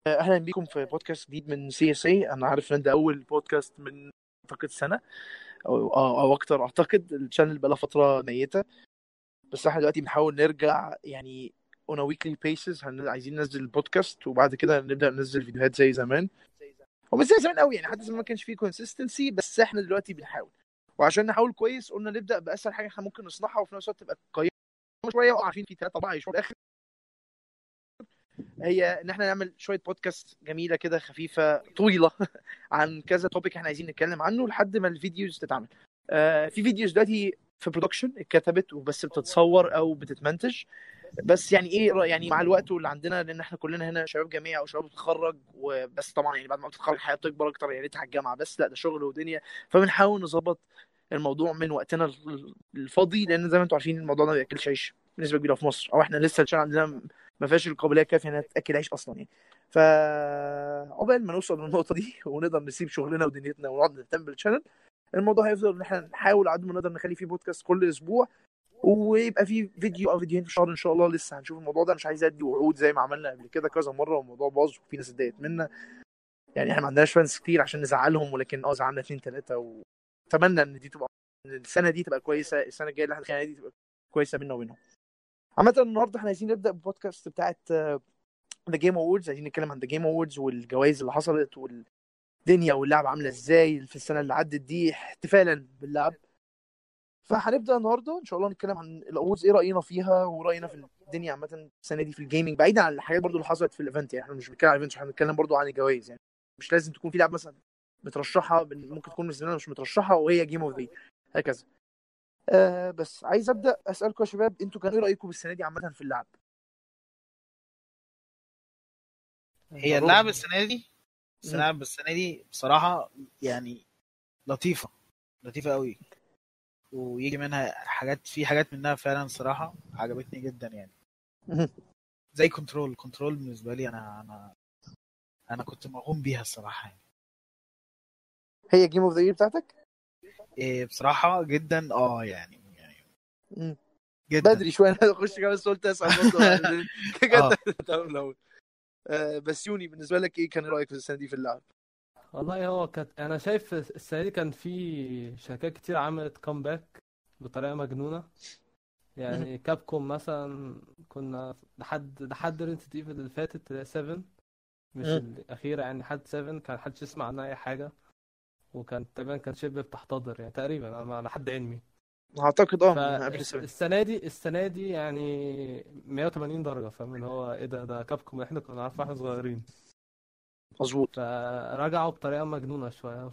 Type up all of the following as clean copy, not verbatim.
اهلا بيكم في بودكاست جديد من سي اس اي. انا عارف ان ده اول بودكاست من اعتقد سنه او اكتر. اعتقد الشانل بقى لها فتره ميته، بس احنا دلوقتي بنحاول نرجع يعني on a weekly basis. عايزين ننزل البودكاست وبعد كده نبدا ننزل فيديوهات زي زمان. هو مش زي زمان قوي يعني، حتى زمان ما كانش فيه consistency، بس احنا دلوقتي بنحاول. وعشان نحاول كويس قلنا نبدا باسهل حاجه احنا ممكن نصنعها وفي نفس الوقت تبقى قيمه شويه وعارفين في 3 4 شهور اخر. هي ان احنا نعمل شويه بودكاست جميله كده خفيفه طويله عن كذا توبيك احنا عايزين نتكلم عنه لحد ما الفيديوز تتعمل. في فيديوز دلوقتي في برودكشن اتكتبت وبس بتتصور او بتتمنتج. بس يعني ايه يعني مع الوقت واللي عندنا، لان احنا كلنا هنا شباب جامعي او شباب بتتخرج وبس. طبعا يعني بعد ما تتخرج الحياه بتكبر اكتر، يا ريتها الجامعه بس، لا ده شغل ودنيا. فبنحاول نظبط الموضوع من وقتنا الفاضي، لان زي ما انتم عارفين الموضوع ده ما بياكلش عيش بنسبه كبيره في مصر، او احنا لسه الشارع عندنا ما فيهاش القابليه الكافيه انها تاكل عيش اصلا يعني. فعقبال ما نوصل للنقطه دي ونقدر نسيب شغلنا ودنيتنا ونقعد نهتم بالشانل، الموضوع هيفضل ان احنا نحاول على قد ما نقدر نخلي فيه بودكاست كل اسبوع، ويبقى فيه فيديو او فيديوهين في الشهر ان شاء الله. لسه هنشوف الموضوع ده، مش عايز ادي وعود زي ما عملنا قبل كده كذا مره والموضوع باظ وفي ناس اتضايقت منا. يعني احنا ما عندناش فانس كتير عشان نزعلهم، ولكن زعلنا 2 3، واتمنى ان دي تبقى، إن السنه دي تبقى كويسه، السنه الجايه اللي احنا فيها دي تبقى كويسه بينا وبينهم. عامه النهارده احنا عايزين نبدا بالبودكاست بتاعت ذا جيم اووردز. عايزين نتكلم عن ذا جيم اووردز والجوائز اللي حصلت والدنيا واللعبه عامله ازاي في السنه اللي عدت دي احتفالا باللعب. فهنبدا النهارده ان شاء الله نتكلم عن الاووردز، ايه راينا فيها وراينا في الدنيا عامه السنه دي في الجيمنج، بعيدا عن الحاجات برضو اللي حصلت في الايفنت. يعني احنا مش بنتكلم عن الايفنت، احنا بنتكلم برضو عن الجوائز. يعني مش لازم تكون في لعبه مثلا مترشحه، ممكن تكون بالنسبه لنا مش مترشحه وهي جيم اوف ذا هكذا. بس عايز ابدا اسالكم يا شباب، انتوا كان ايه رايكم السنه دي عامه في اللعب؟ هي جربوا. اللعبة السنة دي بصراحة يعني لطيفة لطيفة قوي، ويجي منها حاجات منها فعلا صراحة عجبتني جدا يعني. زي كنترول بالنسبة لي أنا كنت موهوم بيها الصراحة يعني. هي جيم اوف ذا بتاعتك؟ إيه بصراحة جدا يعني مم. جدا. بدري شويه انا اخش كمان، بس قلت اسال برضه اه كده تمام الاول. بس يوني بالنسبه لك ايه كان رايك في السنه دي في اللعب؟ والله هو انا شايف السنه دي كان في شركات كتير عملت كومباك بطريقه مجنونه. يعني كابكوم مثلا، كنا لحد ريزنت ايفل اللي فاتت 7، مش الاخيره يعني، لحد 7 كان محدش يسمع عنها اي حاجه، وكان تقريبا كان شبه بتحتضر يعني تقريبا على حد علمي. اعتقد من قبل 7. فالسنه دي يعني 180 درجه، فاهم اللي هو ايه ده كابكوم احنا كنا عارفين واحنا صغيرين. مظبوط. فرجعوا بطريقه مجنونه شويه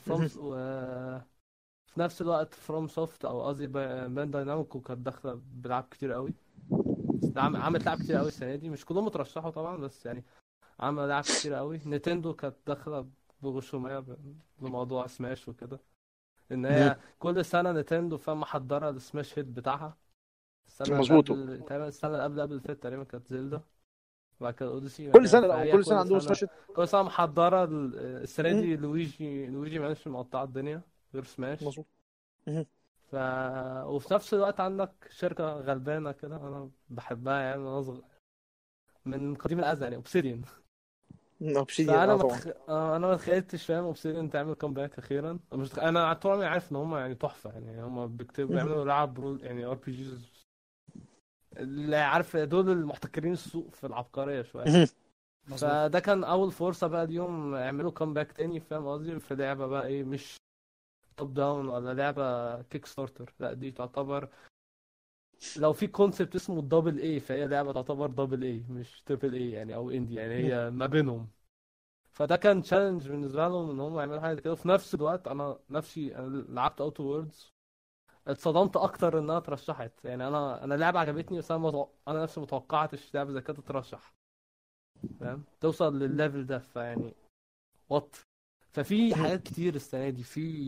في نفس الوقت فروم سوفت، او قصدي بانداي نامكو، كانت داخله بلعب كتير قوي. عملت لعب كتير قوي السنه دي، مش كلهم اترشحوا طبعا، بس يعني عمل لعب كتير قوي. نينتندو كانت داخله بغشوميه بموضوع سماش وكده، ان هي كل سنه نينتندو فاهم محضره السماش هيت بتاعها. السنه اللي مظبوط. قبل تقريبا، السنه اللي فاتت تقريبا كانت زيلدا، وبعد كده اوديسي، كل بعدها سنه، لا فهي وكل سنه كل عندهم سنه سماش. كل سنه محضره السنه دي لويجي معلش مقطعه الدنيا غير سماش. مظبوط. ف... وفي نفس الوقت عندك شركة غلبانة كده أنا بحبها يعني من وأنا صغير، من قديم الأزل يعني، أوبسيديان. اوبسيديان فأنا طبعا. أنا ما تخيلتش فاهم أوبسيديان تعمل كومباك أخيرا. أنا طول عمري عارف إن هم يعني تحفة، يعني هم بيعملوا لعب رول يعني ار بي جيز، اللي عارف دول المحتكرين السوق في العبقرية شوية. مظبوط. فده كان أول فرصة بقى اليوم يعملوا كومباك تاني، فاهم قصدي، في لعبة بقى إيه، مش توب داون ولا لعبة كيك ستارتر، لا دي تعتبر لو في كونسبت اسمه الدبل اي، فهي لعبه تعتبر دبل اي مش تريبل اي يعني، او اندي يعني، هي ما بينهم. فده كان تشالنج بالنسبه لهم ان هم يعملوا حاجه كده. في نفس الوقت انا نفسي لعبت اوتو ووردز، اتصدمت اكتر انها اترشحت. يعني انا اللعبه عجبتني، بس انا نفسي متوقعتش لعبه زي كده تترشح، فاهم، توصل للليفل ده. فيعني وات ففي حاجات كتير السنه دي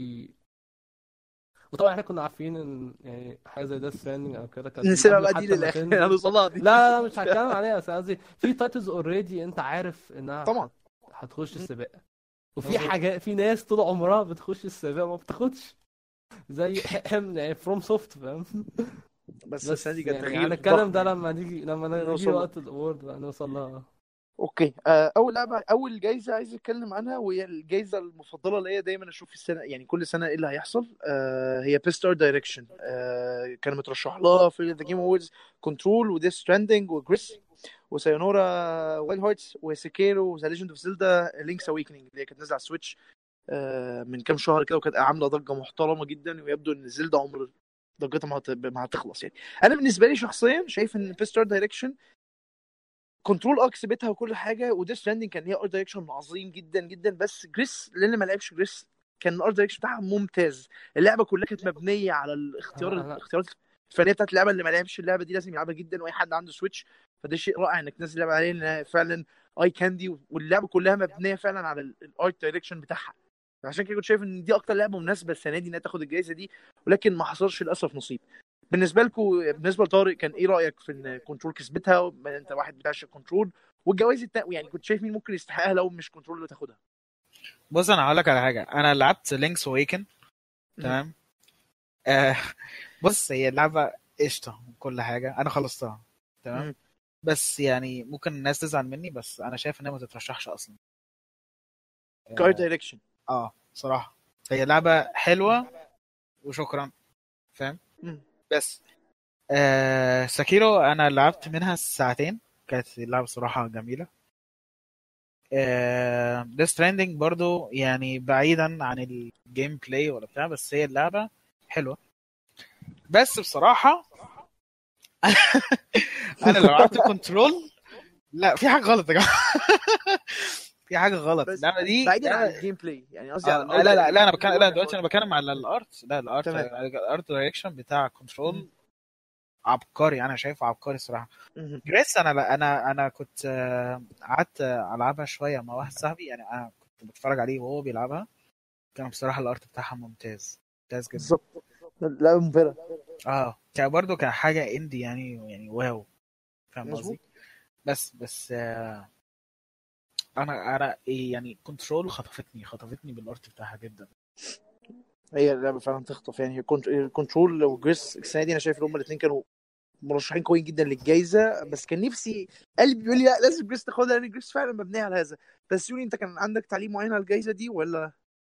وطبعا احنا كنا عارفين ان يعني حاجه زي ديث ستراندنج او كده كانت من نسيبها قبل بقى دي حتى ما للاخر تنزل. هنوصلها دي. لا مش هتكلم عليها، بس قصدي في تايتلز اوريدي انت عارف انها طبعا. هتخش السباق، وفي مظبوط. حاجات، في ناس طول عمرها بتخش السباق ما بتاخدش، زي يعني فروم سوفت، فاهم. بس السنه دي بس كان يعني تغيير هنتكلم ضخم ده يعني. لما نيجي نوصل له. وقت الاورد بقى نوصل لها. اوكي. اول لعبه، اول جايزه عايز اتكلم عنها، وهي الجايزه المفضله ليا دايما اشوف في السنه، يعني كل سنه ايه اللي هيحصل. هي بيست ار دايركشن. كان مترشح لها في ذا جيم اووردز كنترول وديث ستراندنج وجريس وسايونورا وايلد هارتس وسيكيرو وذا ليجند اوف زيلدا لينكس اويكننج اللي هي كانت نازله على السويتش من كام شهر كده، وكانت عامله ضجه محترمه جدا، ويبدو ان زيلدا عمر ضجتها ما هتخلص يعني. انا بالنسبه لي شخصيا شايف ان بيست ار دايركشن كنترول كسبتها وكل حاجه، وديث ستراندنج كان ليها ارت دايركشن عظيم جدا جدا، بس جريس اللي ما لعبش جريس كان الارت دايركشن بتاعها ممتاز. اللعبه كلها كانت مبنيه على انا الاختيارات الفنيه بتاعت اللعبه. اللي ما لعبش اللعبه دي لازم يلعبها جدا، واي حد عنده سويتش فده شيء رائع انك تنزل لعبه عليه، لانها فعلا اي كاندي، واللعبه كلها مبنيه فعلا على الارت دايركشن بتاعها. عشان كده كنت شايف ان دي اكتر لعبه مناسبه السنه دي انها تاخد الجائزه دي، ولكن ما حصلش للاسف نصيب. بالنسبه لكم، بالنسبه لطارق، كان ايه رايك في ان كنترول كسبتها؟ انت واحد بتاع كنترول، والجوائز يعني كنت شايف مين ممكن يستحقها لو مش كنترول اللي تاخدها؟ بص انا هقول لك على حاجه، انا لعبت لينكس اويكن. تمام. آه بص هي اللعبه قشطه وكل حاجه، انا خلصتها. تمام. بس يعني ممكن الناس تزعل مني، بس انا شايف انها ما تترشحش اصلا. كار دايركشن. صراحه هي لعبه حلوه وشكرا، فاهم. بس ساكيرو انا لعبت منها ساعتين، كانت اللعبه صراحه جميله. ديث ستراندنج برضو يعني بعيدا عن الجيم بلاي ولا بتاع، بس هي اللعبه حلوه. بس بصراحه انا لو لعبت كنترول، لا في حاجه غلط يا جماعه. في حاجه غلط. بس اللعبه دي بعيدا عن الجيم بلاي، يعني قصدي على لا لا لا لا، انا بتكلم، لا دلوقتي انا بتكلم على الارت. لا تمام. الارت دايركشن بتاع كنترول عبقري، انا شايفه عبقري الصراحه. جريس انا كنت قعدت العبها شويه مع واحد صاحبي، يعني انا كنت بتفرج عليه وهو بيلعبها. كان بصراحه الارت بتاعها ممتاز ممتاز جدا. بالظبط. لا مبهرة. كان برضه كان حاجه اندي يعني واو، فاهم مظبوط. قصدي. بس انا يعني كنترول خطفتني بالارت بتاعها جدا. هي اللعبه فعلا تخطف، يعني كنترول وجريس السنه دي انا شايف ان هم الاثنين كانوا مرشحين قويين جدا للجائزه، بس كان نفسي، قلبي بيقول لي لا لازم جريس تاخدها، لان جريس فعلا مبنيه على هذا. بس يوني، انت كان عندك تعليق معين على الجائزه دي ولا؟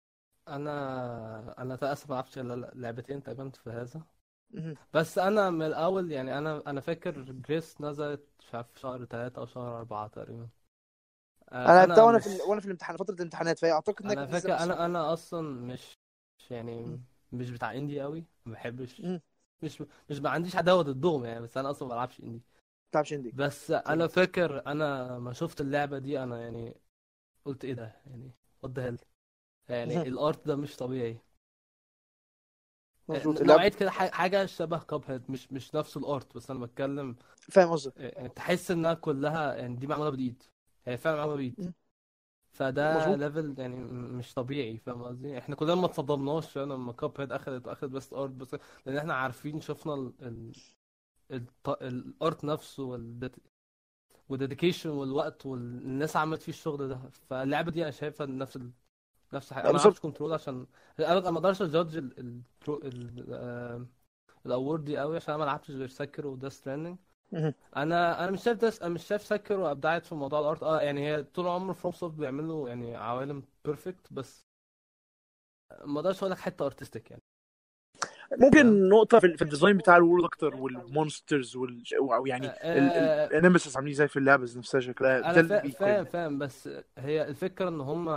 انا للاسف ما لعبتش الا لعبتين تقريبا في هذا. بس انا من الاول يعني انا فاكر جريس نزلت مش عارف في شهر 3 او شهر 4 تقريبا. انا لعبتها انا وانا مش وانا في الامتحان، فتره الامتحانات، فهي اعتقد انها انا كانت نازله فاكر في الصيف. انا اصلا مش يعني مش بتاع اندي قوي، ما بحبش. مش ما عنديش عداوه ضدهم يعني، بس انا اصلا ما بلعبش اندي. بتلعبش اندي. بس انا فاكر انا ما شفت اللعبه دي انا يعني قلت ايه ده يعني، what the hell، يعني الارت ده مش طبيعي. مظبوط. نوعيه كده حاجه شبه كاب هيد، مش نفس الارت، بس انا بتكلم فاهم قصدك. يعني تحس انها كلها يعني دي معموله بالايد، هي فعلا معموله بالايد. فده مظبوط. ليفل يعني مش طبيعي، فاهم قصدي. احنا كلنا ما اتصدمناش لما كاب هيد اخذت بس ارت، بس لان احنا عارفين شفنا الارت نفسه والديديكيشن والوقت والناس عملت فيه الشغل ده. فاللعبه دي انا شايفها نفس حاجه. انا ما بالظبط. اعرفش كنترول عشان انا ما اقدرش اجادج الاورد دي قوي، عشان انا ما لعبتش غير ساكر وده ستراندنج. انا مش شايف انا مش شايف ساكر وابدعت في موضوع الارت. يعني هي طول عمر فروم سوفت بيعملوا يعني عوالم بيرفكت، بس ما اقدرش اقول لك حته ارتستيك يعني. ممكن نقطة في الديزاين بتاع الورد أكتر، والمونسترز أو يعني الانيمسيس عاملين زي في اللعبة نفسها شكلها ده انا اللي بيقيم. فاهم، بس هي الفكره ان هم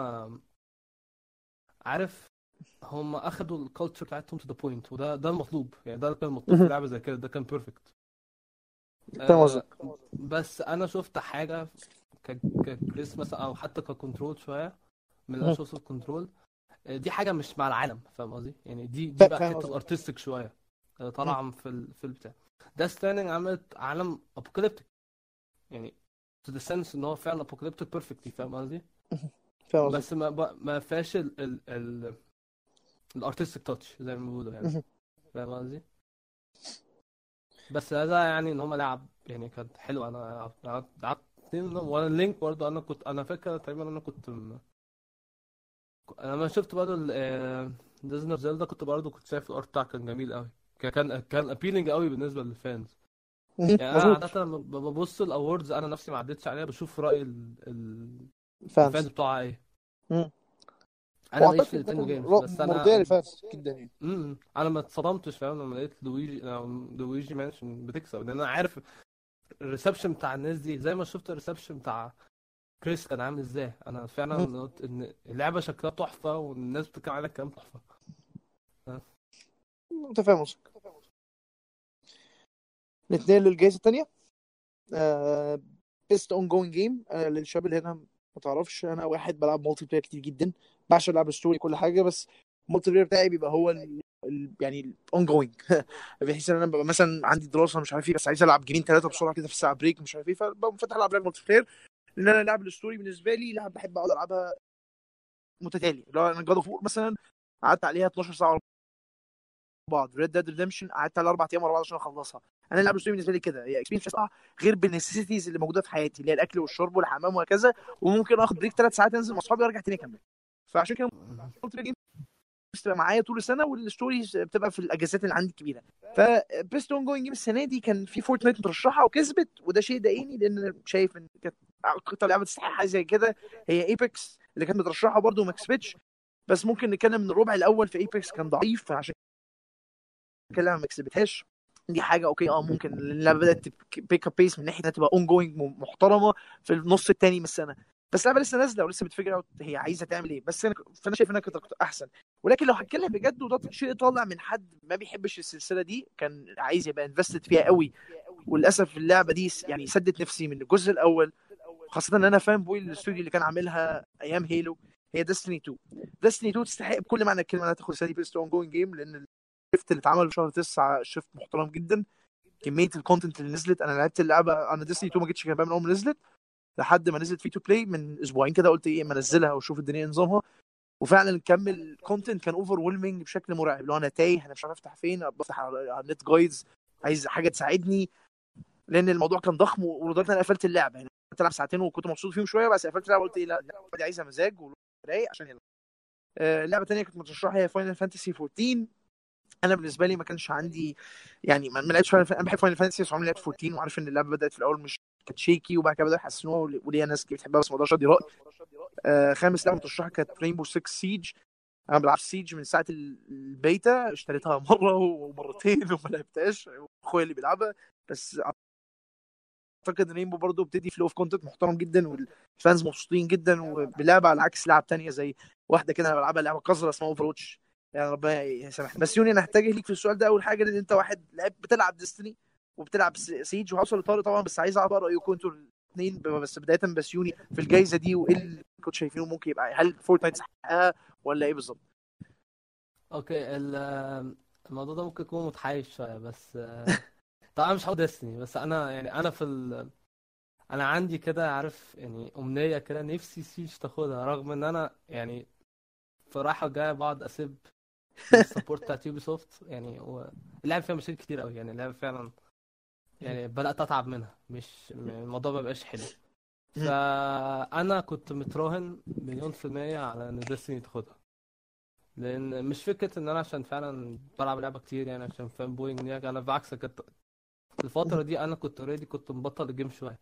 عارف هم اخدوا الكالتشر بتاعتهم تو ذا بوينت، وده المطلوب يعني، ده كان المطلوب في لعبه زي كده، ده كان بيرفكت. فاهم قصدك. بس انا شفت حاجه ككريسماس او حتى ككنترول شويه من اللي انا شفته في كنترول. دي حاجه مش مع العالم، فاهم قصدي يعني. دي بقى فاهم حته قصدك. الارتستيك شويه طالعه في البتاع ده. ستاندنج عملت عالم ابوكاليبتيك يعني، to the sense ان هو فعلا ابوكاليبتيك بيرفكتلي، فاهم قصدي. فاهم قصدك. بس ما فيهاش الارتستيك تاتش زي ما بيقولوا يعني، فاهم قصدي. بس هذا يعني ان هم لعب يعني كانت حلوه. انا لعبت اتنين منهم، وانا اللينك برضه انا فاكر تقريبا انا كنت انا لما شفت برضه ديزني اوف زيلدا كنت برضه شايف الارت بتاعه كان جميل قوي، كان ابيلينج قوي بالنسبه للفانز. يعني انا مظبوط. عاده لما ببص الاووردز انا نفسي ما عدتش عليها، بشوف راي الفانز فانز. بتوعها ايه. مم. انا ماليش في واعتقد ده نينتندو كان جيمز، بس مرضيه انا للفانز جدا يعني. انا ما اتصدمتش فاهم لما لقيت لويجي مانشن بتكسب، لان انا عارف الريسبشن بتاع الناس دي، زي ما شفت الريسبشن بتاع كريس كان عامل ازاي. انا مم. فعلا قلت ان اللعبه شكلها تحفه والناس بتتكلم عليها كلام تحفه. ها؟ متفاهم قصدك. نتنقل للجائزه الثانيه. بيست اون جوينج جيم. للشباب اللي هنا ما تعرفش، انا واحد بلعب مالتي بلاير كتير جدا، بعشق العب ستوري كل حاجه، بس المالتي بلاير بتاعي بيبقى هو يعني الاون جوينج. بحيث ان انا ببقى مثلا عندي دراسه مش عارف ايه، بس عايز العب جيمين ثلاثه بسرعه كده في الساعه بريك مش عارف ايه، فبقوم فاتح العب لعب مالتي بلاير. لان انا لعب الستوري بالنسبه لي لعب بحب اقعد العبها متتالي. لو انا جاد اوف وور مثلا قعدت عليها 12 ساعه ورا بعض، ريد ديد ريدمشن قعدت عليها 4 ايام ورا بعض عشان اخلصها. انا اللعب الستوري بالنسبه لي كده هي اكسبيرينس بصراحه، غير بالنسيسيتيز اللي موجوده في حياتي اللي هي الاكل والشرب والحمام وهكذا. وممكن اخد بريك 3 ساعات انزل مع اصحابي وارجع تاني اكمل. فعشان كده بتبقى معايا طول السنه، والستوريز بتبقى في الاجازات اللي عندي الكبيره. فبيست اون جوينج جيم السنه دي كان في فورتنايت مترشحه وكسبت، وده شيء ضايقني لان أنا شايف ان كانت اكتر لعبه تستحق حاجه زي كده هي ايبكس اللي كانت مترشحه برضه وما كسبتش. بس ممكن نتكلم ان الربع الاول في ايبكس كان ضعيف، فعشان كده اللعبه ما كسبتهاش. دي حاجه اوكي، ممكن اللعبه بدات بيك اب بيس من ناحيه انها تبقى اون جوينج محترمه في النص الثاني من السنه. بس اللعبه لسه نازله ولسه بتفكر اوت هي عايزه تعمل ايه، بس فانا شايف انها كانت احسن. ولكن لو هتكلم بجد، وده شيء طالع من حد ما بيحبش السلسله دي كان عايز يبقى انفستد فيها قوي، وللاسف اللعبه دي يعني سدت نفسي من الجزء الاول، خاصه ان انا فان بوي الاستوديو اللي كان عاملها ايام هيلو. هي ديستني 2. ديستني 2 تستحق بكل معنى الكلمه انها تاخد السنه دي بيست اون جوينج جيم، لان الشيفت اللي اتعمل في شهر 9 شيفت محترم جدا. كميه الكونتنت اللي نزلت، انا لعبت اللعبه، انا ديستني 2 ما جيتش جنبها من اول ما نزلت لحد ما نزلت في تو بلاي من اسبوعين كده، قلت ايه اما انزلها واشوف الدنيا نظامها. وفعلا كمل الكونتنت كان اوفر ويلمنج بشكل مرعب. لو انا تايه انا مش عارف افتح فين، بفتح على النت جايدز عايز حاجه تساعدني، لان الموضوع كان ضخم. ولدرجه ان انا قفلت اللعبه يعني، كنت العب ساعتين وكنت مبسوط فيهم شويه، بس قفلت اللعبه قلت ايه لا اللعبه دي عايزه مزاج ورايق عشان يلعب. لعبه ثانيه كنت مترشحه هي فاينل فانتسي 14. انا بالنسبه لي ما كانش عندي يعني ما لعبتش انا بحب فاينل فانتسي بس عمري لعبت 14، وعارف ان اللعبه بدات في الاول مش كانت شيكي، وبعد كده بدأوا يحسنوها وليها ناس كتير بتحبها بس ما اقدرش ادي راي. خامس لعبه مترشحه كانت رينبو 6 سيج. انا بلعب سيج من ساعه البيتا، اشتريتها مره ومرتين وما لعبتهاش، اخويا اللي بيلعبها. بس اعتقد ان رينبو برضه بتدي فلو اوف كونتنت محترم جدا، والفانز مبسوطين جدا وبلعبه على عكس لعب تانية زي واحده كده انا بلعبها لعبه قذره اسمها اوفر واتش. يعني ربنا يسامحني. بس يوني انا هحتاج ليك في السؤال ده. اول حاجه، لان انت واحد لعب بتلعب ديستني وبتلعب سيج، وهوصل لطارق طبعا، بس عايز اعرف رايكم انتوا الاثنين. بس بدايه بس يوني في الجائزه دي، وايه اللي كنتوا شايفينه ممكن يبقى، هل فورتنايت تستحقها ولا ايه بالظبط؟ اوكي، الموضوع ده ممكن يكون متحيز شويه، بس طبعا مش هقول ديستني، بس انا يعني انا انا عندي كده عارف يعني امنيه كده، نفسي سيج تاخدها، رغم ان انا يعني في رايحه جايه بقعد اسيب السبورت بتاعت يوبي سوفت. يعني اللعب فيها مشاكل كتير قوي، يعني اللعب فعلا يعني بدات اتعب منها، مش الموضوع ما بقاش حلو. فانا كنت متراهن مليون في المية على ان ديستني تاخدها، لان مش فكره ان انا عشان فعلا بلعب لعبه كتير، يعني عشان فان بوينج نياج. انا بالعكس كنت الفتره دي انا كنت اوريدي كنت مبطل الجيم شويه.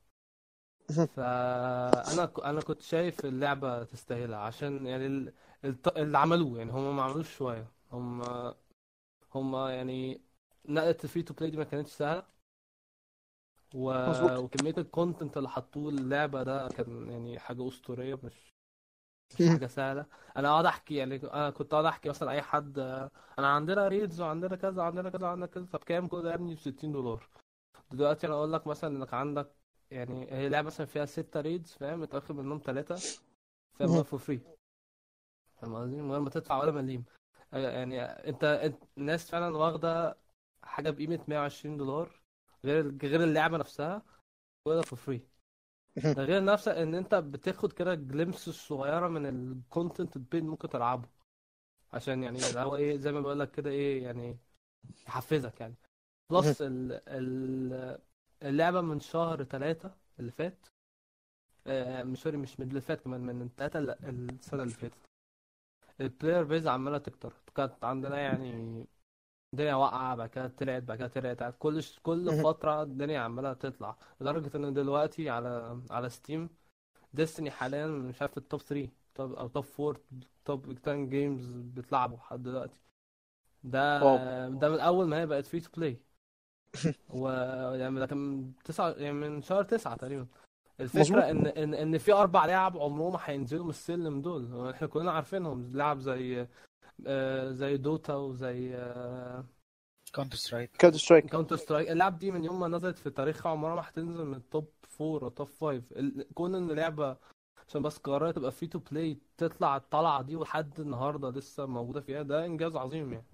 انا كنت شايف اللعبه تستاهلها، عشان يعني اللي عملوه، يعني هم ما عملوش شويه. هم يعني نقلة الفري تو بلاي دي ما كانتش سهله، مظبوط. وكميه الكونتنت اللي حطوه اللعبه ده كان يعني حاجه اسطوريه، مش حاجه سهله. انا اقعد احكي، يعني انا كنت اقعد احكي مثلا اي حد انا عندنا ريدز وعندنا كذا وعندنا كذا وعندنا كذا، طب كام كل ده يا ابني؟ ب $60. دلوقتي انا اقول لك مثلا انك عندك، يعني هي لعبه مثلا فيها 6 ريدز فاهم، اتاخد منهم 3 فاهم فور فري، فاهم قصدي، من غير ما تدفع ولا مليم. يعني انت الناس فعلا واخده حاجه بقيمه $120، غير اللعبه نفسها، ولا فور فري. ده غير نفسك ان انت بتاخد كده جليمس صغيره من الكونتنت البين ممكن تلعبه، عشان يعني اللي هو ايه زي ما بقول لك كده ايه يعني يحفزك يعني. بلس اللعبه من شهر 3 اللي فات، مش سوري مش من اللي فات، كمان من 3 السنه اللي فاتت، البلاير بيز عماله تكتر. كانت عندنا يعني الدنيا واقعه، بعد كده طلعت، بعد كده طلعت، كل فتره الدنيا عماله تطلع، لدرجه ان دلوقتي على ستيم ديستني حاليا مش عارف التوب 3 او توب 4 توب 10 جيمز بيتلعبوا لحد دلوقتي. واو. ده من اول ما هي بقت فري تو بلاي، ويعني ده كان من 9، يعني من شهر 9 تقريبا. مظبوط. الفكره ان في 4 لعب عمرهم ما هينزلوا من السلم دول، احنا كلنا عارفينهم، لعب زي دوتا وزي كونتر سترايك. كاونتر سترايك. كاونتر سترايك. اللعب دي من يوم ما نزلت في تاريخها عمرها ما هتنزل من التوب 4 او توب 5. كون ان لعبه عشان بس قررت تبقى فري تو بلاي تطلع الطلعه دي ولحد النهارده لسه موجوده فيها، ده انجاز عظيم يعني.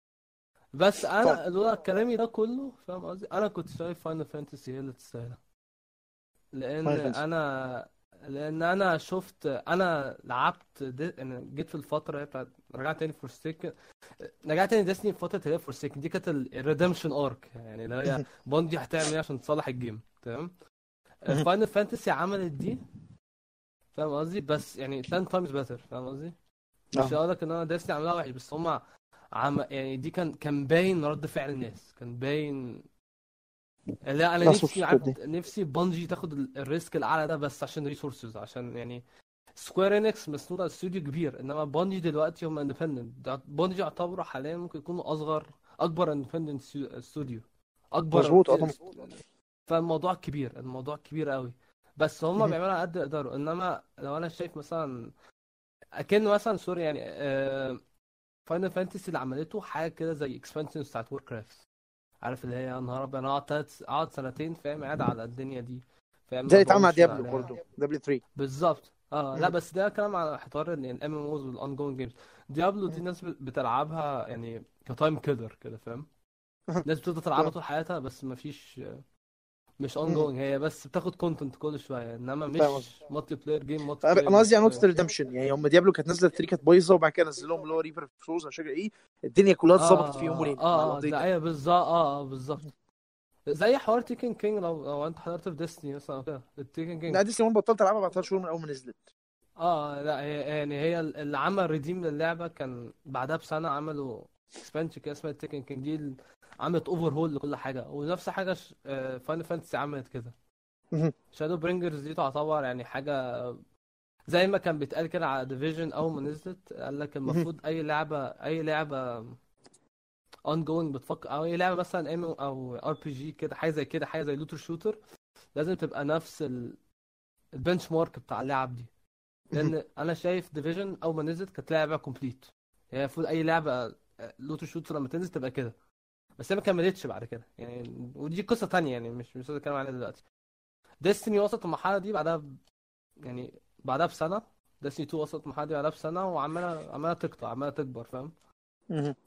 بس طبعا. انا لولا كلامي ده كله، فاهم قصدي، انا كنت شايف فاينل فانتسي هي اللي تستاهلها. لان فاينل فانتسي. انا لان انا شفت، انا لعبت انا جيت في الفتره بتاعت رجعت تاني فورسيكن، رجعت تاني ديسني في فتره اللي هي فورسيكن دي كانت الريدمشن ارك، يعني اللي هي بوندي هتعمل ايه عشان تصلح الجيم، تمام. فاينل فانتسي عملت دي، فاهم قصدي، بس يعني 10 تايمز بيتر، فاهم قصدي. مش اه. هقول لك ان انا ديسني عاملها وحش، بس هما يعني دي كان باين رد فعل الناس، كان باين. لا انا ناس نفسي مبسوطة عارف، دي. نفسي بانجي تاخد الريسك الاعلى ده، بس عشان ريسورسز، عشان يعني سكوير انكس مسنود استوديو كبير، انما بانجي دلوقتي هم اندبندنت. بانجي يعتبروا حاليا ممكن يكونوا اكبر اندبندنت استوديو، اكبر مظبوط. اه طبعا. فالموضوع كبير، الموضوع كبير قوي. بس هم مهم. بيعملوا على قد يقدروا. انما لو انا شايف مثلا اكن مثلا سوري يعني فاينل فانتسي اللي عملته حاجه كده زي اكسبانشن بتاعت وور كرافت، عارف اللي هي يا نهار ابيض، انا اقعد سنتين فاهم قاعد على الدنيا دي، فاهم، زي ما اللي اتعمل مع بقومش من ديابلو عليها. برضه، دبليو 3. بالظبط. لا مهم. بس ده كلام على حوار الام ام اوز والان جوينج جيمز. ديابلو دي مهم. ناس بتلعبها يعني كتايم كيلر كده، فاهم. ناس بتفضل تلعبها فاهم. طول حياتها، بس مش اون مهم. جوينج، هي بس بتاخد كونتنت كل شويه، انما فاهم قصدي. مش مالتي بلاير جيم، مالتي انا بلاير قصدي على مالتي نقطة بلاير. الريدمشن، يعني هم ديابلو كانت نازلة 3 كانت بايظة، وبعد كده نزل لهم اللي هو ريبر فلوز مش فاكر ايه، الدنيا كلها اتظبطت في يوم وليلة مع الابديت ده ده. ايوه بالظبط. بالظبط. زي حوار تيكن كينج، لو انت حضرت في ديستني مثلا أو كده التيكن كينج. لا دي سيمون بطلت العبها بعد 3 شهور من اول ما نزلت. لا هي اللي عمل ريديم للعبه كان بعدها بسنه عملوا اكسبانشن كده اسمها تيكن كينج دي عملت اوفر هول لكل حاجه، ونفس حاجه فاينل فانتسي عملت كده. مهم. شادو برينجرز دي تعتبر يعني حاجه زي ما كان بيتقال كده على ديفيجن اول ما نزلت، قال لك مهم. المفروض اي لعبه اون جوينج بتفكر، او اي لعبه مثلا ام او ار بي جي كده، حاجه زي كده، حاجه زي لوتر شوتر، لازم تبقى نفس البنش مارك بتاع اللعب دي. مهم. لان انا شايف ديفيجن اول ما نزلت كانت لعبه كومبليت، هي المفروض اي لعبه لوتو شوتر لما تنزل تبقى كده، بس هي ما كملتش بعد كده يعني، ودي قصه تانية يعني، مش هنتكلم عليها دلوقتي. ديستني وصلت المرحله دي بعدها يعني بعدها بسنه. ديستني 2 وصلت المرحله دي بعدها بسنه، وعماله تقطع، عماله تكبر، فاهم. مهم.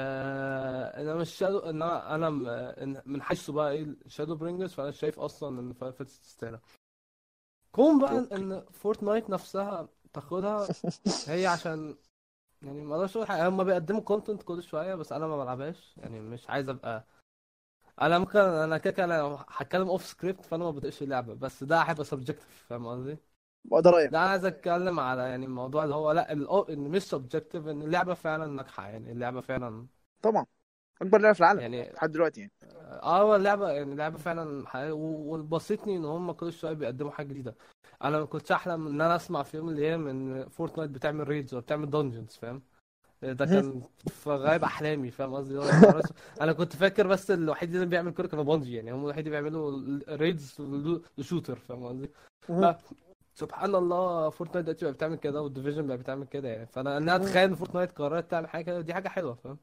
انما الشادو، انما انا من حيث بقى ايه الشادو برينجرز، فانا شايف اصلا ان فاينل فانتسي تستاهل. كون بقى اوكي. ان فورتنايت نفسها تاخدها، هي عشان يعني ما اقدرش اقول حاجه، هم بيقدموا كونتنت كل شويه، بس انا ما بلعبهاش يعني، مش عايز ابقى. انا ممكن انا كده كده لو هتكلم اوف سكريبت فانا ما بطيقش اللعبه، بس ده هيبقى سبجكتيف، فاهم قصدي. ده رايك. ده انا عايز اتكلم على يعني الموضوع اللي هو لا ان مش سبجكتيف، ان اللعبه فعلا ناجحه، يعني اللعبه فعلا طبعا اكبر لعبه في العالم يعني لحد دلوقتي يعني. اللعبه يعني اللعبه فعلا حقيقية، وبسطني ان هم كل شويه بيقدموا حاجه جديده. انا ما كنتش احلم ان انا اسمع في يوم من الايام ان فورتنايت بتعمل ريدز ولا بتعمل دونجنز، فاهم. ده مهم. كان في غايب احلامي، فاهم قصدي، اللي هو يا نهار أسود. انا كنت فاكر بس الوحيد اللي بيعمل كده كان بونجي، يعني هم الوحيد اللي بيعملوا ريدز لشوتر، فاهم قصدي. مهم. لا سبحان الله، فورتنايت دلوقتي بقى بتعمل كده، والديفيجن بقى بتعمل كده، يعني فانا انها مهم. اتخيل ان فورتنايت قررت تعمل حاجه كده، دي حاجه حلوه، فاهم.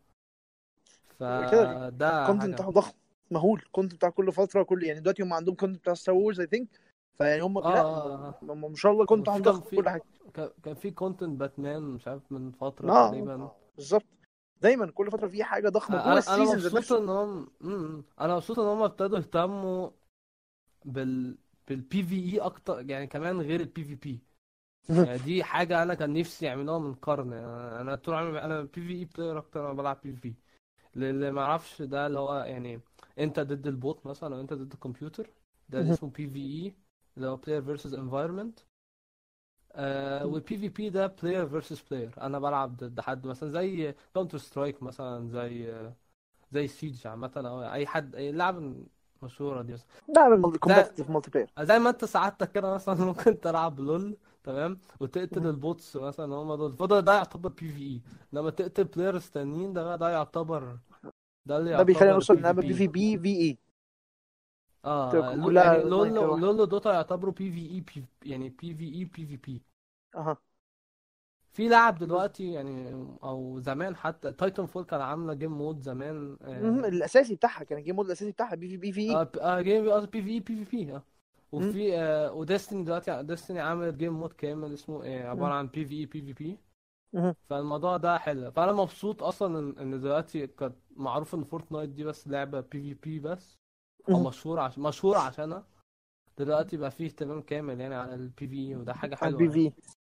كده فده الكونتنت حاجه. بتاعه ضخم مهول، الكونتنت بتاع كل فتره، كل يعني دلوقتي هم عندهم كونتنت بتاع ستار وورز اي ثينك، فيعني هم اه لا اه اه هم ما شاء الله الكونتنت وفي بتاعهم كان ضخم في في كل حاجه. كان في كونتنت باتمان مش عارف من فتره اه تقريبا. بالظبط. دايما كل فتره في حاجه ضخمه جوه انا السيزون ذات مبسوط نفسه. ان هم انا مبسوط ان هم ابتدوا يهتموا بال بالبي في اي اكتر، يعني كمان غير البي في بي. يعني دي حاجه انا كان نفسي يعملوها من قرن، يعني انا طول عمري انا بي في اي بلاير اكتر ما بلعب بي في بي. اللي ما اعرفش ده اللي هو يعني انت ضد البوت مثلا او انت ضد الكمبيوتر، ده اللي اسمه بي في اي، اللي هو بلاير فيرسز انفايرمنت. والبي في بي ده بلاير فيرسز بلاير، انا بلعب ضد حد مثلا زي كاونتر سترايك مثلا، زي زي سيج عامه او اي حد اي لعبه مشهوره دي مثلا. نعمل كومبتيتيف مالتي بلاير. زي ما انت ساعتك كده مثلا ممكن تلعب لول تمام وتقتل البوتس مثلا هم دول، فده ده يعتبر بي في اي. لما تقتل بلايرز تانيين ده يعتبر ده اللي ده بيخلينا يعتبر نوصل بي في نلعب بي في بي. بي في اي يعني كلها لول لاين كده واحد. لول ودوتا يعتبروا بي في اي يعني بي في اي بي في بي. اها في لعب دلوقتي يعني او زمان حتى تايتن فول كان عامله جيم مود زمان الاساسي بتاعها كان الجيم مود الاساسي بتاعها بي في بي في اي. جيم بي في اي بي في بي وفي وديستني دلوقتي ديستني عامل جيم مود كامل اسمه عباره عن بي في اي بي في بي. فالموضوع ده حلو، فانا مبسوط اصلا ان دلوقتي كانت معروف ان فورتنايت دي بس لعبه بي في بي بس او مشهور عشانها. دلوقتي بقى فيه اهتمام كامل يعني على البي في، وده حاجه على حلوه البي يعني. في.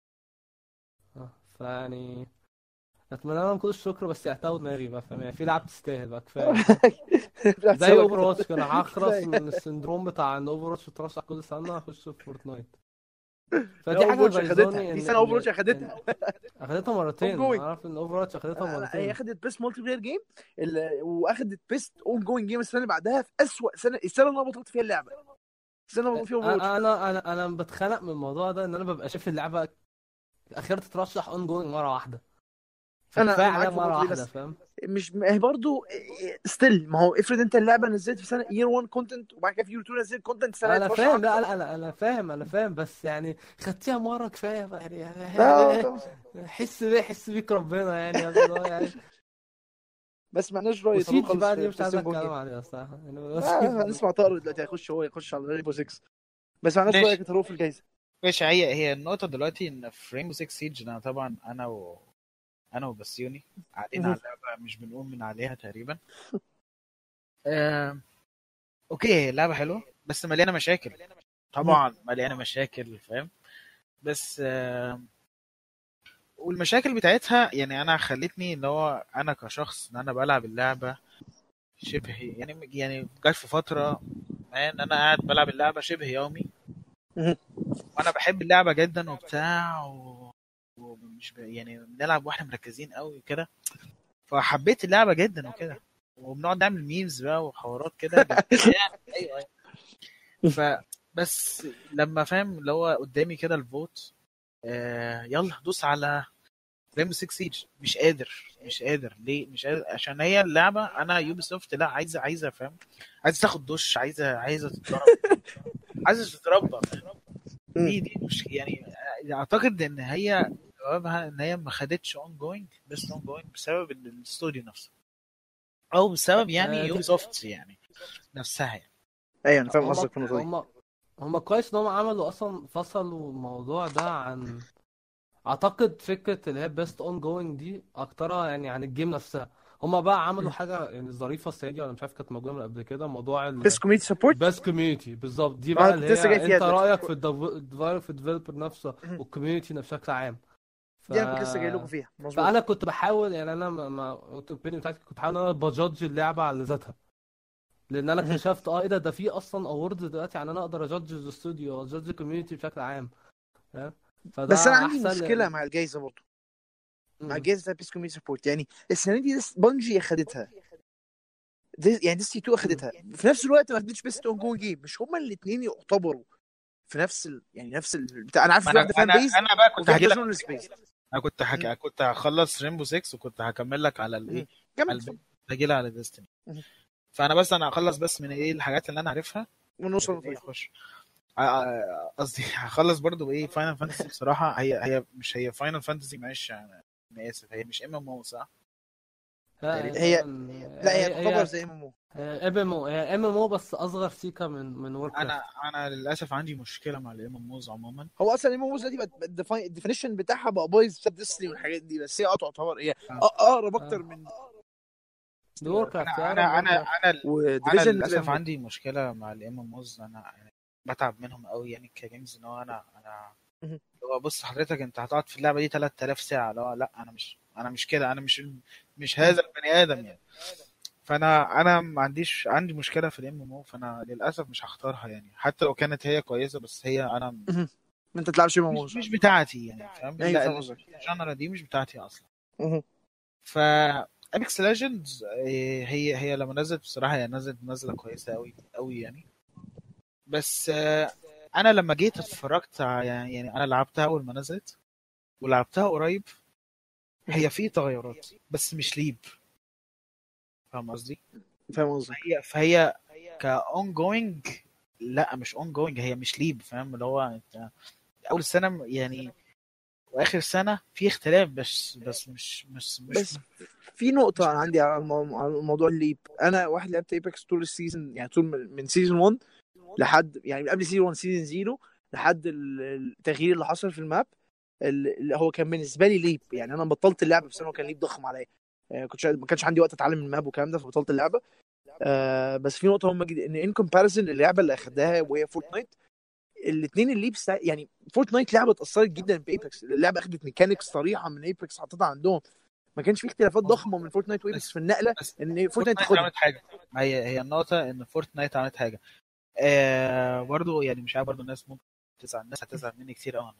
فيعني اتمنى لهم كل الشكر بس يعتقوا دماغي بقى فاهم يعني، في لعب تستاهل بقى كفايه فاهم؟ زي اوفر واتش كان هخلص من السندروم بتاع ان اوفر واتش بترشح كل سنه اخش في فورتنايت. فدي حاجه غيظاني دي ان سنه اوفر واتش اخدتها اخدتها اون مرتين. جوينج. اعرف ان اوفر واتش اخدتها هي مرتين. اخدت بيست مالتي بلاير جيم واخدت بيست اون جوينج جيم السنه اللي بعدها في اسوء سنه، السنه اللي انا بطلت فيها اللعبه، السنه اللي بطلت فيها اوفر واتش. انا بتخنق من الموضوع ده ان انا ببقى شايف اللعبه اخيرا تترشح اون جوينج مره واحده، فكفايه انا عليها معاك في مره النقطه دي، واحده بس فاهم. مش ما هي برضه ستيل، ما هو افرض انت اللعبه نزلت في سنه يير 1 كونتنت وبعد كده في يير 2 نزلت كونتنت سنه انا ترشح فاهم، لا اكتر. لا انا فاهم بس يعني خدتيها مره كفايه بقى يعني اه حس بيك ربنا يعني يا ابني يعني. بس معناش راي طارق وسيج خالص بقى في دي مش عايز بيستون جون اتكلم جيم. عليها الصراحه يعني سيج هنسمع طارق دلوقتي، هيخش هو يخش على ريبو 6. بس معناش رايك يا ماشي طارق في الجايزه. ماشي. هي النقطة دلوقتي ان في رينبو 6 سيج انا طبعا انا وبسيوني قاعدين على اللعبة مش بنقوم من عليها تقريبا. اوكي هي اللعبة حلوة بس مليانة مشاكل، طبعا مليانة مشاكل فاهم. بس والمشاكل بتاعتها يعني انا خلتني ان هو انا كشخص ان انا بلعب اللعبة شبه يعني جات في فترة ما ان انا قاعد بلعب اللعبة شبه يومي، وانا بحب اللعبة جدا وبتاع ومش يعني بنلعب واحنا مركزين قوي كده، فحبيت اللعبة جدا وكده، وبنقعد نعمل ميمز بقى وحوارات كده ايوه ايوه. فبس لما فاهم اللي هو قدامي كده الفوت يلا دوس على ريمبو 6 سيج، مش قادر ليه مش قادر، عشان هي اللعبة انا يوبي سوفت لا عايزة فاهم، عايزة تاخد دش، عايزة تتضرب، عايزة تتربى فاهم. دي مش يعني اعتقد ان هي جوابها ان هي ما خدتش اون جوينج بس اون جوينج بسبب الاستوديو نفسه او بسبب يعني يوبي سوفت يعني نفسها يعني. ايوه انا فاهم هم قصدك في النقطه دي. هم كويس ان هم عملوا اصلا فصلوا الموضوع ده عن اعتقد فكره اللي هي بيست اون جوينج دي اكترها يعني عن الجيم نفسها. هم بقى عملوا حاجه يعني ظريفه السنه دي، ولا مش عارف كانت موجوده من قبل كده، موضوع بيست كوميونتي سبورت. البيست كوميونتي بالظبط. دي انا بقى اللي كنت لسه جاي هي فيها انت دلوقتي. رايك في الديفلوبر نفسه والكوميونتي بشكل عام. ف دي انا كنت لسه جاي لكم فيها فانا مظبوط. كنت بحاول يعني انا الاوبينيون بتاعتي كنت بحاول ان انا بجادج اللعبه على ذاتها، لان انا اكتشفت ايه ده في اصلا اوورد دلوقتي يعني انا اقدر اجادج الاستوديو واجادج الكوميونتي بشكل عام فاهم. بس انا فده عندي احسن. مشكله مع الجايزه برضه، مع مم. الجايزه بتاعت بيست كوميونتي سبورت. يعني السنه دي بونجي اخدتها، يعني ديستي 2 مم. اخدتها في نفس الوقت ما خدتش بيست اون جوين جيم. مش هما الاثنين يعتبروا في نفس يعني نفس بتاع. انا عارف ما في انا واحده فان انا بيز انا بقى كنت وفي هاجي واحده لك، جورنالست بيز. انا كنت هخلص ريمبو 6 وكنت هكمل لك على الايه، كمل على اتفضل. هاجي لك على ديستني. فانا بس انا هخلص بس من ايه الحاجات اللي انا عارفها ونوصل وبعدين ايه للفاينل. اخش قصدي هخلص برضو بايه فاينل فانتسي. بصراحه هي مش هي فاينل فانتسي، معلش انا اسف، هي مش ام ام او صح لا تقريبا. هي لا هي تعتبر هي زي ام ام او. ام ام او بس اصغر سيكا من وور انا كرافت. انا للاسف عندي مشكله مع الام ام اوز عموما. هو اصلا ام ام او دلوقتي بقت الديفينيشن بتاعها بقى بايظ بسبب ديستني والحاجات دي، بس هي تعتبر هي اقرب اكتر من وور انا كرافت انا اقرب وور انا كرافت. انا وديفيجن للاسف عندي مشكله مع الام ام اوز. انا يعني بتعب منهم قوي يعني كجيمز، ان هو انا هو بص حضرتك انت هتقعد في اللعبه دي 3000 ساعه، لا انا مش كده، انا مش هذا البني ادم يعني. فانا ما عندي مشكله في الام ام او، فانا للاسف مش هختارها يعني، حتى لو كانت هي كويسه بس هي انا انت تلعبش ام ام او. مش بتاعتي يعني فاهم. ايوه لا فاهم قصدك. الجانرا دي مش بتاعتي اصلا. مهم. ف ابيكس ليجندز هي لما نزلت بصراحه هي نزله كويسه قوي قوي يعني. بس انا لما جيت اتفرجت يعني انا لعبتها اول ما نزلت ولعبتها قريب. هي في تغيرات بس مش ليب. فاهم قصدي؟ فاهم قصدك. فهي كاون جوينج. لا مش اون جوينج، هي مش ليب. فاهم اللي هو انت اول سنه يعني واخر سنه في اختلاف بس مش بس في نقطة أنا عندي على على الموضوع الليب. أنا واحد لعبت ايباكس طول السيزون، يعني طول من سيزون 1 لحد يعني قبل سيزون 1 سيزون 0 لحد التغيير اللي حصل في الماب. اللي هو كان بالنسبة لي ليب، يعني أنا بطلت اللعبة بس هو كان ليب ضخم عليا. ما كانش عندي وقت اتعلم الماب والكلام ده فبطلت اللعبة. بس في نقطة مهمة جدا، ان ان كومباريزن اللعبة اللي اخدها وهي فورتنايت، الاثنين الليبس يعني فورتنايت لعبة اتأثرت جدا بايبكس. اللعبة اخدت ميكانيكس صريحة من ايبكس حطيتها عندهم. ما كانش في اختلافات ضخمة من فورتنايت وايبكس في النقلة بس ان فورتنايت فورتنايت تاخدها. عملت حاجه. ما هي النقطه ان فورتنايت عملت حاجه. برضو يعني مش عارف، برضو الناس ممكن تزعل، الناس هتزعل مني كتير قوي.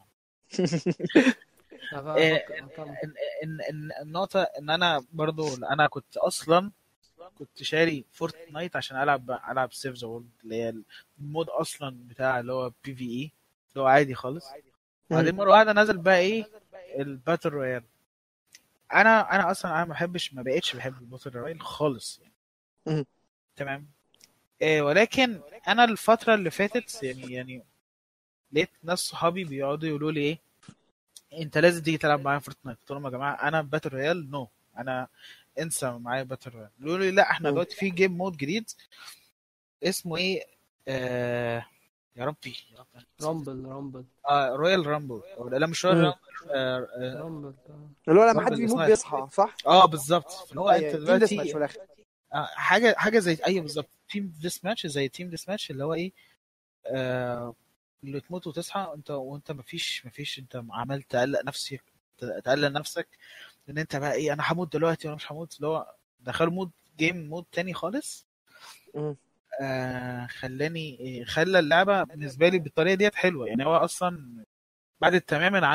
آه، كمل. ان النقطه ان انا برضو انا كنت اصلا كنت شاري فورتنايت عشان العب سيف ذا وورلد اللي هي المود اصلا بتاع اللي هو بي في اي اللي هو عادي خالص. بعدين مره واحده نزل بقى ايه الباتل رويال. انا اصلا انا ما بقتش بحب الباتل رويال خالص يعني. تمام. ولكن انا الفتره اللي فاتت يعني لقيت ناس صحابي بيقعدوا يقولوا لي ايه انت لازم تيجي تلعب معايا فورتنايت. قلت لهم يا جماعه انا باتل رويال نو. انا انسى معايا باتل رويال. يقولوا لي لا احنا دلوقتي في جيم مود جديد اسمه ايه يا ربي رامبل. رويال رامبل. لا مش رويال رامبل. رامبل. اللي هو لما حد رامبل بيموت اسمها بيصحى صح؟ بالظبط. اللي هو انت تيم ديس ماتش دلوقتي في الاخر. حاجه زي بالظبط تيم ديس ماتش، زي تيم ديس ماتش اللي هو ايه اللي تموت وتصحى انت وانت مفيش انت عمال تقلق نفسك ان انت بقى ايه انا هموت دلوقتي وانا مش هموت. اللي هو دخلوا مود تاني خالص. خلى اللعبه بالنسبه لي بالطريقه ديت حلوه. يعني هو اصلا بعد تماما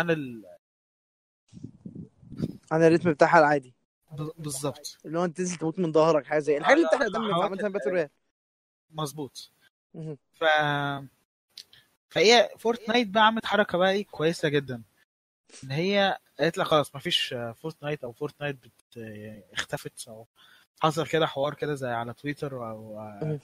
عن الريتم بتاعها العادي بالظبط. اللي هو انت تنزل تموت من ظهرك، حاجه زي الحاجه اللي بتحرق دم في عملتها باتل رويال. مظبوط. ف فهي فورتنايت بقى عملت حركه بقى ايه كويسه جدا، ان هي قالت لك خلاص مفيش فورتنايت او فورتنايت اختفت او حصل كده حوار كده زي على تويتر او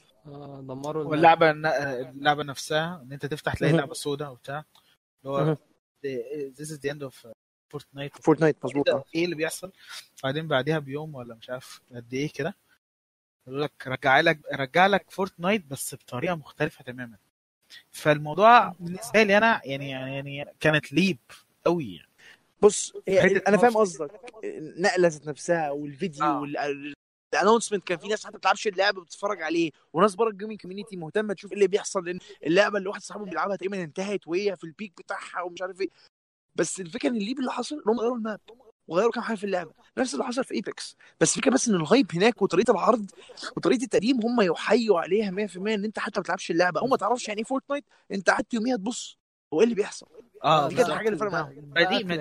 دمروا اللعبه نفسها ان انت تفتح تلاقي لعبه سوداء وبتاع اللي هو this is the end of فورتنايت مظبوط. ايه اللي بيحصل؟ بعدين بعديها بيوم ولا مش عارف قد ايه كده يقول لك رجع لك فورتنايت بس بطريقه مختلفه تماما. فالموضوع بالنسبه لي انا يعني كانت ليب قوي يعني. بص انا فاهم قصدك. نقله ذات نفسها والفيديو الانونسمنت، كان في ناس حتى ما بتلعبش اللعبه بتتفرج عليه، وناس بره الجيمنج كوميونتي مهتمه تشوف ايه اللي بيحصل، لان اللعبه اللي واحد صاحبه بيلعبها تقريبا انتهت وهي في البيك بتاعها ومش عارف ايه. بس الفكره ان الليب اللي حصل ان هم غيروا الماب وغيروا كام حاجه في اللعبه، نفس اللي حصل في ايبكس. بس الفكره بس ان الهايب هناك وطريقه العرض وطريقه التقديم هم يحيوا عليها 100%، ان انت حتى ما بتلعبش اللعبه او ما تعرفش يعني ايه فورتنايت، انت قعدت يوميها تبص هو ايه اللي بيحصل. دي كانت الحاجه اللي فرق معاهم. ده اكل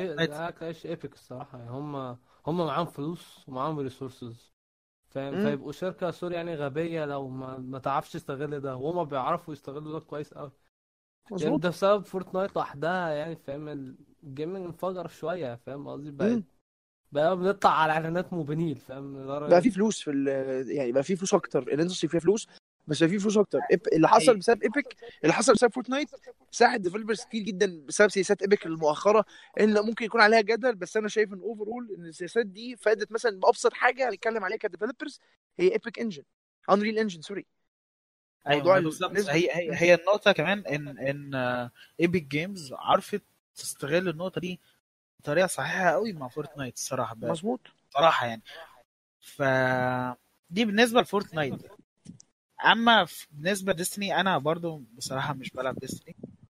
عيش ايبك الصراحه. يعني هم معاهم فلوس ومعاهم ريسورسز، فاهم؟ فيبقوا شركه سوري يعني غبيه لو ما تعرفش تستغل ده، وهم بيعرفوا يستغلوا ده كويس قوي. يعني ده بسبب فورتنايت لوحدها يعني، فاهم؟ الجيمنج انفجر شويه، فاهم قصدي؟ بقى بنطلع على اعلانات موبينيل، فاهم؟ بقى في فلوس يعني بقى في فلوس اكتر، الاندستري فيها فلوس، بس بقى في فلوس اكتر. اللي حصل بسبب ايبك، اللي حصل بسبب فورتنايت ساعد ديفلوبرز كتير جدا بسبب سياسات ايبك المؤخره، ان ممكن يكون عليها جدل، بس انا شايف ان اوفرول ان السياسات دي فادت. مثلا بابسط حاجه هنتكلم عليها كديفلوبرز هي ايبك انجن، انريل انجن سوري. ايوه بالظبط. هي النقطه كمان ان ايبك جيمز عرفت تستغل النقطه دي بطريقه صحيحه قوي مع فورتنايت الصراحه مظبوط صراحه يعني. ف دي بالنسبه لفورتنايت. اما بالنسبه لديستني انا برضو بصراحه مش بلعب ديستني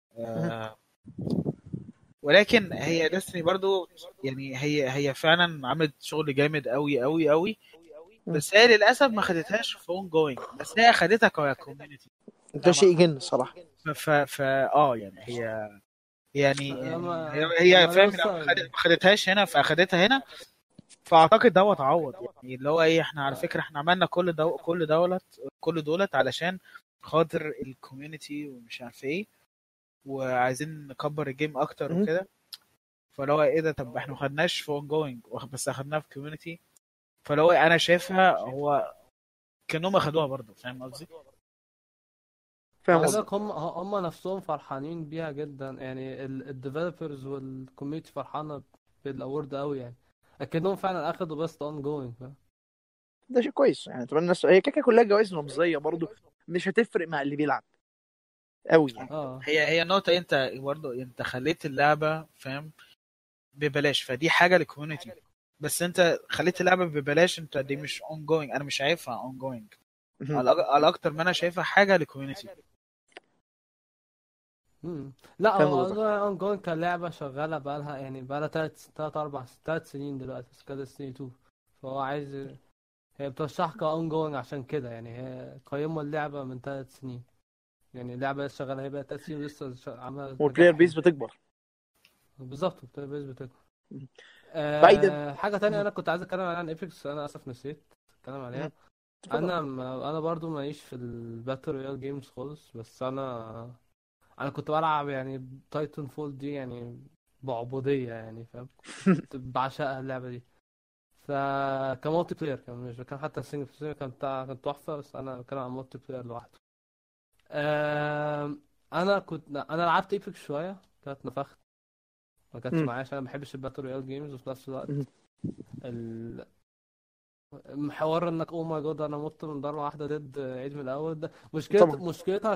ولكن هي ديستني برضو يعني هي فعلا عملت شغل جامد قوي قوي قوي. بس هي للاسف ما خدتهاش في اون جوينج، بس هي خدتها كوميونتي. ده شيء يجن الصراحه. يعني هي فاهم ما خدتهاش هنا فاخدتها هنا. فاعتقد دوت عوض يعني اللي هو ايه، احنا على فكره احنا عملنا كل دولت علشان خاطر الكوميونتي ومش عارف ايه، وعايزين نكبر الجيم اكتر مهم. وكده. فلو هو ايه ده، طب احنا ما خدناش في اون جوينج بس اخدناها في كوميونتي. فلو انا شايفها هو كانهم اخدوها برضه، فاهم قصدي؟ فاهم عايز قصدك. لك هم نفسهم فرحانين بيها جدا، يعني الديفلوبرز والكوميونتي فرحانه بالاورد قوي يعني، اكنهم فعلا اخدوا بس اون جوينج. ده شيء كويس يعني. اتمنى الناس هي كده كلها جوائز رمزيه برضو، مش هتفرق مع اللي بيلعب قوي يعني. اه هي نقطة، انت برضه انت خليت اللعبة فاهم ببلاش، فدي حاجة للكوميونتي. بس انت خليت اللعبة ببلاش، انت دي مش اون جوينج، انا مش شايفها اون جوينج. مهم. على اكتر ما انا شايفها حاجة للكوميونتي. لا، فاهم هو قصدك. اون جوينج كلعبه شغاله بقالها، يعني بقالها تلات سنين دلوقتي، بس كده سنين 2. فهو عايز، هي بترشح كاون جوينج عشان كده، يعني هي قيموا اللعبه من 3 سنين، يعني اللعبه لسه شغاله، هي بقى 3 سنين ولسه عامله نجاح والبلاير حلو. بيس بتكبر. بالظبط، بتبقى بتكبر. مهم. بعيدا. حاجه تانية مهم. انا كنت عايز اتكلم عليها عن ايبكس، انا اسف نسيت اتكلم مهم. عليها. اتفضل. انا برضو ماليش في الباتل رويال جيمز خالص، بس انا كنت بلعب يعني تايتن فول دي يعني بعبودية يعني، فاهم؟ كنت بعشقها اللعبة دي. فكمالتي بلاير كان، مش كان حتى السنجل بلاير كان تحفة، بس انا بتكلم عن مالتي بلاير لوحده. انا لعبت ايبك شوية، كانت نفخت، ما كانتش مم. معايا عشان انا ما بحبش الباتل رويال جيمز، وفي نفس الوقت مم. ال- حوار انك او ماي جاد انا مت من ضربة واحدة ضد عيد من الاول، ده طبعا. مشكلتها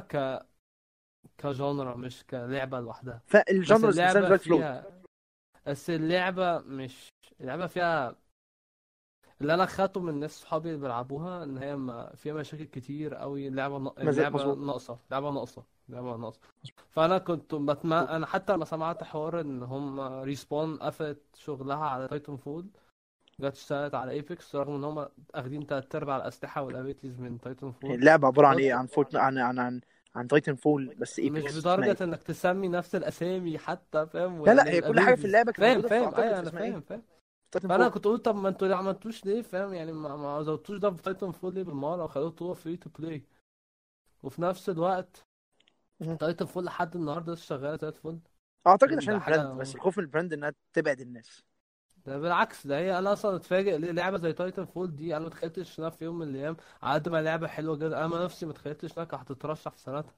كجانرا، مش كلعبة لوحدها. بس فالجانرز نفسها اللعبة دلوقتي فلود. فيها بس اللعبة مش اللعبة فيها اللي انا خدته من ناس صحابي اللي بيلعبوها، ان هي فيها مشاكل كتير قوي، ما زالت اللعبة مظبوط. ناقصة، لعبة ناقصة. فانا كنت انا حتى لما سمعت حوار ان هم ريسبون قفلت شغلها على تايتن فول، جت اشتغلت على ايبكس، رغم ان هم اخدين 3/4 الاسلحة والابيتيز من تايتن هي فول. اللعبه عباره عن ايه؟ عن فورت، عن تايتن فول، بس مش ايبكس اسمها بدرجة ايه؟ انك تسمي نفس الاسامي حتى، فاهم؟ لا لا، ويعني هي كل حاجه في الابيليتيز، اللعبه كانت موجوده في، فاهم اعتقد ايوه، في انا اسمها ايه، فاهم. تايتن فانا فول. كنت قلت طب ما انتوا ليه عملتوش ليه، فاهم؟ يعني ما زودتوش ده في تايتن فول ليه بالمره، وخلوه فري تو بلاي. وفي نفس الوقت مهم. تايتن فول لحد النهارده لسه شغاله تايتن فول، اعتقد فاهم؟ عشان ده البراند، حاجه، بس الخوف من البراند انها تبعد الناس. ده بالعكس، ده هي انا اصلا اتفاجئ ليه لعبه زي تايتن فول دي، انا ما تخيلتش انها في يوم من الايام، على قد ما لعبه حلوه جدا، انا نفسي ما تخيلتش انها كانت هتترشح في سنتها،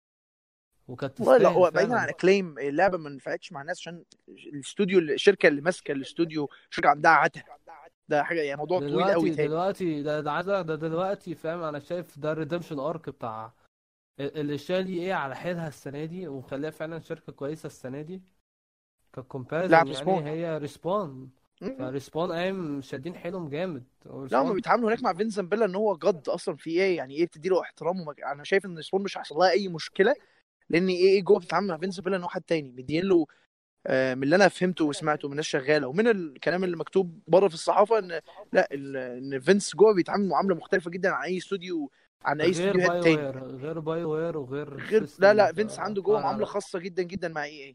وكانت والله لا، تستاهل هو بعيدا عن فعلا. اكليم، اللعبه ما نفعتش مع الناس عشان الاستوديو، الشركه اللي ماسكه الاستوديو، شركه عندها عته. ده حاجه يعني، موضوع طويل قوي تاني. ده عايز ده دلوقتي، فاهم؟ انا شايف ده الريدمشن ارك بتاع اللي شالي ايه على حيلها السنه دي، ومخليها فعلا شركه كويسه السنه دي ككومباريزون، لعب يعني ريسبون. هي ريسبون. م-م. فريسبون قايم شادين حيلهم جامد، لا، هم وريسبون بيتعاملوا هناك مع فينسن بيلا ان هو جد اصلا في ايه، يعني ايه بتدي له احترام انا شايف ان ريسبون مش هيحصل لها اي مشكله، لان ايه جوه بتتعامل مع فينسن بيلا ان هو حد تاني مدين له. من اللي انا فهمته وسمعته من ناس شغاله، ومن الكلام اللي مكتوب بره في الصحافه، ان لا ان فينس جوه بيتعامل معامله مختلفه جدا عن اي استوديو، عن اي غير استوديو هيد باي تاني. وير غير باي وير وغير غير، لا سيستم. لا، فينس عنده جوه اه لا معامله لا خاصه جدا جدا مع اي.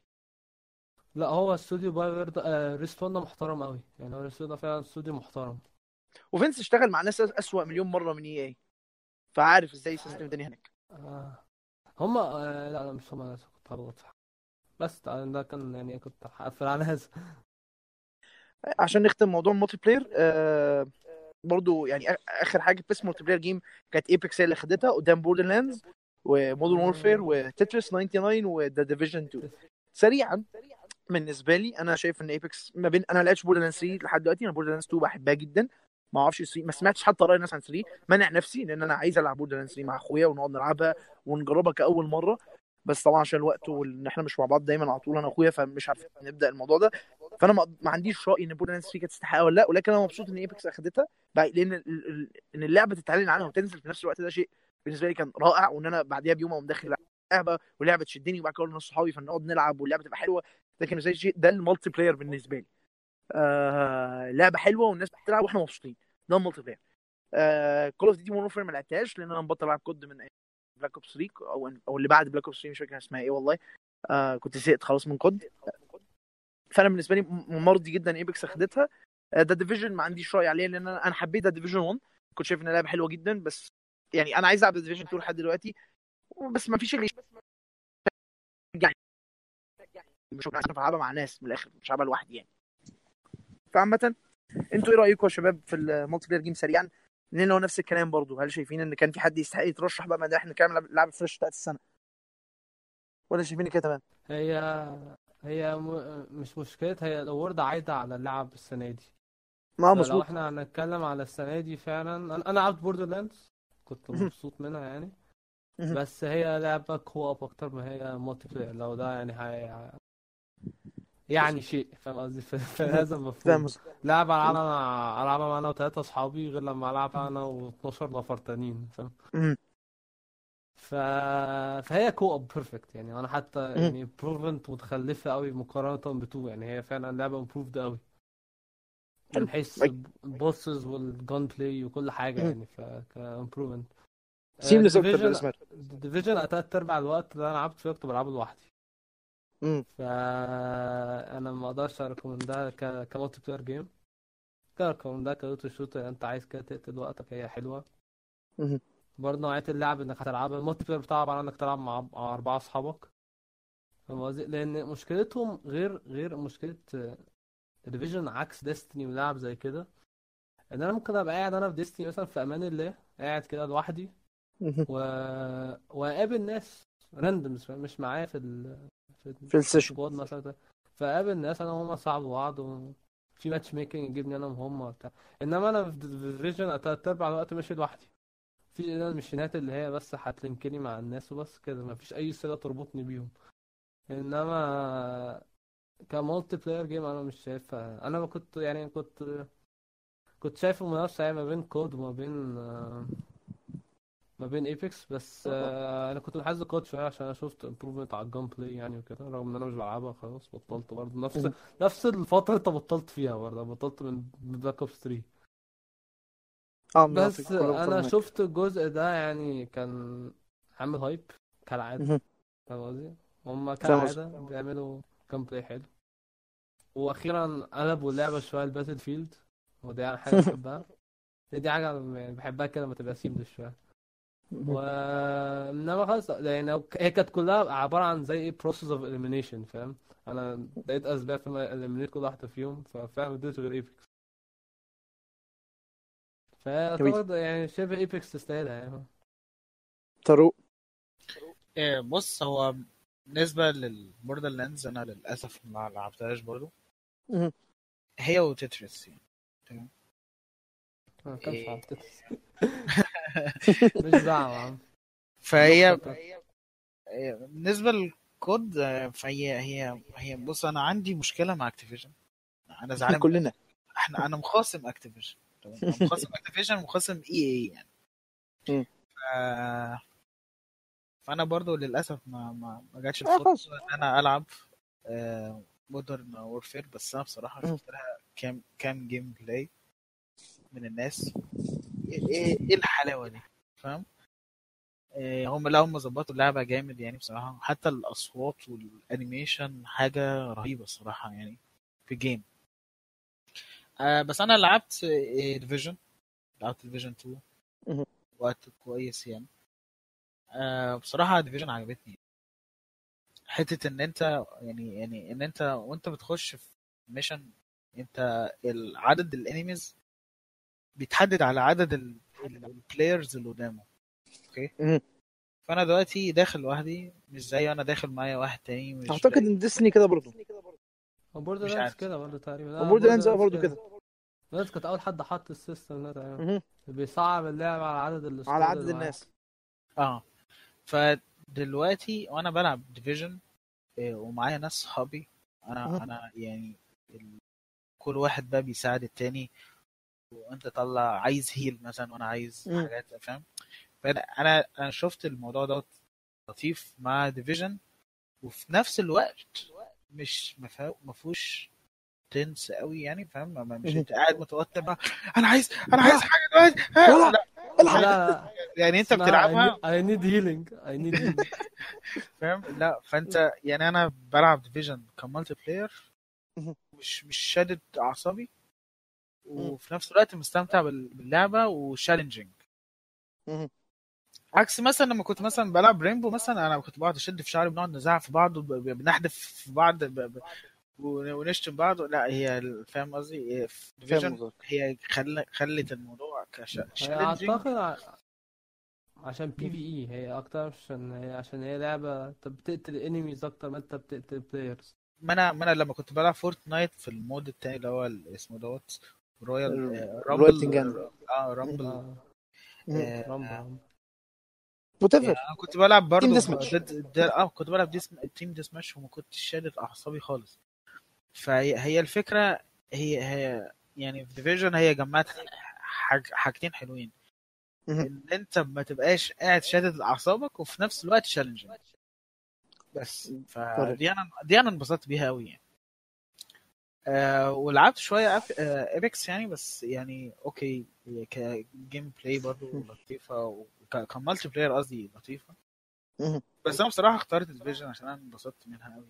لا، هو استوديو باي وير ده ريسبون ده محترم قوي، يعني هو ريسبون ده فعلا استوديو محترم. وفينس اشتغل مع ناس اسوأ مليون مره من اي، فعارف ازاي سيستم الدنيا هناك. هما لا لا، مش هما، أنا كنت هغلط. بس ده كان يعني كنت هقفل على هذا. عشان نختم موضوع المالتي بلاير، برضو يعني اخر حاجه بس مالتي بلاير جيم كانت ايبكس هي اللي خدتها قدام بوردرلاندز ومودرن وورفير وتتريس 99 وذا ديفيجن 2. سريعا، بالنسبه لي انا شايف ان ايبكس ما بين، انا ما لعبتش بوردرلاندز 3 لحد دلوقتي، انا بوردرلاندز 2 بحبها جدا. ما اعرفش 3، ما سمعتش حتى راي الناس عن 3، مانع نفسي لان انا عايز العب بوردرلاندز 3 مع اخويا ونقعد نلعبها ونجربها كاول مره. بس طبعا عشان الوقت وان احنا مش مع بعض دايما على طول انا واخويا، فمش عارف نبدا الموضوع ده. فانا ما عنديش راي ان بوردرلاندز 3 كانت تستحق ولا لا، ولكن انا مبسوط ان ايبكس اخدتها لان ان اللعبه تتعلن عنها وتنزل في نفس الوقت، ده شيء بالنسبه لي كان رائع. وان انا بعديها بيوم اقوم داخل لعبه ولعبه تشدني، وبعد كده اقول لناس صحابي فنقعد نلعب واللعبه تبقى حلوه. ده كان زي شيء، ده المالتي بلاير بالنسبه لي. لعبه حلوه والناس بتلعب واحنا مبسوطين، ده المالتي بلاير. كول اوف ديوتي مودرن وورفير ما لعبتهاش لان انا مبطل العب كود من بلاك اوبس 3 او اللي بعد بلاك اوبس 3، مش فاكر اسمها ايه والله. كنت زهقت خلاص من كود. فانا بالنسبه لي مرضي جدا ايبكس اخدتها. ده ديفيجن ما عنديش راي عليه، لان انا حبيت ده ديفيجن 1، كنت شايف ان اللعبه حلوه جدا، بس يعني انا عايز العب ديفيجن 2 لحد دلوقتي، بس ما فيش اللي يشجعني، مش عارف العبها مع ناس من الاخر، مش هلعبها لوحدي يعني. فعامه انتوا ايه رايكم يا شباب في المالتي بلاير جيم سريعا؟ لان هو نفس الكلام برضو، هل شايفين ان كان في حد يستحق يترشح بقى ما ده احنا كام لعبه فريش بتاعت السنه، ولا شايفين كده تمام؟ هي مش مشكلة، هي الأورد عايدة على اللعب السنة دي. ما هو فلو مظبوط. احنا هنتكلم على السنة دي فعلا، أنا لعبت بوردرلاندز، كنت مبسوط منها يعني. بس هي لعبة كو أب أكتر ما هي مالتي بلاير، لو ده يعني يعني شيء فاهم قصدي في هذا فاهم المفهوم. لعبة ألعبها أنا وتلاتة أصحابي غير لما ألعبها أنا و12 نفر تانيين فاهم. ف... فهي كو اب بيرفكت يعني. انا حتى يعني بروفنت متخلفه قوي مقارنه بتو، يعني هي فعلا لعبه امبروفد قوي حلو. من حيث البوسز والجون بلاي وكل حاجه يعني، فكامبروفمنت. سيملس اكتر ديفيجن بالاسماء. ديفيجن تلات ارباع الوقت اللي انا لعبت فيه كنت بلعبه لوحدي. فانا ما اقدرش اريكومندها كمالتي بلاير جيم، كاركومندها كلوت شوتر. انت عايز كده تقتل وقتك، هي حلوه. برضه نوعيه اللعب انك هتلعبها المالتي بلاير بتاعها عباره عن انك تلعب مع اربعه اصحابك، فاهم قصدي؟ لان مشكلتهم غير مشكله ديفيجن، عكس ديستني ولعب زي كده. ان انا ممكن ابقى قاعد انا في ديستني مثلا في امان الله، قاعد كده لوحدي و... واقابل ناس راندمز مش معايا في في السيشن. السكواد مثلا. فقابل ناس انا وهم صعب بعض، وفي ماتش ميكنج يجيبني انا وهم وبتاع. انما انا في ديفيجن تلات ارباع الوقت ماشي لوحدي، في المشينات اللي هي بس هتلينكني مع الناس وبس كده، مفيش اي صله تربطني بيهم. انما كمالتي بلاير جيم انا مش شايفها. انا ما كنت يعني كنت شايف المنافسه يعني ما بين كود وما بين ما بين ايبكس، بس انا كنت محظوظ كود شويه عشان انا شفت امبروفمنت على الجيم بلاي يعني وكده، رغم ان انا مش بلعبها خلاص بطلت برضه نفس الفتره اللي انت بطلت فيها برضه، بطلت من بلاك اوبس 3. مناطق بس كلها انا بطل شفت الجزء ده يعني كان عامل هايب كالعاده، هناك. فاهم قصدي؟ هما فاهم قصدي. كالعاده بيعملوا جيم بلاي حلو، واخيرا قلبوا اللعبه شويه الباتل فيلد، ودي انا حاجه بحبها. دي حاجه يعني بحبها كده لما تبقى سيملس شويه. انما خلاص يعني هي كانت كلها عباره عن زي ايه بروسيس اوف اليمينيشن فاهم. انا لقيت اسباب في اليمينيت كل واحده فيهم، ففعلا اديت غير ايبكس. جميل. فاعتقد يعني شبه ايبكس تستاهلها يعني. طارق. بص، هو بالنسبه للبوردر لاندز انا للاسف ما لعبتهاش برضو، هي وتتريس يعني. تمام. ما كانش إيه، عبطت مش دعوه يا عم. فهي نكتة. بالنسبه للكود فهي بص، انا عندي مشكله مع اكتيفيجن، انا زعلان. كلنا. انا مخاصم اكتيفيجن، تمام، انا مخاصم اكتيفيجن ومخاصم اي يعني. ف... فانا برضو للاسف ما جاتش الفرصه خلاص. ان انا العب مودرن وورفير، بس انا بصراحه شفت لها كام جيم بلاي من الناس. ايه الحلاوه دي، فاهم؟ هم ظبطوا اللعبه جامد يعني بصراحه، حتى الاصوات والانيميشن حاجه رهيبه الصراحه يعني في جيم. بس انا لعبت ديفيجن، لعبت ديفيجن 2 وقت كويس يعني. بصراحه ديفيجن عجبتني، حته ان انت يعني ان انت وانت بتخش في ميشن، انت عدد الانيميز بيتحدد على عدد البلايرز اللي قدامه. اوكي. فانا دلوقتي داخل لوحدي، مش زي انا داخل معايا واحد تاني مش اعتقد ان ديسني كده برضه. وبوردر مش لاندز عارف. كده برضه تقريبا. لا وبوردر بوردر لاندز لاندز برضه كده. كده. لاندز كانت اول حد حط السيستم ده تقريبا، بيصعب اللعب على عدد على السكواد عدد اللي معاه. الناس. فدلوقتي وانا بلعب ديفيجن ومعايا ناس صحابي، انا يعني كل واحد بقى بيساعد التاني، وانت طلع عايز هيل مثلا وانا عايز حاجات، فاهم؟ فانا شفت الموضوع ده لطيف مع ديفيجن، وفي نفس الوقت مش ما فيهوش تنس قوي يعني، فاهم؟ مش انت قاعد متوتر بقى، انا عايز حاجه دلوقتي، لا لا لا يعني انت اسمها بتلعبها، I need healing I need healing. فاهم؟ لا، فانت يعني انا بلعب ديفيجن كمالتي بلاير، مش شادد اعصابي، وفي نفس الوقت مستمتع باللعبه وشالنجينج. مهم. عكس مثلا لما كنت مثلا بلعب رينبو مثلا، انا كنت بقعد اشد في شعري، بنقعد نزعق في بعض بنحدف في بعض ونشتم بعض. لا هي فاهم قصدي في فاهم ديفيجن قصدك. هي خلت الموضوع هي كشالنجينج. اعتقد عشان بي في اي، هي اكتر عشان هي لعبه انت بتقتل انميز اكتر ما انت بتقتل بلايرز. ما انا لما كنت بلعب فورتنايت في المود التاني اللي هو اسمه دوت رويال رويال رامبل. تنجان. رامبل. اه رامبو. وات يعني ايفر. انا كنت بلعب تيم برضو ديس ماتش. كنت بلعب تيم ديس ماتش وما كنتش شادد اعصابي خالص. فهي الفكره، هي يعني في ديفيجن هي جمعت حاجتين حلوين، ان انت ما تبقاش قاعد شادد اعصابك وفي نفس الوقت تشالنجينج بس. دي انا انبسطت بيها قوي يعني. ولعبت شويه ايبكس يعني، بس يعني اوكي هي كجيم بلاي برضو لطيفه وكمالتي بلاير قصدي لطيفه. بس انا بصراحه اخترت ديفيجن عشان انا انبسطت منها قوي.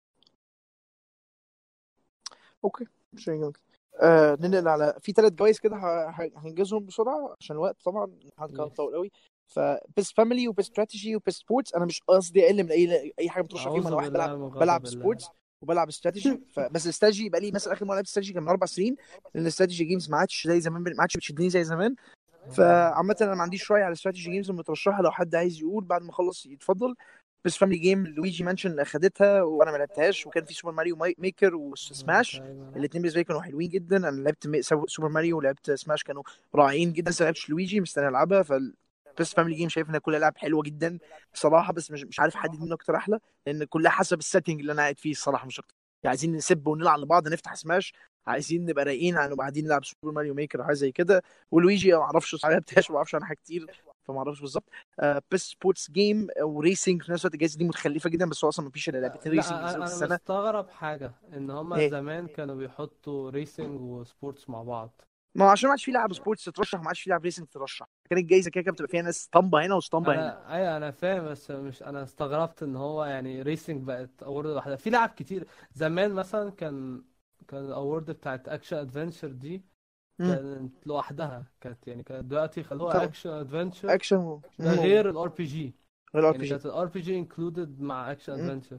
اوكي مش جميل. ننقل على في 3 جوائز كده هنجزهم بسرعه عشان الوقت طبعا كان طول قوي. فبيست فاميلي وبيست استراتيجي وبيست سبورتس. انا مش قصدي اقل من اي حاجه بترشح فيهم. انا اعوذ واحد بالله من غضب بلعب الله. سبورتس وبلعب استراتيجي. فبس الاستراتيجي بقى لي مثلا اخر مره لعبت استراتيجي كان من 4 سنين، لان الاستراتيجي جيمز ما عادش زي زمان، ما عادش بتشدني زي زمان. فعامه انا ما عنديش راي على الاستراتيجي جيمز المترشحه. لو حد عايز يقول بعد ما اخلص يتفضل. بس فاميلي جيم لويجي مانشن اخدتها وانا ما لعبتهاش، وكان في سوبر ماريو ميكر وسماش. الاثنين بالنسبه لي كانوا حلوين جدا. انا لعبت سوبر ماريو ولعبت سماش كانوا رائعين جدا. لسه ما لعبتش لويجي مستني العبها. بس فاميلي جيم شايف انها كلها لعب حلوه جدا بصراحه. بس مش عارف احدد مين اكتر احلى، لان كلها حسب السيتنج اللي انا قاعد فيه الصراحه مش اكتر. يعني عايزين نسب ونلعب لبعض نفتح سماش، عايزين نبقى رايقين عن وبعدين نلعب سوبر ماريو ميكر حاجه زي كده. ولويجي ما اعرفش صحيح، ما لعبتهاش، ما اعرفش عنها كتير فما اعرفش بالظبط. بس سبورتس جيم وريسنج في نفس الوقت. الجائزه دي متخلفه جدا، بس هو اصلا ما فيش الا لعبتين ريسنج لا نزلوا في انا السنه. مستغرب حاجه ان هما ايه؟ زمان كانوا بيحطوا ريسنج وسبورتس مع بعض. ما هو عشان ما عادش في لعب سبورتس تترشح، ما عادش في لعب ريسنج تترشح. كانت الجائزه كده بتبقى فيها ناس اسطمبه هنا واسطمبه هنا. انا فاهم، بس مش انا استغربت ان هو يعني ريسنج بقت اوورد واحده في لعب كتير. زمان مثلا كان الاورد بتاعت اكشن ادفنتشر دي كانت لوحدها، كانت دلوقتي خلوها اكشن ادفنتشر. اكشن ده غير الار بي جي. الار بي يعني جي. كانت الار بي جي انكلودد مع اكشن ادفنتشر.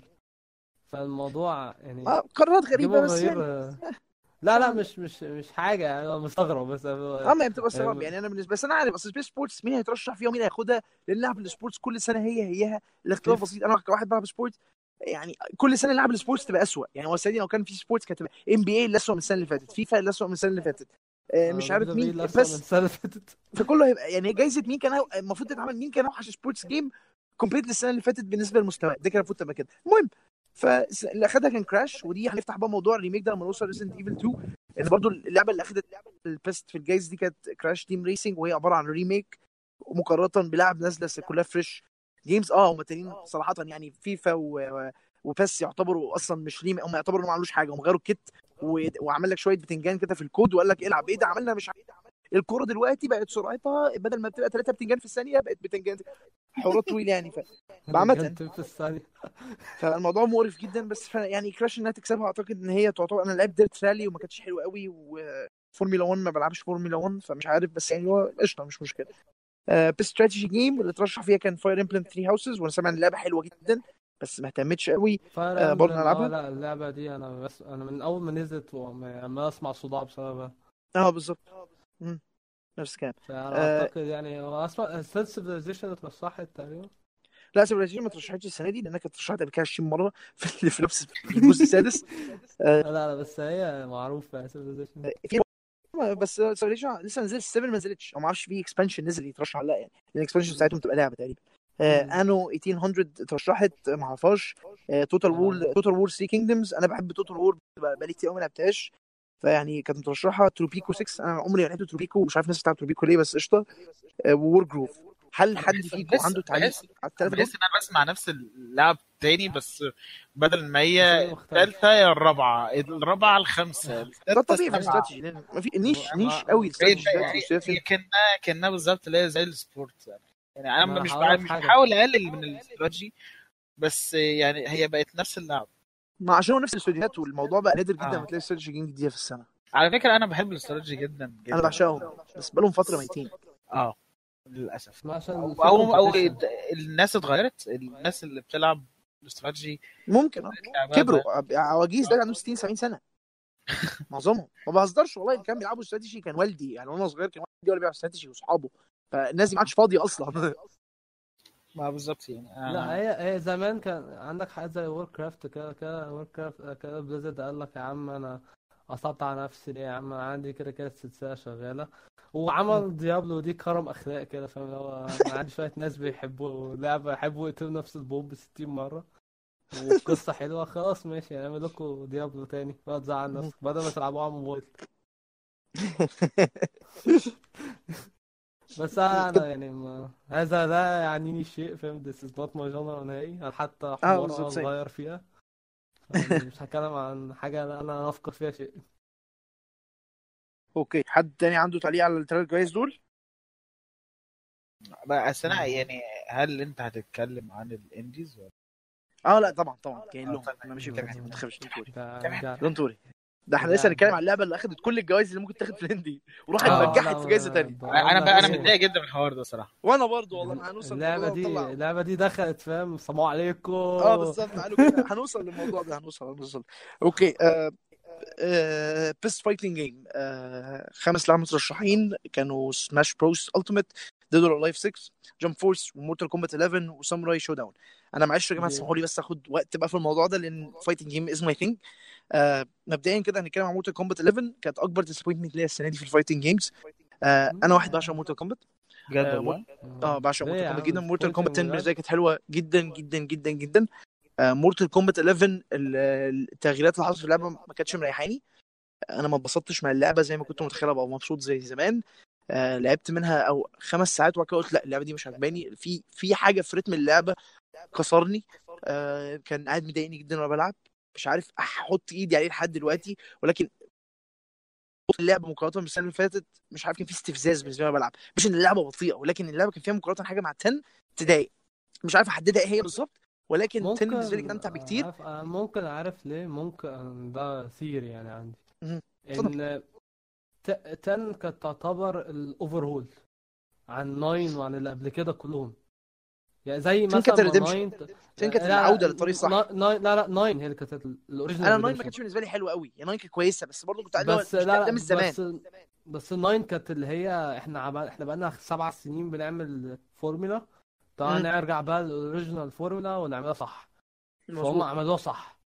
فالموضوع يعني قرارات جيم غريبه بس اوفر. يعني. لا مش حاجه يعني، انا مستغرب بس ما هي بتبقى استغراب يعني. انا بالنسبه لي انا عارف اصل سبيس سبورتس مين هيترشح فيها ومين هياخدها، لان لعب السبورتس كل سنه هيها الاختلاف بسيط. انا كواحد بلعب سبورتس يعني كل سنه لعب السبورتس تبقى اسوء. يعني هو السنه دي لو كان في سبورتس كانت تبقى ام بي اي اللي اسوء من السنه اللي فاتت، فيفا اللي اسوء من السنه اللي فاتت، مش عارف دبليو مين دبليو اسوء من بس. السنه اللي فاتت. فكله هيبقى يعني جايزه مين كان المفروض تتعمل مين كان اوحش سبورتس جيم كومبليت للسنه اللي فاتت بالنسبه للمستوى ده. كان المفروض تبقى كده. المهم فاللي اخدها كان كراش. ودي هنفتح بقى موضوع الريميك ده لما نوصل ريزنت ايفل 2. ان برضو اللعبه اللي اخدت البيست في الجايزه دي كانت كراش تيم ريسنج، وهي عباره عن ريميك مقارنه بلعب نازله كلها فريش جيمز. هم تانيين صراحه يعني فيفا وبس يعتبروا اصلا مش ريميك. هم يعتبروا انهم ما عملوش حاجه. هم غيروا الكيت وعمل لك شويه بتنجان كده في الكود وقال لك العب. ايه ده عملنا مش الكوره دلوقتي بقت سرعتها بدل ما بتبقى 3 بتنجان في الثانيه بقت بتنجان. حوارات طويل يعني. عامة في الثانيه. فالموضوع مقرف جدا. بس يعني كراش انها تكسبها اعتقد ان هي تعتبر. انا لعبت ديرت رالي وما كانتش حلوه قوي، وفورمولا 1 ما بلعبش فورمولا 1 فمش عارف. بس يعني هو قشطه مش مشكله. بس استراتيجي جيم اللي ترشح فيها كان فاير امبلم 3 هاوسز. وانا سامع ان اللعبه حلوه جدا بس ما اهتمتش قوي فاير برضه امبلم العبها. لا اللعبه دي انا من اول ما نزلت عمال اسمع صداع بسببها. بالظبط. نفس الكلام. فانا اعتقد يعني هو اسمع سيفيلايزيشن اترشحت تقريبا. لا سيفيلايزيشن ما ترشحتش السنه دي لانها كانت اترشحت قبل كده 20 مره في نفس الجزء السادس. لا بس هي معروفه سيفيلايزيشن. في بس سيفيلايزيشن لسه نزلت 7 ما نزلتش او ما اعرفش في اكسبانشن نزل يترشح ولا لا يعني. لان الاكسبانشن بتاعتهم تبقى لعبه تقريبا. انو 1800 اترشحت ما اعرفهاش. توتال وور 3 كينجدمز. انا بحب توتال وور بقالي كتير قوي ما لعبتهاش. فيعني كانت مترشحه. تروبيكو 6 انا عمري ما لعبت تروبيكو ومش عارف الناس بتاع تروبيكو ليه بس قشطه. وور جروف. هل حد فيكم عنده تعليق على الثلاثه دول؟ بحس ان انا بسمع نفس اللعب تاني، بس بدل ما هي بشكل مختلف. الثالثه يا الرابعه الخامسه ده الثالثه طبيعي في السابعه. الاستراتيجي لان ما في نيش قوي هي الاستراتيجي دلوقتي هي كانها بالظبط اللي هي زي السبورت يعني انا ما مش هقولك مش حاجة. بحاول اقلل من الاستراتيجي، بس يعني هي بقت نفس اللعب. ما عشان هو نفس الاستوديوهات والموضوع بقى نادر جدا ما تلاقي استراتيجي جيم جديده في السنه. على فكره انا بحب الاستراتيجي جدا جدا. انا بعشقهم بس بقالهم فتره ميتين. للاسف. ما عشان او في او, أو competition. الناس اتغيرت، الناس اللي بتلعب الاستراتيجي ممكن لعبها كبروا عواجيز، ده عندهم 60 70 سنه معظمهم. ما بهزرش والله، اللي كان بيلعبوا استراتيجي كان والدي يعني، وانا صغير كان والدي ولا بيلعب استراتيجي واصحابه، فالناس دي ما عادش فاضيه اصلا. ما بالظبط يعني. لا هي زمان كان عندك حاجات زي وور كرافت كده وور كرافت كده بليزرد قال لك يا عم انا قطعت على نفسي ليه يا عم، انا عندي كده السلسله شغاله، وعمل ديابلو دي كرم اخلاق كده فاهم، اللي هو انا عندي شويه ناس بيحبوا لعبه يحبوا يقتلوا نفس البوب 60 مره والقصه حلوه، خلاص ماشي نعمل لكم ديابلو تاني، ما تزعل نفسك بدل ما تلعبوها على الموبايل. بس انا يعني ما هذا لا يعنيني شيء فاهم، this is not my genre نهائي، انا حتى حمار بالظبط same. صغير فيها، مش هتكلم عن حاجه انا افقد فيها شيء. اوكي، حد تاني عنده تعليق على الثلاث جوائز دول؟ بس انا يعني هل انت هتتكلم عن الانديز ولا؟ لا طبعا جايين لهم، تمام. انا ماشي تمام. ما تخافش، ده دونت وري. ده احنا لسه هنتكلم على اللعبه اللي اخذت كل الجوائز اللي ممكن تاخد في الهندي وراحت نجحت في جائزه تانية. انا متضايق جدا من الحوار ده صراحه. وانا برضو والله ما هنوصل اللعبه دي دخلت فاهم، السلام عليكم. بالظبط، تعالوا كده هنوصل للموضوع ده، هنوصل. اوكي. بيست فايتنج جيم، 5 لعبة مترشحين كانوا سماش بروس التيمت، ديد اور لايف 6، جامب فورس، ومورتال كومبات 11، وساموراي شو داون. انا معلش يا جماعه اسمحوا لي بس اخد وقت بقى في الموضوع ده لان فايتنج جيم از ماي ثينج. مبدئيا كده هنتكلم عن مورتال كومبات 11، كانت اكبر ديسابوينتمنت ليا السنه دي في الفايتنج جيمز. انا واحد بعشق مورتال كومبات بجد والله. بعشق مورتال كومبات جدا. مورتال كومبات 10 بالنسبه لي كانت حلوه جدا جدا جدا جدا. مورتال كومبات 11 التغييرات اللي حصلت في اللعبه ما كانتش مريحاني، انا ما اتبسطتش مع اللعبه زي ما كنت متخيل ابقى مبسوط زي زمان. لعبت منها او 5 ساعات وبعد كده قلت لا اللعبه دي مش عجباني، في حاجه في رتم اللعبه كسرني. كان قاعد مضايقني جدا وانا بلعب، مش عارف احط ايدي عليه لحد دلوقتي، ولكن اللعبه مقارنه بالسنه اللي فاتت مش عارف، كان في استفزاز بالنسبه لي وانا بلعب. مش ان اللعبه بطيئه، ولكن اللعبه كان فيها مقارنه حاجه مع 10 تضايق، مش عارف احددها ايه هي بالظبط، ولكن 10 بالنسبه لي كانت امتع بكتير. ممكن عارف ليه، ممكن ده ثيري يعني عندي اتفضل. ان 10 كانت تعتبر الاوفر هول عن 9 وعن اللي قبل كده كلهم، يعني زي مثلا كانت ما الريدمشن، 9 10 كانت العوده للطريق الصح. لا 9 هي اللي كانت الاوريجينال. انا 9 ما كانتش بالنسبه لي حلوه قوي، يعني 9 كانت كويسه بس برضه كنت اللي هو بس مش لا ده مش زمان. بس 9 كانت اللي هي احنا بقالنا 7 سنين بنعمل فورمولا، طبعا نرجع بقى للاوريجينال فورمولا ونعملها صح، فهم عملوها صح.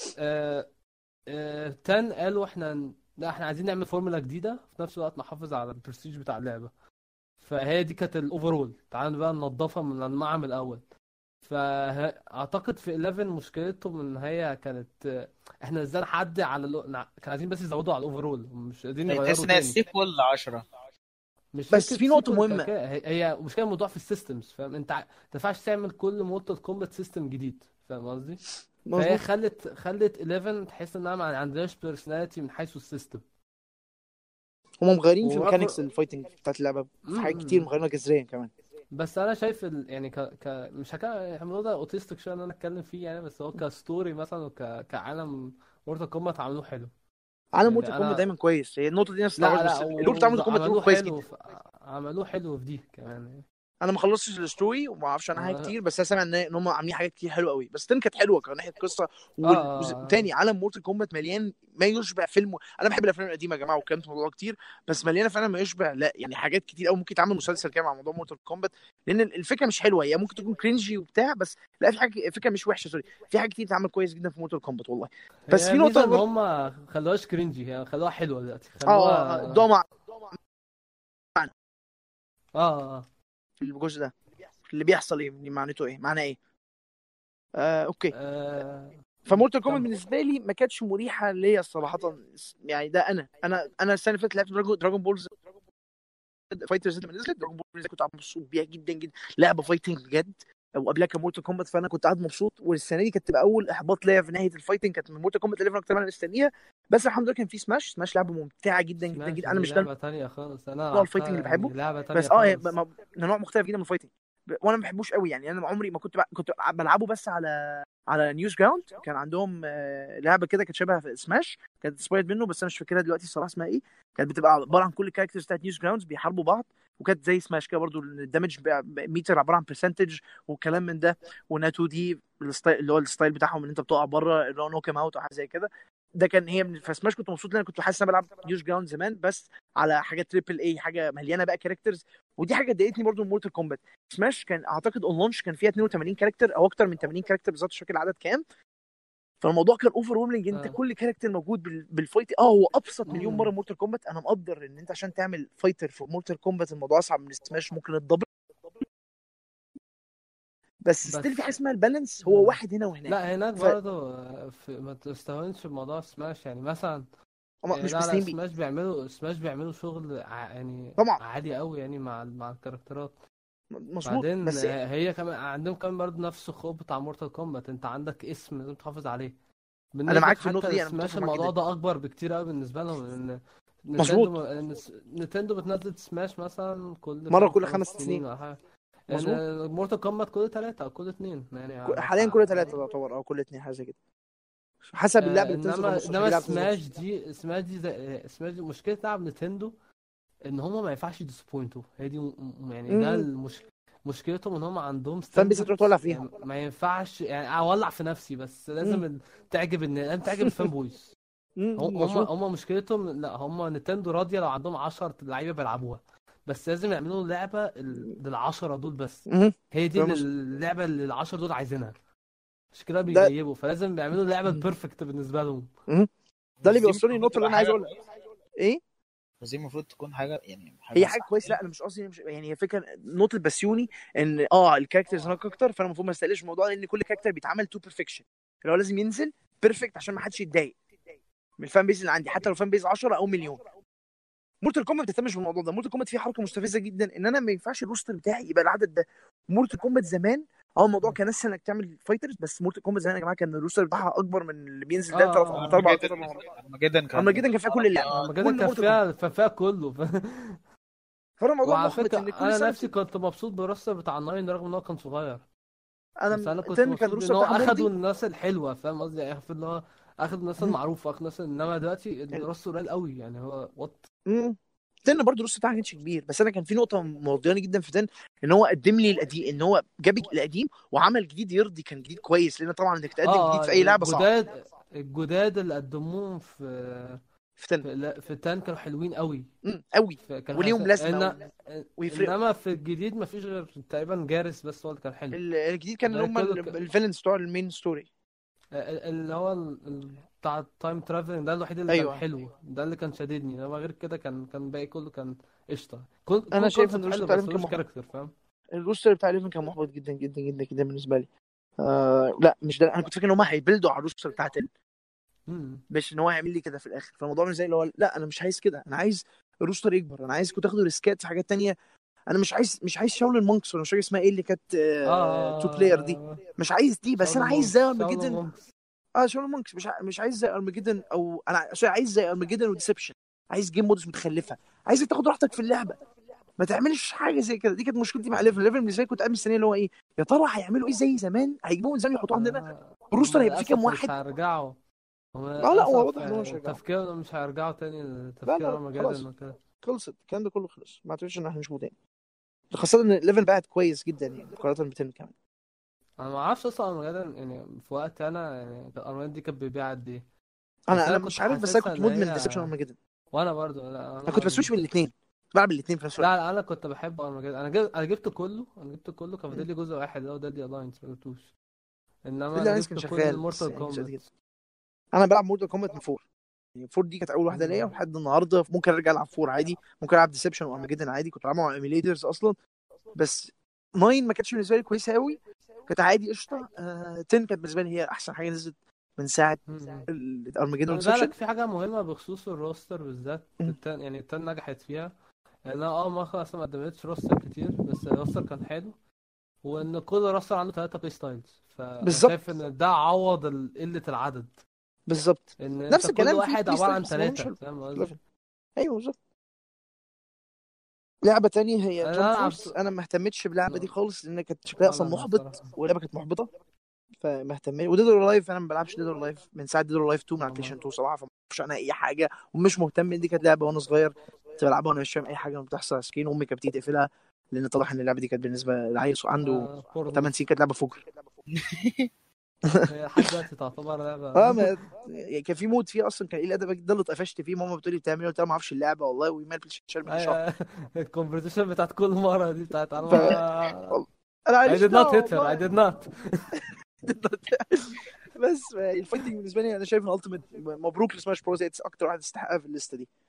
10 قالوا لا احنا عايزين نعمل فورمولا جديده في نفس الوقت نحافظ على البرستيج بتاع اللعبه، فهي دي كانت الاوفرول، تعالوا بقى ننضفها من المعمل الاول. فاعتقد في 11 مشكلتهم ان هي كانت احنا ازاي نعدي على كان عايزين بس يزودوا على الاوفرول، مش قادرين يغيروا تحس ان تاني. السيكوال 10 مش بس فكرة في نقطة sequel مهمة. هي مشكلة الموضوع في السيستمز فاهم، انت ما ينفعش تعمل كل مورتال كومبات سيستم جديد فاهم قصدي؟ فهي خلت 11 تحس انها ما عندهاش بيرسوناليتي من حيث السيستم. هم مغيرين في ميكانكس الفايتنج بتاعت اللعبة في حاجات كتير، مغيرينها جذريا كمان. بس انا شايف يعني مش الموضوع ده اوتيستيك شويه ان انا اتكلم فيه يعني، بس هو كستوري مثلا كعالم مورتال كومبات عملوه حلو. عالم يعني مورتال كومبات دايما كويس، هي النقطة دي انا استغربت، لا بس اللور بتاع مورتال كومبات كويس جدا. عملوه حلو في دي كمان. انا ما خلصتش الستوري وما اعرفش عنها حاجه كتير، بس انا سامع ان هم عاملين حاجات كتير حلوه قوي، بس تن كانت حلوه كان ناحيه قصه وتاني عالم مورتال كومبات مليان ما يشبع فيلم. انا بحب الافلام القديمه يا جماعه وكانت موضوع كتير، بس مليانه فعلا ما يشبع، لا يعني حاجات كتير قوي ممكن يتعمل مسلسل كامل على موضوع مورتال كومبات، لان الفكره مش حلوه، هي ممكن تكون كرينجي وبتاع، بس لا في حاجه، الفكره مش وحشه سوري، في حاجه كتير اتعمل كويس جدا في مورتال كومبات والله. بس في نقطه ان هم خلوهاش كرينجي، هي خلوها حلوه دلوقتي، خلوها ضمع في الجزء ده اللي بيحصل ايه معناته ايه معناه ايه. اوكي. فمورتال كومبات بالنسبه لي ما كانتش مريحه ليا صراحه، يعني ده انا السنه اللي فاتت لعبت دراجون بولز فايترز لما نزلت، دراجون بولز كنت قاعد مبسوط بيها جدا جدا، لعبه فايتنج بجد، وقبلها كان مورتال كومبات، فانا كنت قاعد مبسوط. والسنه دي كانت تبقى اول احباط ليا في ناحيه الفايتنج، كانت من مورتال كومبات 11 اكتر من انا مستنيها، بس الحمد لله كان في سماش لعبه ممتعه جدا جدا جدا. انا مش لعبه ثانيه خالص، انا نوع الفايتنج اللي بحبه لعبه ثانيه بس خالص. نوع مختلف جدا من الفايتنج، وانا ما بحبوش قوي يعني. انا عمري ما كنت بلعبه بس على نيوز جراوند. كان عندهم لعبه كده كانت شبه سماش، كانت سبايد منه بس انا مش فاكرها دلوقتي الصراحه اسمها ايه. كانت بتبقى عباره عن كل الكاركترز بتاعت نيوز جراوندز بيحاربوا بعض، وكانت زي سماش كده برضو الدمج ميتر عباره عن برسنتج وكلام من ده. وناتو دي الستايل اللي هو الستايل بتاعهم ان انت بتقع بره اللي هو نوك اوت او حاجه زي كده. ده كان هي من فسماش. كنت مبسوط لان انا كنت حاسس ان انا بلعب نيوز جراوند زمان بس على حاجه تريبل اي، حاجه مليانه بقى كاركترز. ودي حاجه ضايقتني برضو من مورتال كومبات. سماش كان اعتقد اون لونش كان فيها 82 كاركتر او اكتر من 80 كاركتر بالظبط، مش فاكر العدد كام. فالموضوع كان اوفر ويمنج. انت كل كاركتر موجود بالفايت. هو ابسط مليون مره مورتال كومبات. انا مقدر ان انت عشان تعمل فايتر في مورتال كومبات الموضوع اصعب من سماش، ممكن الدبل. بس ستيل في حاجه اسمها البالانس، هو واحد هنا وهناك. لا هناك برضه ما تستهونش في موضوع سماش يعني مثلا. مش لا مستنيين بيه سماش بيعملوا شغل يعني طبعا، عالي قوي يعني مع الكاركترات. مظبوط. بعدين بس هي كمان عندهم كمان برضه نفس الخوف بتاع مورتال كومبات، انت عندك اسم لازم تحافظ عليه. انا بالنسبة معاك في النقطه حتى دي، انا سماش متفق معاك الموضوع جدا. ده اكبر بكتير قوي بالنسبة لهم، ان مظبوط. نتندو بتنزل سماش مثلا كل مره كام كل 5 5 سنين. سنين ولا حاجة. مظبوط. يعني مورتال كومبات كل 3 او كل 2 يعني حاليا كل 3 تعتبر او كل 2 حاجه زي كده، حسب اللعبه اللي بتنزل انما والنص عشان في لعبه سماش النص. دي سماش دي مشكلة لعب نتندو ان هم ما ينفعش يديسبوينتوا. هي دي يعني ده مشكلتهم ان هم عندهم فان بيس تروح تولع ستاندردز فيها. يعني ما ينفعش يعني اولع في نفسي، بس لازم لازم تعجب الفان بويز. مظبوط. هم مشكلتهم لا، هم نتندو راضيه لو عندهم 10 لعيبه بيلعبوها، بس لازم يعملوا لعبه لل10 دول بس. هي دي اللعبه اللي ال10 دول عايزينها، مش كده ده بيجيبوا، فلازم يعملوا لعبه بيرفكت بالنسبه لهم. ده اللي بس دي بيوصلني المفروض النقطه اللي تبقى انا عايز حاجه اقولها. ايه بس دي المفروض تكون حاجه يعني حاجه هي حاجه صح كويسه. لا انا مش قصدي مش يعني هي فكره نقطه بسيوني ان الكاركترز هناك اكتر، فانا المفروض ما استقلش الموضوع لان كل كاركتر بيتعمل تو بيرفكشن، اللي هو لازم ينزل بيرفكت عشان ما حدش يتضايق من الفان بيز اللي عندي حتى لو فان بيز 10 او مليون. مورتال كومبات ما بتهتمش بالموضوع ده. مورتال كومبات فيه حركه مستفزه جدا ان انا ما ينفعش الروستر بتاعي يبقى العدد ده. مورتال كومبات زمان الموضوع كان اسهل انك تعمل فايترز، بس مورتال كومبات زمان يا جماعه كان الروستر بتاعها اكبر من اللي بينزل ده ثلاث اربع ارمجيدن مرات. ارمجيدن ارمجيدن كان فيها كل اللعب، لما كده كل كان مورتال كومبات. فيها كله فانا الموضوع وعلى محبط فكره ان كل انا سنه نفسي كنت مبسوط بالروستر بتاع الناين رغم ان هو كان صغير. بس انا كنت تن كان مبسوط الروستر بان هو بتاعها اخدوا مرضي. الناس الحلوه، فاهم قصدي يعني، اللي هو اخد الناس المعروفه، اخد الناس، انما دلوقتي الروستر قليل قوي يعني هو تن برضه الروستر بتاعها ما كانش كبير، بس انا كان في نقطه مرضياني جدا في تن ان هو قدم لي القديم، ان هو جاب القديم وعمل جديد يرضي. كان جديد كويس لان طبعا انك تقدم جديد في اي لعبه صعب. الجداد اللي قدموهم في تن في التان كانوا حلوين قوي. قوي كان وليهم لازمه ويفرقوا. انما في الجديد ما فيش غير تقريبا جارس بس هو اللي كان حلو. الجديد كان اللي هم الفيلنز بتوع المين ستوري، اللي هو بتاع التايم ترافلنج ده الوحيد اللي كان حلو، ده اللي كان شاددني، انما غير كده كان باقي كله كان قشطه. انا شايف ان كونسبت الروستر حلو بتاع بس ليفن كان ملوش محبط. كاركتر، فاهم. الروستر بتاع ليفن كان محبط جدا جدا جدا جدا بالنسبه لي. لا مش ده، انا كنت فاكر ان هم هيبيلدوا على الروستر بتاع تل، مش ان هو هيعمل لي كده في الاخر. فالموضوع مش زي اللي هو، لا انا مش عايز كده، انا عايز الروستر يكبر، انا عايزكم تاخدوا ريسكات في حاجات تانية. انا مش عايز شاول المونكس ولا مش عارف اسمها ايه اللي كانت تو بلاير دي. مش عايز دي، بس انا عايز زي ارمجيدن. شاول المونكس مش عايز زي ارمجيدن، او انا عايز زي ارمجيدن وديسبشن. عايز جيم مودز متخلفه، عايزك تاخد راحتك في اللعبه، ما تعملش حاجه زي كده. دي كانت مشكلتي مع ليفل بالنسبه لي. كنت قاعد مستني اللي هو ايه، يا ترى هيعملوا ايه زي زمان، هيجيبوهم زمان يحطوه عندنا الروستر هم هيبقى فيه كام للاسف مش واحد. هيرجعوا. هم لا هو للاسف واضح ان هو مش هيرجعوا. تفكيرهم مش هيرجعوا تاني لا لتفكير لا ارمجادن خلاص، وكده. خلصت الكلام ده كله خلص. ما اعتقدش ان احنا نشوفه تاني، خاصه ان ليفل بعد كويس جدا يعني مقارنه ب10 كمان. انا ما اعرفش اصلا ارمجادن يعني في وقت انا يعني ارمجادن دي كانت بتبيع قد ايه، بس انا انا كنت مش عارف، بس انا حاسسها كنت ان مدمن هي. ديسبشن ارمجيدن. وانا برضو لا انا كنت بسويش بين الاثنين، بلعب الاثنين في نفس الوقت. لا انا كنت بحب ارمجادن. انا جبت كله كان فاضل لي جزء واحد اللي هو ديدي الاينس ما جبتوش، انما انا الايرنز كان جبت كل شغال بس المورتال يعني مش قد كده. كومبات. انا بلعب مورتال كومبات من 4 يعني. 4 دي كانت اول واحده ليا ولحد النهارده. ممكن ارجع العب 4 عادي، ممكن العب ديسبشن وارمجيدن عادي. كنت بلعبها مع ايميليترز اصلا، بس 9 ما كانتش بالنسبه لي كويسه قوي، كانت عادي قشطه. 10 كانت بالنسبه لي هي احسن حاجه نزلت من ساعه الارمجيدن خلي وديسبشن. بالك في حاجه مهمه بخصوص الروستر بالذات يعني التان نجحت فيها، لانها ما خلاص ما قدمتش روستر كتير بس الروستر كان حلو، وان كل روستر عنده 3 بلاي ستايلز، فانا شايف بالظبط ان ده عوض قله العدد، بالظبط ان انت نفس كل الكلام في واحد بلاي عباره ستايل عن بس الموضوع مش 3، حلو. فاهم قصدي. ايوه بالظبط. لعبه تانية هي انا جامب العب فورس، انا ما اهتمتش باللعبه دي خالص لان كانت شكلها ولا اصلا انا محبط، الصراحه. واللعبه كانت محبطه، فما اهتمتش. وديد اور لايف انا ما بلعبش ديد اور لايف من ساعه ديد اور لايف 2 من على بلاي ستيشن والله 2 صراحه، فما اعرفش عنها اي حاجه ومش مهتم. دي كانت لعبه وانا صغير كنت بلعبها وانا مش فاهم اي حاجه بتحصل على سكرين، وامي كانت بتيجي تقفلها لان اتضح ان اللعبه دي كانت بالنسبه لعيل عنده 8 بورنوس. سنين كانت لعبه فجر. هي لحد دلوقتي تعتبر اه لعبه. ما يعني كان في مود فيه اصلا، كان ايه الادب ده اللي اتقفشت فيه، ماما بتقول لي بتعمل ايه، قلت لها ما اعرفش اللعبه والله، ويمال بلاي ستيشن من شهر. ايوه. الكومبيتيشن بتاعت كل مره دي بتاعت انا ف ما... انا I معليش did not دعوه hit her, I والله. did not. بس الفايتنج بالنسبه لي انا شايف ان التيمت، مبروك لسماش بروز، اتس اكتر واحد يستحقها في الليسته دي.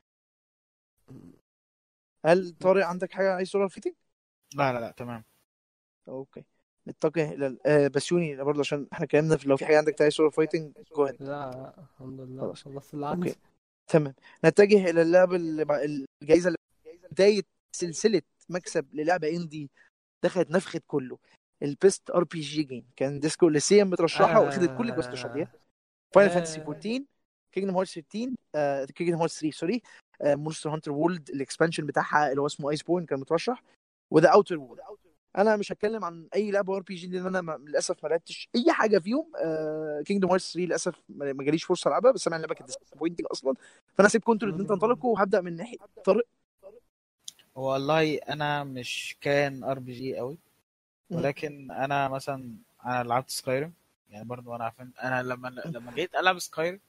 هل طارق عندك حاجه عايز تقولها في الفايتنج؟ لا تمام. اوكي، نتجه الى بسيوني برضه عشان احنا اتكلمنا في، لو في حاجه عندك عايز تقولها فايتنج جو اهيد. لا الحمد لله خلاص خلصت اللي عندي. اوكي تمام. نتجه الى اللعبه الجائزه اللي بدايه سلسله مكسب للعبه اندي دخلت نفخت كله، البيست ار بي جي جيم. كان ديسكو ليسيا مترشحه واخدت كل الجوائز الترشيحيه. فاينل فانتسي آه 14، كينجدم هارتس 15، كينجدم هارتس 3 سوري، مونستر هانتر وورلد الاكسبانشن بتاعها اللي هو اسمه ايس بوين كان مترشح، وذا اوتر وورلد. انا مش هتكلم عن اي لعبه ار بي جي لان انا للاسف ما لعبتش اي حاجه فيهم. كينجدم هارتس 3 للاسف ما جاليش فرصه العبها، بس انا اللعبه كانت ديسابوينتنج اصلا. فانا سيبكم انتوا الاثنين تنطلقوا وهبدا من ناحيه طارق. والله انا مش كان ار بي جي قوي، ولكن انا مثلا انا لعبت سكايرم يعني برضو. انا عارفين انا لما جيت العب سكايرم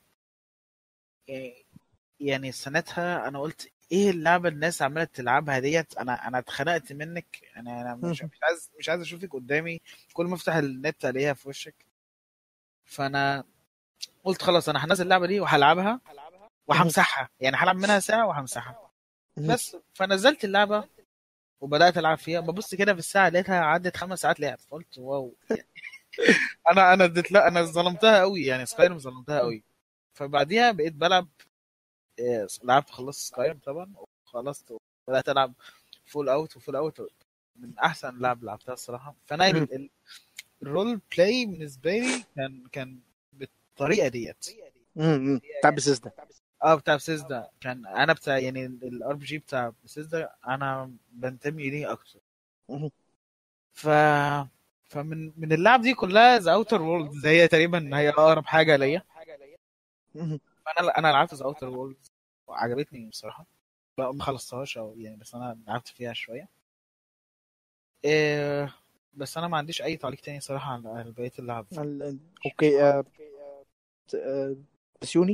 يعني سنتها انا قلت ايه اللعبه الناس عماله تلعبها ديت، انا اتخنقت منك. انا مش عايز اشوفك قدامي، كل ما افتح النت الاقيها في وشك. فانا قلت خلاص انا هنزل اللعبه دي وهلعبها وهمسحها، يعني هلعب منها ساعه وهمسحها بس. فنزلت اللعبه وبدات العب فيها، ببص كده في الساعه لقيتها عدت 5 ساعات لعب، قلت واو يعني. انا اديت، لا انا ظلمتها قوي يعني، سكايرم ظلمتها قوي. فبعديها بقيت بلعب لعبت خلصت سكايرم طبعا وخلصت، وبدات العب فول اوت. وفول اوت من احسن لعب لعبتها الصراحه. فانا الرول بلاي بالنسبه لي كان بالطريقه ديت. بتاع بسيسدا. بتاع بسيسدا كان، انا بتاع يعني الار بي جي بتاع بسيسدا انا بنتمي ليه اكتر. ف فمن اللعب دي كلها ذا اوتر وورلد هي تقريبا هي اقرب حاجه ليا. فانا لعبت ذا اوتر وورلد وعجبتني بصراحه. ما خلصتهاش او يعني، بس انا لعبت فيها شويه. بس انا ما عنديش اي تعليق تاني صراحه على بقيه اللعب. اوكي بسيوني.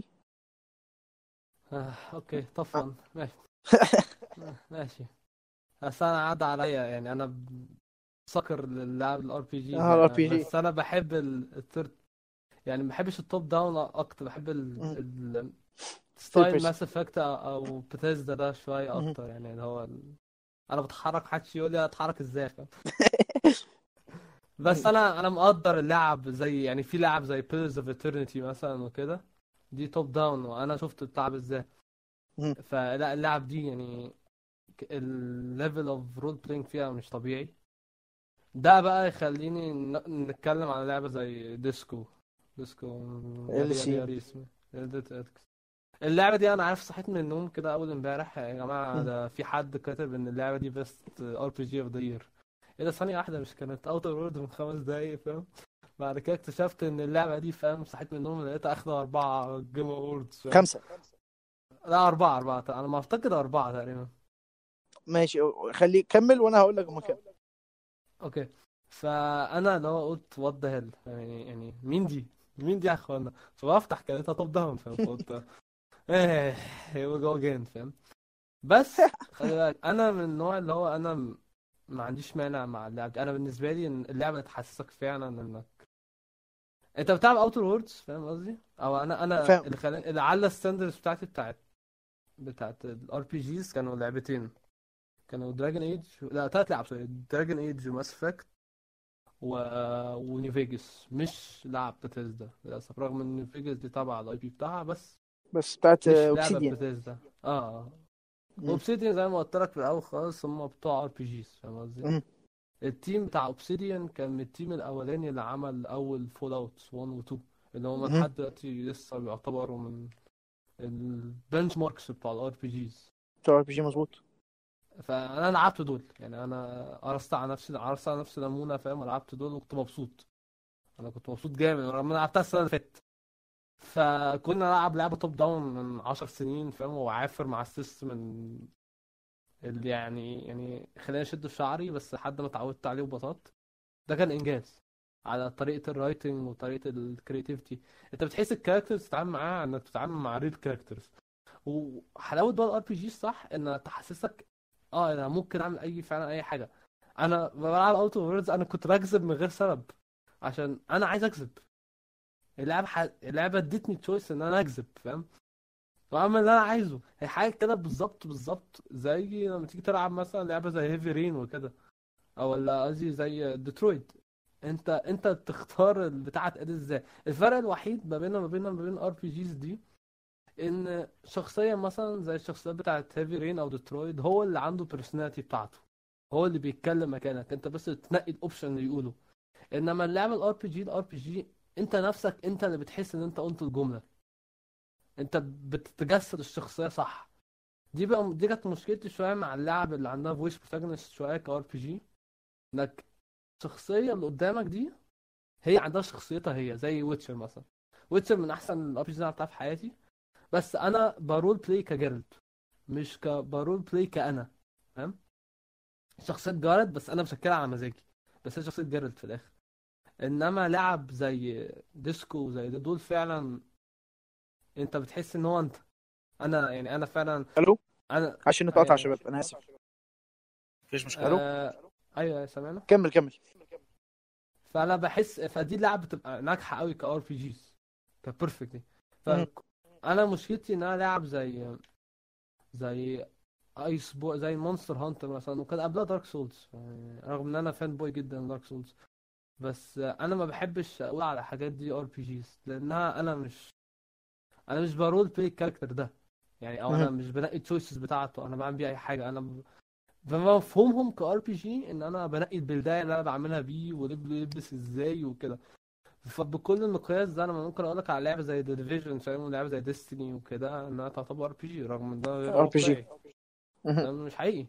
اوكي طفن ماشي. ماشي. بس انا عدى عليا يعني انا سكر للعب الار بي جيز الار يعني، بي جي. بس انا بحب الثيرد يعني، ما بحبش التوب داون اكتر، بحب ثيرد ستايل بيرسون. ماس افكت او بيثيسدا ده شويه اكتر يعني، اللي هو انا بتحرك محدش يقول لي اتحرك ازاي فاهم. بس انا مقدر اللعب زي يعني في لعب زي بيلز اوف ايترنتي مثلا وكده، دي توب داون وانا شفت بتلعب ازاي. فلا اللعب دي يعني الليفل اوف رول بلاينج فيها مش طبيعي. ده بقى يخليني نتكلم على لعبة زي ديسكو يا ال ريا سي. ريا ريس. اللعبة دي انا عارف صحيت من النوم كده اول امبارح يا جماعة ده في حد كاتب ان اللعبة دي بيست ار بي جي اوف ذا يير. ايه ده ثانية واحدة مش كانت اوتر وورد من 5 دقايق فاهم. بعد كده اكتشفت ان اللعبة دي فاهم، صحيت من النوم لقيتها اخدة 4 جيم اووردز فاهم. 5. لا 4 انا ما اعتقد 4 تقريبا. ماشي خليه كمل وانا هقول لك مكان. اوكي. فانا لو قلت وات ذا هيل يعني مين دي يا اخوانا. فبفتح كانت توب داون فاهم، فقلت ايه هي وي جو اجين فاهم. بس خلي بالك انا من النوع اللي هو انا ما عنديش مانع مع اللعب دي. انا بالنسبه لي إن اللعبه تحسسك فعلا انك انت بتلعب اوتر ووردز فاهم قصدي، او انا فاهم. اللي على الستاندرز بتاعتي بتاعت الار بي جيز كانوا لعبتين، كانوا دراجون ايج، لا 3 لعب سوري، دراجون ايج وماس افكت و... ونيو فيجاس. مش لعب بثيسدا للاسف، رغم ان نيو فيجاس دي تبع الاي بي بتاعها، بس بس بتاعت مش لعبه اوبسيديان. بثيسدا. اوبسيديان زي ما قلت لك في الاول خالص هم بتوع ار بي جيز فاهم قصدي. التيم بتاع اوبسيديان كان من التيم الاولاني اللي عمل اول فول اوت 1 و 2، اللي هم لحد دلوقتي لسه بيعتبروا من البنش ماركس بتوع الار بي جيز. بتاع ار بي جي مظبوط. فانا لعبت دول، يعني انا قرصت على نفسي ليمونه فاهم، ولعبت دول وكنت مبسوط. انا كنت مبسوط جامد لما لعبتها السنه اللي فاتت. فكنا نلعب لعبه توب داون من 10 سنين فاهم، وعافر مع السيستم اللي يعني خلاني اشد في شعري، بس لحد ما اتعودت عليه وبسطت. ده كان انجاز على طريقه الرايتنج وطريقه الكرياتيفيتي. انت بتحس الكاركترز تتعامل معاها انك تتعامل مع ريل كاركترز. وحلاوه بقى الار بي جي صح انها تحسسك انا ممكن اعمل فعلا اي حاجه. انا بلعب اوت اوف ووردز، انا كنت بكذب من غير سبب عشان انا عايز اكذب. اللعبه ادتني تشويس ان انا اكذب فاهم، واعمل اللي انا عايزه. هي حاجه كده بالظبط زي لما تيجي تلعب مثلا لعبه زي هيفي رين وكده، او ولا قصدي زي ديترويت. انت تختار البتاعه تقاد ازاي. الفرق الوحيد ما بيننا ما بين ار بي جيز دي ان شخصيه مثلا زي الشخصيات بتاعت هيفي رين او ديترويد هو اللي عنده بيرسوناليتي بتاعته، هو اللي بيتكلم مكانك، انت بس تنقي الاوبشن اللي يقوله. انما اللعبه الار بي جي انت نفسك انت اللي بتحس ان انت قلت الجمله، انت بتتجسد الشخصيه صح. دي كانت مشكلتي شويه مع اللعب اللي عندها فويس بروتاجونست شويه كار بي جي، انك الشخصيه اللي قدامك دي هي عندها شخصيتها هي، زي ويتشر مثلا. ويتشر من احسن الار بي جي اللي لعبتها في حياتي، بس انا برول بلاي كجيرلت مش برول بلاي كأنا فاهم. شخصية جارد بس انا بشكلها على مزاجي، بس هي شخصية جارد في الاخر. انما لعب زي ديسكو زي دول فعلا انت بتحس ان هو انت. انا فعلا الو، انا عشان نتقطع يا ايوه شباب انا اسف. مفيش مشكله. الو، ايوه سامعنا. كمل. فانا بحس فدي لعبه بتبقى ناجحه قوي كار بي جيز كبيرفكتلي. مهم. فانا مشكلتي ان انا لاعب زي زي مونستر هانتر مثلا، وكان قبلها دارك سولز، يعني رغم ان انا فان بوي جدا دارك سولز، بس انا ما بحبش اقول على حاجات دي ار بي جيز لانها انا مش برول بلاي الكاركتر ده يعني، او انا مهم. مش بنقي التشويسز بتاعته، انا بعمل بيه اي حاجه. انا بمفهومهم كار بي جي ان انا بنقي البلدايه اللي انا بعملها بيه ولبسه يلبس ازاي وكده. فبكل المقياس ده انا ممكن اقول لك على لعبه زي ذا ديفيجن فاهم، ولعبه زي ديستني وكده انها تعتبر ار بي جي رغم ان ده غير ار بي جي. واقعي، ده مش حقيقي.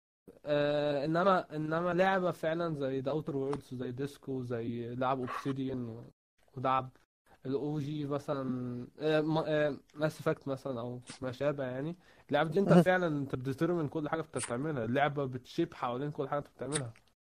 انما لعبه فعلا زي ذا اوتر وورلدز وزي ديسكو زي لعب اوبسيديان ولعب الاو جي مثلا ماس افكت مثلا او ما شابه يعني. اللعبه دي انت فعلا انت بتديترمن كل حاجه انت بتعملها، اللعبه بتشيب حوالين كل حاجه انت بتعملها.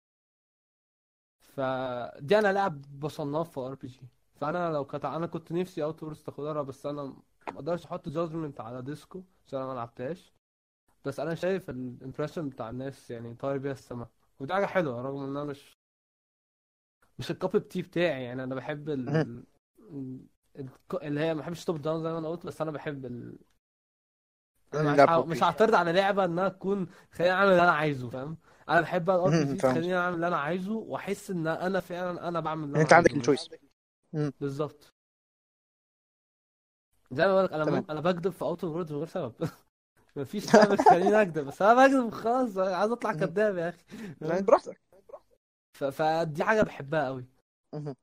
فدي انا لاعب بصنفها ار بي جي. فانا لو انا كنت نفسي اوت وورلدز تاخدها، بس انا ما اقدرش احط جادجمنت على ديسكو عشان انا ما لعبتهاش. بس انا شايف الامبريشن بتاع الناس يعني طاير بيها السما، ودي حاجه حلوه رغم ان انا مش الكوب تي بتاعي. يعني انا بحب مهم. اللي هي ما بحبش توب داون زي ما انا قلت، بس انا بحب انا لعب ار بي مش جي. هعترض على لعبه انها تكون خليني اعمل اللي انا عايزه فاهم. انا بحب الار بي جي فهمت. تخليني اعمل اللي انا عايزه واحس ان انا فعلا انا بعمل اللي يعني انا انت عندك عايزه مش التشويس. مهم. بالظبط. زي ما بقولك تمام. انا بكذب في اوت اوف ووردز من غير سبب. مفيش سبب يخليني اكذب، بس انا بكذب خلاص عايز اطلع مهم. كذاب يا اخي يعني فاهم؟ براحتك. فدي حاجه بحبها قوي. مهم.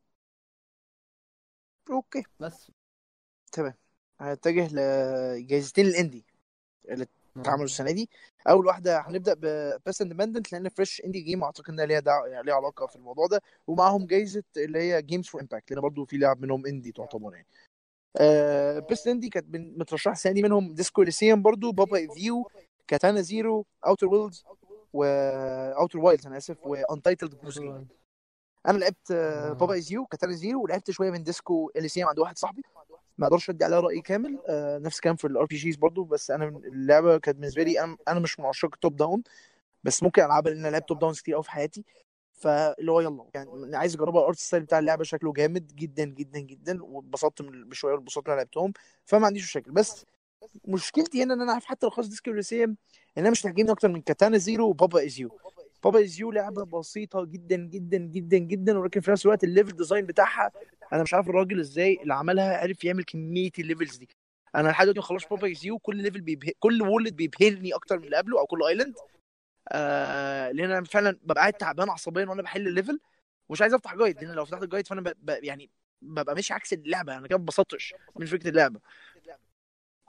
اوكي بس تمام. هنتجه لجائزتين الاندي اللي اتعملوا آه. السنه دي. اول واحده هنبدا ببيست اندبندنت لان فريش اندي جيم اعتقد انها يعني ليها علاقه في الموضوع ده، ومعاهم جائزه اللي هي جيمز فور امباكت لان برضو في لعب منهم اندي تعتبر يعني. بيست اندي كانت مترشحه السنه دي منهم ديسكو اليسيوم برضو، بابا فيو، كاتانا زيرو، اوتر ويلدز واوتر وايلدز انا اسف، وانتايتلد بروس لي. انا لعبت بابا زيرو كاتانا زيرو، ولعبت شويه من ديسكو اليسيوم عند واحد صاحبي. ما اقدرش ادي عليها راي كامل. نفس الكلام في الار بي جيز برضو، بس انا اللعبه كانت بالنسبه لي انا مش من عشاق التوب داون، بس ممكن العبها لان انا لعبت توب داونز كتير قوي في حياتي. فاللي هو يلا يعني عايز اجربها. الارت ستايل بتاع اللعبه شكله جامد جدا جدا جدا، واتبسطت بشويه البساط اللي انا لعبتهم، فما عنديش مشاكل. بس مشكلتي هنا ان انا عارف حتى لو خلاص ديسك اليسيوم ان انا مش هتعجبني اكتر من كاتانا زيرو وبابا ازيو. بابا ازيو لعبه بسيطه جدا جدا جدا جدا، ولكن في نفس الوقت الليفل ديزاين بتاعها انا مش عارف الراجل ازاي اللي عملها عرف يعمل كميه الليفلز دي. انا لحد دلوقتي ما خلصتش بابا ازيو، كل ليفل كل وولد بيبهرني اكتر من اللي قبله او كل ايلاند. لان انا فعلا ببقى قاعد تعبان عصبيا وانا بحل الليفل، ومش عايز افتح جايد، لان لو فتحت الجايد فانا يعني ببقى ماشي عكس اللعبه، انا كده ما اتبسطتش من فكره اللعبه.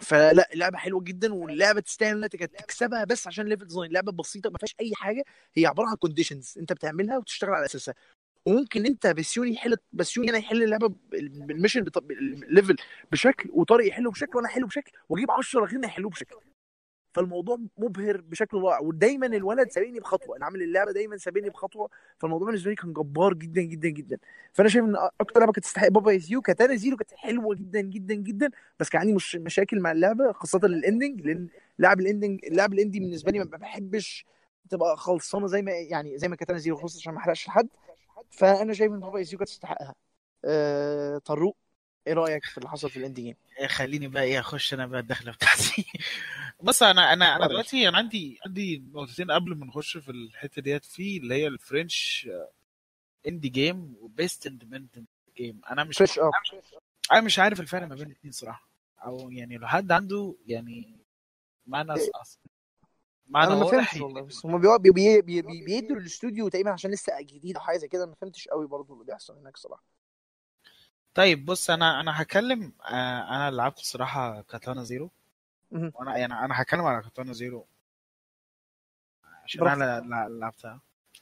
فلا اللعبه حلوه جدا، واللعبه تستاهل انك تكسبها بس عشان ليفل ديزاين. لعبه بسيطه ما فيهاش اي حاجه، هي عباره عن كونديشنز انت بتعملها وتشتغل على اساسها. وممكن انت بسيوني انا يحل اللعبه بالميشن بالليفل بشكل، وطارق يحله بشكل، وانا احله بشكل، واجيب 10 غيرنا يحلوه بشكل. فالموضوع مبهر بشكل رائع، ودايما الولد سابقني بخطوه، اللي عامل اللعبه دايما سابقني بخطوه. فالموضوع بالنسبه لي كان جبار جدا جدا جدا. فانا شايف ان اكتر لعبه كانت تستحق بابا يزيو كاتانا زيرو، كانت حلوه جدا جدا جدا. بس كان عندي مش مشاكل مع اللعبه، خاصه الاندنج، لان اللعب الاندي بالنسبه لي ما بحبش تبقى خلصانه زي ما يعني زي ما كاتانا زيرو، خصوصا عشان ما احرقش لحد. فانا شايف ان بابا يزيو كانت تستحقها. طروق، ايه رايك في اللي حصل في الاندي جيم؟ خليني بقى ايه اخش انا بقى الدخله بتاعتي. بص انا دلوقتي انا عندي نقطتين قبل ما نخش في الحته ديت، في اللي هي الفرنش اندي جيم وبيست اندبندنت جيم. انا مش عارف الفرق ما بين الاثنين صراحه، او يعني لو حد عنده يعني معنى انا ما واضح فهمتش والله، بس هم بيدوا الاستوديو تقريبا عشان لسه جديد او حاجه زي كده. ما فهمتش قوي برضو اللي بيحصل هناك صراحه. طيب بص انا هتكلم، انا لعبت الصراحه كاتانا زيرو، مهم. وانا يعني انا هتكلم على كاتانا زيرو عشان براحتك. انا لعبتها.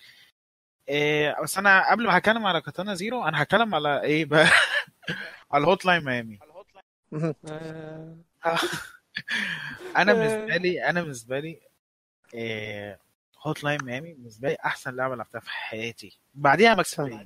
بس انا قبل ما هتكلم على كاتانا زيرو انا هتكلم على ايه بقى على هوت لاين ميامي. مهم. انا بالنسبه لي هوت لاين ميامي بالنسبه لي احسن لعبه لعبتها في حياتي، بعديها ماكس بين.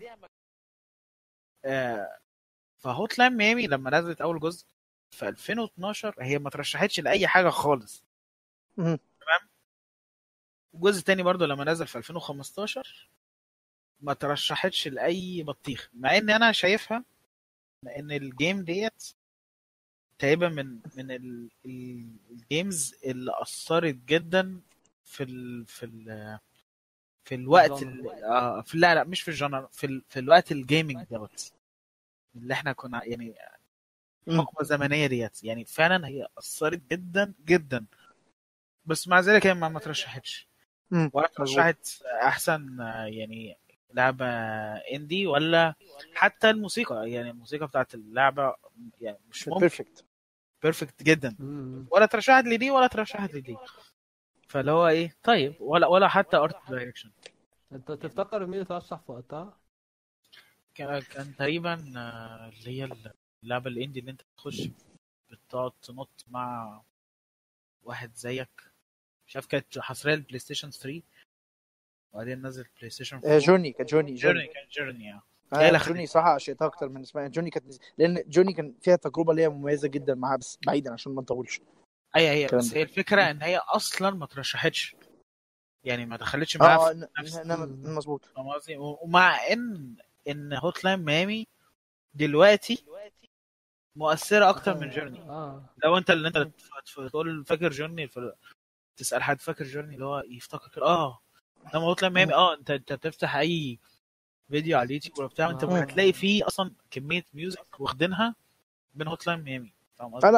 فهوت لاين ميامي لما نزلت اول جزء في 2012 هي ما ترشحتش لاي حاجه خالص. مهم. تمام. الجزء الثاني برضو لما نزل في 2015 ما ترشحتش لاي بطيخ، مع ان انا شايفها ان الجيم ديت تقريبا من الجيمز اللي اثرت جدا في الوقت في لا مش في الجنر، في الوقت الجيمنج دوت اللي احنا كنا يعني حقبه زمنيه ديت، يعني فعلا هي اثرت جدا جدا. بس مع ذلك هي ما ترشحتش ولا ترشحت احسن يعني لعبه اندي، ولا حتى الموسيقى، يعني الموسيقى بتاعت اللعبه يعني مش بيرفكت جدا، ولا ترشحت لدي ولا ترشحت لدي. فاللي هو ايه طيب، ولا حتى ارت دايركشن. انت تفتكر مين اللي ترشح في وقتها؟ كان تقريبا اللي هي اللعبه الاندي اللي انت بتخش بتقعد تنط مع واحد زيك، مش عارف، كانت حصريه البلاي ستيشن 3 وبعدين نزل بلاي ستيشن 4. جوني كانت جوني جوني صح. عشيتها اكتر من اسمها جوني كانت، لان جوني كان فيها تجربه ليا مميزه جدا معاها، بس بعيدا عشان ما نطولش. هي بس هي الفكره ان هي اصلا ما ترشحتش، يعني ما دخلتش معاها مظبوط. ومع ان هوت لاين ميامي دلوقتي مؤثره اكتر من جورني. لو انت اللي انت تقول فاكر جورني، تسال حد فاكر جورني اللي هو يفتكر لما هوت لاين ميامي انت بتفتح اي فيديو على اليوتيوب ولا بتاع، انت هتلاقي فيه اصلا كميه ميوزك واخدينها من هوت لاين ميامي. فاهم قصدي؟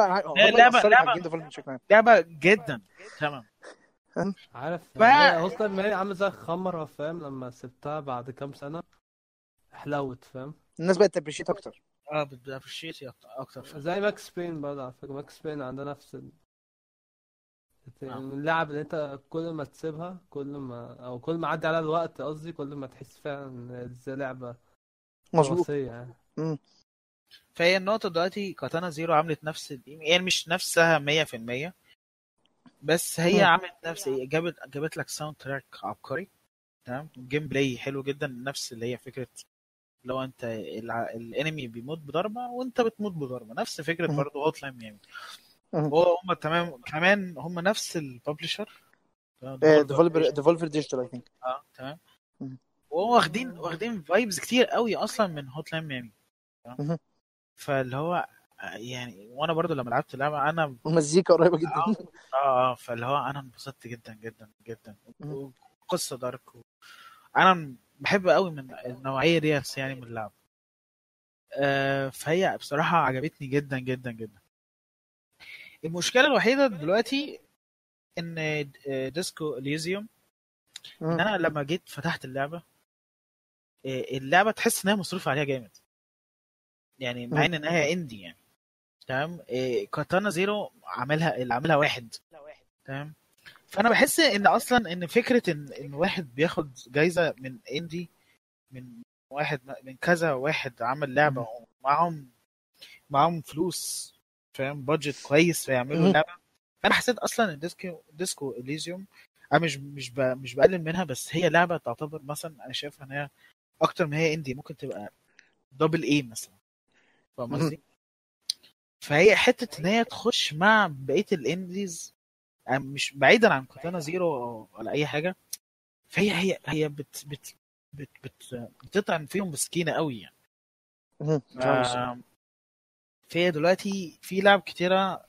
لعبه جدا تمام. عارف هوت لاين ميامي عامل زي خمره، فاهم؟ لما سبتها بعد كام سنه حلوت، فاهم؟ الناس بقت تابريشيت اكتر. بتابريشيت اكتر زي ماكس بين برضه. على فكره ماكس بين عندنا نفس اللعب اللي انت كل ما تسيبها كل ما عدي على الوقت، قصدي كل ما تحس فعلا ازاي لعبه مظبوط يعني. فهي النقطه دلوقتي كاتانا زيرو عملت نفس يعني مش نفسها 100%، بس هي عملت نفس جابت لك ساوند تراك عبقري، تمام، جيم بلاي حلو جدا، نفس اللي هي فكره لو انت الانمي بيموت بضربه وانت بتموت بضربه، نفس فكره برضه هوت لاين ميامي. هم تمام، كمان هم نفس الببلشر ديفولفر ديجيتال اي ثينك. تمام. واخدين فايبز كتير قوي اصلا من هوت لاين ميامي. فاللي هو يعني وانا برضو لما لعبت اللعبه انا المزيكا قريبه جدا. فاللي هو انا انبسطت جدا جدا جدا، وقصه دارك انا بحب قوي من النوعيه دي يعني من اللعب. فهي بصراحه عجبتني جدا جدا جدا. المشكله الوحيده دلوقتي ان ديسكو اليزيوم، ان انا لما جيت فتحت اللعبه تحس انها مصروف عليها جامد، يعني مع ان هي اندي يعني. تمام. كاتانا زيرو اللي عاملها واحد. تمام. فانا بحس ان اصلا ان فكره ان واحد بياخد جايزه من اندي، من واحد من كذا واحد عمل لعبه ومعاهم فلوس، فاهم، بادجت كويس فيعملوا مهم. لعبه. انا حسيت اصلا ان ديسكو اليزيوم، انا مش بقلل منها، بس هي لعبه تعتبر مثلا انا شايفها ان هي اكتر ما هي اندي ممكن تبقى دبل اي مثلا، فاهم مهم. قصدي؟ فهي حته ان هي تخش مع بقيه الانديز، يعني مش بعيدا عن كاتانا زيرو ولا اي حاجه، فهي بتطعن فيهم بسكينه قوي يعني. مهم. فاهم قصدك. فهي دلوقتي في لعب كتيره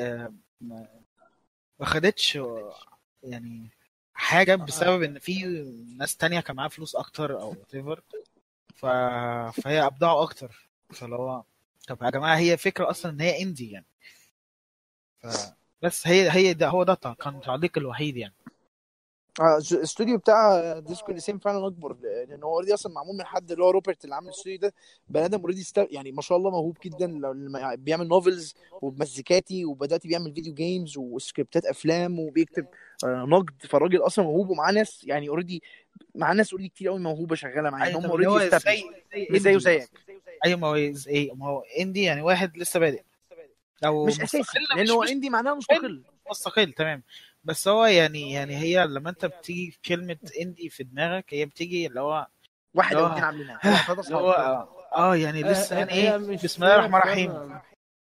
ما خدتش يعني حاجه بسبب ان في ناس تانية كان معاها فلوس اكتر او whatever. ف... فهي ابدعوا اكتر. فاللي هو طب يا جماعه هي فكره اصلا ان هي اندي يعني. ف... بس هي ده هو ده كان تعليق الوحيد يعني. الاستوديو بتاع ديسكو اليسيم فعلا اكبر، لان هو اوريدي اصلا معمول من حد اللي هو روبرت اللي عامل الاستوديو ده. بني ادم اوريدي يعني ما شاء الله موهوب جدا، بيعمل نوفلز ومزيكاتي، وبدات بيعمل فيديو جيمز وسكريبتات افلام وبيكتب نقد. فالراجل اصلا موهوب ومعاه ناس يعني اوريدي، معاه ناس اوريدي كتير قوي موهوبه شغاله معاه، يعني ايوه هم طب اللي اوريدي هو استابليش، زي مش زيه اندي. زيك. ايوه ما هو اندي يعني واحد لسه بادئ او مش اساسي، مستقل، لان هو اندي معناه مستقل مستقل. مستقل تمام. بس هو يعني هي لما انت بتيجي في كلمة اندي في دماغك هي بتيجي اللي هو واحد اللي او هو اتنين عاملينها، ثلاثه اللي اصحاب هو كده. يعني لسه يعني هي ايه، مش بسم الله فير الرحمن الرحيم. فاهم.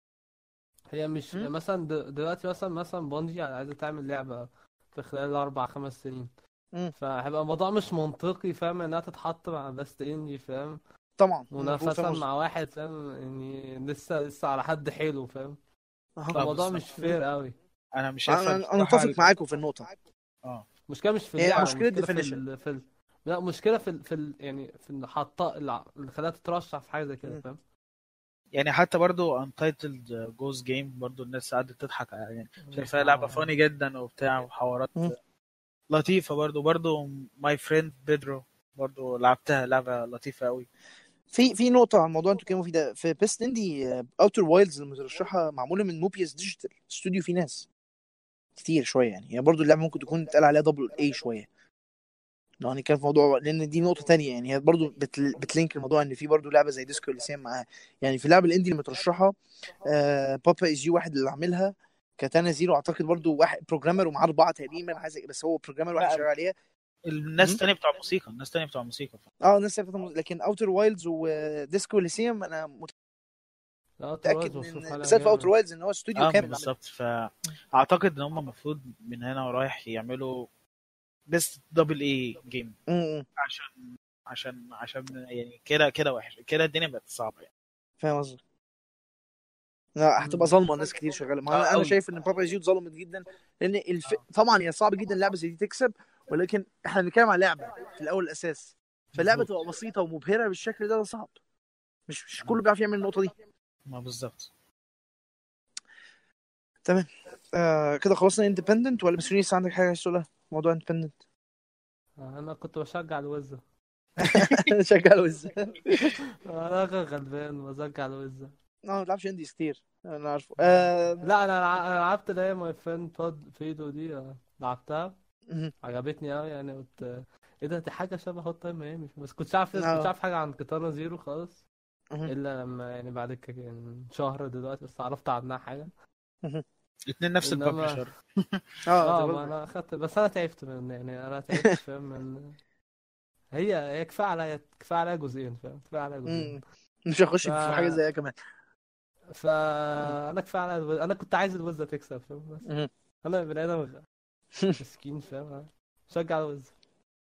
هي مش م? مثلا دلوقتي مثلا بونجي عايزة تعمل لعبة في خلال 4 5 سنين، م. فهيبقى الموضوع مش منطقي فاهم انها تتحط مع بست اندي فاهم، طبعا المفروض، فاهم منافسة قصدي. مع واحد فاهم يعني لسه على حد حلو فاهم. أها. اه فالموضوع مش بالظبط. فير قوي. انا مش شايفها انا بصراحة اتفق معاكم في النقطه. اه المشكلة مش في هي اللعبة، مشكله المشكلة ديفينيشن. لا، مشكلة في يعني في اللي حاطة اللي خلاها تترشح في حاجة زي كده فاهم. يعني حتى برضو Untitled Ghost Game برضو الناس قعدت تضحك يعني شايفاها لعبة فاني جدا وبتاع وحوارات لطيفة. برضو My Friend Pedro برضو لعبتها، لعبة لطيفة قوي. في نقطه على الموضوع انتوا كلموا فيه ده، في بيست اندي اوتر وايلدز المترشحه معموله من موبيس ديجيتال استوديو، في ناس كتير شويه يعني، هي برضو اللعبه ممكن تكون اتقال عليها دبل اي شويه يعني. كان في موضوع، لان دي نقطه تانية يعني، هي برضو بتلينك الموضوع ان في برضو لعبه زي ديسكو اللي معاها يعني. في اللعبه الاندي المترشحه بابا از يو واحد اللي عاملها، كاتانا زيرو اعتقد برضو واحد بروجرامر ومعاه اربعه تقريبا حاجه، بس هو بروجرامر واحد لا شغال عليها. الناس تانية بتوع موسيقى، اه الناس لكن اوتر وايلدز وديسكو اليسيم انا لا متاكد ترواز مصروف ان عليها بالذات في اوتر جامد. وايلدز ان هو استوديو اه كامل اللي عاملها. بالظبط. فاعتقد ان هم المفروض من هنا ورايح يعملوا بس دبل اي جيم، امم عشان يعني كده وحش كده، الدنيا بقت صعبه يعني. فاهم قصدي. لا هتبقى ظالمه ناس كتير شغاله، ما اه انا قوي. شايف ان بابا جيوت ظلمت جدا، لان طبعا هي صعب جدا لعبه زي دي تكسب، ولكن احنا بنتكلم عن لعبه في الاول الاساس، فاللعبه تبقى مظبوط. بسيطه ومبهره بالشكل ده صعب، مش كله بيعرف يعمل النقطه دي. ما بالظبط. تمام. كده خلصنا اندبندنت، ولا بس لسه عندك حاجه عايز تقولها موضوع اندبندنت؟ انا كنت بشجع الوزة. شغال وز. انا غلبان بشجع الوزة. ما بلعبش اندي كتير انا عارفه. لا أنا لعبت اللي هي ماي فريند تود فيدو دي، لعبتها مهم. عجبتني قوي يعني. قلت ايه ده، دي حاجه شبه هوت تايم ميامي، بس كنتش اه عارف حاجه عن كاتانا زيرو خالص، مهم. الا لما يعني بعد يعني شهر دلوقتي بس عرفت عنها حاجه. مهم. اتنين نفس انما الببلشر. اه اه ما ديفلوبر. انا اخدت، بس انا تعبت من يعني انا تعبت فاهم من هي كفايه عليا جزئين فاهم، كفايه عليا جزئين. مش هخش ف في حاجه زيها كمان. انا كفايه عليا انا كنت عايز الوزه تكسب فاهم، بس مهم. انا بني ادم مسكين فاهم، شجع الوزه.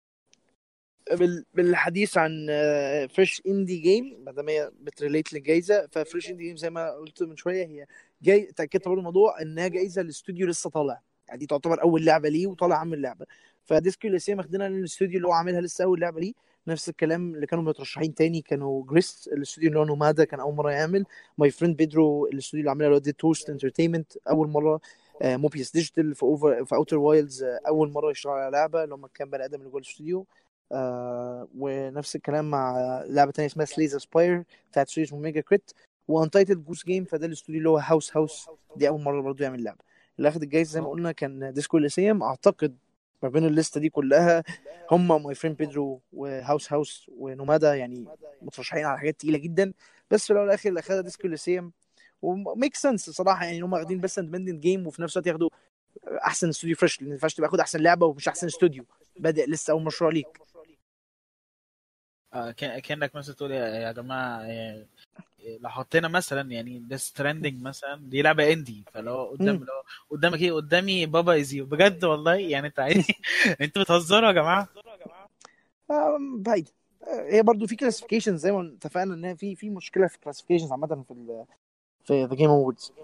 بالحديث عن فريش اندي جيم، ما دام هي بتريليت للجائزه، ففريش اندي جيم زي ما قلت من شويه هي تاكدت برضه الموضوع انها جائزه لاستوديو لسه طالع، يعني دي تعتبر اول لعبه ليه وطالع عامل لعبه. فديسكو لسه واخدينها للاستوديو اللي هو عاملها لسه اول لعبه ليه. نفس الكلام اللي كانوا مترشحين تاني كانوا جريست الاستوديو اللي هو نومادا كان اول مره يعمل، ماي فريند بيدرو الاستوديو اللي عاملها اللي هو دي توست انترتينمنت اول مره، موبيس ديجيتال في اوتر وايلدز اول مره يشتغل على لعبه اللي هم كان بني ادم اللي جوه الاستوديو. ونفس الكلام مع لعبه تانية اسمها سليز اسباير بتاعت سيريس اوميجا كريت. وانتايتد جوس جيم، فده الاستوديو اللي هو هاوس دي اول مره برضو يعمل لعبه. اللي اخد الجايزه زي ما قلنا كان ديسكو اليسيوم. اعتقد ما بين الليسته دي كلها هم ماي فريند بيدرو وهاوس ونومادا يعني مترشحين على حاجات تقيله جدا، بس في الاول والاخر اللي اخدها ديسكو اليسيوم. وميك سنس صراحه، يعني هم واخدين بس اندبندنت جيم وفي نفس الوقت ياخدوا احسن استوديو فريش، لان ما ينفعش تبقى احسن لعبه ومش احسن استوديو بادئ لسه اول مشروع ليك. كأنك مثلا تقول يا جماعه، لو حطينا مثلا يعني ديس ترندنج مثلا، دي لعبه اندي، فلو لو قدامك ايه، قدامي بابا ايزيو بجد والله يعني انت انتوا بتهزروا يا جماعه. بعيد. هي برضو في كلاسيفيكيشن زي ما اتفقنا ان في مشكله في كلاسيفيكيشنز عامه في ذا جيم اووردز.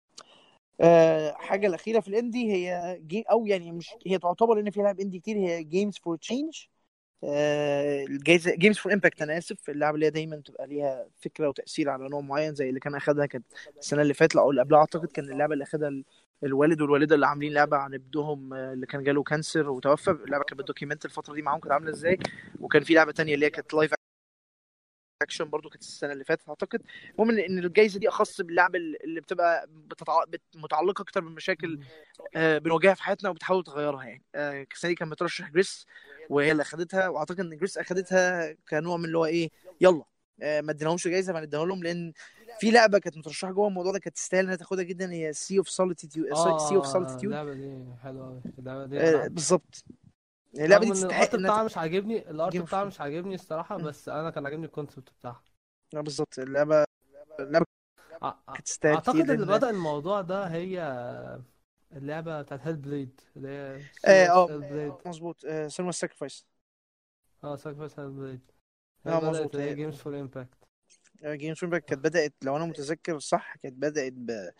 حاجه الاخيره في الاندي هي او يعني مش هي تعتبر ان في لعب اندي كتير، هي جيمز فور تشينج. الجايزه جيمز فور امباكت، انا اسف، اللعبه اللي هي دايما تبقى ليها فكره وتاثير على نوع معين، زي اللي كان اخدها كانت السنه اللي فاتت او اللي قبلها اعتقد، كان اللعبه اللي اخدها الوالد والوالده اللي عاملين لعبه عن ابنهم اللي كان جاله كانسر وتوفى. اللعبه كانت بتدوكيمنت الفتره دي معاهم كانت عامله ازاي. وكان في لعبه تانية اللي هي كانت لايف اكشن برضو كانت السنه اللي فاتت اعتقد. المهم ان الجائزه دي اخص باللعب اللي بتبقى متعلقه اكتر بمشاكل بنواجهها في حياتنا وبتحاول تغيرها يعني. السنه دي كان مترشح جريس وهي اللي اخدتها، واعتقد ان جريس اخدتها كنوع من اللي هو ايه، يلا ما اديناهمش جايزه فنديها لهم، لان في لعبه كانت مترشحه جوه الموضوع ده كانت تستاهل انها تاخدها جدا، هي سي اوف سوليتيود. سي اوف سوليتيود اللعبه دي حلوه قوي، اللعبه دي انا لعبت. بالظبط. اللعبه دي رغم ان تستحق الارت انها بتاعها مش عاجبني، جيم اوف. الصراحه، بس انا كان عاجبني الكونسيبت بتاعها. بالظبط. اللعبه كانت تستاهل كتير اعتقد اللي لان بدأ الموضوع ده هي اللعبه بتاعت هيل بليد، اللي هي سي اه اوف هيل بليد. مظبوط. سينما ساكرفايس. اه ساكرفايس هيل بليد، هي بدأت مظبوط. اللي هي جيمز فور امباكت. جيم فريمباك كانت بدأت لو انا متذكر صح كانت بدأت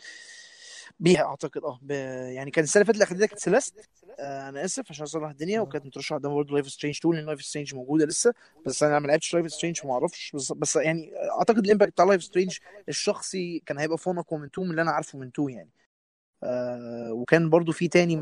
بيها اعتقد يعني كان السنه اللي فاتت اللي اخدتها كانت سيليست. انا اسف عشان اصلح الدنيا، وكانت مترشحه قدام برضه لايف سترينج 2 لان لايف سترينج موجوده لسه، بس انا ما لعبتش لايف سترينج فما اعرفش بس يعني اعتقد الامباكت بتاع لايف سترينج الشخصي كان هيبقى فون اقوى من 2 من اللي انا عارفه من 2 يعني. وكان برضه في تاني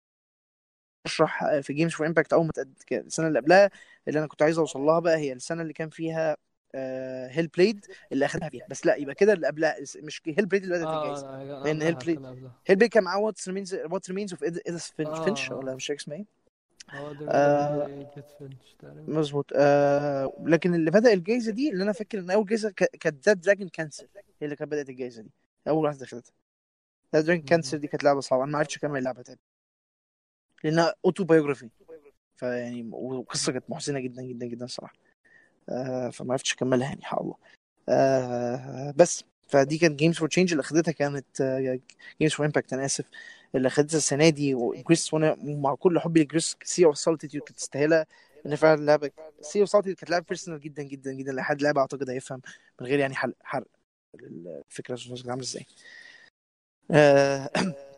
مترشح في جيمز فور امباكت اول ما السنه اللي قبلها، اللي انا كنت عايز اوصل لها بقى هي السنه اللي كان فيها هيل بليد اللي اخدها فيها. بس لا يبقى كده اللي قبلها مش هيل بليد اللي بدات اه الجائزه، انا لان هيل قبلها، بليد كان قبلها. كان معاه وات ريمينز اوف ايديث فينش اه ولا مش فاكر اسمها ايه. هو دي آه ديت فينش تقريبا. مظبوط. لكن اللي بدأ الجائزه دي اللي انا فاكر ان اول جائزه كانت ذات دراجون كانسر، هي اللي كانت بدأت الجائزه دي اول واحده دخلتها. ذات دراجون كانسر دي كانت لعبه صعبه، انا ما عرفتش اكمل اللعبه تاني لانها اوتو بايوجرافي، فيعني وقصه كانت محزنه جدا جدا جدا صراحه. فما عرفتش اكملها يعني حق الله. بس فدي كانت جيمز فور تشينج. اللي اخدتها كانت جيمز فور امباكت انا اسف، اللي اخدتها السنه دي وجريس، وانا مع كل حبي لجريس سي اوف سولتيتيود كانت تستاهلها، ان فعلا اللعبه سي اوف سولتيتيود كانت لعبه بيرسونال جدا جدا جدا لحد لعبه اعتقد هيفهم من غير يعني حرق الفكره عامله ازاي. آه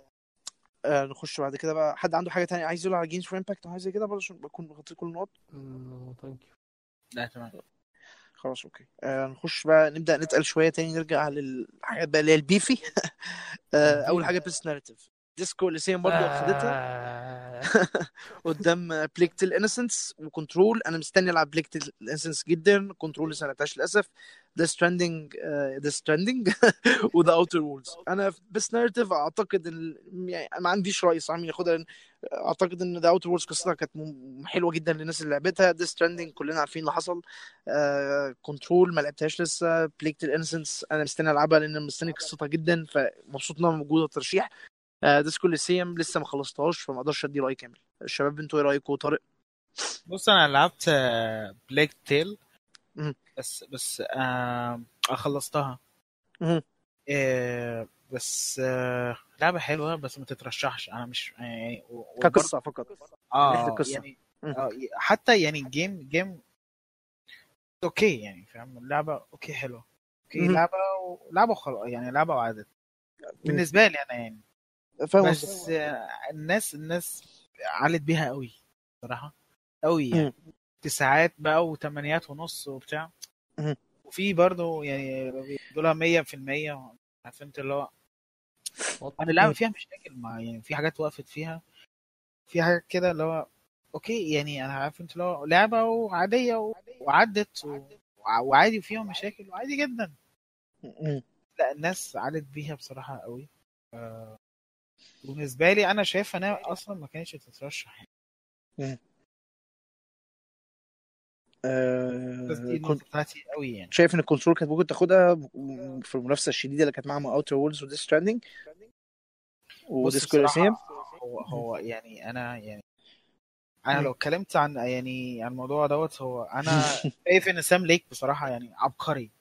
نخش بعد كده بقى. حد عنده حاجه تانية عايز يقول على جيمز فور امباكت او حاجه زي كده برضه عشان بكون غطيت كل النقط؟ ثانك يو. لا تمام. خلاص اوكي. نخش بقى نبدا نتقل شويه تاني، نرجع للحاجات بقى اللي هي البيفي. اول اديني. حاجه بيس ناريتيف. ديسكو لسيم برضو اخدتها قدام بليك تيل انسنس وكنترول. انا مستني العب بليك تيل انسنس جدا، كنترول لسه ما لعبتهاش للاسف. ذا ستراندنج وذا اوتر وولز. انا في بيس ناريتيف اعتقد يعني ما عنديش راي صح مين ياخدها، لأن اعتقد ان ذا اوتر وولز قصتها كانت حلوه جدا للناس اللي لعبتها. ذا ستراندنج كلنا عارفين اللي حصل. كنترول ما لعبتهاش لسه. بليك تيل انسنس انا مستني العبها لان مستني قصتها جدا، فمبسوط انها موجوده ترشيح. ديسكو ليسيوم لسه ما خلصتهاش فما اقدرش ادي راي كامل. الشباب انتوا ايه رايكم؟ طارق؟ بص انا لعبت بلاك تيل، مهم. بس خلصتها. مهم. بس لعبة حلوة بس ما تترشحش، انا مش يعني وبرضه كقصه فقط من ناحيه القصه. يعني مهم. حتى يعني جيم اوكي يعني فاهم، اللعبة اوكي حلوة، اوكي مهم. لعبة وخلاص يعني، لعبة وعدت مهم. بالنسبة لي انا يعني. فاهم قصدك. بس الناس علت بيها قوي صراحة، قوي مهم. يعني. تسعات بقى وثمانيات ونص وبتاع، مهم. وفي برضه يعني بيدولها 100%. فهمت اللي هو انا اللعبة مهم. فيها مشاكل مع يعني، في حاجات وقفت فيها، في حاجات كده اللي هو اوكي يعني انا عارف انت اللي هو لعبة وعادية وعدت وعادي وفيها مشاكل وعادي جدا. مهم. لا الناس عادت بيها بصراحه قوي. بالنسبه لي انا شايف انها اصلا ما كانتش تترشح يعني. بس دي كنت النقطه بتاعتي قوي يعني. شايف ان الكونسول كانت ممكن تاخدها في المنافسه الشديده اللي كانت معاها مع اوتر وولز وديس ستراندنج بص وديسكو بصراحه اليسيم. هو يعني انا لو اتكلمت عن الموضوع دوت، هو انا شايف ان سام ليك بصراحه يعني عبقري.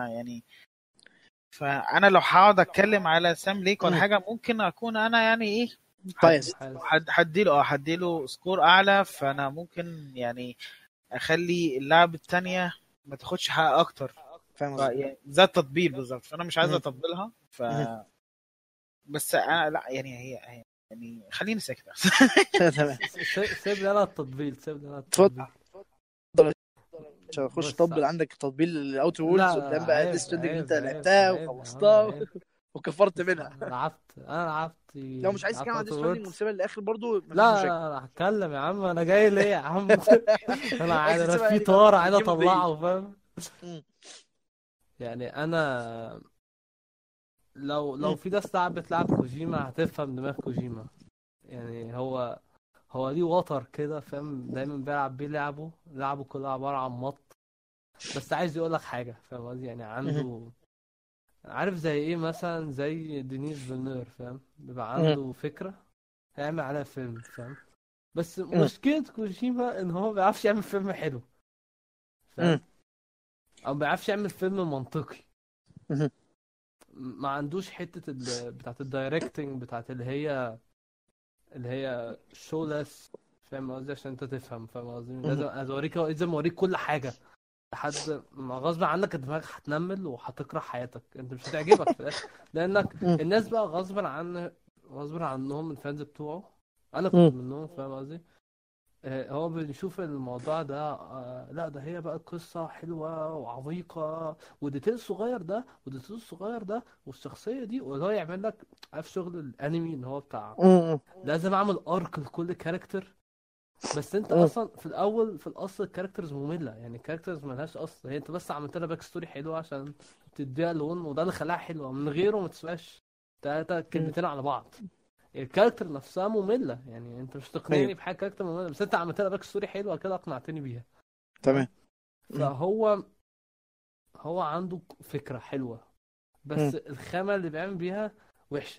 فانا لو هقعد اتكلم على سام ليك ولا حاجه، ممكن اكون انا يعني ايه بايست. هديله سكور اعلى. فانا ممكن يعني اخلي اللعبه التانية ما تاخدش حق اكتر. فاهم قصدي؟ يعني زي التطبيل بالظبط، فانا مش عايز اطبلها. بس انا لا يعني هي يعني خليني ساكت. تمام. سيب لي انا التطبيل، سيب لي انا اتفضل. التطبيل. مش هخش بص، طبل عندك تطبيل الاوتر لا وولز لا، قدام بقى ديس عيب ستراندنج اللي انت عيب عيب لعبتها عيب يا عم، وخلصتها عيب. وكفرت بص، منها. انا لعبت لو مش عايز لعبت تتكلم عن اوتر ديس ستراندنج ووردز. ونسيبها للاخر برضو مفيش لا مشاكل. لا لا، هتكلم يا عم، انا جاي ليه يا عم؟ انا عايز، عايز انا تسيبها في يعني بقى طار عايز الجيم اوف ذا يير. اطلعه، فاهم؟ يعني انا لو في ناس بتلعب كوجيما هتفهم دماغ كوجيما. يعني هو ليه وتر كده، فاهم؟ دايما بيلعب بيه لعبه كلها عبارة عن مط. بس عايز يقول لك حاجة، فاهم قصدي؟ يعني عنده، عارف زي ايه؟ مثلا زي دينيس فيلنير، فاهم؟ بيبقى عنده فكرة هيعمل عليها فيلم، فاهم؟ بس مشكلة كوجيما ان هو ما بيعرفش يعمل فيلم حلو، فاهم؟ او ما بيعرفش يعمل فيلم منطقي. ما عندوش حتة بتاعت الدايركتنج، بتاعت اللي هي شولس، فاهم قصدي؟ عشان انت تفهم، فاهم قصدي؟ لازم اوريك كل حاجة لحد ما غصب عنك الدماغ هتنمل وهتكره حياتك، انت مش هتعجبك في الاخر. لانك الناس بقى غصب عنهم الفانز بتوعه، انا كنت منهم، فاهم قصدي؟ هو بنشوف الموضوع ده، لا ده هي بقى قصة حلوة وعميقة، وديتيل صغير ده وديتيل صغير ده والشخصية دي، واللي هو يعمل لك عارف شغل الانمي ان هو بتاع لازم اعمل ارك لكل كاركتر. بس انت اصلا في الاول في الاصل الكاركترز ممله، يعني الكاركترز ملهاش اصل، هي انت بس عملت لها باك ستوري حلوه عشان تديها لون، وده اللي خلاها حلوه، من غيره ما تسواش تلاتة كلمتين على بعض. الكاركتر نفسها ممله، يعني انت مش تقنعني بحاجه كاركتر ممله، بس انت عملت لها باك ستوري حلوه كده اقنعتني بيها. تمام. فهو عنده فكره حلوه، بس الخامه اللي بيعمل بيها وحشه.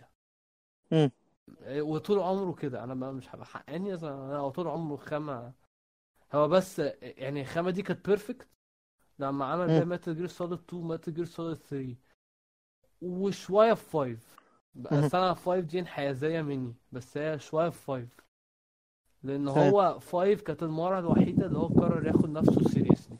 وطول عمره كده، انا بقى مش هبقى حقاني، هو طول عمره خامه. هو بس يعني الخامة دي كانت بيرفكت لما عمل بيها ماتل جير سوليد 2 ماتل جير سوليد 3 وشوية في 5. بس أنا 5 دي انحيازية مني، بس هي شوية في 5 لأن هو 5 كانت المرة الوحيدة اللي هو قرر ياخد نفسه سيريسلي.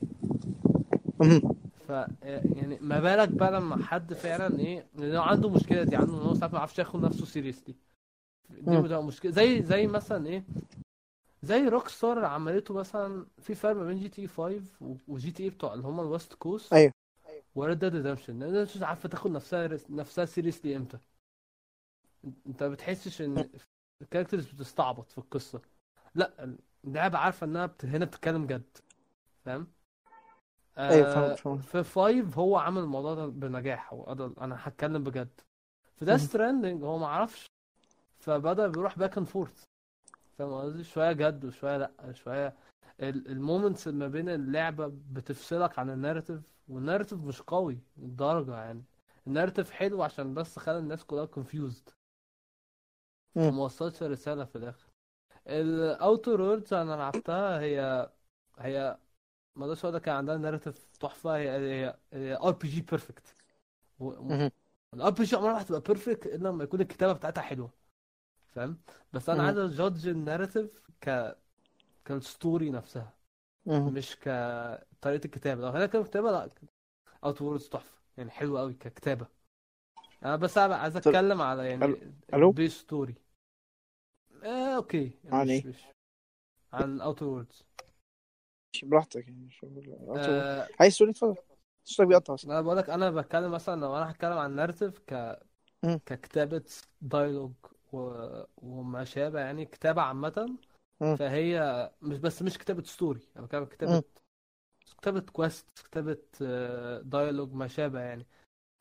يعني ما بالك بقى لما حد فعلا ايه، لأنه عنده مشكلة دي، عنده ان هو ساعات ما يعرفش ياخد نفسه سيريسلي. دي بتبقى مشكلة زي مثلا ايه، زي روك ستار اللي عملته مثلا. في فرق ما بين جي تي 5 وجي تي اي بتوع اللي هم الويست كوست. ايوه. وريد ديد ريدمشن، لان مش عارفه تاخد نفسها سيريسلي امتى. انت بتحسش ان الكاركترز بتستعبط في القصه. لا، اللعبه عارفه انها هنا بتتكلم جد، فاهم؟ ايوه فاهم. في 5 هو عمل الموضوع ده بنجاح، انا هتكلم بجد. في ده ستراندنج هو ما عرفش، فبدا بيروح باك اند فورث، فاهم قصدي؟ شويه جد وشويه لا، شويه المومنتس ما بين اللعبه بتفصلك عن الناريتيف، والناريتيف مش قوي للدرجه. يعني الناريتيف حلو عشان بس خلى الناس كلها كونفيوزد، وما وصلتش رساله في الاخر. الاوتر ووردز انا لعبتها، هي ما اقدرش اقول لك كان عندها ناريتيف تحفه، هي ار بي جي بيرفكت. الار بي جي عمرها ما هتبقى بيرفكت الا لما يكون الكتابه بتاعتها حلوه، فاهم؟ بس انا عايز اجادج الناريتيف كالستوري نفسها، مش كطريقه الكتابه. لو هي كتابه لا، اوت ووردز تحفه يعني، حلوه قوي ككتابه. انا بس عايز اتكلم على يعني الو البيس ستوري. اوكي يعني عن ايه؟ مش عن اوت ووردز. براحتك يعني. عايز تقول اتفضل، صوتك بيقطع اصلا. انا بقول لك، انا بتكلم مثلا لو انا هتكلم عن ناريتيف ككتابه دايلوج وما شابه، يعني كتابه عامه. فهي مش كتابه ستوري، انا بتكلم كتابه كويست، كتابه دايلوج ما شابه يعني.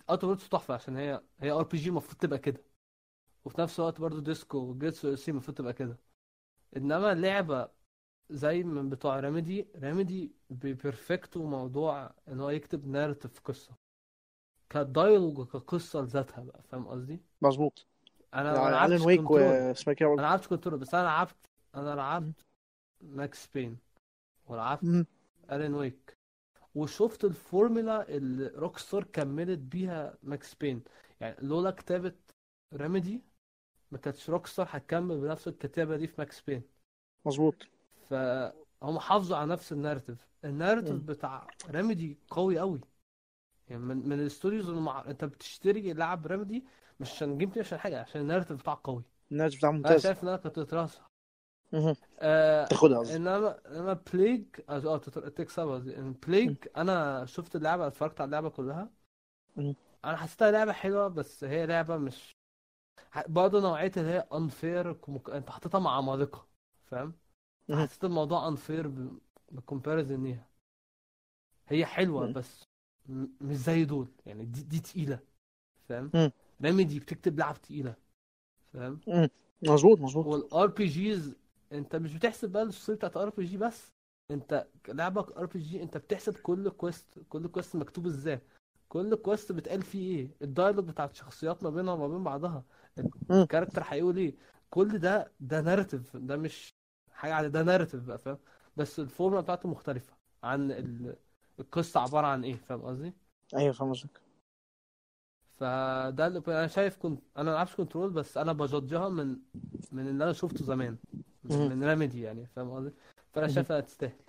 اوتر وورلدز تحفه عشان هي ار بي جي المفروض تبقى كده، وفي نفس الوقت برضو ديسكو وجيتسو سي المفروض تبقى كده. انما لعبه زي من بتوع ريميدي بيرفكتوا موضوع ان هو يكتب ناريتيف قصه كدايلوج وكقصه لذاتها بقى، فاهم قصدي؟ مظبوط. انا الان لعبت ويك كنترول، واسمها كده انا لعبت كنترول، بس انا لعبت ماكس بين ولعبت الين ويك، وشفت الفورمولا اللي روك ستار كملت بيها ماكس بين. يعني لولا كتابة ريميدي ما كانتش روك ستار هتكمل بنفس الكتابة دي في ماكس بين. مظبوط. فهم حافظوا على نفس الناريتيف مم. بتاع ريميدي قوي قوي. يعني من الاستوديوز انت بتشتري لعب ريميدي مش عشان جيم بلاي، عشان حاجة، عشان الناريتيف بتاعه قوي. الناس بتاع انا ممتاز. شايف انها كانت تتراسها. مهم. تاخدها قصدي. انما بليج تكسبها قصدي. بليج انا شفت اللعبه، اتفرجت على اللعبه كلها، مم. انا حسيتها لعبه حلوه، بس هي لعبه مش برضه نوعيه اللي هي انفير، انت حطيتها مع عمالقه، فاهم؟ مهم. فحسيت الموضوع انفير بالكومباريزن ليها. هي حلوه مم. بس مش زي دول، يعني دي تقيله، فاهم؟ مم. ريميدي بتكتب لعب تقيله، فاهم؟ مم. مظبوط. والار بي جيز انت مش بتحسب بقى الشخصيه بتاعت ار بي جي بس، انت لعبك ار بي جي انت بتحسب كل كويست مكتوب ازاي، كل كويست بتقال فيه ايه، الدايلوج بتاعت الشخصيات ما بينها وما بين بعضها، مم. الكاركتر هيقول ايه، كل ده ناريتيف، ده مش حاجه عاديه، ده ناريتيف بقى، فاهم؟ بس الفورمولا بتاعته مختلفه عن القصه عباره عن ايه، فاهم قصدي؟ ايوه فاهم قصدك. فده اللي انا شايف. انا ما لعبش كنترول، بس انا بجدجها من اللي انا شفته زمان مهم. من ريميدي، يعني فاهم قصدي؟ فانا مهم. شايفها تستاهل.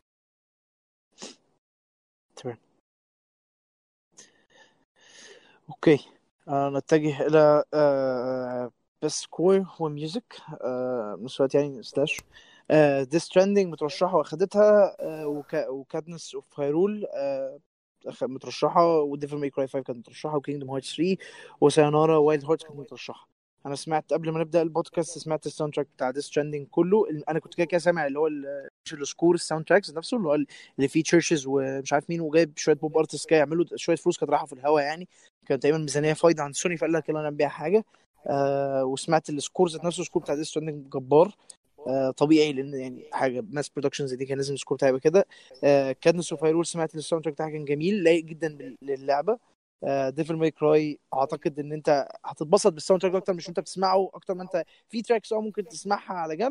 تمام. اوكي. نتجه الى بس كور وميوزك نفس الوقت يعني سلاش ديس ترندنج مترشحه واخدتها وكادنس اوف هايرول مترشحه، وديفل ماي كراي 5 كانت مترشحه، وكينجدم هارتس 3 وسايونارا وايلد هارتس كانت مترشحه. انا سمعت قبل ما نبدا البودكاست، سمعت الساوند تراك بتاع ديس ترندنج كله. انا كنت كده سامع اللي هو مش السكور، الساوند تراكس نفسه اللي هو اللي فيه تشيرشز ومش عارف مين، وجايب شويه بوب ارتست كده يعملوا شويه فلوس كانت رايحه في الهوا يعني. كانت تقريبا ميزانيه فايده عند سوني، فقال لك يلا نبيع حاجه. وسمعت السكور ذات نفسه، السكور بتاع ديس ترندنج جبار. طبيعي لان يعني حاجه ماس برودكشنز دي كان لازم السكور بتاعها يبقى كده. كادنس اوف هايرول سمعت الساوند تراك بتاعها كان جميل لايق جدا للعبه. ديفل ماي كراي اعتقد ان انت هتتبسط بالساوند تراك اكتر، مش انت بتسمعه اكتر ما انت في تراكس ممكن تسمعها على جنب.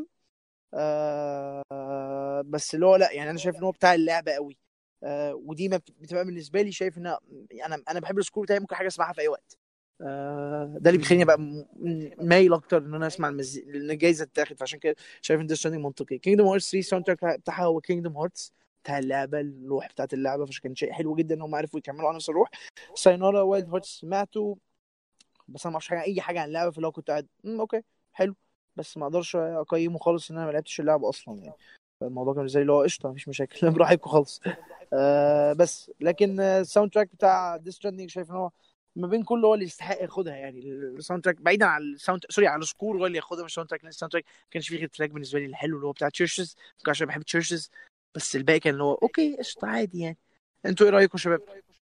بس اللي هو لا يعني انا شايف ان هو بتاع اللعبه قوي. ودي ما بتبقى بالنسبه لي شايف ان انا بحب السكور بتاعي، ممكن حاجه اسمعها في اي وقت. ده اللي بيخليني ابقى مايل اكتر ان انا اسمع لان الجايزه تتاخد، فعشان كده شايف ان ده ستراندنج منطقي. كينجدم هارتس 3 الساوند تراك بتاعها هو كينجدم هارتس بتاع اللعبه، الروح بتاعت اللعبه، فعشان كان شيء حلو جدا ان هم عرفوا يكملوا على نفس الروح. ساينارا وايلد هارتس سمعته، بس انا ما اعرفش اي حاجه عن اللعبه، فلو كنت قاعد اوكي حلو، بس ما اقدرش اقيمه خالص ان انا ما لعبتش اللعبه اصلا يعني. الموضوع كان زي اللي هو قشطه مفيش مشاكل براحتكم خالص. بس لكن الساوند تراك بتاع ديس ستراندنج شايف ان هو ما بين كله هو اللي يستحق ياخدها يعني. الساوند تراك بعيدا عن الساوند سوري على السكور هو اللي ياخدها، مش الساوند تراك، لان الساوند تراك ما كانش فيه غير تراك بالنسبه لي الحلو اللي هو بتاع تشيرشز، عشان بحب تشيرشز، بس الباقي كان اللي هو اوكي قشطه عادي يعني. انتوا ايه رايكم يا شباب؟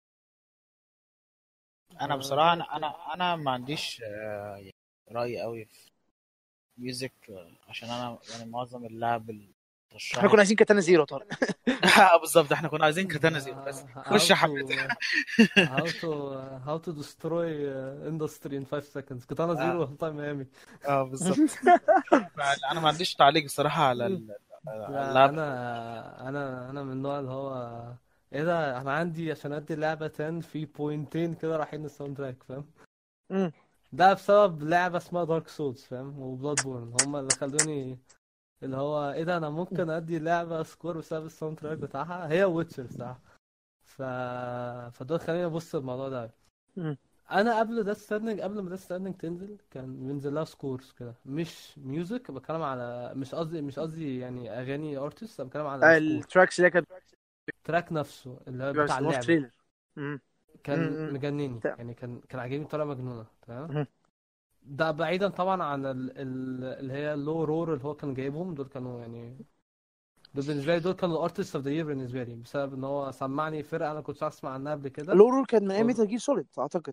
انا بصراحه انا ما عنديش يعني راي قوي في ميوزك، عشان انا يعني معظم اللعب اللي احنا كنا اترشحت عايزين كاتانا زيرو طارق. بالظبط احنا كنا عايزين كاتانا زيرو بس. how خش يا to حبيبي. how to destroy industry in 5 seconds. كاتانا زيرو تايم ميامي. بالظبط. انا ما عنديش تعليق الصراحه على على لا اللعبه. انا من النوع اللي هو ايه ده، انا عندي عشان ادي اللعبه 10 في بوينتين كده رايحين الساوند تراك، فاهم؟ ده بسبب لعبه اسمها دارك سولز، فاهم؟ وبلاد بورن هم اللي خلوني اللي هو ايه ده، انا ممكن ادي اللعبه سكور بسبب الساوند تراك بتاعها، هي ويتشر بصراحه. ف فدول خليني ابص الموضوع ده. انا قبل ما ده ستاندنج تنزل كان بينزل لها سكورز كده، مش ميوزك، بتكلم على مش قصدي يعني اغاني ارتست، انا بتكلم على سكور التراكس اللي كانت تراك نفسه اللي هو بيبقى بتاع بيستخدموها في اللعبه، تريلر. كان مجنني يعني، كان عاجبني بطريقه مجنونه، تمام. مم. ده بعيدا طبعا عن اللي هي اللو رور اللي هو كان جايبهم، دول كانوا يعني دول بالنسبه لي، دول كانوا الارتست اوف ذا يير بالنسبه لي، بسبب ان هو سمعني فرقه انا كنتش اسمع عنها قبل كده. لورو كان من ايام ميتال جير سوليد اعتقد.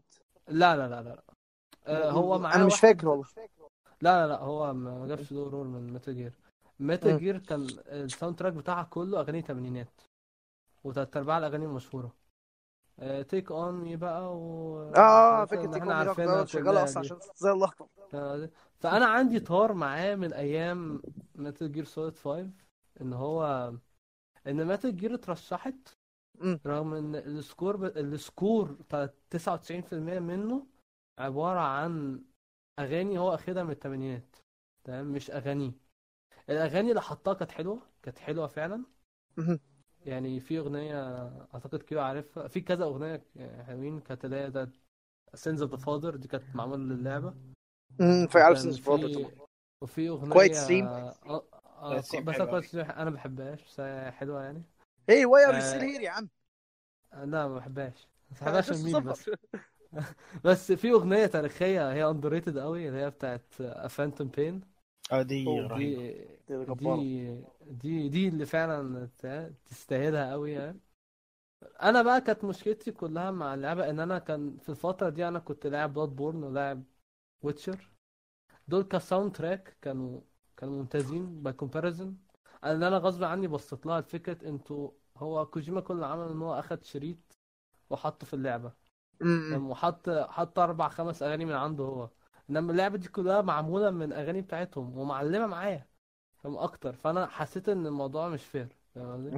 لا لا لا لا هو معاه انا مش واحد. فاكر والله. لا هو ما جابش دور رول من ميتال جير. ميتال جير كان الساوند تراك بتاعها كله اغاني تمانينات، وتلات ارباع الاغاني المشهوره. تيك اون مي بقى فاكر اللي تيك احنا اون مي، عارفينها كنت شغاله كلها اصلا دي. عشان زي اللقطه. فانا عندي طار معاه من ايام ميتال جير سوليد 5، ان هو ان ميتال جير اترشحت امم رغم ان السكور بتاع 99% منه عباره عن اغاني هو اخدها من الثمانينات، تمام؟ مش اغاني. الاغاني اللي حطها كانت حلوه فعلا. أمم. يعني في اغنيه اعتقد كده عارفها، في كذا اغنيه حلوين، كانت اللي هي ده سينز اوف ذا فاذر، دي كانت معموله للعبه. فعارف وكان سينس برادر طبعا. وفي كوايت اغنيه ستريم. تقسيم بس حلو كويس أوي. انا ما بحبهاش، بس هي حلوه يعني. هي واي ار ستيل آه... هير يا عم. لا ما بحبهاش، عشان بس ميمي بس. صفر. بس في اغنيه تاريخيه هي اندريتد قوي، اللي هي بتاعت فانتوم بين. دي اوه، رهيبه. دي دي جباره. دي اللي فعلا تستاهلها قوي يعني. انا بقى كانت مشكلتي كلها مع اللعبه ان انا كان في الفتره دي انا كنت لاعب بلاد بورن ولاعب ويتشر. دول كساوند تراك كانوا ممتازين باي كومباريزن. انا غصب عني بصيت لها الفكره، انتوا هو كوجيما كل اللي عمل ان هو اخد شريط وحطه في اللعبه، امم حط 4 5 اغاني من عنده هو. انما اللعبه دي كلها معموله من اغاني بتاعتهم ومعلمه معايا، فاهم اكتر. فانا حسيت ان الموضوع مش فير، فاهم قصدي؟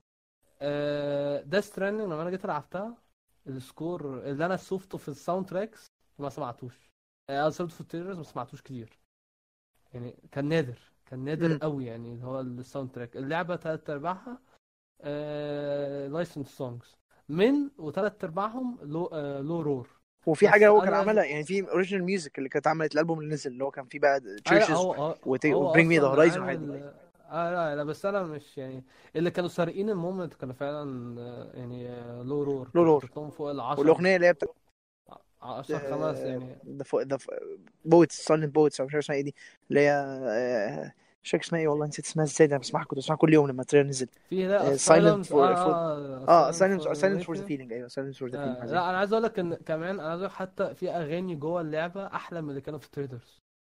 ده ستراندنج لما انا جيت لعبتها، السكور اللي انا شفته في الساوند تراكس ما سمعتوش. انا سمعته في التريلرز ما سمعتوش كتير، يعني كان نادر قوي. يعني اللي هو الساوند تراك اللعبه تلات ارباعها لايسنس سونجز، وتلات ارباعهم لو رور. وفي حاجه بس هو كان انا عملها، يعني في اوريجينال ميوزك اللي كانت عملت الالبوم اللي نزل، اللي هو كان فيه بقى لا تشيرشز هو وبرينج مي ذا اصلا هورايزون والحاجات دي. عامل لا بس انا مش يعني اللي كانوا سارقين المومنت كانوا فعلا يعني لو رور كنت لولور. حاطط لهم فوق العشر، والاغنيه اللي هي بتاعت 10 5 يعني. ذا بويتس سايلنت بويتس، او مش عارف اسمها ايه دي، اللي هي مش فاكر اسمها ايه والله، نسيت اسمها ازاي. ده انا بسمعها، كنت بسمعها كل يوم لما التريلر نزل. في لا سايلنت سايلنس فور سايلنس سايلنت فور ذا فور. فيلينج. ايوه سايلنت فور ذا فيلينج. لا انا عايز اقول لك ان كمان انا عايز أقولك حتى في اغاني جوه اللعبه احلى من اللي كانوا في تريدرز.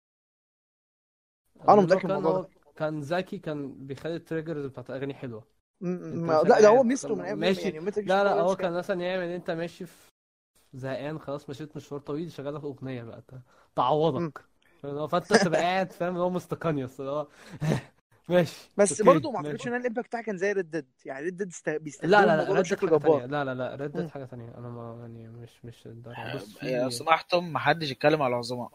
انا لان متاكد من الموضوع ده. هو كان ذكي، كان بيخلي التريجرز بتاعت اغاني حلوه. انت مثلا لا ده هو قاعد ميزته من ايام ماشي، يعني ميتال جير لا سوليد هو 5 كان كان. مثلا يعمل انت ماشي في زهقان خلاص، مشيت مشوار طويل، شغال لك اغنيه بقى تعوضك. فانت تبقى قاعد فاهم اللي هو مستقنيص اللي هو ماشي بس اوكي برضه ما اعتقدش ماشي. ان الامباكت بتاعها كان زي ريد ديد. يعني ريد ديد لا بيستخدموا لا لا الموضوع ده ردت بشكل حاجه تانية، جبار. لا ردت حاجه تانية. انا ما يعني مش الدرجه. بص لو في سمحتم محدش يتكلم على العظماء.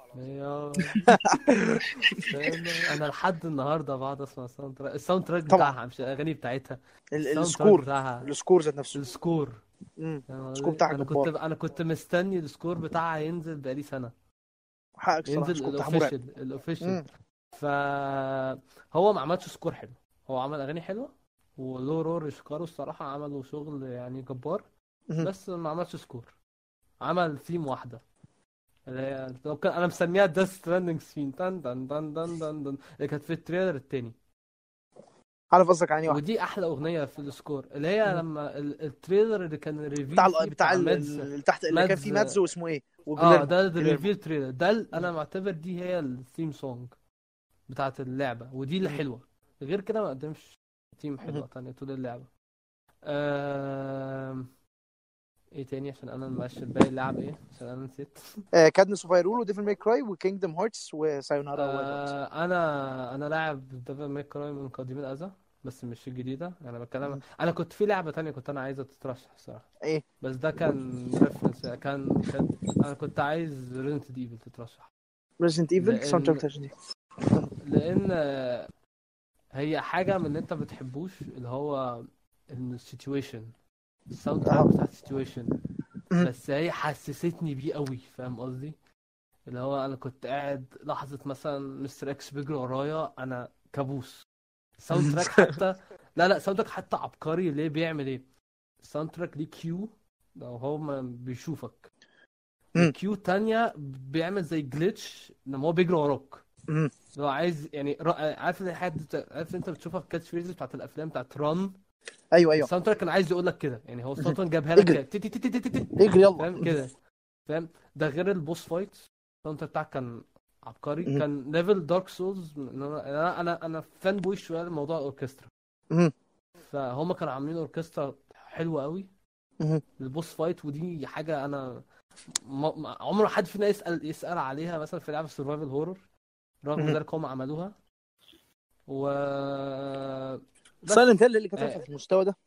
انا لحد النهارده بقعد اسمع الساوند تراك طبعا بتاعها، مش الاغاني بتاعتها. الساوند تراك السكور بتاعها، السكور ذات نفسه. السكور. فاهم السكور قصدي؟ بتاعها جبار. انا كنت مستني السكور بتاعها ينزل بقالي سنه، حقك الصراحه، ينزل السكور بتاعها مرعب. الاوفيشال. امم فهو ما عملش سكور حلو، هو عمل اغاني حلوه، ولو رور يشكروا الصراحه، عملوا شغل يعني جبار. امم بس ما عملش سكور. عمل ثيم واحده اللي هي لو كان انا مسميها داث ستراندنج ثيم دن دن دن دن دن دن، اللي كانت في التريلر التاني. عارف قصدك على واحده. ودي احلى اغنيه في السكور، اللي هي مم. لما التريلر اللي كان الريفيل فيه بتاع بتاع مادز. اللي تحت، اللي كان فيه مادزو اسمه ايه، وجليرمو. ده جليرمو. الريفيل تريلر ده انا معتبر دي هي الثيم سونج بتاعت اللعبه، ودي اللي مم. حلوه. غير كده ما قدمش تيم مم. حلوه تانية طول اللعبه. ايه تاني عشان انا ماشي الباقي اللعب ايه عشان انا نسيت. كادنس اوف هايرول وديفل ماي كراي وكينجدم هارتس وسايونارا وايلد هارتس. انا لاعب ديفل ماي كراي من قديم الازل، بس مش الجديده. انا بتكلم انا كنت في لعبه تانية كنت انا عايزه تترشح الصراحه، ايه بس ده كان ريفرنس. كان انا كنت عايز ريزنت ايفل تترشح، ريزنت ايفل ساوند تراك لان بتاعتها دي. لان هي حاجه من اللي انت بتحبوش، اللي هو السيتويشن، الساوند تراك بتاع السيتويشن. بس هي حسستني بيه قوي، فاهم قصدي؟ اللي هو انا كنت قاعد لحظه مثلا مستر اكس بيجري ورايا، انا كابوس. الساوند تراك حتى لا ساوند تراك حتى عبقري. ليه بيعمل ايه؟ الساوند تراك ليه كيو لو هو ما بيشوفك، وكيو تانية بيعمل زي جليتش لما هو بيجري وراك. لو عايز يعني عارف عارف انت بتشوفها في الكاتش فريز بتاعت الافلام بتاعت ران. ايوه الساوند تراك كان عايز يقول لك كده، يعني هو الساوند تراك جابها لك اجري كده اجري يلا. فاهم كده. فاهم. ده غير البوس فايت، الساوند بتاعك كان عبقري، مهم. كان ليفل دارك سولز. انا فان بوي شويه لموضوع الاوركسترا، مهم. فهم كانوا عاملين اوركسترا حلوه قوي مهم. البوس فايت. ودي حاجه انا عمره حد فينا يسال عليها مثلا في لعبه سرفايفل هورر، رغم مهم. ذلك هم عملوها. و سايلنت بس هيل اللي كانت واقفه في المستوى ده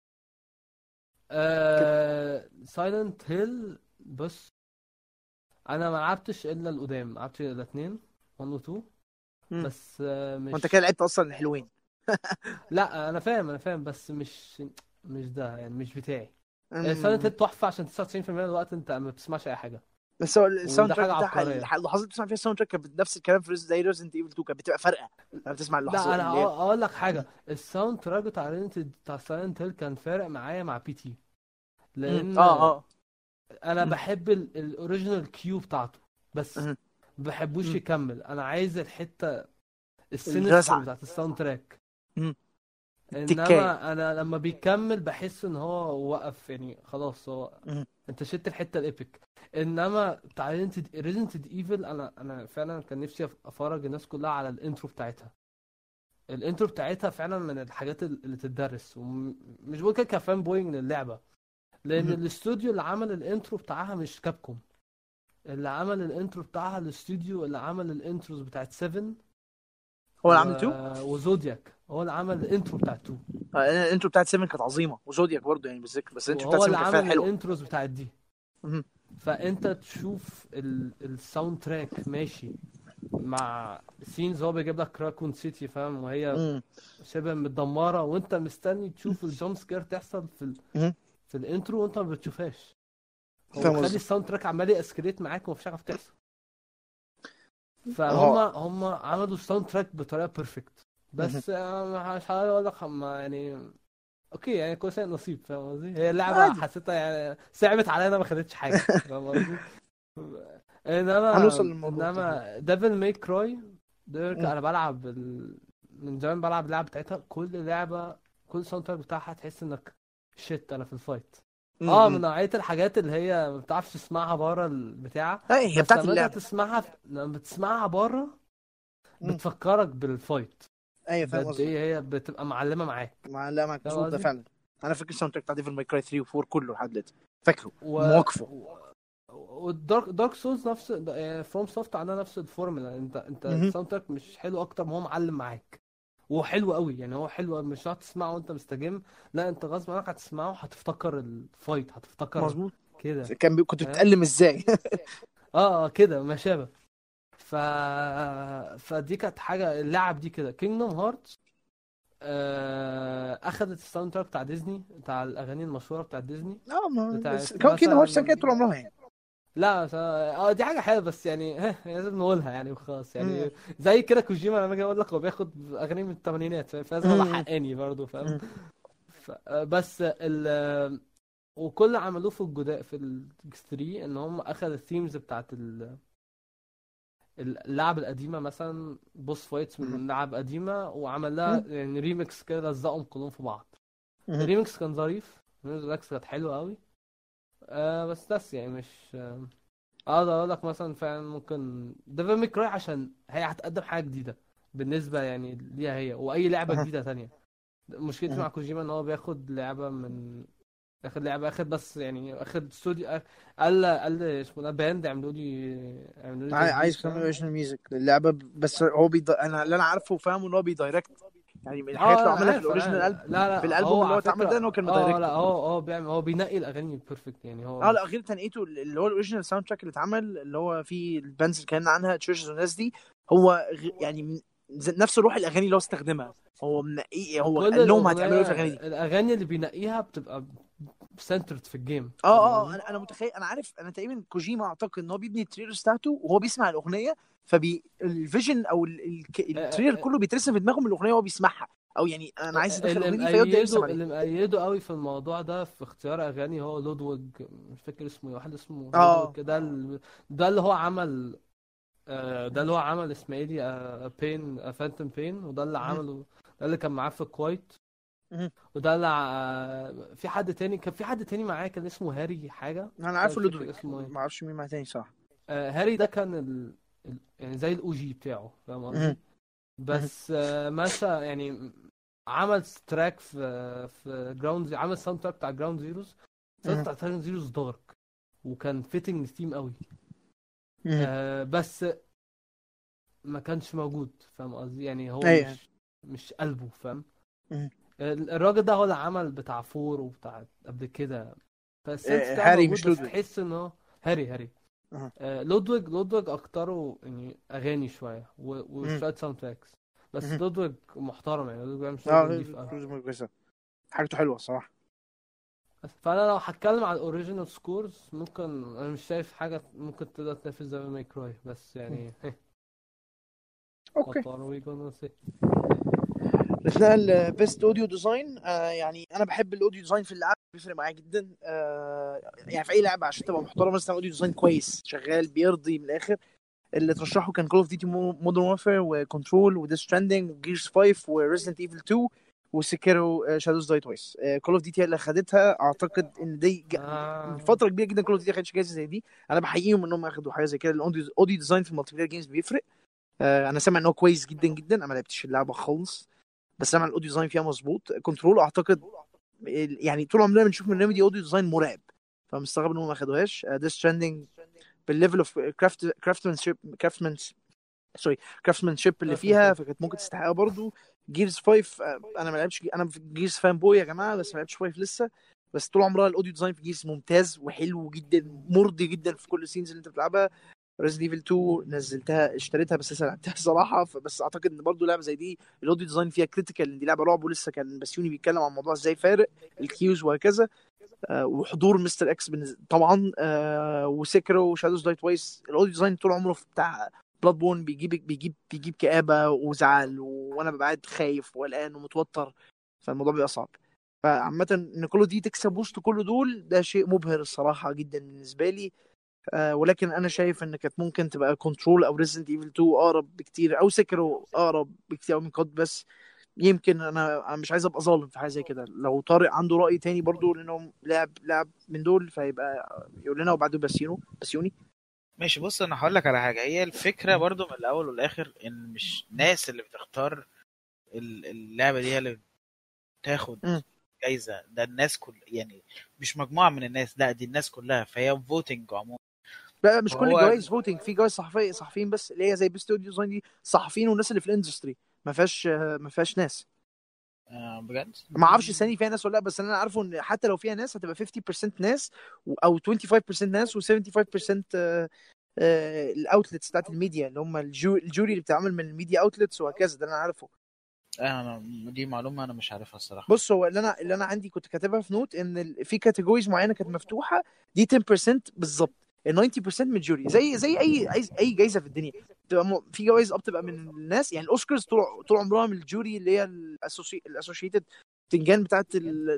كده. سايلنت هيل، بس انا ما لعبتش الا القدام، ما لعبتش الا 2 1 و 2 مم. بس. وانت كده مش لعبت اصلا الحلوين. لا انا فاهم بس مش ده يعني مش بتاعي. سايلنت مم. هيل تحفه عشان 99% من الوقت انت ما بتسمعش اي حاجه، بس هو الساوند وده تراك حاجه بتاعها عبقريه. اللحظات اللي بتسمع فيها الساوند تراك كانت نفس الكلام في زي ريزنت ايفل 2، كانت بتبقى فارقه لما بتسمع لا اللحظات انا اللي هي. اقول لك حاجه، الساوند تراك بتاع سايلنت هيل كان فارق معايا مع بي تي، لان اه. انا مم. بحب الاوريجينال كيو بتاعته، بس مم. ما بحبوش مم. يكمل. انا عايز الحته السينستر الرزعه. بتاعت الساوند تراك. مم. التكايه. انما انا لما بيكمل بحس ان هو وقف يعني خلاص، هو مم. انت شلت الحته الابيك. انما بتاع ريزنت ايفل، انا فعلا كان نفسي افرج الناس كلها على الانترو بتاعتها. الانترو بتاعتها فعلا من الحاجات اللي تدرس، ومش بقول كده كفان بوينج للعبه، لان مم. الاستوديو اللي عمل الانترو بتاعها مش كابكوم. اللي عمل الانترو بتاعها الاستوديو اللي عمل الانتروز بتاعت 7 هو اللي عمل 2. وزودياك، هو اللي عمل الانترو بتاعت 2، الانترو بتاعت 7 كانت عظيمه، وزودياك برضه يعني بالذكر، بس الانترو بتاعت وهو 7 اللي كانت فعلا عمل حلوه. الانتروز بتاعت دي. مم. فانت تشوف الساوند تراك ماشي مع سينز، هو بيجيب لك راكون سيتي فاهم، وهي مم. شبه متدمره، وانت مستني تشوف الجامب سكير تحصل مم. في الانترو وانت ما بتشوفهاش. هو فاهم مخلي قصدي. الساوند تراك عمال ياسكليت معاك ومفيش حاجه بتحصل. فهم هو. هم عملوا الساوند تراك بطريقه بيرفكت. مم. بس مش هقول لك يعني اوكي يعني كل شيء نصيب، فاهم قصدي. هي اللعبه عادي. حسيتها يعني صعبت علينا، ما خدتش حاجه، فاهم قصدي. انما هنوصل للموضوع ده. انما ديفل ماي كراي مم. انا بلعب من زمان بلعب اللعبه بتاعتها. كل لعبه كل ساوند تراك بتاعها تحس انك شيت انا في الفايت. من مم. نوعيه الحاجات اللي هي ما بتعرفش تسمعها بره البتاع، هي بس بتاعت لما انت اللعبه. تسمعها لما بتسمعها بره مم. بتفكرك بالفايت، ايوه فاهم بجد قصدك. ايه هي بتبقى معلمه معاك، لا معاك فاهم مظبوط ده قصدي. فعلا. انا فاكر الساوند تراك بتاع ديفل ماي كراي 3 و4 كله لحد دلوقتي فاكره و مواقفه. والدارك سولز نفس فروم سوفت عندها نفس الفورمولا. انت مهم. الساوند تراك مش حلو اكتر ما هو معلم معاك، وهو حلو قوي يعني. هو حلو مش هتسمعه وانت مستجم، لا انت غصب عنك هتسمعه هتفتكر الفايت، هتفتكر مظبوط. كده، كنت فاهم. بتتألم ازاي. كده ما شابه. ف فدي كانت حاجه. اللعب دي كده كينجدوم هارتس اخدت الساوند تراك بتاع ديزني، بتاع الاغاني المشهوره بتاع ديزني، ما بس بتاعت كده هو كده مثلا. طول عمرها يعني. لا دي حاجه حلوه بس يعني لازم نقولها يعني وخلاص مم. يعني. زي كده كوجيما لما اجي اقول لك هو بياخد اغاني من الثمانينات، فلازم ابقى مم. حقاني برضه فاهم. مم. بس وكل اللي عملوه في الجداء في الاكس 3 ان هم اخذ الثيمز بتاعت اللعب القديمه، مثلا بوس فايتس مم. من لعب قديمه، وعمل لها مم. يعني ريميكس كده، لزقهم كلهم في بعض. مم. الريميكس كان ظريف، الريميكس كانت حلوه قوي. بس يعني مش اقدر اقول لك مثلا فعلا ممكن ديفل ميك كراي عشان هي هتقدم حاجه جديده بالنسبه يعني ليها هي، واي لعبه مم. جديده تانية. مشكلتي مم. مع كوجيما ان هو بياخد لعبه من اخد لعبه اخد بس يعني اخد استوديو قال اسمه ده باند عملوا لي تظبيط عايز كمان فاهم. اوريجينال ميوزك للعبه، بس هو انا اللي انا عارفه وفاهمه ان هو بيدايركت يعني من الحاجات اللي هو انا عملها في عارف الاوريجينال لا في هو الالبوم اللي هو على اتعمل فكره ده ان هو كان مدايركت. لا هو بيعمل، هو بينقي الاغاني بيرفكت يعني. هو لا مش غير تنقيته اللي هو الاوريجينال ساوند تراك اللي اتعمل اللي هو فيه البانز اللي اتكلمنا عنها تشيرشز والناس دي. هو يعني نفس روح الاغاني اللي هو استخدمها. هو منقي، هو كل قال لهم هتعملوا الاغنيه ايه في الاغاني دي. الاغاني اللي بينقيها بتبقى سنترد في الجيم، فاهم قصدي. انا متخيل، انا عارف، انا تقريبا كوجيما اعتقد ان هو بيبني التريلر بتاعته وهو بيسمع الاغنيه، الفيجن او التريلر كله بيترسم في دماغه من الاغنيه وهو بيسمعها، او يعني انا عايز ادخل اللي الاغنيه دي فيقعد يرسم مأيده عليها. اللي مأيده قوي في الموضوع ده في اختيار اغاني هو لودويج، مش فاكر اسمه واحد اسمه لودويج اه. كده ده اللي هو عمل ده اللي هو عمل اسماعيلي بين فانتوم بين، وده اللي عمله، ده اللي كان معاه في كوايت. مهم. ودلع في حد تاني، كان في حد تاني معاه كان اسمه هاري حاجه، انا عارفه مش فاكر لودويج، اسمه ايه. ما اعرفش مين معاه تاني صح. هاري ده كان يعني زي الاو جي بتاعه، فاهم قصدي؟ مهم. مهم. بس مثلا يعني عمل تراك في جراوند، عمل ساوند تراك بتاع جراوند زيروز. الساوند مهم. بتاع جراوند زيروز دارك، وكان فيتنج ثيم قوي. مهم. بس ما كانش موجود، فاهم قصدي؟ يعني هو ايوه. مش قلبه، فاهم؟ مهم. الراجل ده هو اللي عمل بتاع فور وبتاع قبل كده، فالسنس بتاعه هاري موجود، مش بس لودويج. تحس ان هو هاري. أها. لودويج اكتره يعني اغاني شويه مهم. وشويه ساوند تراكس. بس مهم. لودويج محترم، يعني لودويج بيعمل اه شغل نضيف قوي. لودويج كويسه، حاجته حلوه الصراحه. فانا لو هتكلم على الاوريجينال سكورز، ممكن انا مش شايف حاجه ممكن تقدر تنافس زي ماي كراي، بس مهم. يعني اوكي. what are we gonna say. نتنقل بيست اوديو ديزاين. يعني انا بحب الاوديو ديزاين في اللعب، بيفرق معايا جدا. يعني في اي لعبه عشان تبقى محترمه مثلا اوديو ديزاين كويس شغال بيرضي من الاخر. اللي ترشحه كان كول اوف ديوتي مودرن وارفير وكنترول وديث ستراندنج وجيرز 5 وريزدنت ايفل 2 وسيكيرو شادوز داي تويس. كول اوف ديوتي اللي خدتها، اعتقد ان دي من آه فتره كبيره جدا كول اوف ديوتي خدتش جايزه زي دي. انا بحييهم انهم اخدوا حاجه زي كده. الاوديو ديزاين في المالتي بلاير جيمز بيفرق. انا سامع ان هو كويس جدا جدا، انا ما لعبتش اللعبه خالص، بس سامع الاوديو ديزاين فيها مظبوط. كنترول اعتقد يعني طول عمرنا بنشوف من ريميدي اوديو ديزاين مرعب، فمستغرب انهم ما خدوهاش. ديث ستراندنج بالليفل اوف كرافتمانشيب اللي فيها، فكانت ممكن تستحقها برضو. جيرز 5 انا ما لعبش، انا في جيرز فان بوي يا جماعه، بس ما لعبتش 5 لسه. بس طول عمرها الاوديو ديزاين في جيرز ممتاز وحلو جدا، مرضي جدا في كل السينز اللي انت بتلعبها. ريزد ايفل 2 نزلتها اشتريتها بس لسه لعبتها صراحه، بس اعتقد ان برضو لعبه زي دي الاوديو ديزاين فيها كريتيكال، ان دي لعبه رعب، ولسه كان بسيوني بيتكلم عن الموضوع ازاي فارق الكيوز وهكذا. وحضور مستر اكس طبعا. وسيكرو وشادوز داي تويس، الاوديو ديزاين طول عمره بتاع بلاد بون بيجيب كآبة وزعل، وانا ببقى قاعد خايف وقلقان ومتوتر، فالموضوع بيبقى صعب. فعامة ان كل دي تكسب وسط كل دول، ده شيء مبهر الصراحة جدا بالنسبة لي. ولكن انا شايف ان كانت ممكن تبقى كنترول او ريزنت ايفل 2 اقرب بكتير، او سيكرو اقرب بكتير من كود. بس يمكن انا مش عايز ابقى ظالم في حاجه زي كده. لو طارق عنده راي تاني برضو لانه لعب من دول، فيبقى يقول لنا، وبعده بسيوني. ماشي، بص انا هقول لك على حاجه. هي الفكره برضو من الاول والاخر ان مش ناس اللي بتختار اللعبه دي هي اللي بتاخد مم. جايزه، ده الناس كل يعني، مش مجموعه من الناس، لا دي الناس كلها، فهي فوتنج عموما. لا مش كل فهو الجوائز فوتنج، في جوائز صحفيين بس، اللي هي زي بيست اوديو ديزاين دي صحفيين والناس اللي في الاندستري، ما فيهاش ناس. بجد. ما اعرفش السنه فيها ناس ولا لا، بس انا عارفه ان حتى لو فيها ناس هتبقى 50% ناس او 25% ناس و75% الاوتلتس بتاعت الميديا، اللي هم الجوري اللي بتتعامل من الميديا اوتلتس وهكذا. ده انا عارفه. انا دي معلومه انا مش عارفها الصراحه. بص، هو اللي انا عندي كنت كاتبها في نوت، ان في كاتيجوريز معينه كانت مفتوحه، دي 10% بالظبط. ال 90% من الجوري، زي اي جايزه في الدنيا. في جوائز بتبقى من الناس، يعني الاوسكارز طول عمرها من الجوري، اللي هي الاسوشيتد بتنجان بتاعت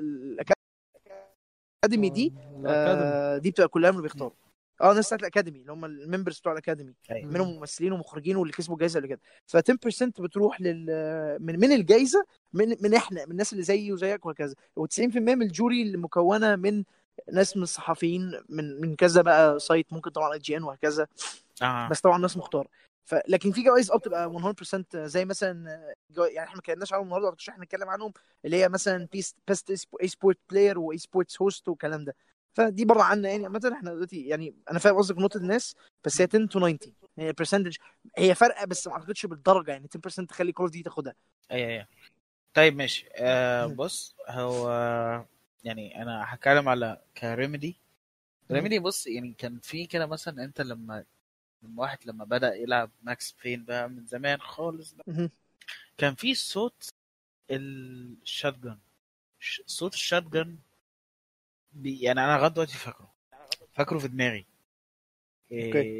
الاكاديمي دي. الأكاديمي. دي بتبقى كلها من اللي بيختاروا. الناس بتاعت الاكاديمي اللي هم الممبرز بتوع الاكاديمي، ايوه. منهم ممثلين ومخرجين واللي كسبوا جايزه اللي كده. ف 10% بتروح من الجايزه، من احنا، من الناس اللي زيي وزيك وهكذا. و90% من الجوري اللي مكونه من ناس من الصحفيين من كذا بقى سايت، ممكن طبعا IGN وهكذا، بس طبعا ناس مختاره. لكن في جوائز بتبقى 100%، زي مثلا يعني احنا ما اتكلمناش عنهم النهارده، مش احنا نتكلم عنهم، اللي هي مثلا بيست اي سبورت بلاير واي سبورتس هوست والكلام ده. فدي بره عنا يعني. عامه احنا دلوقتي يعني انا فاهم قصدك نقطه الناس، بس هي 10 to 90 هي برسنتج، هي فرقه، بس ما اعتقدش بالدرجه يعني 10% تخلي كول اوف دي تاخدها. ايوه. طيب ماشي. بص هو يعني انا هتكلم على كريميدي. ريميدي بص، يعني كان في كده مثلا، انت لما واحد لما بدأ يلعب ماكس بين بقى من زمان خالص بقى، كان في صوت الشاتجن. صوت الشاتجن يعني انا لغايه دلوقتي فاكره في دماغي. اوكي.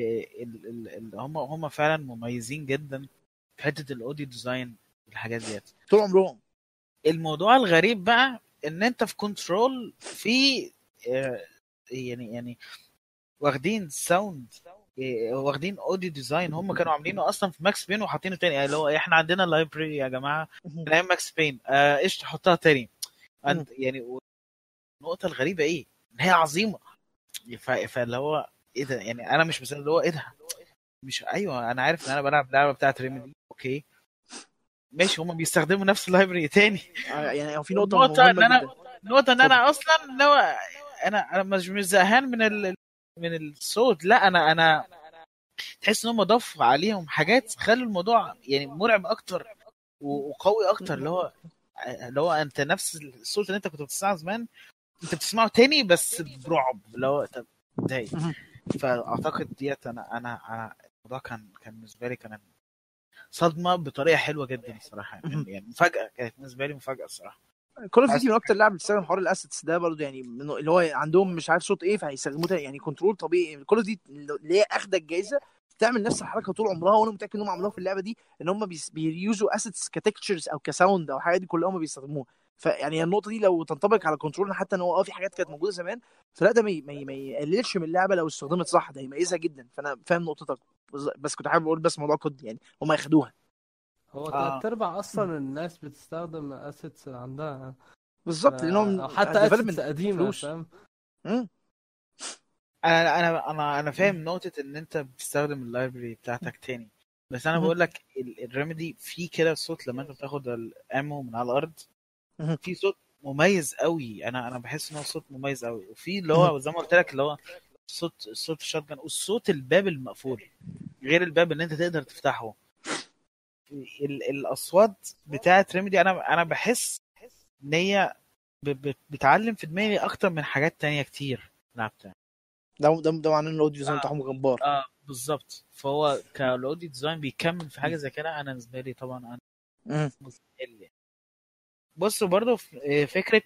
هم فعلا مميزين جدا في حته الاوديو ديزاين والحاجات ديت طول عمرهم. الموضوع الغريب بقى ان انت في كنترول في يعني واخدين ساوند واخدين اوديو ديزاين هم كانوا عاملينه اصلا في ماكس بين وحاطينه تاني، يعني اللي هو احنا عندنا لايبرري يا جماعه من ايام ماكس بين، ايش تحطها تاني يعني. النقطه الغريبه ايه ان هي عظيمه، فاللي هو ايه ده يعني، انا مش مثلا اللي هو ايه ده، مش ايوه انا عارف ان انا بلعب لعبه بتاعه ريميدي اوكي ماشي، هم بيستخدموا نفس اللايبرري تاني. يعني في نقطه النقطه مهمه ان انا جدا. النقطه ان انا اصلا لو انا مش زهقان من الصوت، لا انا تحس ان هم ضافوا عليهم حاجات خلوا الموضوع يعني مرعب اكتر وقوي اكتر، اللي هو انت نفس الصوت اللي انت كنت بتسمعه زمان انت بتسمعه تاني بس برعب، اللي هو طب ازاي. فاعتقد ديت انا الموضوع كان بالنسبه لي كان صدمه بطريقه حلوه جدا الصراحه، يعني مفاجاه، كانت بالنسبه لي مفاجاه الصراحه. كول اوف ديوتي من اكتر لعب بتستخدم حوار الاسيتس ده برضه، يعني اللي هو عندهم مش عارف صوت ايه فهيستخدموه يعني كنترول طبيعي. كول اوف ديوتي اللي هي اخده الجائزه تعمل نفس الحركه طول عمرها، وانا متاكد انهم عملوها في اللعبه دي، ان هم بييوزوا اسيتس كتكتشرز او كساوند او حاجه دي كلها هم بيستخدموها. فيعني النقطه دي لو تنطبق على كنترول، حتى ان هو في حاجات كانت موجوده زمان، فلا ده ما يقللش من اللعبه لو استخدمت صح، ده هيميزها جدا. فانا فاهم نقطتك، بس كنت حابب اقول بس موضوع كود يعني هم ياخدوها. هو تلات ارباع اصلا الناس بتستخدم اسيتس عندها، بالظبط او لانهم حتى اسيتس ديفلوبمنت قديمه، فلوس. فاهم. انا فاهم نقطه ان انت بتستخدم اللايبرري بتاعتك تاني، بس انا بقول لك الريميدي في كده صوت لما انت بتاخد الامو من على الارض، في صوت مميز قوي، انا بحس ان هو صوت مميز قوي. وفي اللي هو زي ما قلت لك اللي هو صوت الشوت جان والصوت الباب المقفول غير الباب اللي انت تقدر تفتحه. الاصوات بتاعه ريميدي انا بحس ان هي بتعلم في دماغي اكتر من حاجات تانية كتير لعبتها. ده معناه ان الاوديو ديزاين بتاعهم جبار. بالظبط، فهو كالاوديو ديزاين بيكمل في حاجه زي كده. انا بالنسبه لي طبعا انا مستقل. بص برضو فكره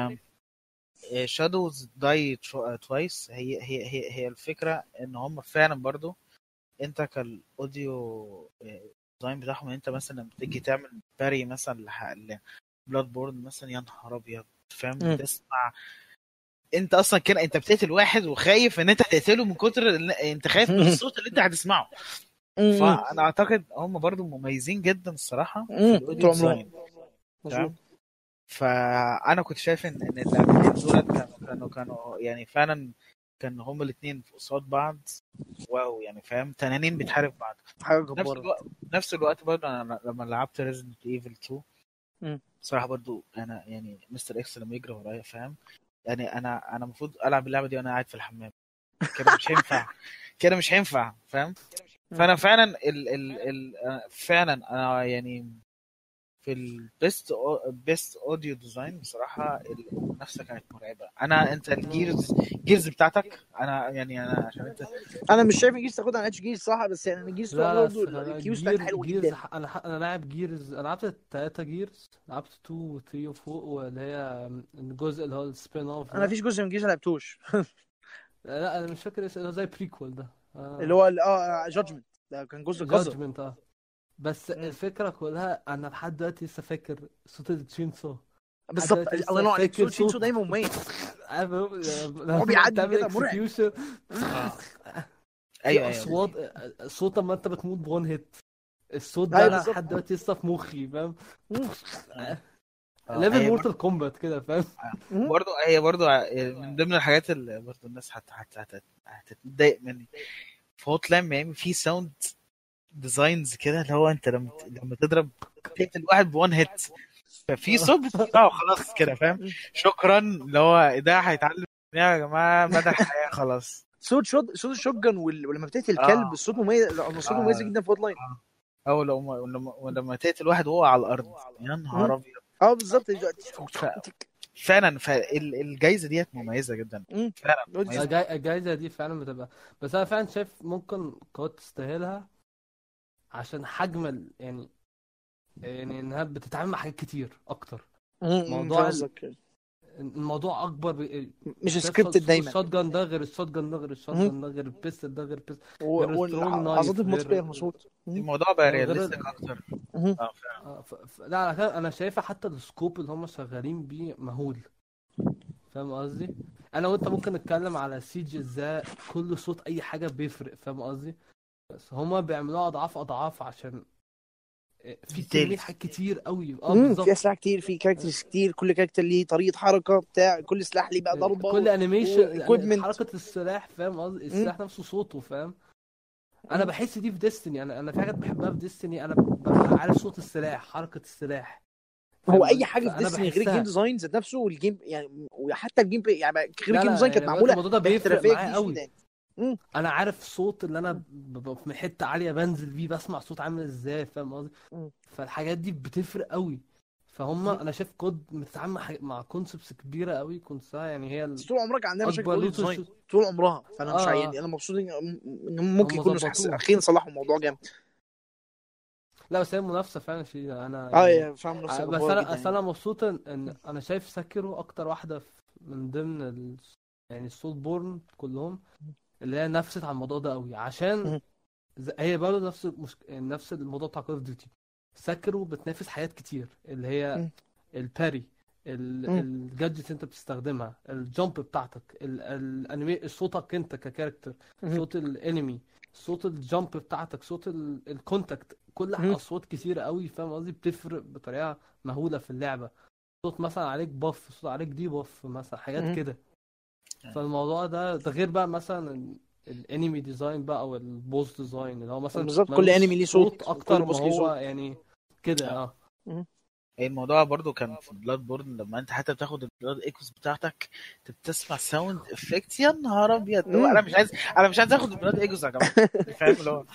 شادوز داي توايس، هي الفكره ان هم فعلا برضو انت كالاوديو ديزاين بتاعهم، انت مثلا لما تيجي تعمل باري مثلا بلاد بورن مثلا، يا نهار ابيض فاهم، بتسمع انت اصلا كده انت بتقتل واحد وخايف ان انت تقتله من كتر انت خايف من الصوت اللي انت هتسمعه. فانا اعتقد هم برضو مميزين جدا الصراحه في الاوديو ديزاين، تمام. فانا كنت شايف ان اللاعبين دول كانوا يعني فعلا كانوا هم الاثنين قصاد بعض، واو يعني فاهم، تنانين بتحارب بعض. حاجه جباره. نفس الوقت برضو انا لما لعبت ريزيدنت ايفل 2 بصراحه برضو انا يعني مستر اكس لما يجري ورايا فاهم، يعني انا المفروض العب اللعبه دي وانا قاعد في الحمام، كده مش هينفع كده مش هينفع فاهم. فانا فعلا فعلا انا يعني في البيست اوديو ديزاين بصراحه المنافسه كانت مرعبه. انت الجيرز بتاعتك، انا عشان انت انا مش شايف جيرز تاخد عن اتش جيرز صح، بس يعني جيرز برضه الكيوز بتاعتها حلوه جدا. انا لاعب جيرز، انا لعبت 3 جيرز، لعبت 2 و 3 وفوق، واللي هي الجزء اللي هو السبين اوف. انا مفيش جزء من جيرز ما لعبتوش. لا انا مش فاكر اسمه، زي بريكول ده اللي هو جادجمنت ده كان جزء قذر. جادجمنت بس الفكره كلها انا لحد دلوقتي لسه فاكر صوت التشين سو. بالظبط، الله ينور عليك، صوت شينسو دايما مميز. هو بيعدي كده مرعب. ايوه صوت لما انت بتموت بون هيت، الصوت ده لحد دلوقتي لسه في مخي فاهم. ليفل مورتال كومبات كده فاهم. هي برضو من ضمن الحاجات اللي برضو الناس هتتضايق مني في هوت لاين ميامي، في ساوند ديزاينز كده اللي هو انت لما تضرب تقتل واحد بوان هيت، ففي صوت بتسمعه خلاص كده فاهم، شكرا اللي هو ده هيتعلم يا جماعه مدى الحياه خلاص. صوت الشوت جن ولما بتقتل الكلب الصوت مميز، الصوت مميز جدا في هوت لاين. او لما تقتل واحد وهو على الارض يا نهار ابيض. بالظبط فعلا الجايزه ديت مميزه جدا فعلا. الجايزه دي فعلا بتبقى، بس انا فعلا شايف ممكن كوت تستاهلها عشان حجم يعني انها بتتعامل مع حاجات كتير اكتر. الموضوع اكبر مش سكريبتد دايما. الشوت جان ده غير الشوت جان ده غير الشوت جان ده غير البيستل ده غير البيستل والعظات الموتوسيكليه مظبوط. الموضوع بقى رياليستيك اكتر. لا انا شايفه حتى السكوب اللي هم شغالين بيه مهول، فاهم قصدي؟ انا وانت ممكن نتكلم على سيج ازاي كل صوت اي حاجه بيفرق، فاهم قصدي؟ بس هما بيعملوها اضعاف اضعاف عشان في كميه ديتيلز. حاجات كتير قوي. في بالظبط. اسلحه كتير، في كاركترز كتير، كل كاركتر ليه طريقه حركه بتاع، كل سلاح ليه بقى ضربه كل انيميشن واكويبمنت. حركه السلاح، فاهم قصدي؟ السلاح نفسه صوته، فاهم؟ انا بحس دي في ديستني، انا في حاجات بحبها في ديستني، انا ببقى عارف صوت السلاح، حركه السلاح، هو فاهم اي قصدي؟ حاجه في فانا ديستني غير الجيم بحسها. ديزاين ذات نفسه والجيم يعني، وحتى الجيم بلاي يعني غير لا الجيم لا، ديزاين كانت يعني بقولك معموله الموضوع ده بيفرق باحترافيه معايا كبير قوي. جدا. مم. انا عارف صوت اللي انا ببقى في حته عاليه بنزل بيه بسمع صوت عامل ازاي، فاهم قصدي؟ مم. فالحاجات دي بتفرق قوي. فهم مم. انا شايف كود متعامل مع كونسبتس كبيره قوي، كونسبتها يعني هي بس طول عمرك عندنا مشاكل في الاكبر الاوديو لوتو ديزاين طول عمرها، فانا مش يعني اه. انا مبسوط إن ممكن هم يكونوا ظبطوه. اخيرا صلحوا الموضوع جامد. لا بس هي المنافسه فعلا في، انا اه يعني يا فاهم، نفسك بس جباره انا جدا اصل يعني. انا مبسوط ان انا شايف ساكيرو اكتر واحده من ضمن يعني السول بورن كلهم اللي هي نفست على الموضوع ده قوي، عشان مم. هي برضه نفس الموضوع بتاع كول اوف ديوتي. ساكرو بتنافس حاجات كتير اللي هي مم. الباري، مم. الجادجت انت بتستخدمها، الجامب بتاعتك، الانمي، صوتك انت ككاركتر، مم. صوت الانمي، صوت الجامب بتاعتك، صوت الكونتاكت، كل مم. اصوات كتيره قوي، فاهم قصدي؟ بتفرق بطريقه مهوله في اللعبه. صوت مثلا عليك باف، صوت عليك دي باف مثلا، حاجات مم. كده. فالموضوع ده غير بقى مثلا الانمي ديزاين بقى او البوس ديزاين اللي هو مثلا بالظبط، كل انمي ملوش ليه صوت صوت وكل اكتر ما بوس ليه هو صوت. يعني كده اه. اه. مم. الموضوع برضو كان في بلاد بورن، لما انت حتى بتاخد البلاد ايكوز بتاعتك انت بتسمع ساوند افكت، يا نهار ابيض. لو مم. انا مش عايز اخد البلاد ايكوز يا جماعه، فاهم اللي هو.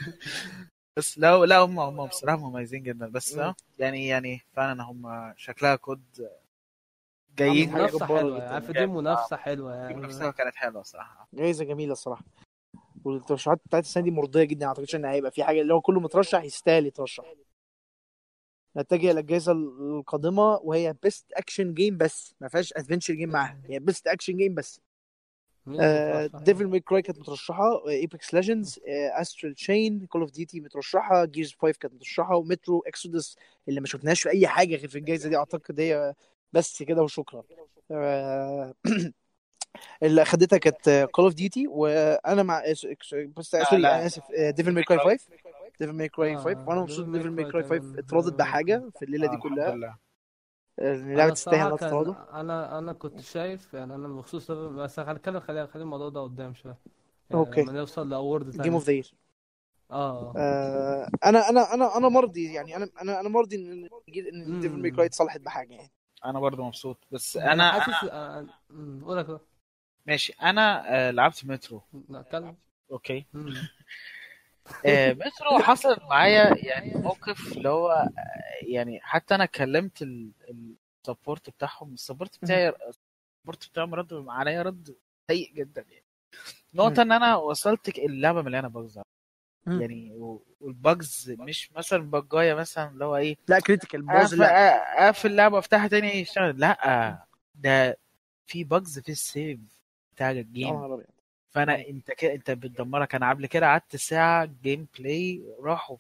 بس لا هم بصراحه مميزين جدا. بس مم. يعني فعلا هم شكلها كود عملت جايين حاجه ومنافسه جباره حلوه جدا يعني، عارف يعني. دي جامد. منافسه حلوه دي يعني. منافسه كانت حلوه صراحه. جايزه جميله الصراحه، والترشيحات بتاعت السنه دي مرضيه جدا. ما اعتقدش ان هيبقى في حاجه اللي هو كله مترشح يستاهل يترشح. نتجه الى الجائزه القادمه، وهي بيست اكشن جيم بس ما فيهاش ادفنتشر جيم معاها، هي بيست اكشن جيم بس. مين المترشح؟ ديفل ماي كراي كانت مترشحه، ايبكس ليجندز، استرال تشين، كول اوف ديوتي مترشحه، جيرز 5 كانت مترشحه، ومترو اكسودس اللي ما شفناهاش في اي حاجه غير في الجائزه دي اعتقد هي بس كده وشكرا. آه، اللي اخدتها كانت كول اوف ديوتي، وانا مع بس لا سوري انا لا، اسف، ديفل ديفل ماي ماي كراي كراي. 5. ديفل ماي كراي 5 وانا ديفل مبسوط ان ماي ديفل ماي كراي كراي 5 تمام، اتراضت ديفل ماي كراي. بحاجه في الليله دي الحمد كلها. لله. اللعبه انا تستاهل الصراحه انها كان تتراضى. انا كنت شايف يعني، انا بخصوص بس هنتكلم، خلي الموضوع ده قدام شويه يعني اوكي، لما نوصل لاورد جيم اوف تانية. ذا يير. اه. انا مرضي يعني، انا مرضي ان ديفل ماي كراي امم اتصلحت بحاجه يعني. انا برضو مبسوط. بس انا انا حاسس قول لك. ماشي. انا لعبت مترو. نتكلم. اوكي. امم مترو حصل معايا يعني موقف اللي هو يعني حتى انا كلمت السبورت بتاعهم. السبورت بتاعهم رد عليا رد سيء جدا يعني. نقطة ان انا وصلت اللعبة مليانة باجز يعني، والباجز مش مثلا باجاية مثلا اللي هو ايه، لا كريتيكال بوظ اللعبه. اقفل اللعبة وافتحها تاني يشتغل. لا، ده في باجز في السيف بتاع يا الجيم. نهار ابيض. فانا انت كده انت بتدمرك. انا قبل كده قعدت ساعة جيم بلاي راحوا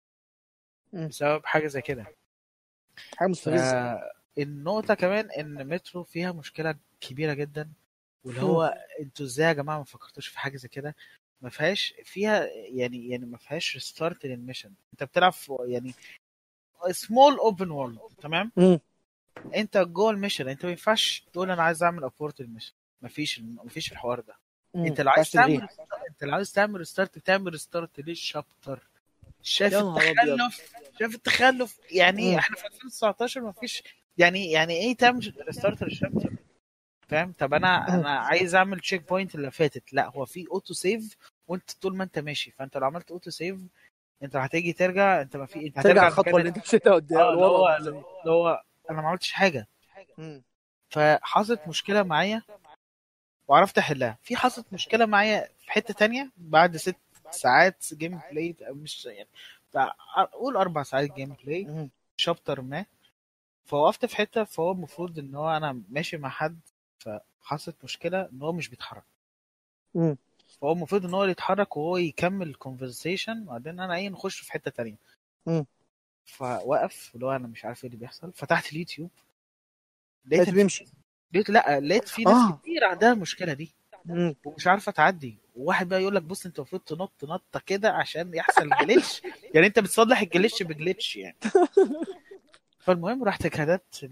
مم. بسبب حاجة زي كده. حاجه مستفزه. فالنقطة كمان ان مترو فيها مشكلة كبيرة جدا، واللي مم. هو انتوا ازاي يا جماعة ما فكرتوش في حاجة زي كده؟ ما فيهاش فيها يعني ما فيهاش ريستارت للميشن. انت بتلعب في يعني سمول اوبن وورلد، تمام؟ مم. انت جوه الميشن انت ما ينفعش تقول انا عايز اعمل ابورت الميشن. مفيش الحوار ده. مم. انت لو عايز عايز تلغيها. تعمل انت لو عايز تعمل ريستارت بتعمل ريستارت للشابتر. يا نهار ابيض. شايف التخلف يعني. مم. احنا في 2019 مفيش يعني ايه تعمل ريستارت للشابتر؟ فاهم؟ طب انا مم. عايز اعمل تشيك بوينت اللي فاتت. لا، هو في اوتو سيف وانت طول ما انت ماشي. فانت لو عملت اوتو سيف انت هتيجي ترجع، انت ما في انت ترجع هترجع الخطوه المكان. اللي انت مشيتها قدام اه، اللي لورا هو ولا ازاي؟ اللي هو انا ما عملتش حاجه. مم. فحصلت مشكله معايا وعرفت احلها. حصلت مشكله معايا في حته تانية بعد 6 ساعات جيم بلاي، مش يعني قول 4 ساعات جيم بلاي مم. شابتر ما. فوقفت في حته، فهو المفروض ان هو انا ماشي مع حد، فحصلت مشكله ان هو مش بيتحرك. مم. فهو المفروض ان هو يتحرك وهو يكمل الكونفرسيشن، وبعدين انا نخش في حته تانية. مم. فوقف اللي هو انا مش عارف ايه اللي بيحصل. فتحت اليوتيوب لقيت لقيته ان في بيمشي. لقيت في ناس اه كتير عندها المشكله دي مم. ومش عارفه تعدي، وواحد بقى يقول لك بص انت المفروض تنط نطه كده عشان يحصل جليتش، يعني انت بتصلح الجليتش بجليتش يعني. فالمهم رحت كتبت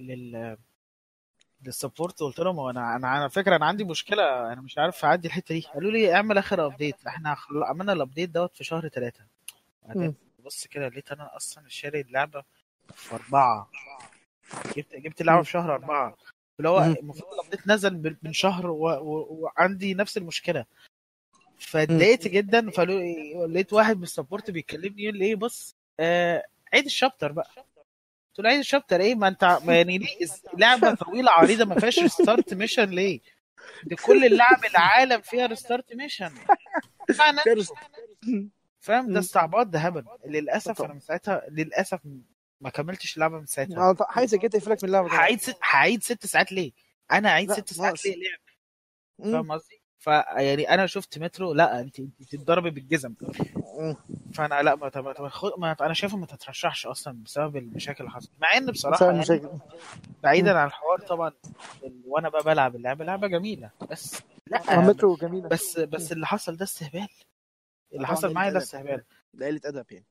للسبورت، قلت لهم هو انا على فكره انا عندي مشكله، انا مش عارف اعدي الحته دي. قالوا لي اعمل اخر ابديت، احنا عملنا الابديت دوت في شهر 3. بعدين مم. بص كده لقيت انا اصلا شاري اللعبه في 4، جبت اللعبه مم. في شهر 4، اللي هو مم. المفروض الابديت نزل من شهر وعندي نفس المشكله. مم. فاتضايقت جدا. فلقيت واحد من السبورت بيكلمني يقول لي ايه بص عيد الشابتر بقى. قلت له عيد الشابتر ايه؟ ما انت ما يعني ليه لعبه طويله عريضه ما فيهاش ريستارت ميشن ليه؟ دي كل اللعب العالم فيها ريستارت ميشن معنى فارس. فاهم؟ ده مم. استعباط، ده هبل. للاسف طب انا من ساعتها للاسف ما كملتش اللعبه من ساعتها. حاجه زي كده تقفلك من اللعبه طبعا. هعيد 6 ساعات ليه؟ انا هعيد لا 6 ساعات ناقص. ليه لعب؟ مم. فاهم قصدي؟ يعني انا شفت مترو، لا انت تتضربي بالجزم. مم. فانا لا انا شايفه ما تترشحش اصلا بسبب المشاكل اللي حصلت، مع ان بسبب بصراحه يعني المشاكل. مم. بعيدا عن الحوار طبعا. وانا بقى بلعب اللعبه لعبه جميله، بس لا مترو جميله. بس اللي حصل ده استهبال. اللي طبعا حصل ده معايا قله ده ادب، استهبال. ده قله ادب يعني.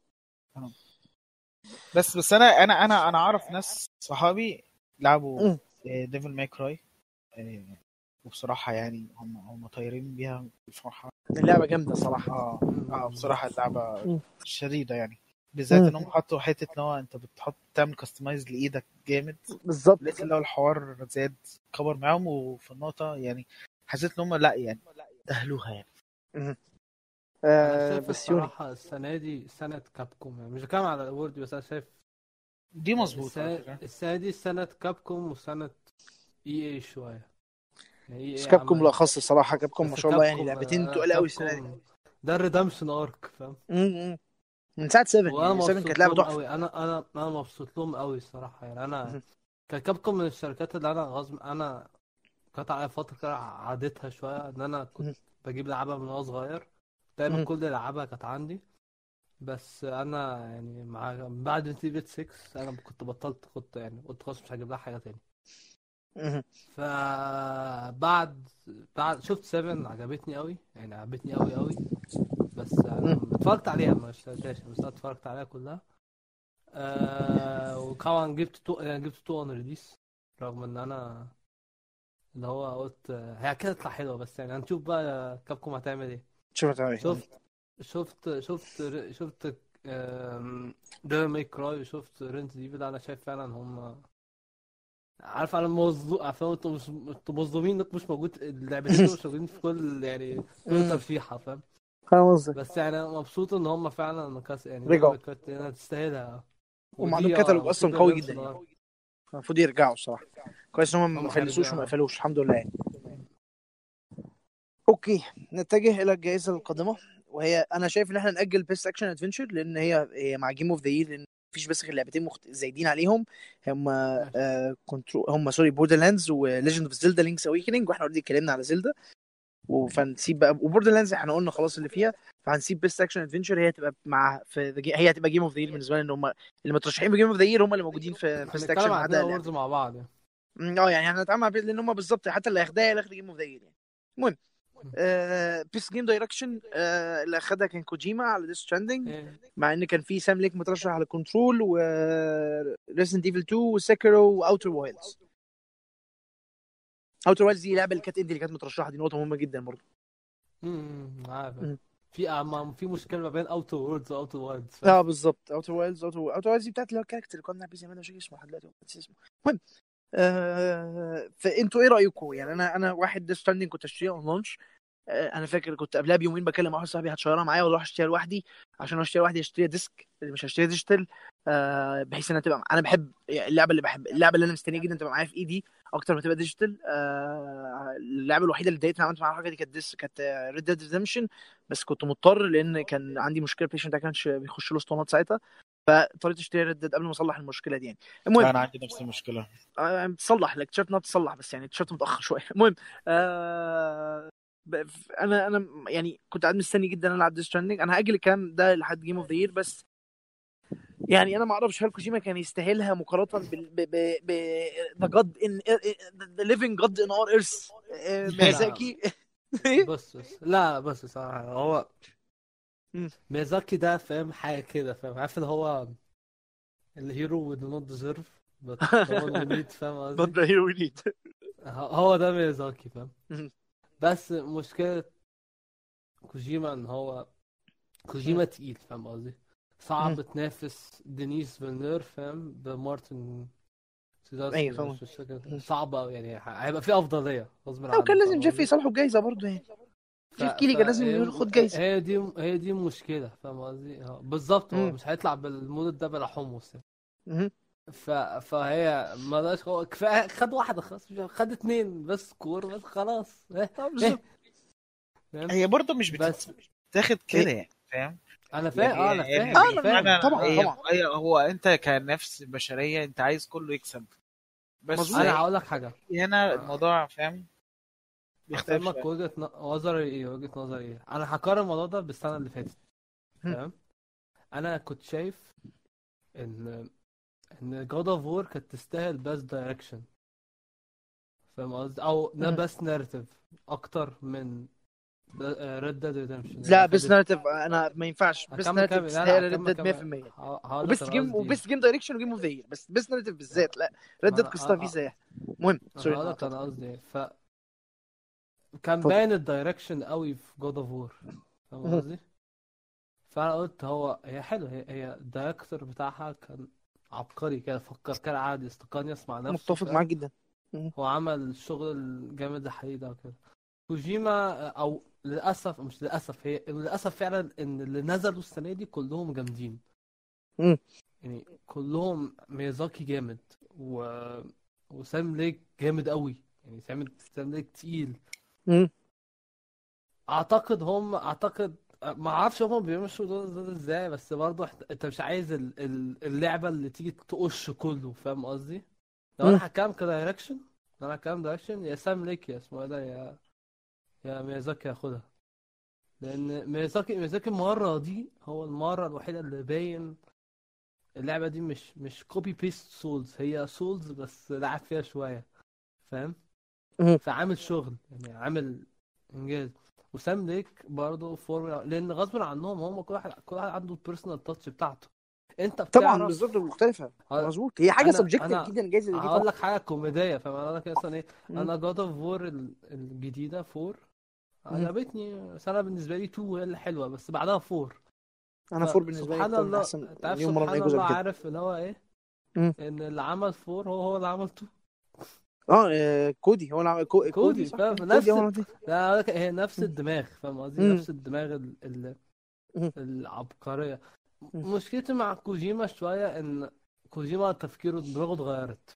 بس انا اعرف ناس صحابي لعبوا مم. ديفل ماي كراي، وبصراحه يعني هم طايرين بيها الفرحه. اللعبه جامده صراحه. بصراحه اللعبه مم. شديده يعني، بالذات مم. انهم حطوا حته ان هو انت تعمل كاستمايز لايدك جامد. بالظبط. لقيت اللي هو الحوار زاد كبر معاهم، وفي النقطه يعني حسيت ان هم لا يعني دهلوها يعني. مم. انا شايف بس يوني. الصراحه السنه دي سنه كابكوم، يعني مش بتكلم على الاورد بس انا شايف دي مظبوط على فكره. السنه دي سنه كابكوم وسنه اي شويه. يعني بس اي كابكوم عملت، بالاخص الصراحه، كابكوم ما بس شاء الله يعني كابكوم لعبتين تقال قوي السنه دي. كابكوم ده الريدمشن ارك فاهم. مم. من ساعه 7 وانا يعني 7 كانت مبسوط لعبه لهم تحفه. قوي، انا مبسوط لهم قوي الصراحه. يعني انا مم. ككابكوم من الشركات اللي انا غصب انا كانت على فتره كده عادتها شويه ان انا كنت مم. بجيب لعبه من وانا صغير، دايما مم. كل لعبها كانت عندي. بس انا يعني بعد نتيجة بيت 6 انا كنت بطلت، كنت يعني قلت خلاص مش هجيب لها حاجه تاني. مم. بعد شفت 7 عجبتني قوي، يعني عجبتني قوي قوي. بس مم. انا اتفرجت عليها ما اشتريتهاش، بس انا اتفرجت عليها كلها. وطبعا جبت 2 اون ريليس، رغم ان انا اللي هو قلت هي كده تطلع حلوه، بس يعني هنشوف بقى كابكوم هتعمل ايه. شوف هتعمل ايه. شفت ديفل ماي كراي، وشفت رينت ديفل. انا شايف فعلا هم عارف انا موظف، عارف انتوا مظلومين انك مش موجود، اللعبتين دول مش موجودين في كل يعني كل مم. ترشيحه فاهم. فاهم قصدك. بس يعني انا مبسوط ان هم فعلا يعني ديفل رجعوا ماي كراي انا تستاهلها. وهم عندهم ودي كتالوج اصلا المفروض قوي جدا ريدمشن يعني، المفروض يرجعوا الصراحه. كويس ان هم ما هم فلسوش وما هيرجعوا. قفلوش الحمد لله يعني. اوكي، نتجه الى الجائزه القادمه، وهي انا شايف ان احنا ناجل بيست اكشن ادفنشر، لان هي مع جيم اوف ذا يير، لان مفيش بس غير لعبتين زايدين عليهم. هم ماشي. كنترول، هم سوري، بوردر لاندز وليجند اوف زيلدا لينكس اويكننج، واحنا اوريدي اتكلمنا على زيلدا. فنسيب بقى وبوردر لاندز احنا قلنا خلاص اللي فيها. فهنسيب بيست اكشن ادفنشر، هي هتبقى مع هي هتبقى جيم اوف ذا يير بالنسبه لنا، ان هم اللي مترشحين بجيم اوف ذا يير هم اللي موجودين في بيست هنتكلم اكشن ما على اتنين عدا اووردز اللعبتين. مع بعض يعني. يعني هنتعامل مع لان هم بالظبط حتى اللي هياخدها هي اللي هياخد جيم اوف ذا يير يعني. المهم، بيس جيم دايركشن اللي اخدها كان كوجيما على ديس ستراندنج، إيه. مع ان كان في سام ليك مترشح على كنترول و ريزنت ايفل 2 وسيكرو واوتر وايلدز. اوتر وايلدز دي اللعبه اللي كانت اللي كانت مترشحه، دي نقطه مهمه جدا برضه. عارف. مم. في مشكله ما بين اوتو ووردز واوتو وايلدز اه بالظبط، اوتر وايلدز دي بتاعت اللي هو الكاركتر اللي كنا بنلعب بيه زمان، مش فاكر اسمه لحد دلوقتي، نسيت اسمه. المهم، فانتوا ايه رايكم؟ يعني انا واحد ديس ستراندنج كنت اشتريها اون لانش. انا فاكر كنت قبلها بيومين بكلم واحد صاحبي هتشيرها معايا ولا اروح اشتريها لوحدي، عشان لو اشتريها لوحدي اشتريها ديسك اللي مش هشتريها ديجيتال. بحيث انها تبقى انا بحب اللعبه اللي انا مستنيه جدا تبقى معايا في ايدي اكتر ما تبقى ديجيتال. اللعبه الوحيده اللي اتضايقت عملت معاها الحاجه دي كانت ريد ديد ريدمشن، بس كنت مضطر لان كان عندي مشكله بلاي ستيشن ده كانش بيخش له اسطوانات ساعتها، فاضطريت اشتري ريد ديد قبل ما اصلح المشكله دي يعني. المهم، انا عندي نفس المشكله. بتصلح لك تيشيرت، تصلح بس يعني التيشيرت متاخر شويه. المهم، انا يعني كنت قاعد مستني جدا العب ديس ستراندنج. انا هاجل الكلام ده لحد جيم اوف ذا يير، بس يعني انا ما اعرفش هل كوجيما كان يستاهلها مقارنه ب ب ب ب the god كان يستاهلها مقارنه ب the god in the living god in our earth ميازاكي. بس صراحة هو ميازاكي ده فاهم حاجة كده، فاهم، عارف اللي هو الهيرو we do not deserve but the one we need، فاهم not قصدي؟ the hero we need. هو ده ميازاكي، فاهم. بس مشكلة كوجيما ان هو كوجيما تقيل، فاهم قصدي؟ صعب تنافس دينيس فيلنير، فاهم، بمارتن ايوه سيداسكي، طبعا. مش فاكر، صعبة أوي يعني، هيبقى في أفضلية غصب عنه، وكان لازم فاهم جيف قصدي؟ يصالحه بجايزه برضه يعني. جيف كيلي كان لازم ياخد جايزه. هي دي المشكلة، فاهم قصدي؟ بالظبط، هو مش هيطلع بالمود ده بلا حمص يعني. فهي مالهاش، هو كفايه خد واحده خلاص، خد اتنين بس كور بس خلاص. بالظبط. هي برضه مش بس بتتاخد كده يعني، فاهم؟ انا فاهم، يعني انا فاهم، لا انا فاهم. طبعا. هو انت كنفس بشريه انت عايز كله يكسب، بس مظبوط. انا هقول لك حاجه، هنا الموضوع فاهم بيختلف افهمك شويه. وجهه نظري ايه. انا هقارن الموضوع ده بالسنه اللي فاتت، تمام. انا كنت شايف ان جود اوف وور كانت تستاهل بس دايركشن، فاهم قصدي، او بس ناريتيف اكتر من ريد ديد ريدمشن. لا بس ناريتيف انا ما ينفعش. بس هكمل ناريتيف كامل، تستاهل ريد هكمل ديد كامل 100%. هقول لك وبيست انا جيم قصدي ايه. وبيست جيم دايركشن وجيم اوف ذا يير. بس بيست ناريتيف بالذات لا. ريد ما ديد قصتها فيه انا ازاي. المهم سوري هقول انا لك انا قطعتك. قصدي ايه. كان اتفضل. باين الدايركشن قوي في جود اوف وور، فاهم قصدي. فانا قلت هي حلو، هي الدايركتور بتاعها كان عبقري كده، فكر كده عادي، استقان يسمع نفسه، متفق معاك فاهم. جدا. هو عمل الشغل الجامد الحقيقي ده وكده. كوجيما، او للاسف مش للاسف، هي للاسف فعلا ان اللي نزلوا السنه دي كلهم جامدين. يعني كلهم ميازاكي جامد وسام ليك جامد قوي، يعني سام ليك تقيل. اعتقد ما اعرفش هم بيمشوا دول ازاي، بس برضه انت مش عايز اللعبه اللي تيجي تقش كله، فاهم قصدي. لو انا هكام كدايركشن، يا سام ليك يا اسمه ايه ده، يا ميازاكي ياخدها. لان ميازاكي المره دي هو المره الوحيده اللي باين اللعبه دي مش كوبي بيست سولز، هي سولز بس لعب فيها شويه، فاهم. فعامل شغل يعني، عامل انجاز. وسام ليك برضه فورمولا، لان غصب عنهم هم كل واحد عنده البيرسونال تاتش بتاعته. انت طبعا بالظبط بتعرف. مختلفه. مظبوط. هي حاجه سبجكتيف انا جدا الجائزه دي هقول طبعا. لك حاجه كوميديه، فاهم. انا لك اصلا ايه، انا جاد اوف وور الجديده 4 عجبتني، بس انا بالنسبه لي 2 هي اللي حلوه، بس بعدها 4. انا فور بالنسبه لي فسبحان اكتر من الله، احسن انت عارف، مليون مره من اي سبحان جزء الله، قبل كده. عارف اللي هو ايه، ان اللي عمل 4 هو اللي عمل 2. كودي هو اللي عمل كودي كودي، صح فاهم، كده. كودي هو اللي لا هي نفس الدماغ، فاهم قصدي، نفس الدماغ العبقرية. مشكلتي مع كوجيما شوية ان كوجيما تفكيره دماغه اتغيرت.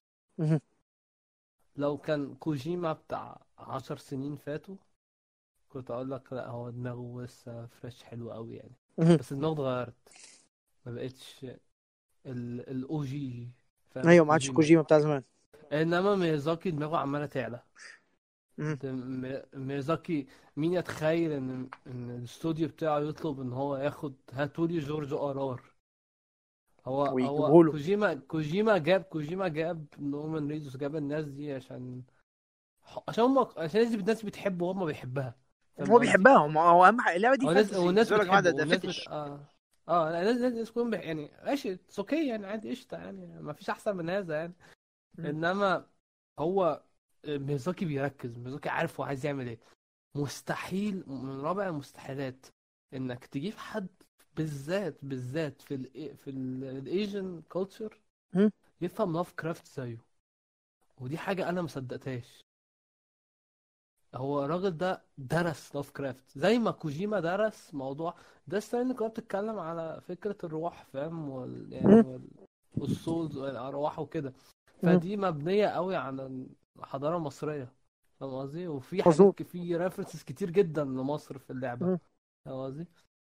لو كان كوجيما بتاع 10 سنين فاتوا كنت اقول لك لا، هو دماغه لسه فريش حلو قوي يعني. بس دماغه اتغيرت، ما بقتش الاو جي، فاهم، ايوه ما عادش كوجيما. كوجيما بتاع زمان. انما ميازاكي دماغه عمالة تعلى. ميازاكي، مين يتخيل ان الاستوديو بتاعه يطلب ان هو ياخد هاتولي جورج ار. هو ويجيبوا له. كوجيما جاب نورمان ريدوس، جاب الناس دي عشان الناس بتحبه وهم بيحبها، فاهم هو قصدي. بيحبها. هو اهم حاجه اللعبه دي فانتسي والناس بالنسبه لك يا جماعه. بتحبه، ده فتش. لا، الناس تكون يعني ماشي، اوكي يعني، عادي، قشطه يعني، ما فيش احسن من هذا يعني. انما هو ميزاكي بيركز، ميزاكي عارف هو عايز يعمل ايه. مستحيل، من رابع المستحيلات انك تجيب حد بالذات في الايجن كلتشر يفهم لاف كرافت زيه. ودي حاجه انا ما صدقتهاش. هو الراجل ده درس لاف كرافت زي ما كوجيما درس موضوع ده. السنة كنت بتتكلم على فكره الروح، فاهم، والسولز والارواح وكده. فدي مبنيه قوي على الحضاره المصريه، فاهم قصدي. وفي مظبوط. حاجات، في ريفرنسز كتير جدا لمصر في اللعبه، فاهم قصدي.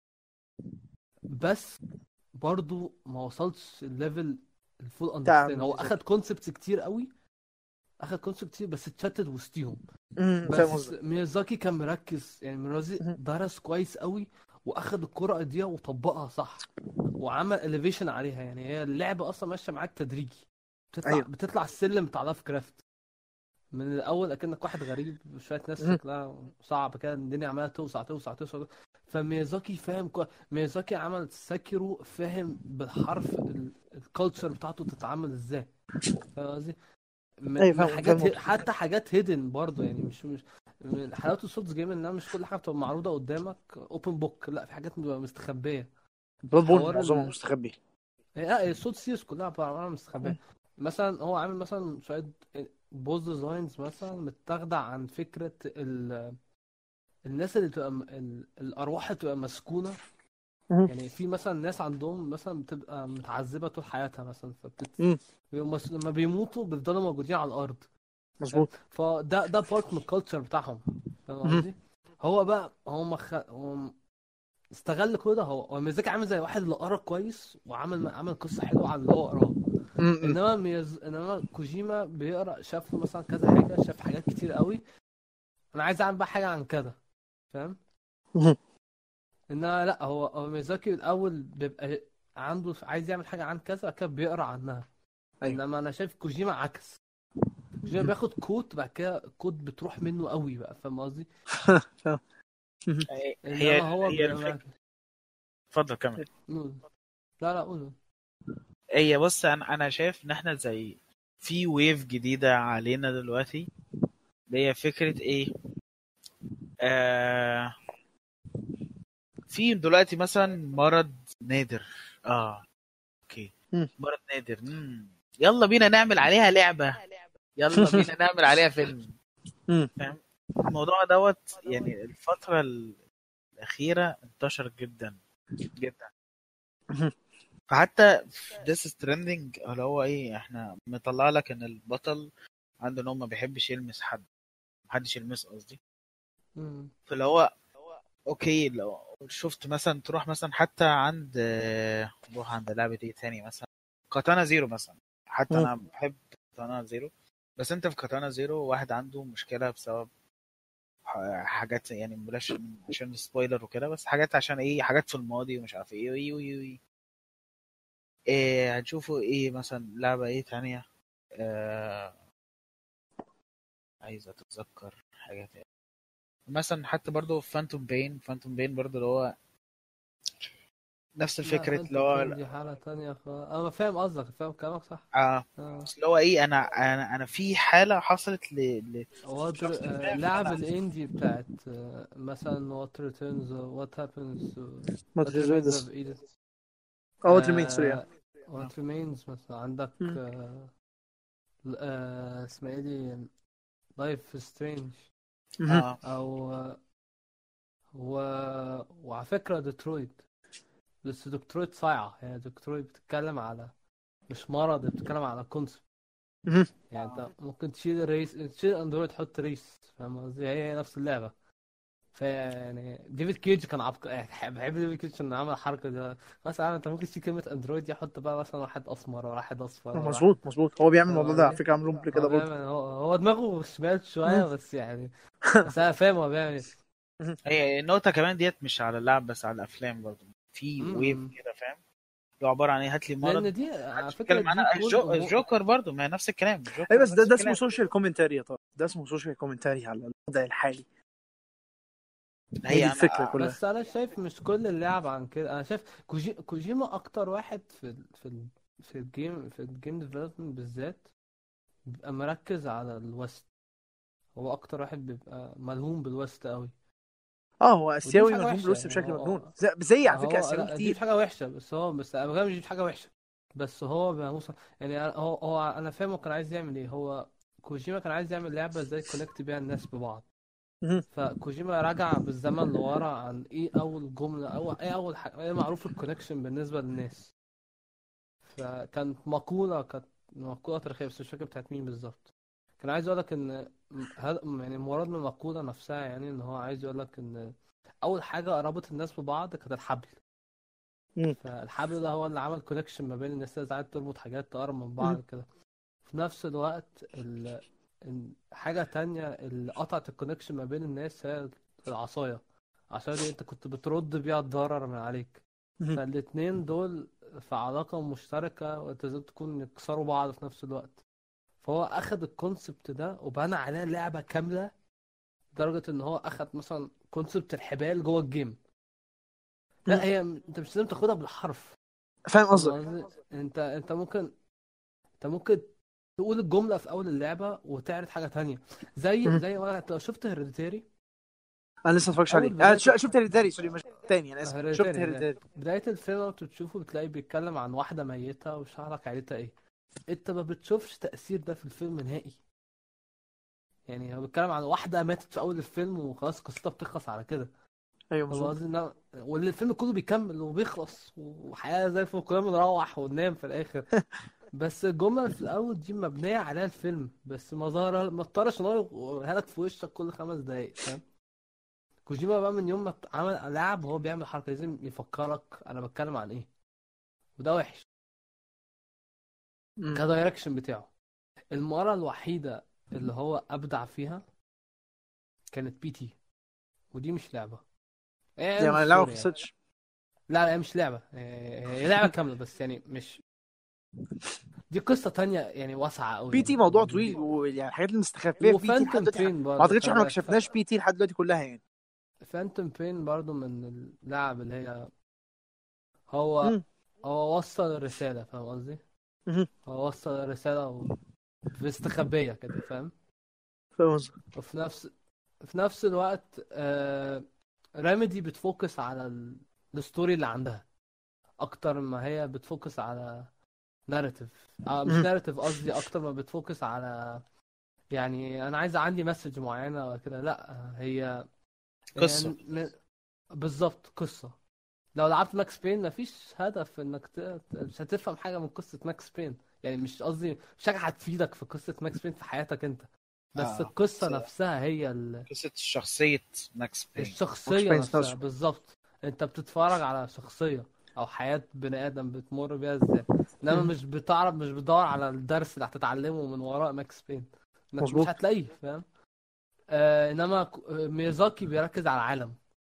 بس برضو ما وصلش الليفل الفول اندرستاند. هو اخد كونسبتس كتير قوي، بس اتشتت وسطيهم. بس ميازاكي كان مركز يعني، درس كويس قوي، واخد الكرة دي وطبقها صح، وعمل elevation عليها. يعني هي اللعبه اصلا ماشيه معاك تدريجي، أيوة. بتطلع السلم بتاع لاف كرافت من الاول اكنك واحد غريب، شويه ناس مم. شكلها صعب كده، الدنيا عماله توسع توسع توسع. فميازاكي فاهم ميازاكي عمل ساكيرو فاهم بالحرف الكالتشر بتاعته تتعامل ازاي. فاهم قصدي؟ أيوة من فاهم حاجات النقطة. حتى حاجات هيدن برضه، يعني مش من حلاوه السولز جيم انها مش كل حاجه بتبقى معروضه قدامك اوبن بوك، لا في حاجات بتبقى مستخبيه. بلاد بورن حوار معظمها مستخبي. لا السولز سيريز كلها عباره عن مستخبيه. مم. مثلا هو عامل مثلا شويه بوز ديزاينز مثلا متاخده عن فكره الناس اللي بتبقى الارواح اللي بتبقى مسكونه. مم. يعني في مثلا ناس عندهم مثلا بتبقى متعذبه طول حياتها مثلا، مم. لما بيموتوا بيفضلوا موجودين على الارض. فاهم؟ مظبوط. فده بارت من الكالتشر بتاعهم. فاهم مم. قصدي؟ هو بقى هو استغل كل ده. هو ميزاكي عامل زي واحد اللي قرا كويس وعمل قصه حلوه عن اللي هو قراه. مم. انما كوجيما بيقرا، شاف مثلا كذا حاجه، شاف حاجات كتير قوي، انا عايز اعمل بقى حاجه عن كذا. فاهم؟ مم. انما لا، هو ميزاكي الاول بيبقى عنده عايز يعمل حاجه عن كذا كده بيقرا عنها. أيوة. انما انا شايف كوجيما عكس. كوجيما بياخد كود بعد كده الكود بتروح منه قوي بقى. فاهم قصدي؟ فاهم. مم. هي انما هو هي بيبقى الفكره. اتفضل كمل. قول. لا قول. هي بص، انا شايف ان احنا زي في ويف جديده علينا دلوقتي، اللي هي فكره ايه. آه في دلوقتي مثلا مرض نادر. اوكي. مم. مرض نادر. يلا بينا نعمل عليها لعبه، يلا بينا نعمل عليها فيلم. مم. فاهم الموضوع دوت؟ يعني الفتره الاخيره انتشر جدا جدا. مم. فحتى في ديس ستراندنج اللي هو ايه، احنا مطلع لك ان البطل عنده ان هو ما بيحبش يلمس حد، محدش يلمس قصدي. مم. فاللي هو اوكي، لو شفت مثلا تروح مثلا حتى عند روح عند لعبة ايه تاني مثلا، كاتانا زيرو مثلا. حتى مم. انا بحب كاتانا زيرو، بس انت في كاتانا زيرو واحد عنده مشكلة بسبب حاجات، يعني بلاش عشان سبويلر وكده، بس حاجات عشان ايه، حاجات في الماضي ومش عارف ايه إيه هتشوفوا ايه مثلا لعبة ايه تانية. آه عايز اتذكر حاجات يعني. مثلا حتى برضو فانتوم بين برضو اللي هو نفس لا الفكرة اللي فانتوم هو بين دي حالة تانية انا فاهم قصدك، فاهم كلامك صح. بس اللي هو ايه، انا في حالة حصلت واتر لشخص ما، لعب فانا الاندي بتاعت مثلا وات ريتيرنز وات هابنز ما وات ريمينز تريزويدس. اوف ايديث. وات ريمين سوري. وات ريمينز مثلا عندك اسمها ايه دي، لايف سترينج. اه او و... وعلى فكرة ديترويت، بس ديترويت صايعة. يعني ديترويت بتتكلم على مش مرض، بتتكلم على كونسبت. يعني انت ممكن تشيل ريس، تشيل اندرويد تحط ريس. فاهم قصدي؟ هي نفس اللعبة. يعني ديفيد كيج كان يعني بحب ديفيد كيج عشان عمل الحركة دي. مثلا انت ممكن تشيل كلمة اندرويد يحط بقى مثلا واحد اسمر وواحد اصفر وواحد. مظبوط هو بيعمل فاهم الموضوع ده على قصدي؟ فكره، عمله قبل هو كده برضه. بيعمل هو دماغه شمال شوية مم. بس يعني. بس انا فاهم هو بيعمل ايه. هي النقطة كمان ديت مش على اللعب بس، على الافلام برضو في ويف امم كده، فاهم؟ اللي هو عبارة عن ايه، هات لي مرض لان دي على محدش فكرة بيتكلم دي عنها. كل الجوكر برضو، ما هي نفس الكلام، اي الجوكر بس ده نفس ده اسمه الكلام. سوشيال كومنتاري يا طارق، ده اسمه سوشيال كومنتاري على الوضع الحالي. هي دي هي الفكره انا كلها. بس انا شايف مش كل اللعب عن كده. انا شايف كوجيما اكتر واحد في الجيم ديفلوبمنت بالذات بيبقى مركز على الويست. هو اكتر واحد بيبقى ملهوم بالويست قوي. هو ودي مش اسيوي حاجه ملهوم وحشه بالوسط يعني. بشكل مجنون، زي على فكره اسيويين لا دي مش كتير. حاجه وحشه، بس انا بقول مش حاجه وحشه. بس هو بيبقى يعني هو انا فاهم هو كان عايز يعمل ايه. هو كوجيما كان عايز يعمل لعبه ازاي كونكت بيها الناس ببعض. مهم. فكوجيما رجع بالزمن لورا عن ايه اول جمله، ايه اول حاجه، ايه معروف الكونكشن بالنسبه للناس. كانت مقوله تاريخيه بس مش فاكر بتاعت مين بالظبط. كان عايز يقول لك ان يعني مراد من المقوله نفسها، يعني ان هو عايز يقول لك ان اول حاجه ربط الناس ببعض كانت الحبل. مم. فالحبل ده هو اللي عمل كونكشن ما بين الناس اللي عايزه تربط حاجات تقرب من مهم. بعض كده. في نفس الوقت حاجة تانية اللي قطعت الكونكشن ما بين الناس هي العصاية. العصاية دي انت كنت بترد بيها الضرر من عليك. مهم. فالاتنين دول في علاقة مشتركة وتقدروا تكون يكسروا بعض في نفس الوقت. فهو اخد الكونسبت ده وبنى عليه لعبة كاملة، لدرجة ان هو اخد مثلا كونسبت الحبال جوه الجيم. لا هي انت مش لازم تاخدها بالحرف. فاهم فاهم قصدك. قصدي؟ انت ممكن تقول الجملة في اول اللعبة وتعرض حاجة تانية. زي ما انت لو شفت هيريديتاري. انا لسه ما اتفرجتش عليه. اول انا بداية شفت هيريداري، سوري مش تاني، انا اسف، شفت هيريديتاري هيريداري. بداية الفيلم لو تشوفه بتلاقي بيتكلم عن واحدة ميتة وشعرك عيلتها ايه. انت ما بتشوفش تأثير ده في الفيلم نهائي. يعني هو بيتكلم عن واحدة ماتت في أول الفيلم وخلاص قصتها بتخلص على كده. ايوه فاهم مظبوط. قصدي؟ والفيلم كله بيكمل وبيخلص وحياة زي الفل، كلنا بنروح وننام في الآخر. بس الجملة اللي في الأول دي مبنية عليها الفيلم، بس ما اضطرش إن هو يقولها لك في وشك كل 5 دقايق. فاهم؟ كوجيما بقى من يوم ما عمل لعب هو بيعمل حركة لازم يفكرك أنا بتكلم عن إيه. وده وحش كدايركشن بتاعه. المرة الوحيدة اللي هو أبدع فيها كانت بي تي، ودي مش لعبة. يعني مش انا لا ما ستوري يعني. خلصتش. لا هي مش لعبة، هي لعبة كاملة بس يعني مش دي قصة تانية يعني واسعة قوي بي يعني. تي موضوع فاهم قصدي؟ طويل، ويعني الحاجات المستخبيه في بي تي لحد وفانتوم دلوقتي بين ما برضه اعتقدش خلي احنا ما بالك كشفناش بي تي لحد دلوقتي كلها يعني. فانتوم بين برضه من اللعب اللي هي هو امم هو وصل الرسالة. فاهم قصدي؟ هو وصل الرسالة باستخبية كده. فاهم؟ فاهم قصدك. وفي نفس الوقت راميدي بتفوكس على الستوري اللي عندها اكتر ما هي بتفوكس على ناريتيف. مش ناريتيف قصدي، اكتر ما بتفوكس على يعني انا عايز عندي مسج معينه ولا كده. لا هي قصه. بالظبط قصه. لو لعبت ماكس بين مفيش هدف انك مش هتفهم حاجه من قصه ماكس بين. يعني مش قصدي مش حاجه هتفيدك في قصه ماكس بين في حياتك انت، بس القصه نفسها هي قصه شخصيه ماكس بين. ماكس الشخصيه بين نفسها نفسه. بالظبط. انت بتتفرج على شخصيه او حياه بني ادم بتمر بيها ازاي، انما مش بتدور على الدرس اللي هتتعلمه من وراء ماكس بين. انك مش مظبوط. هتلاقيه. فاهم؟ انما ميازاكي بيركز على العالم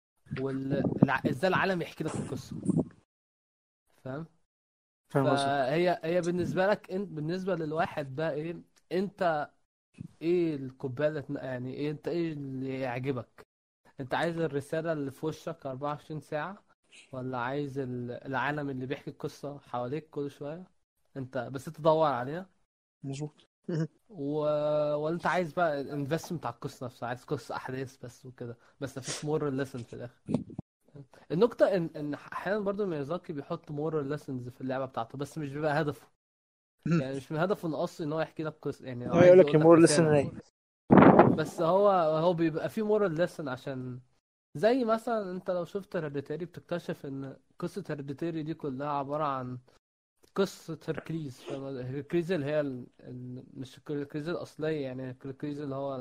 ازاي العالم يحكي لك القصه. فاهم؟ فاهم قصدك. فهي بالنسبه لك انت، بالنسبه للواحد ده ايه؟ انت ايه الكوبايه يعني ايه؟ انت ايه اللي يعجبك؟ انت عايز الرساله اللي في وشك 24 ساعه، ولا عايز العالم اللي بيحكي القصه حواليك كل شويه انت بس تدور عليها؟ مظبوط. و... ولا انت عايز بقى الانفستمنت على القصه نفسها، عايز قصه احداث بس وكده، بس مفيش مورال ليسن في الاخر. النقطة إن أحيانا برضو ميازاكي بيحط مورال ليسنز في اللعبة بتاعته، بس مش بيبقى هدفه. يعني مش من هدفه إنه أصلي إن هو يحكي لك قصة، يعني هو هو يقول عايز لك يقول لك مور رسالة. لسن. بس هو بيبقى فيه مورال ليسن عشان زي مثلا أنت لو شفت هيريديتاري بتكتشف إن قصة هيريديتاري دي كلها عبارة عن قصة هيركليز. فاهم؟ هيركليز اللي هي مش هيركليز الأصلية، يعني هيركليز اللي هو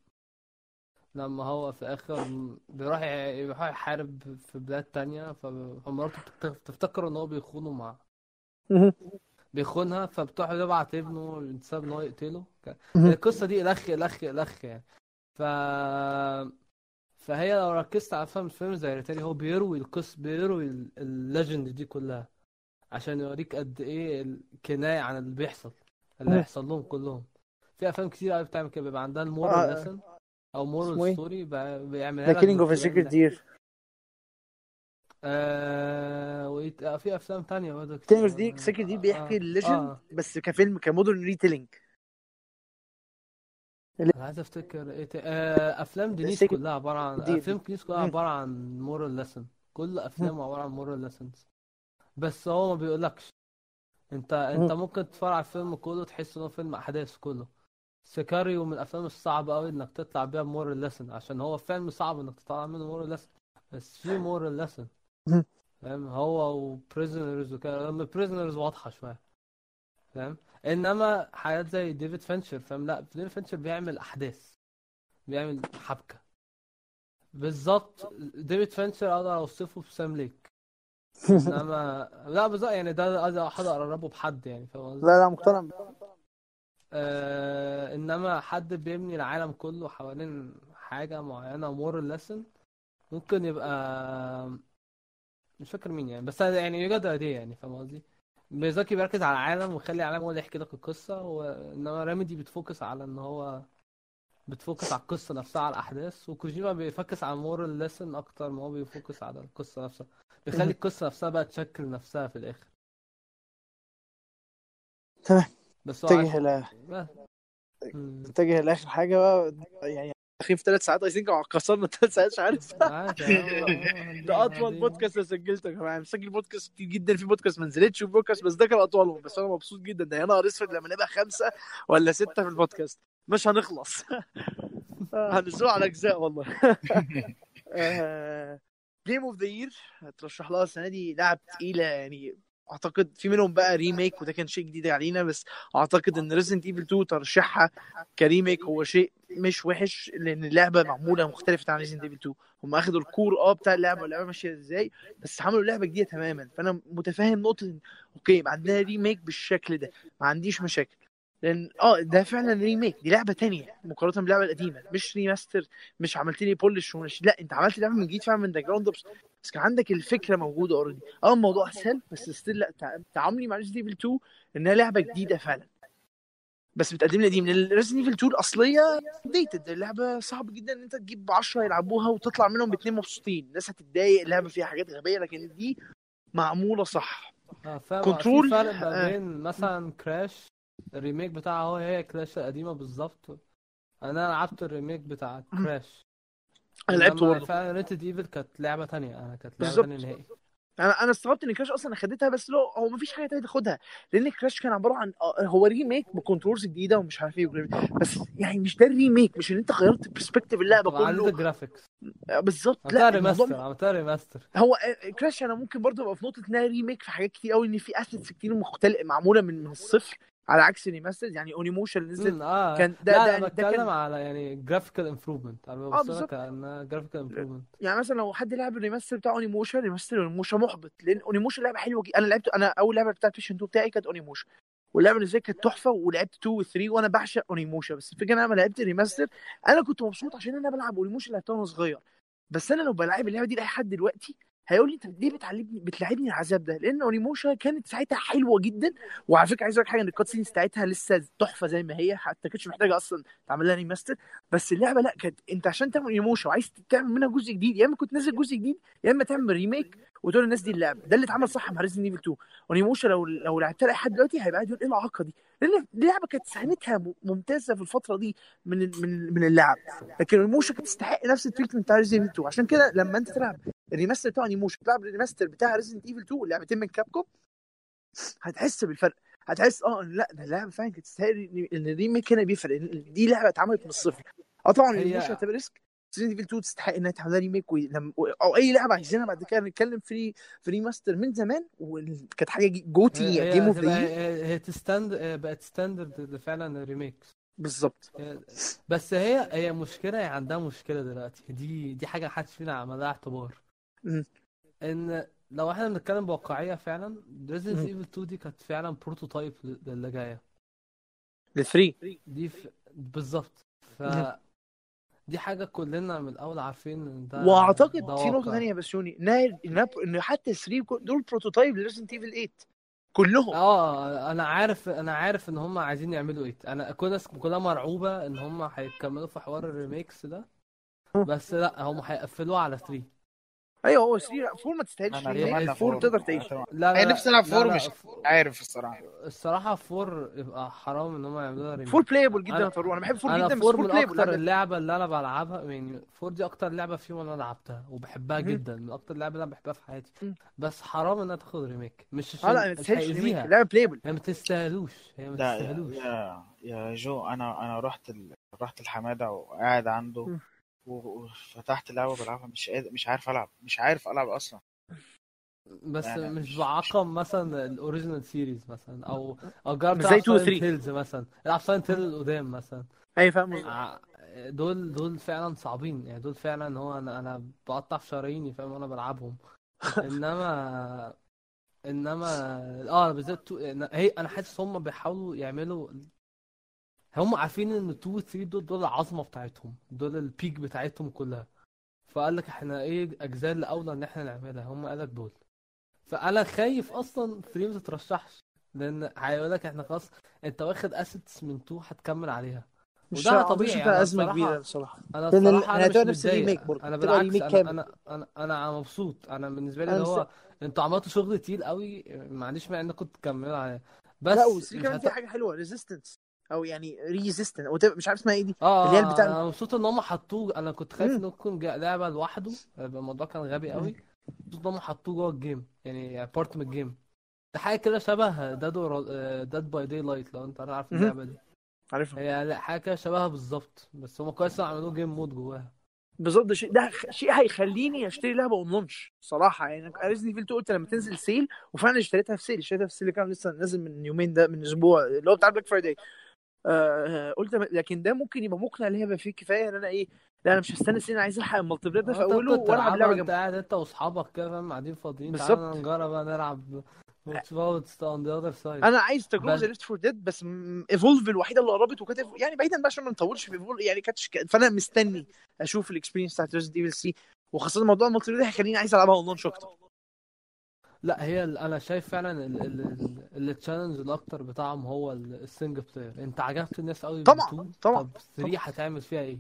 لما هو في اخر بيروح يحارب في بلاد تانية، فمراته بتفتكر ان هو بيخونه بيخونها، فبتروح تبعت ابنه بسبب ان هو يقتله. القصة دي الخ يعني. ف فهي لو ركزت على فهم الفيلم زي ريتاري هو بيروي القصة، بيروي الليجند دي كلها عشان يوريك قد ايه الكناية عن اللي بيحصل، اللي هيحصل لهم كلهم. في افلام كتير قوي بتعمل كده، بيبقى عندها المورال ليسن او مورال اسمه ايه؟ ستوري بيعملها ذا لك كيلينج اوف ا بالطريقه سيكريت دير. في افلام تانية برضه كيلينج كتير. اوف دي سيكريت دي بيحكي الليجند اه بس كفيلم كمودرن ريتيلينج. انا عايز افتكر ايه افلام دينيس سيكريت كلها عباره عن دير افلام دي. دينيس كلها عباره عن مورال ليسن. كل افلامه عباره عن مورال ليسنز، بس هو ما بيقولكش. انت ممكن تتفرج على الفيلم كله تحس انه فيلم احداث كله. سيكاريو من الافلام الصعبه قوي انك تطلع بيها مورال ليسن، عشان هو فيلم صعب انك تطلع منه مورال ليسن، بس في مورال ليسن. فاهم؟ هو وبريزنرز وكده، لما بريزنرز واضحه شويه. فاهم؟ انما حاجات زي ديفيد فينشر، فاهم؟ لا ديفيد فينشر بيعمل احداث، بيعمل حبكه. بالظبط ديفيد فينشر اقدر اوصفه بسام ليك. انما لا بالظبط يعني ده اقدر اقربه بحد يعني. فاهم قصدي؟ لا لا مقتنع. انما حد بيبني العالم كله حوالين حاجه معينه مورال ليسن، ممكن يبقى مش فاكر مين يعني، بس يعني يوجد ايديه يعني، فاهم قصدي؟ ميزاكي بيركز على العالم ويخلي العالم هو اللي يحكي لك القصه، وانما ريميدي بتفوكس على ان هو بتفوكس على القصه نفسها، على الاحداث، وكوجيما بيفكس على المورال ليسن اكتر ما هو بيفوكس على القصه نفسها، بيخلي القصه نفسها بقى تشكل نفسها في الاخر. تمام. بس هو اتجه الى اتجه لاخر حاجه بقى، يعني داخلين في 3 ساعات اي ثينك، كسرنا 3 ساعات مش عارف. عادي ده اطول بودكاست انا سجلته يا جماعه. مسجل بودكاست كتير جدا، في بودكاست ما نزلتش وبودكاست، بس ده كان اطولهم. بس انا مبسوط جدا، ده يا نهار اسود لما نبقى 5 ولا 6 في البودكاست مش هنخلص. هنزوع على اجزاء والله. جيم اوف ذا يير هترشح لها السنه دي لعب تقيله يعني. اعتقد في منهم بقى ريميك وده كان شيء جديد علينا، بس اعتقد ان ريزنت ايفل 2 ترشيحها كريميك هو شيء مش وحش، لان اللعبه معموله مختلفه عن ريزنت ايفل 2. هم اخدوا الكور بتاع اللعبه واللعبه ماشيه ازاي، بس عملوا لعبه جديده تماما. فانا متفاهم نقطه اوكي عندنا ريميك بالشكل ده، ما عنديش مشاكل، لان ده فعلا ريميك، دي لعبه تانية مقارنه باللعبه القديمه، مش ريماستر. مش عملت لي بولش ومش، لا انت عملت لعبه من جديد فعلا من ذا جراوند اب، بس كان عندك الفكره موجوده اوريدي. الموضوع اسهل بس ستيل لا، تعاملي مع ريزنت ايفل 2 انها لعبه جديده فعلا، بس بتقدم لي قديم. لان ريزنت ايفل 2 الاصليه ديتد، اللعبه صعب جدا ان انت تجيب 10 يلعبوها وتطلع منهم باتنين مبسوطين، الناس هتتضايق، اللعبه فيها حاجات غبيه، لكن دي معموله صح. فاهم. في كنترول فرق ما بين مثلا كراش الريميك بتاعها هي كراش القديمه بالظبط. انا لعبت الريميك بتاع كراش، انا لعبته انما برضه فعلا ريتد ايفل كانت لعبه تانية، كانت لعبه تانية بالظبط. نهائي. انا استغربت ان كراش اصلا اخدتها، بس لو هو مفيش حاجه تانية تاخدها، لان كراش كان عباره عن هو ريميك بكنترولز جديده ومش عارف ايه بس يعني مش ده الريميك، مش ان انت غيرت برسبكتيف اللعبه طب عدد كله. الجرافيكس بالظبط، لا عملتها الموضوع ريماستر، عملتها ريماستر. هو كراش انا ممكن برضه ابقى في نقطه انها ريميك في حاجات كتير قوي، ان في اسيتس كتير مختلف معموله من الصفر، على عكس ريماستر. يعني اونيموشن اللي نزلت كان لا انا ده بتكلم كان على يعني جرافيكال امبروفمنت، انا ببص لها بالظبط. كانها جرافيكال امبروفمنت. يعني مثلا لو حد لعب الريماستر بتاع اونيموشا، ريماستر اونيموشا محبط، لان اونيموشا لعبه حلوه جدا. انا لعبت، انا اول لعبه بتاعت بلايستيشن 2 بتاعي كانت اونيموشا، واللعبه اللي زي كانت تحفه، ولعبت 2 و 3 وانا بعشق اونيموشا. بس الفكره انا لما لعبت الريماستر انا كنت مبسوط عشان انا بلعب اونيموشا اللي لعبتها وانا صغير. بس انا لو بلعب اللعبه دي لاي حد دلوقتي هيقول لي انت ليه بتلعبني العذاب ده، لان اونيموشا كانت ساعتها حلوه جدا. وعلى فكره عايز اقول لك حاجه، ان الكات سينز بتاعتها لسه تحفه زي ما هي، حتى كانتش محتاجه اصلا تعمل لها ريماستر. بس اللعبه لا، كانت انت عشان تعمل اونيموشا وعايز تعمل منها جزء جديد، يا اما كنت نازل جزء جديد يا اما تعمل ريميك وتقول للناس دي اللعبه. ده اللي اتعمل صح مع ريزنت ايفل 2. اونيموشا لو لعبتها لاي حد دلوقتي هيبقى قاعد يقول ايه العلاقه دي، لان اللعبه كانت ساعتها ممتازه في الفتره دي من اللعب. لكن اونيموشا كانت تستحق نفس التريتمنت بتاع ريزنت ايفل 2. عشان كده لما انت تلعب الريماستر بتاع اونيموشا تلعب الريماستر بتاع ريزنت ايفل 2، اللعبتين من كابكوم، هتحس بالفرق. هتحس لا ده اللعبه فعلا كانت تستاهل ان الريميك هنا بيفرق، دي لعبه اتعملت من الصفر. طبعا اونيموشا هي هتبقى ريسك، ريزنت ايفل 2 تستحق انها تعمل ريميك او اي لعبه عايزينها بعد كده نتكلم في ريماستر من زمان، وكانت حاجه جوتي هي جيم اوف ذا هتبقى يير. هي بقت ستاندرد فعلا الريميكس. بالظبط. بس هي مشكله، هي عندها مشكله دلوقتي، دي حاجه محدش فينا عملها اعتبار، ان لو احنا بنتكلم بواقعيه فعلا ريزنت ايفل 2 دي كانت فعلا بروتوتايب للي جايه، ل 3 بالظبط. دي حاجه كلنا من الاول عارفين ان واعتقد ده في نقطه واقع. ثانيه بس يوني، ان حتى 3 دول بروتوتايب لريزنت ايفل 8 كلهم. انا عارف ان هم عايزين يعملوا ايه، انا كلها مرعوبه ان هم هيكملوا في حوار الريميكس ده، بس لا هم هيقفلوه على 3. ايوه هو 3 4 ما تستاهلش انا ريميك، اتمنى 4 فور. تقدر تعيش. لا لا انا لا نفسي العب لا فور، مش لا عارف الصراحه. الصراحه 4 يبقى حرام ان هم يعملوها 4 ريميك. بلايبل جدا يا انا طارق، انا بحب 4 انا جدا، بس 4 4 من بلايبل اكتر لعبه. اللعبه اللي انا بلعبها يعني، 4 دي اكتر لعبه فيهم انا لعبتها وبحبها جدا، من اكتر اللعبه اللي انا بحبها في حياتي. بس حرام انها تاخد ريميك، مش لا عشان ما مش تستاهلش ريميك، هيأذيها، اللعبه بلايبل. هي ما ده تستاهلوش. يا جو، انا رحت الحماده وقاعد عنده وفتحت اللعبه بلعبها، مش عارف العب، مش عارف العب اصلا. بس يعني مش مش بعقم مثلا الاوريجينال سيريز مثلا، او جرب مش زي تلعب 2 و سايلنت 3. هيلز مثلا، العب سايلنت هيل القدام مثلا. ايوه فاهم قصدك. ع- دول فعلا صعبين يعني، دول فعلا هو انا بقطع في شراييني فاهم وانا بلعبهم. انما بالذات انا حاسس هم بيحاولوا يعملوا، هم عارفين ان 2 و 3 دول العظمه بتاعتهم، دول البيك بتاعتهم كلها، فقال لك احنا ايه اجزاء اللي اولى ان احنا نعملها، هم قال لك دول فانا خايف اصلا 3 ما تترشحش، لان هيقول لك احنا خلاص انت واخد اسيتس من 2 هتكمل عليها، مش وده اعتقدش طبيعي. انها انا ازمه كبيره الصراحه بصراحه، انا لان الصراحه انا مش هتبقى نفس متضايق، الريميك برضه، انا تبقى بالعكس، ريميك كامل. انا مبسوط. انا بالنسبه لي انا اللي مست... هو انتوا عملتوا شغل تقيل قوي، ما عنديش مانع انكم تكملوا عليه، لا بس و3 مش كمان فيها حاجه حلوه، ريزيستنس، او يعني ريزيستنت، او مش عارف اسمها ايه دي، اللي هي البتاع انا مبسوط ان هم حطوه. انا كنت خايف مم. انه يكون لعبه لوحده، يبقى الموضوع كان غبي مم. قوي. مبسوط ان هم حطوه جوه الجيم، يعني بارت من الجيم. ده حاجه كده شبه داد باي داي لايت، لو انت عارف مم. اللعبه دي. عارفها هي لا، حاجه كده شبهها بالظبط، بس هم كويس إنهم عملوه جيم مود جواها. بالظبط. ده شيء هيخليني اشتري لعبه اون لونش صراحه. يعني ريزنت ايفل 2 قلت لما تنزل سيل، وفعلا اشتريتها في سيل، اشتريتها في السيل اللي كان لسه نازل من يومين، ده من اسبوع، اللي هو بتاع بلاك فرايداي. قلت لكن ده ممكن يبقى مقنع، اللي هيبقى فيه كفايه ان انا ايه، لا انا مش هستنى سنين، عايز الحق المالتي بلاير ده في انت اوله ممكن والعب تلعبها اللعبه وانت جنبه. قاعد انت واصحابك كده، فاهم، قاعدين فاضيين، تعالى بالظبط. نجرب بقى نلعب وتفوت on the other side. انا عايز تجربه بس زي ليفت فور ديد، بس ايفولف الوحيده اللي قربت وكانت يعني بعيدا بقى عشان ما نطولش في ايفولف، يعني كانتش فانا مستني اشوف الاكسبيرينس بتاعت ريزنت ايفل سي، وخاصه موضوع المالتي بلاير ده هيخليني عايز العبها اون لونش اكتر. لا، هي انا شايف فعلا التشالنج الاكتر بتاعهم هو السنجل بلاير. انت عجبت الناس قوي طبعا ب2، طبعا طب طبعا. 3 هتعمل فيها ايه؟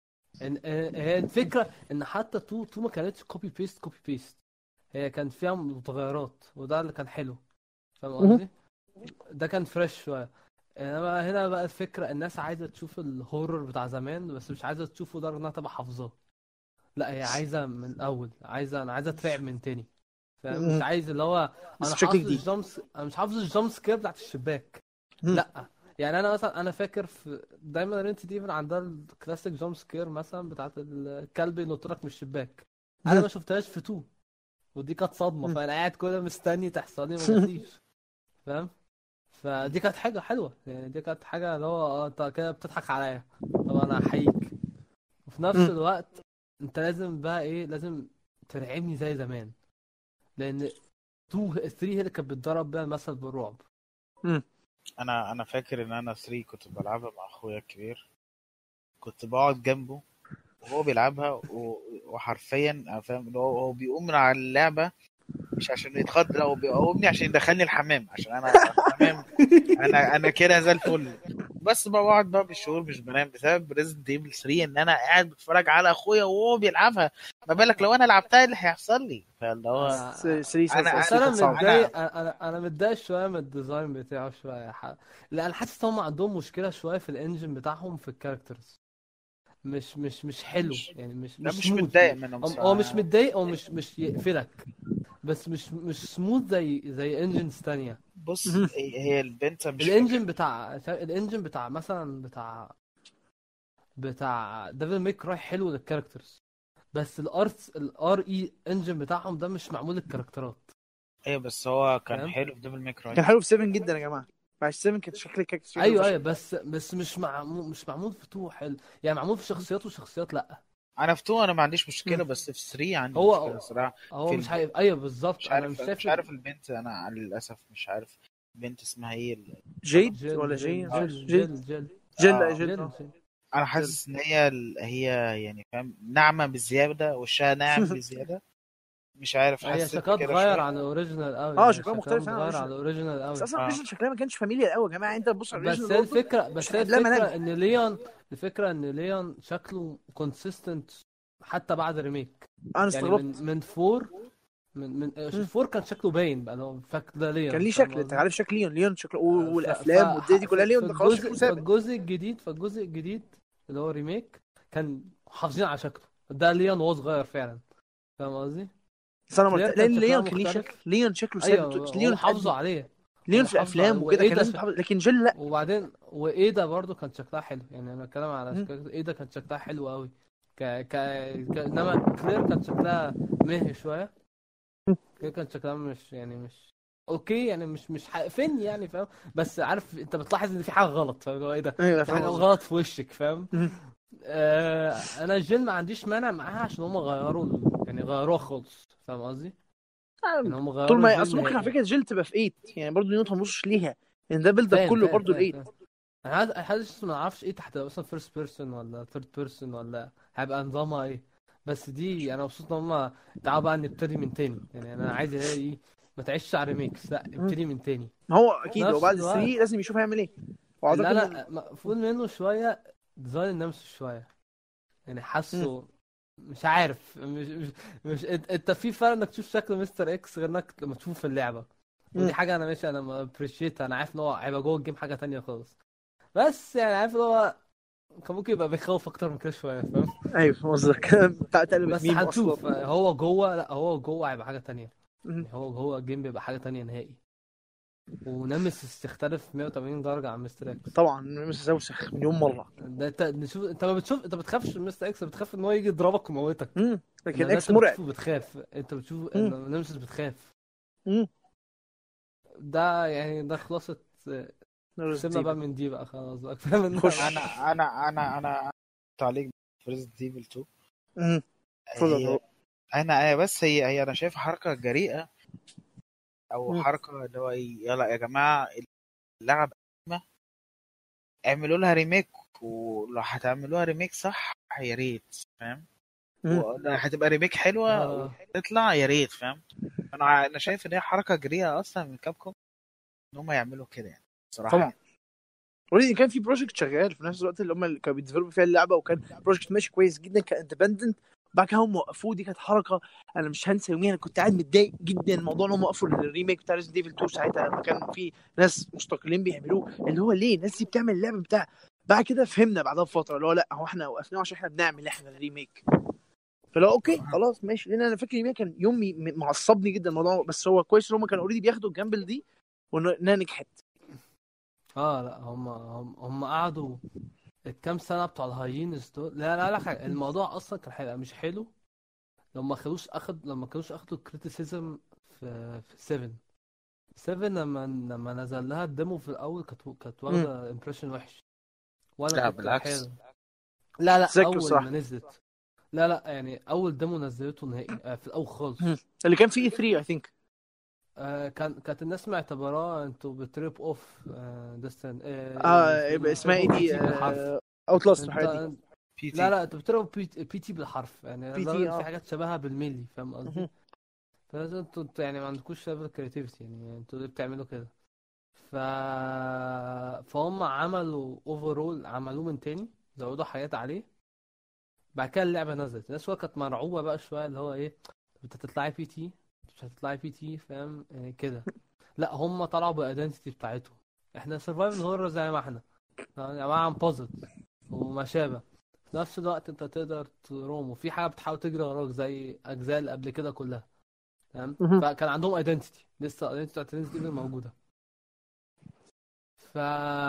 هي الفكره ان حتى 2 ما كانتش كوبي بيست كوبي بيست، هي كان فيها متغيرات، وده اللي كان حلو، فاهم مهم. قصدي؟ ده كان فريش شويه. انما هنا بقى الفكره، الناس عايزه تشوف الهورر بتاع زمان، بس مش عايزه تشوفه لدرجه انها تبقى حافظاه. لا، هي عايزه من الاول، انا عايزه اترعب من تاني، فاهم؟ مش مهم. عايز اللي هو بس انا بشكل حافظ جديد. انا مش حافظ الجامب سكير بتاعت الشباك. مهم. لا، يعني انا مثلا انا فاكر في دايما رينت ديفل عندها الكلاسيك جامب سكير مثلا بتاعت الكلب ينط لك من الشباك. انا مهم. ما شفتهاش في 2، ودي كانت صدمه، مهم. فانا قاعد كده مستني تحصل لي، ما جاتليش، فاهم؟ فدي كانت حاجه حلوه، يعني دي كانت حاجه اللي هو انت كده بتضحك عليا، طب انا احييك. وفي نفس مهم. الوقت انت لازم بقى ايه، لازم ترعبني زي زمان، لان 2 3 هي اللي كانت بتضرب بيها المثل بالرعب. مهم. انا فاكر ان انا 3 كنت بلعبها مع اخويا الكبير، كنت بقعد جنبه وهو بيلعبها وحرفيا أنا فاهم ان هو بيقوم من على اللعبه مش عشان يتخض، لا هو بيقومني عشان يدخلني الحمام، عشان انا تمام، انا كده زي الفل. بس بقعد بقى بالشهور مش بنام بسبب ريزنت ايفل 3، ان انا قاعد بتفرج على اخويا وهو بيلعبها، ما بالك لو انا لعبتها إيه اللي هيحصل لي؟ فاللي هو انا 3 بس 3 انا كانت صعبه. متضايق، انا متضايق شويه من الديزاين بتاعه شويه لا، انا حاسس ان هم عندهم مشكله شويه في الانجن بتاعهم في الكاركترز، مش حلو، مش يعني لا مش مش سموث. متضايق منهم هو مش بصراحه. متضايق، هو مش يقفلك، بس مش سموث زي انجنز تانية. بص مهم. هي البنت مش فاكر. الانجن بتاع مثلا بتاع ديفل ميك كراي حلو للكاركترز، بس الار انجن بتاعهم ده مش معمول للكاركترات، ايوه بس هو كان فاهم؟ حلو في ديفل ميك راي. كان حلو في 7 جدا يا جماعه، معلش 7 كانت شكل ايوه فشخ. بس مش معمول في 2 حلو، يعني معمول في شخصيات وشخصيات لا. انا في 2 انا ما عنديش مم. مشكله، بس في 3 عندي مشكله هو صراحه. هو في مش البنت ايوه بالظبط، مش انا عارف مش شايف مش عارف البنت، انا للاسف مش عارف البنت اسمها ايه البطله. جيد ولا جين؟ اه جيد. جيل جيل، لا اه جيل اه. انا جيل. حاسس ان هي يعني فاهم ناعمه بزياده، وشها ناعم بزياده، مش عارف هي حسيت شكلها بكده اتغير شويه. عن الاوريجينال قوي، اه يعني شكلها شكلها مختلف عن متغير عن الاوريجينال، الاوريجينال بس قوي. اصلا اه الاوريجينال شكلها ما كانش فاميليار قوي يا جماعه. انت تبص على بس الاوريجينال هي برضه الفكره مش بس هي هتحب لها الفكره منابع. ان ليون الفكره ان ليون شكله كونسيستنت حتى بعد ريميك، انا يعني استغربت. من فور، مم. فور كان شكله باين بقى، لو فاكر ده كان ليون، ليه فاهم شكل، انت قصدي؟ عارف شكل ليون شكله ف ف والافلام والدنيا دي كلها، ليون ده خلاص شكله ثابت. فالجزء الجديد اللي هو ريميك كان محافظين على شكله، ده ليون وهو صغير فعلا، فاهم قصدي؟ بس انا كلير لان كان شكلها ليون كان ليه شكل، مختلف. ليون شكله ايوه، ثابت، هم ليون حافظوا اتقدم. عليه، ليون هم في حافظوا عليه. الافلام وكده كان وايه لازم ده، تحافظ، لكن جيل لا. وايه ده برضو كان شكلها حلو، يعني انا بتكلم على مم. ايه ده كان شكلها حلو قوي. انما كلير كان شكلها مه شويه. كلير كان شكلها مش يعني مش اوكي، يعني مش فين يعني، فاهم؟ بس عارف انت بتلاحظ ان في حاجه غلط، فاهم اللي هو ايه ده، ايوه في فاهم حاجه قصدك. غلط في وشك، فاهم؟ مم. انا جيل ما عنديش مانع معاها عشان هم غيروا يعني غيروها خالص، فاهم قصدي؟ يعني هم طول غيروا ما جيل اصل ممكن على نهائي. فكره جيل تبقى في 8، يعني برضه دي نقطه مبصش ليها، ان ده بيلد اب فاهم كله فاهم برضه فاهم ل8. فاهم انا حاسس ما اعرفش ايه تحت، مثلا فيرست بيرسون ولا ثيرد بيرسون، ولا هيبقى نظامها ايه. بس دي انا مبسوط ان هم تعالوا بقى نبتدي من تاني، يعني انا عايز الاقي ايه، ما تعيش على ريميكس، لا ابتدي من تاني. ما هو اكيد نفس وبعد الوقت 3 لازم يشوف هيعمل ايه. لا واعتقد لا مقفول منه شويه، ديزاين النمس شويه يعني حاسه مش عارف، مش انت في فرق انك تشوف شكل مستر اكس غير انك لما تشوفه في اللعبه. ودي حاجه انا ماشي، انا ما ابريشيت، انا عارف ان هو هيبقى جوه الجيم حاجه تانية خالص، بس يعني عارف ان هو كان ممكن يبقى بيخوف اكتر من كده شويه، فاهم؟ ايوه قصدك تقلبت بس ميم هنشوف اصلا. هو جوه، لا هو جوه هيبقى حاجه تانية. مم. يعني هو جوه الجيم بيبقى حاجه تانية نهائي، ونمسيس تختلف 180 درجه عن مستر اكس. طبعا مش اوسخ مليون مره. ده انت نشوف، انت ما بتشوف، انت بتخافش من مستر اكس، بتخاف ان هو يجي يضربك ويموتك. لكن انما ده اكس انت مرعب. بتشوفه بتخاف، انت بتشوف ان مم. نمسيس بتخاف. مم. ده يعني ده خلاصة. Resident سيبنا بقى Evil. من دي بقى خلاص بقى كفايه منها خش. بقى. انا تعليق ريزنت ايفل 2. اتفضل. هي انا بس هي انا شايف حركه جريئه، او مم. حركه اللي هو ايه، يلا يا جماعه اللعبه قديمة، اعملوا لها ريميك، ولو هتعملوها ريميك صح يا ريت، فاهم؟ ولو هتبقى ريميك حلوه آه. وتطلع يا ريت، فاهم؟ انا شايف ان هي حركه جريئه اصلا من كابكوم ان هم يعملوا كده يعني، صراحه طبعا يعني. اوريدي كان في بروجكت شغال في نفس الوقت اللي هم اللي كانوا بيديفلوبوا فيها اللعبه، وكان بروجكت ماشي كويس جدا كاندبندنت. بعد كده هم وقفوه، دي كانت حركه انا مش هنسى يوميا. انا كنت قاعد متضايق جدا موضوع ان هم وقفوا الريميك بتاع ريزنت ايفل 2 ساعتها لما كان في ناس مستقلين بيعملوه، اللي هو ليه الناس دي بتعمل اللعبه بتاع. بعد كده فهمنا بعدها بفتره اللي هو لا، هو احنا وقفناه عشان احنا بنعمل احنا الريميك. فلو اوكي خلاص ماشي، لان انا فاكر يوميا كان يومي معصبني جدا الموضوع، بس هو كويس ان هم كانوا اوريدي بياخدوا الجامبل دي وانها نجحت. اه لا هم قعدوا الكام سنه بتوع الهايينز دول. لا حاجة. الموضوع اصلا كان هيبقى مش حلو لما كانوش اخدوا الكريتيسيزم في 7. 7 لما نزل لها الديمو في الاول كانت واخده امبريشن وحش، وانا لا كنت بالعكس. حلو. لا تذكر اول صح. ما نزلت، لا يعني اول ديمو نزلته نهائي في الاول خالص. اللي كان فيه 3 اي ثينك. كانت الناس معتبراه انتوا بتريب اوف ديستن اسمها ايه بتريب بي دي؟ تي بالحرف. اوتلاست والحاجات دي. انت بي لا تي. لا انت بتريب بي تي بالحرف، يعني بي تي لدرجه في حاجات شبهها بالملي، فاهم قصدي؟ مهم. فلازم انتوا يعني ما عندكوش ليفل كريتيفيتي، يعني انتوا ليه بتعملوا كده؟ ف... فهم عملوا اوفرول، عملوه من تاني، زودوا حاجات عليه. بعد كده اللعبه نزلت، الناس بقى كانت مرعوبه بقى شويه، اللي هو ايه، انت هتطلعي بي تي، مش هتطلعي بي تي، فاهم كده؟ لا هم طلعوا بايدنتيتي بتاعتهم، احنا سرفايفل هورر زي ما احنا، عباره عن بازل وما شابه. في نفس الوقت انت تقدر تروم، وفي حاجه بتحاول تجري وراك زي اجزاء اللي قبل كده كلها، تمام؟ مهم. فكان عندهم ايدنتيتي، لسه الايدنتيتي بتاعت ريزنت ايفل موجوده. ف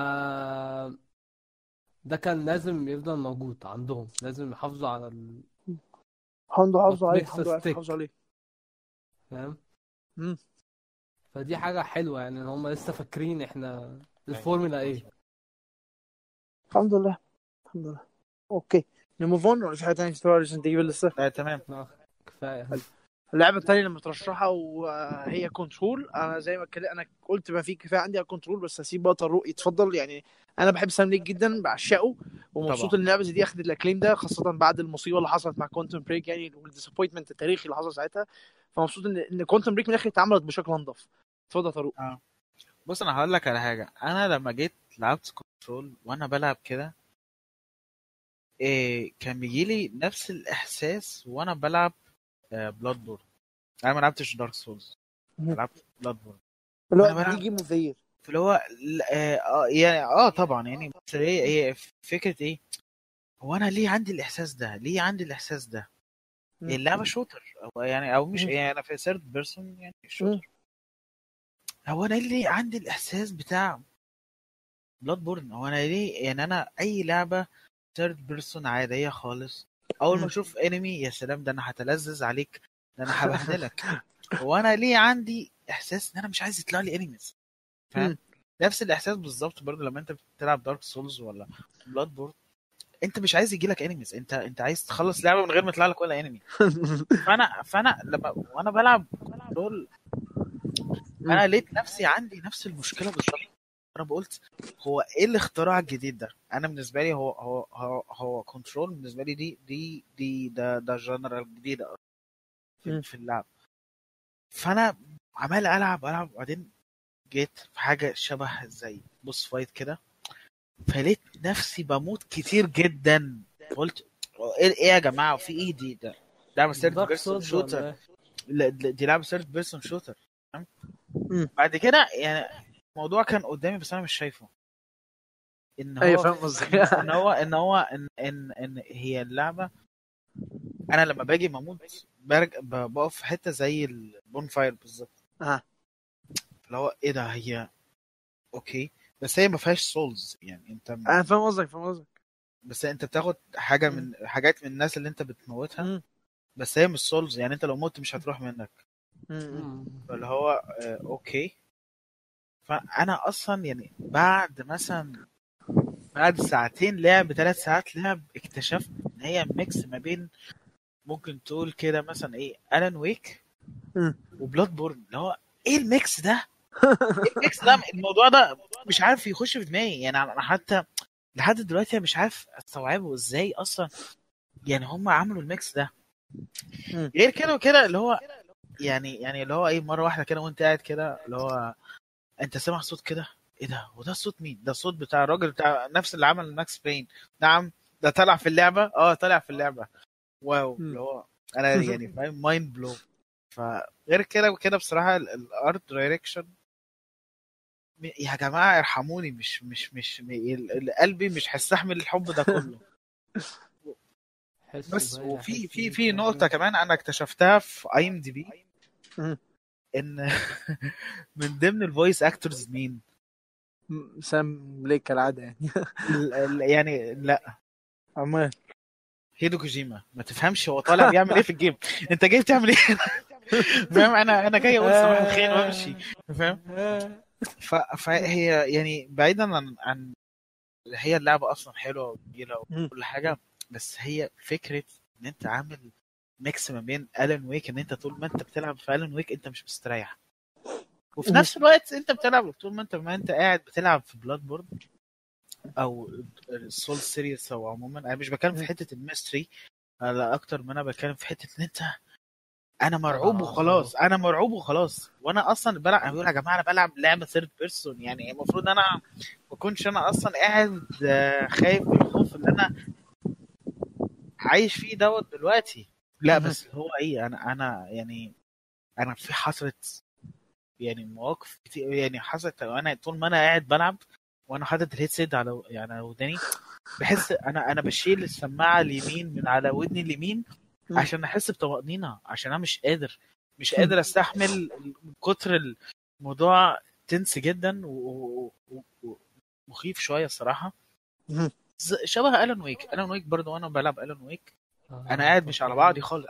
ده كان لازم يفضل موجود عندهم، لازم يحافظوا على الحمد لله what حافظوا عليه، makes الحمد us لله حافظوا tick، عليه. فاهم؟ مم. فدي حاجة حلوة يعني ان هم لسه فاكرين احنا الفورمولا ايه. الحمد لله الحمد لله. اوكي نموف اون، ولا في حاجه ثانيه تسويها ريزنت ايفل لسه؟ لا تمام. كفاية. حلو. اللعبه الثانيه لما ترشحها وهي كنترول، انا زي ما اتكلم انا قلت ما في كفايه عندي على كنترول، بس هسيب بقى طارق يتفضل. يعني انا بحب سام ليك جدا، بعشقه، ومبسوط طبعا. ان اللعبه زي دي اخذت الاكليم ده، خاصه بعد المصيبه اللي حصلت مع كوانتم بريك يعني، والديسابوينتمنت التاريخي اللي حصل ساعتها. فمبسوط ان كوانتم بريك من الاخر اتعملت بشكل انضف. اتفضل يا طارق. بص انا هقول لك على حاجه، انا لما جيت لعبت كنترول وانا بلعب كده، كان بيجيلي نفس الاحساس وانا بلعب بلاد بورن. انا ما لعبتش دارك سولز، لعبت بلاد بورن اللي وانا هو دي بلعب جيم اوف ذا يير. اللي هو يعني طبعا يعني، بس هي فكره ايه، هو انا ليه عندي الاحساس ده، ليه عندي الاحساس ده؟ اللعبه شوتر، او يعني او مش يعني انا في ثيرد بيرسون يعني شوتر، هو انا ليه عندي الاحساس بتاع بلاد بورن؟ هو انا ليه يعني، انا اي لعبه ثيرد بيرسون عاديه خالص، اول ما اشوف انمي يا سلام، ده انا هتلذذ عليك، ده انا هبهدلك. هو انا ليه عندي احساس ان انا مش عايز يطلع لي انميز؟ فاهم؟ نفس الاحساس بالظبط برضه لما انت بتلعب دارك سولز ولا بلاد بورن، انت مش عايز يجي لك انميز، انت عايز تخلص لعبه من غير ما يطلع لك ولا انمي. فانا لما وانا بلعب كنترول، انا لقيت نفسي عندي نفس المشكله بالظبط. انا قلت هو ايه الاختراع الجديد ده؟ انا بالنسبه لي هو كنترول بالنسبه لي دي ده جنرال جديد في اللعب. فانا عمال العب وبعدين جيت في حاجه شبه زي بوس فايت كده، فلقيت نفسي بموت كتير جدا. قلت ايه يا جماعه، وفي ايه ده لعبه ثيرد دارك بيرسون سولز ولا شوتر. ايه؟ لا دي لعبه ثيرد بيرسون شوتر. مم. بعد كده يعني الموضوع كان قدامي بس انا مش شايفه ان ايوه هو فاهم قصدك. ان هي اللعبه. انا لما باجي بموت بقف في حته زي البون فاير بالظبط، اه اللي هو ايه ده، هي اوكي بس هي ما فيهاش سولز يعني. انت انا فاهم قصدك. بس انت بتاخد حاجه من حاجات من الناس اللي انت بتموتها، مم. بس هي مش سولز يعني. انت لو مت مش هتروح منك، مم. فاللي هو اوكي. فانا اصلا يعني بعد ساعتين لعب 3 ساعات لعب اكتشفت ان هي ميكس ما بين، ممكن تقول كده مثلا ايه، الان ويك مم. وبلاد بورن. اللي هو ايه الميكس ده، ايه الميكس ده، الموضوع ده مش عارف يخش في دماغي يعني. انا حتى لحد دلوقتي مش عارف استوعبه ازاي اصلا يعني هم عملوا الميكس ده. مم. غير كده وكده اللي هو يعني اللي هو ايه، مره واحده كده وانت قاعد كده اللي هو انت سامع صوت كده، ايه ده، وده الصوت مين؟ ده الصوت بتاع الراجل بتاع نفس اللي عمل ماكس بين. نعم ده طلع في اللعبه، طلع في اللعبه. واو، اللي هو انا يعني فاهم مايند بلو. فغير كده وكده بصراحه الارت دايركشن يا جماعه ارحموني، مش قلبي مش هيستحمل الحب ده كله. حسه بس باين، وفي احس في بيه في فعلا. نقطه كمان انا اكتشفتها في اي ام دي بي، مم. ان من ضمن الفويس اكتورز مين؟ سام بليك كالعاده يعني. يعني لا، عمال هيدو كوجيما. ما تفهمش هو طالع بيعمل ايه في الجيم، انت جاي بتعمل ايه؟ فاهم، انا جاي اقول صباح الخير وامشي، فاهم. فهي يعني بعيدا عن هي اللعبه اصلا حلوه وجميله مم. وكل حاجه، بس هي فكره ان انت عامل ميكس ما بين الان ويك، ان انت طول ما انت بتلعب في الان ويك انت مش مستريح، وفي مم. نفس الوقت انت بتلعب طول ما انت قاعد بتلعب في بلاد بورن او السول سيريس. او عموما انا مش بتكلم في مم. حته الميستري على اكتر ما انا بتكلم في حته ان انت، انا مرعوب اه وخلاص، انا مرعوب وخلاص. وانا اصلا بلعب، انا بقول يا جماعه انا بلعب لعبه ثيرد بيرسون، يعني المفروض انا ما اكونش انا اصلا قاعد خايف بالخوف اللي انا عايش فيه دوت دلوقتي. لا مم. بس هو ايه، انا يعني انا في حصلت يعني مواقف كتير يعني حصلت وانا طول ما انا قاعد بلعب وانا حاطط الهيدسيت على يعني على وداني، بحس انا بشيل السماعه اليمين من على ودني اليمين مم. عشان احس بطمأنينة، عشان انا مش قادر استحمل من كتر الموضوع. تنس جدا ومخيف شويه الصراحه. مم. شبه الان ويك برضو، وانا بلعب الان ويك انا اه قاعد مش على بعضي خالص،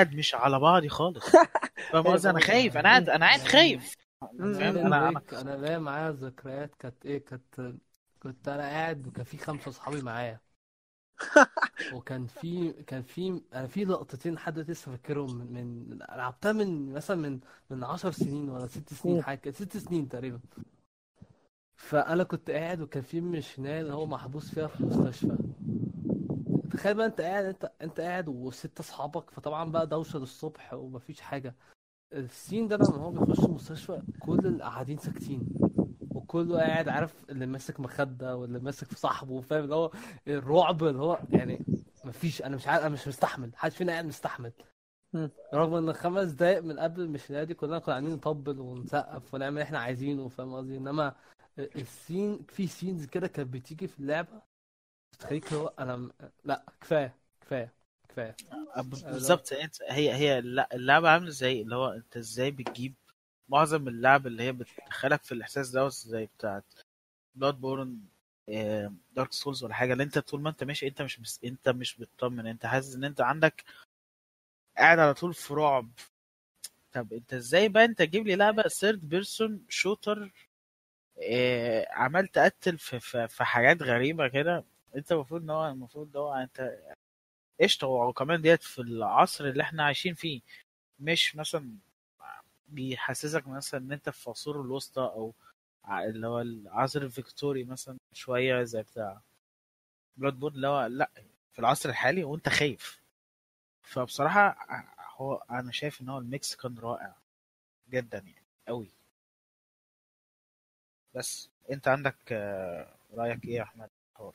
فاهم ايوه قصدي، فاهم انا قصدك. خايف، انا قاعد خايف، فاهم. الين انا ويك انا لاقي معايا ذكريات كانت ايه، كنت انا قاعد وكان في 5 اصحابي معايا، وكان في انا في لقطتين لحد دلوقتي لسه فاكرهم من لعبتها من مثلا من 10 سنين ولا 6 سنين، مم. حاجه كده، 6 سنين تقريبا. فانا كنت قاعد وكان في مشنال هو محبوس فيها في المستشفى. تخيل بقى انت قاعد، انت قاعد و6 اصحابك، فطبعا بقى دوشه للصبح ومفيش حاجه. السين ده لما هو بيخش المستشفى كل اللي قاعدين ساكتين، وكله قاعد عارف اللي ماسك مخدة واللي ماسك في صاحبه، فاهم اللي هو الرعب اللي هو يعني مفيش. انا مش عارف، انا مش مستحمل، محدش فينا قاعد مستحمل. مم. رغم ان 5 دقايق من قبل المشنية دي كلنا كنا قاعدين نطبل ونسقف ونعمل اللي احنا عايزينه، فاهم قصدي. انما السين، في سينز كده كانت بتيجي في اللعبة تخليك اللي هو لا كفاية كفايه كفايه. لا بالظبط. انت هي اللعبه عامله زي اللي هو انت ازاي بتجيب معظم اللعب اللي هي بتدخلك في الاحساس ده، زي بتاعت بلاد بورن، دارك سولز ولا حاجه، اللي انت طول ما انت ماشي انت مش بتطمن، انت حاسس ان انت عندك قاعد على طول في رعب. طب انت ازاي بقى انت تجيب لي لعبه ثيرد بيرسون شوتر عمال تقتل في حاجات غريبه كده؟ انت المفروض ان هو انت قشطه. وكمان ديت في العصر اللي احنا عايشين فيه، مش مثلا بيحسسك مثلا ان انت في عصور الوسطى او اللي هو العصر الفيكتوري مثلا شويه زي بتاع بلاد بورن، اللي هو لا، في العصر الحالي وانت خايف. فبصراحه هو انا شايف ان هو الميكس كان رائع جدا يعني. قوي. بس انت عندك رايك ايه يا احمد؟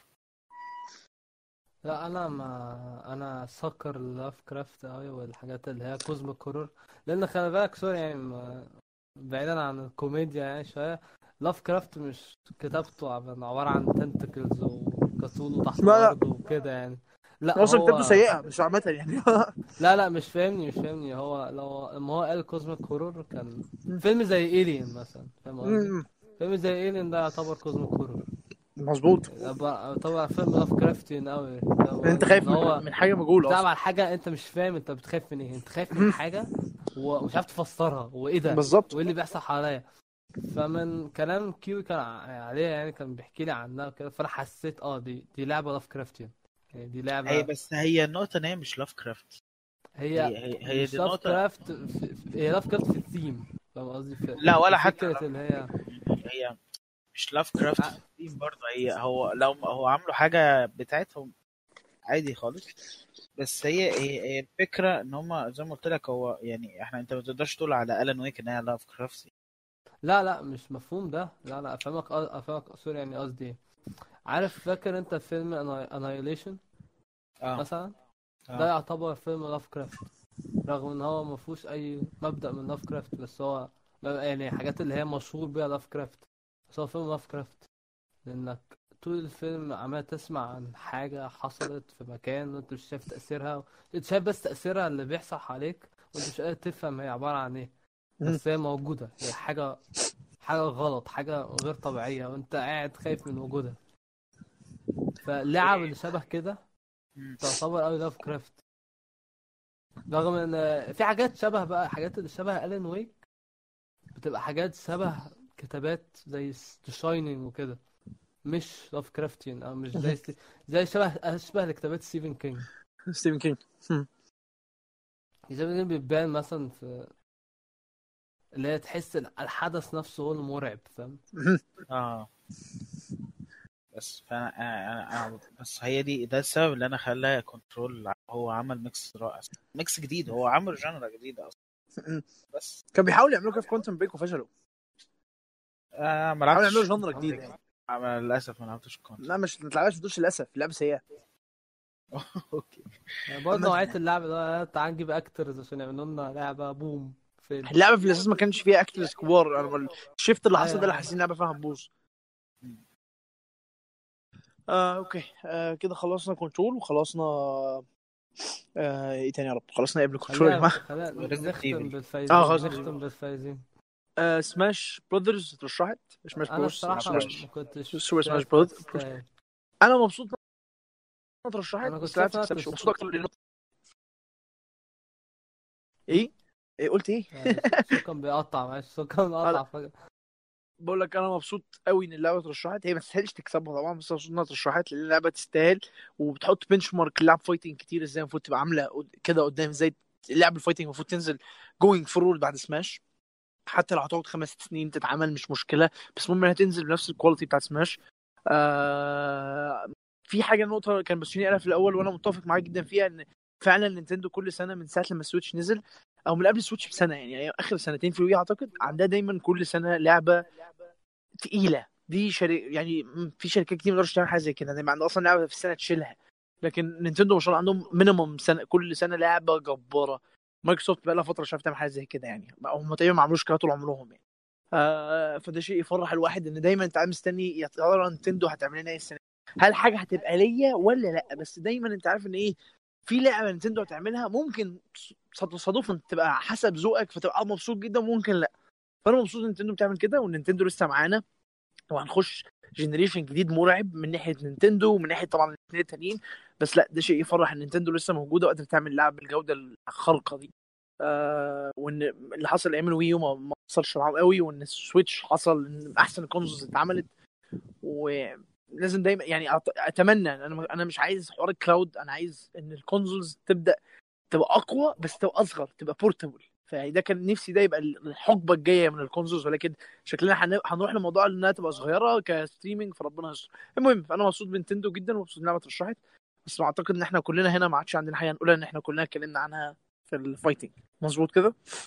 لا انا سكر لاف كرافت قوي والحاجات اللي هي كوزميك هورور، لان خلي بالك سوري يعني بعيدا عن الكوميديا يعني شويه، لاف كرافت مش كتابته عباره عن تنتكلز وكتول تحت لا لا، الارض وكده يعني. لا اصلا كتابته هو سيئه مش عامه يعني. لا مش فاهمني هو لو ما هو قال كوزميك هورور كان فيلم زي إيليان مثلا، فاهم قصدي؟ فيلم زي إيليان ده يعتبر كوزميك هورور، مظبوط. طبعا فيلم لاف كرافتيان قوي، فاهم انت قصدي؟ خايف ان هو من حاجه مجهوله بتلعب اصلا. على حاجه انت مش فاهم انت بتخاف من ايه، انت خايف من حاجه ومش عارف تفسرها، وايه ده بالظبط. وايه اللي بيحصل حواليا. فمن كلام كيوي كان عليها يعني، كان بيحكي لي عنها كده، فانا حسيت دي لعبه لاف كرافتيان، يعني دي هي لعبه. بس هي النقطه ان هي مش لاف كرافت. هي هي دي مش لاف النقطه. كرافت هي لاف كرافت في الثيم، فاهم قصدي؟ لا في ولا حتى فكره اللي هي هي مش لاف كرافت ع- في الثيم برضه. هو لو هو عملوا حاجه بتاعتهم عادي خالص. بس هي الفكره ان هم زي ما قلت لك، هو يعني انت ما تقدرش تقول على الان ويك ان هي لاف كرافت. لا مش مفهوم ده، لا افهمك سوري يعني قصدي إيه. عارف فاكر انت فيلم انايليشن اه مثلا؟ ده اه يعتبر فيلم لاف كرافت، رغم ان هو ما فيهوش اي مبدأ من لاف كرافت، بس هو يعني حاجات اللي هي مشهور بيها لاف كرافت، بس هو فيلم لاف كرافت. لانك طول الفيلم عمال تسمع عن حاجة حصلت في مكان وانت مش شايف تأثيرها، انت شايف بس تأثيرها اللي بيحصل عليك، وانت مش قادر تفهم هي عبارة عن ايه، مم. بس هي موجودة، هي حاجة غلط، حاجة غير طبيعية، وانت قاعد خايف من وجودها. فاللعب اللي شبه كده مم. تعتبر اوي لاف كرافت، رغم ان في حاجات شبه بقى، حاجات اللي شبه ألين ويك بتبقى حاجات شبه كتابات زي ذا شاينينج وكده، مش لاف كرافتيان، او مش زي زي اشبه لكتابات ستيفن كينج. ستيفن كينج. مم. ستيفن كينج بيبان مثلا في اللي هي تحس الحدث نفسه هو المرعب، فاهم؟ مم. اه بس فانا بس هي ده السبب اللي انا خلاه كنترول. هو عمل ميكس رائع، ميكس جديد، هو عمل جانرا جديده اصلا. مم. بس كان بيحاولوا يعملوا كده في كوانتم بريك وفشلوا. ما حاولوا يعملوا لعبتش. جنرا جديده يعني. للاسف ما لعبتش كونتر. لا مش ما تلعبش بدوش للاسف، اللعبه سيئه. اوكي. يعني برضه عامة نوعية يعني اللعب ده، تعال نجيب اكترز عشان يعملوا لنا لعبة بوم فين. اللعبه في الاساس ما كانش فيها اكترز كبار. انا الشيفت اللي حصل ده اللي ايوه حاسين اللعبه فيها هتبوظ. اوكي. كده خلصنا كنترول وخلصنا. ايه تاني يا رب؟ خلصنا قبل كنترول يا جماعه. خلينا ريزنت نختم ايفل. بالفايزين، غزل. نختم بالفايزين. سماش براذرز اترشحت. سماش انا بروز الصراحة سماش. ما كنتش سوبر سماش شايفها براذرز. تستاهل. انا مبسوط انها اترشحت، انا كنت بس لا شايف انها تكسبش. ومبسوط اكتر لانه ايه. قلت ايه؟ الصوت كان بيقطع، معلش الصوت كان بيقطع لا، فجأة. بقول لك انا مبسوط قوي ان اللعبه اترشحت. هي ما تستاهلش تكسبها طبعا، بس مبسوط انها اترشحت لان اللعبه تستاهل. وبتحط بنش مارك اللعب فايتنج كتير ازاي المفروض تبقى عامله كده قدام، ازاي اللعب الفايتنج المفروض تنزل جوينج فورورد بعد سماش. حتى لو هتقعد 5 سنين تتعمل مش مشكله، بس المهم انها تنزل بنفس الكواليتي بتاعت سماش. آه في حاجه نقطه كان بسيوني قالها في الاول وانا متفق معاه جدا فيها، ان فعلا نينتندو كل سنه من ساعه لما السويتش نزل او من قبل السويتش بسنه، يعني اخر سنتين في الوي اعتقد، عندها دايما كل سنه لعبه تقيله. دي يعني في شركات كتير ما تقدرش تعمل حاجه زي كده، يعني عندها اصلا لعبه في السنه تشيلها. لكن نينتندو ما شاء الله عندهم مينيمم سنه، كل سنه لعبه جباره. مايكروسوفت بقى لها فتره مش عارف تعمل حاجه زي كده يعني، هم تقريبا ما عملوش كده طول عمرهم يعني. فده شيء يفرح الواحد ان دايما انت قاعد مستني يا ترى نينتندو هتعمل لنا ايه السنه دي؟ هل حاجه هتبقى ليا ولا لا؟ بس دايما انت عارف ان ايه، في لعبه نينتندو هتعملها ممكن صادفا تبقى حسب ذوقك فتبقى مبسوط جدا، وممكن لا. فانا مبسوط ان نينتندو بتعمل كده، وان نينتندو لسه معانا، وهنخش جنريشن جديد مرعب من ناحيه نينتندو ومن ناحيه طبعا الاثنين التانيين. بس لا، ده شيء يفرح ان نينتندو لسه موجوده وقادره تعمل لعب بالجوده الخارقه دي. وان اللي حصل ايام الوي يو ما حصلش معاهم قوي، وان السويتش حصل ان احسن الكونسولز اتعملت. ولازم دايما يعني اتمنى، انا مش عايز حوار الكلاود، انا عايز ان الكونسولز تبدا تبقى اقوى بس تبقى اصغر، تبقى بورتبل. فده كان نفسي ده يبقى الحقبه الجايه من الكونسولز، ولكن شكلنا هنروح لموضوع انها تبقى صغيره كستريمنج، فربنا يستر. المهم، فانا مبسوط بنتندو جدا ومبسوط انها اترشحت. بس اعتقد ان احنا كلنا هنا ما عادش عندنا حاجه نقولها، ان احنا كلنا اتكلمنا عنها في الفايتنج. مظبوط كده.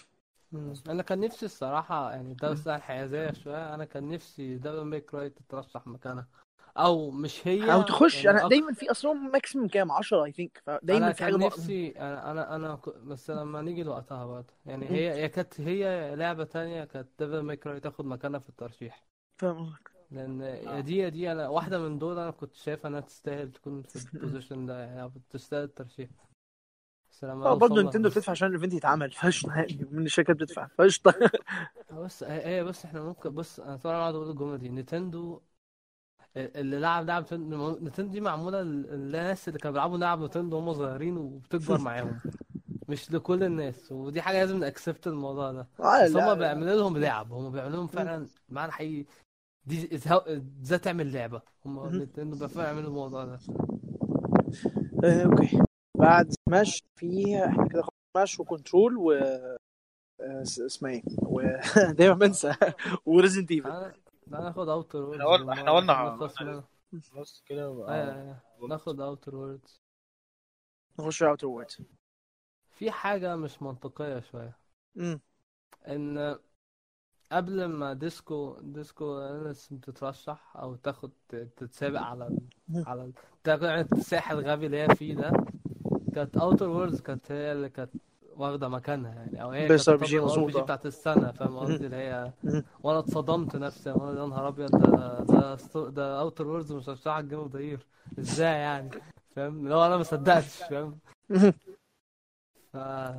انا كان نفسي الصراحه يعني ده بس حيازيه شويه، انا كان نفسي دبل ماي كراي تترشح مكانها، او مش او هي تخش. يعني انا دايما في اصلا ماكسيمم كام 10 اي ثينك، فدايما انا في حاجه كان ناقصه. نفسي بس لما نيجي لوقتها برضه يعني هي كانت هي لعبه تانية كانت دبل ماي كراي تاخد مكانها في الترشيح، فاهم قصدك. لان يا دي انا واحده من دول انا كنت شايف انها تستاهل تكون في البوزيشن ده، يعني تستاهل الترشيح، بس لما اه برضه اوصل لها نينتندو بس. بتدفع عشان الايفنت يتعمل، فقشطه يعني، من الشركات بتدفع فقشطه. بس هي بس احنا ممكن، بص انا طبعا قاعد اقول الجمله دي، نينتندو اللي لعب نينتندو دي معموله للناس اللي كانوا بيلعبوا لعب نينتندو وهم صغيرين وبتكبر معاهم، مش لكل الناس، ودي حاجه لازم نأكسبت الموضوع ده. اه بس هم لا. بيعملوا لهم لعب، هم بيعملوا لهم فعلا معنى حقيقي، دي ازاي تعمل لعبه، هم نينتندو بيعرفوا يعملوا الموضوع ده. اوكي. بعد سماش في احنا كده خلاص سماش وكنترول و اسمها ايه ودايما بنسى وريزنت ايفل. تعالى ناخد اوتر احنا ووردز قلنا احنا بالمره قلنا عشان نخلص منها. خلاص كده ناخد اوتر ووردز. نخش اوتر وورد. في حاجه مش منطقيه شويه، ان قبل ما ديسكو انس بتترشح او تاخد تتسابق تاخد يعني الساحل الغبي اللي هي فيه ده، كانت اوتر وورلدز كانت هي اللي كانت واخده مكانها يعني، او هي بس كانت ار بي تعتبر جي الار بي جي مظبوطه. بتاعت السنه، فاهم قصدي اللي هي. وانا اتصدمت نفسي، وانا يا نهار ابيض، ده اوتر وورلدز مش هشرح الجيم اوف ذا يير ازاي يعني، فاهم لو انا ما صدقتش فاهم. ف...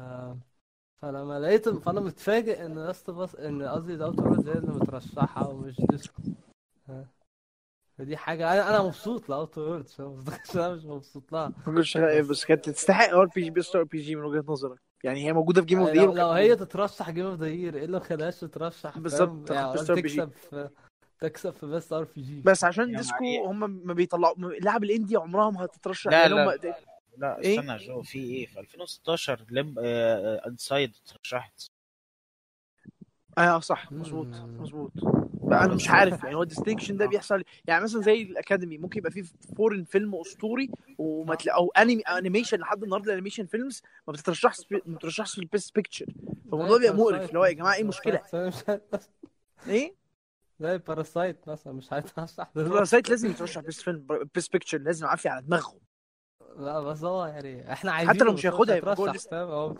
فانا متفاجئ ان لاست باس ان قصدي اوتر وورلدز هي اللي مترشحه ومش ديسكو. فدي حاجة أنا مبسوط لأوتو وورد، فاهم قصدي؟ أنا مش مبسوط لها. بس كانت تستحق ار بي جي، بيست ار بي جي من وجهه نظرك يعني. هي موجوده في جيم اوف ذا يير لو وكانت هي تترشح جيم اوف ذا يير، ايه اللي ما خلاهاش تترشح، بالظبط فاهم تاخد يعني بيست ار بي جي. تكسب في بيست ار بي جي. بس عشان يعني ديسكو هم ما بيطلعوا اللعب الاندي عمرها ما هتترشح لا يعني هم. لا لا ايه استنى يا جو، في ايه في 2016 لم انسايد اترشحت. صح مظبوط مم. مظبوط. بقى انا مش بس عارف يعني هو الديستنكشن ده بيحصل يعني مثلا زي الاكاديمي ممكن يبقى فيه فورين فيلم اسطوري وما تلاقي، او انيميشن لحد النهارده الانيميشن فيلمز ما بترشحش البيست بيكتشر. زي فالموضوع بيبقى مقرف باراسايت اللي هو يا مثلا، جماعه ايه المشكله؟ ايه زي باراسايت مثلا مش هيترشح دلوقتي. باراسايت لازم يترشح بيست فيلم، بيست بيكتشر لازم عافيه على دماغهم. لا بس هو يعني احنا حتى لو عايزينه، مش بس هو مش هياخدها يبقى جوه هيترشح، الليست. فاهم هو.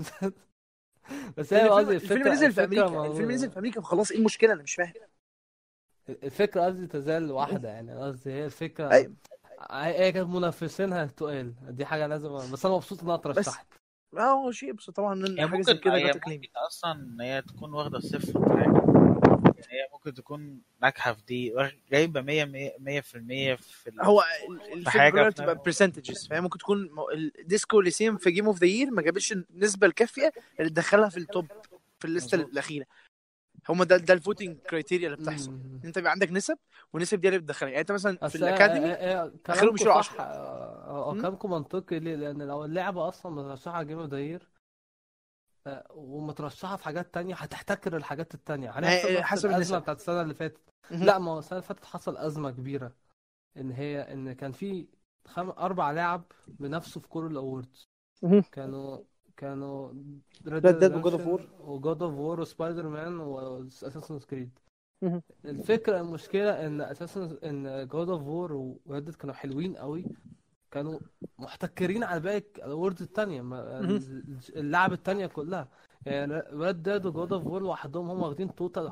بس لان هي الفيلم قصدي الفيلم الفكرة نزل في الفكرة امريكا، الفيلم نزل في امريكا فخلاص ايه المشكله؟ انا مش فاهم. الفكرة قصدي تزال واحدة يعني، قصدي هي الفكرة ايوه هي كانت منافسينها تقال، دي حاجة لازم، بس أنا مبسوط إنها بس اترشحت. هو شيء، بس طبعا هي حاجه زي ممكن كده هي جت كليم. ممكن اصلا ان هي تكون واخده صفر في حاجه، هي ممكن تكون ناجحه في دي، جايبه 100% هو في الفكره حاجه كلها في بتبقى برسنتجز، فهي ممكن تكون الديسكو ليسيم في جيم اوف ذا يير ما جابش النسبه الكافيه اللي تدخلها في التوب في الليسته مظبوط. الاخيره. هما ده الفوتنج كرايتيريا اللي بتحصل، امم انت بيبقى عندك نسب والنسب دي اللي بتدخلها. يعني انت مثلا في بس الاكاديمي اخرهم كلامكم يشيلوا صح، 10. كلامكم منطقي ليه؟ لأن لو اللعبة أصلا مترشحة جيم اوف ذا يير ومترشحة في حاجات تانية هتحتكر الحاجات التانية، ما هنحصل هي نفس حسب الأزمة النسب. بتاعت السنة اللي فاتت. مهم. لا ما هو السنة اللي فاتت حصل أزمة كبيرة، إن كان في 4 لاعب بنفسه في كل الأووردز، مهم. كانوا ريد ريد ديد ديد وجود اوف وور. ريدمشن وجود اوف وور وسبايدر مان واساسن كريد. المشكله ان جود اوف وور وريد ديد كانوا حلوين قوي، كانوا محتكرين على باقي الاوردز التانية، اللعب التانية كلها يعني. ريد ديد وجود اوف وور لوحدهم هم واخدين توتال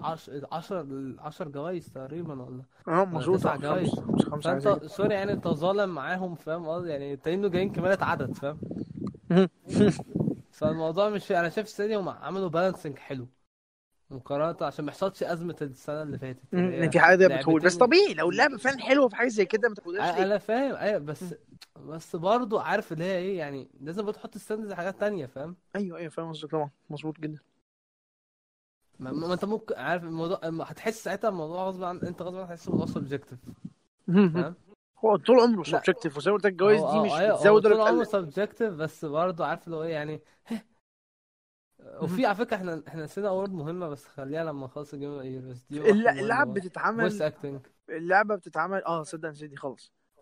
10 جوائز تقريبا، ولا مظبوط 9 جوائز. خمسة حاجه زي فانت كده. سوري يعني انت ظالم معاهم، فاهم قصدي يعني، التانيين جايين كمالة عدد، فاهم. مهم. فالموضوع مش انا شايف السنه دي هم عملوا بالانسنج حلو مقارنه عشان ما يحصلش ازمه السنه اللي فاتت اللي ان هي في حاجه بتقول بس لعبتين. طبيعي لو اللعبه فعلا حلوه في حاجه زي كده ما تاخدهاش ليه؟ انا فاهم ايوه، بس برضه عارف اللي هي ايه يعني، لازم برضه تحط ستاندرز حاجات تانية، فاهم. ايوه فاهم قصدك طبعا مظبوط جدا. ما انت ممكن عارف الموضوع هتحس ساعتها الموضوع غصب عن انت، غصب عنك هتحس الموضوع سبجكتيف، فاهم. هو طول عمره لا سبجكتيف، وزي ما قلت لك الجوائز هو دي مش ايوه هو بتزود ولا طول عمره بتقلل. سبجكتيف، بس برضه عارف اللي هو ايه يعني. وفي على فكره احنا نسينا اوورد مهمه، بس خليها لما نخلص الجيم، بس دي واحده مهمه اللعب برضه، فويس بتتعمل اكتنج. اللعبه بتتعمل صدق نسيت دي خالص.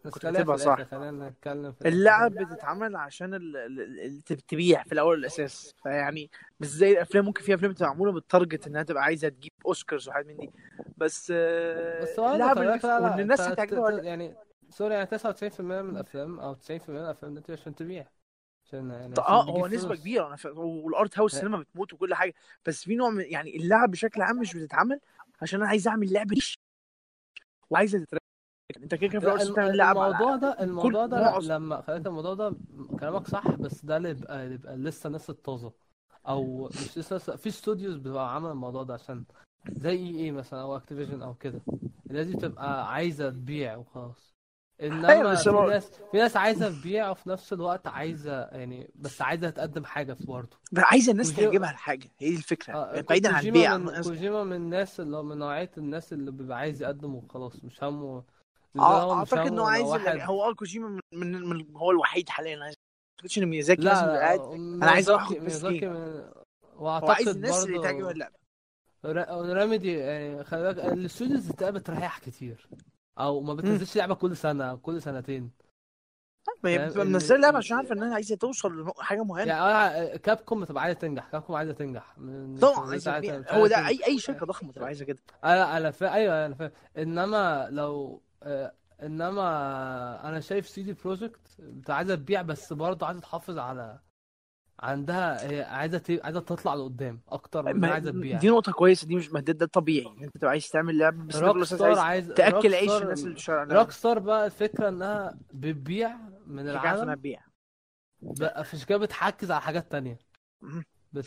بس كنت خلينا في كاتبها صح. الاخر، خلينا نتكلم في اللعب الاخر. بتتعمل عشان تبيع في الاول والاساس، فيعني مش زي الافلام. ممكن في افلام تبقى معموله بالتارجت انها تبقى عايزه تجيب اوسكارز وحاجات من دي، بس بس برضه اللعب خلي اللي بالك، لا وان لا الناس هتعجبها ولا لا. يعني سوري، يعني 99% من الافلام او 90% من الافلام دي عشان تبيع، عشان يعني عشان اه، بيجيب هو نسبه فلوس. كبيره، والارت هاوس سينما بتموت وكل حاجه، بس في نوع من يعني اللعب بشكل عام مش بتتعمل عشان انا عايز اعمل لعبه ريش وعايزه تتركب. انت كده كده في لا الاول بتعمل لعب الموضوع على ده كل الموضوع ده لا، معظم. لما خليت الموضوع ده، كلامك صح، بس ده اللي يبقى لسه الناس الطازه، او مش لسه في استوديوز بتبقى عامله الموضوع ده عشان زي ايه مثلا او اكتيفيجن او كده، الناس دي بتبقى عايزه تبيع وخلاص. ايوه انما بس في ناس عايزه تبيع وفي نفس الوقت عايزه يعني، بس عايزه تقدم حاجه في برضه. عايزه الناس كوجي... تعجبها الحاجه، هي دي الفكره، بعيدا عن كوجيما البيع. من كوجيما من الناس اللي هو من نوعيه الناس اللي بيبقى عايز يقدم وخلاص، مش همه. بالنسبه لي هو مش اعتقد انه همه لو عايز واحد. هو كوجيما هو الوحيد حاليا. ما اعتقدش ان ميازاكي مثلا لا يبقى قاعد لا، انا عايز اروح ميازاكي اخد بس جيم. ميازاكي من... هو عايز واعتقد الناس اللي برضه تعجبها اللعبه. راميدي، يعني خلي بالك الاستوديوز بتبقى بتريح كتير، او ما امم بتنزلش لعبه كل سنه او كل سنتين. ما هي فاهم بتبقى منزله اللعبه عشان عارفه انها عايزه توصل لحاجه معينه. يعني كابكوم بتبقى عايزه تنجح، كابكوم عايزه تنجح، مش طبعا مش عايزه عايزه تبيع، مش هو عايزه ده تنجح. اي شركه ضخمه تبقى عايزه كده. انا ايوه انا فاهم. انما لو انما انا شايف سي دي بروجكت عايزه تبيع، بس برضه عايزه تحافظ على عندها، هي عايزه تطلع لقدام اكتر من انها عايزه تبيع. دي نقطه كويسه، دي مش ده طبيعي ان انت تبقى عايز تعمل لعبه، بس انت في روك الاساس ستار عايز عايز روك تاكل عيش ستار الناس اللي بتشتغل على اللعبه روك دي. ستار بقى الفكره انها بتبيع من هي عارفه انها العالم تبيع. بقى، في كده بتركز على حاجات تانية، مهم.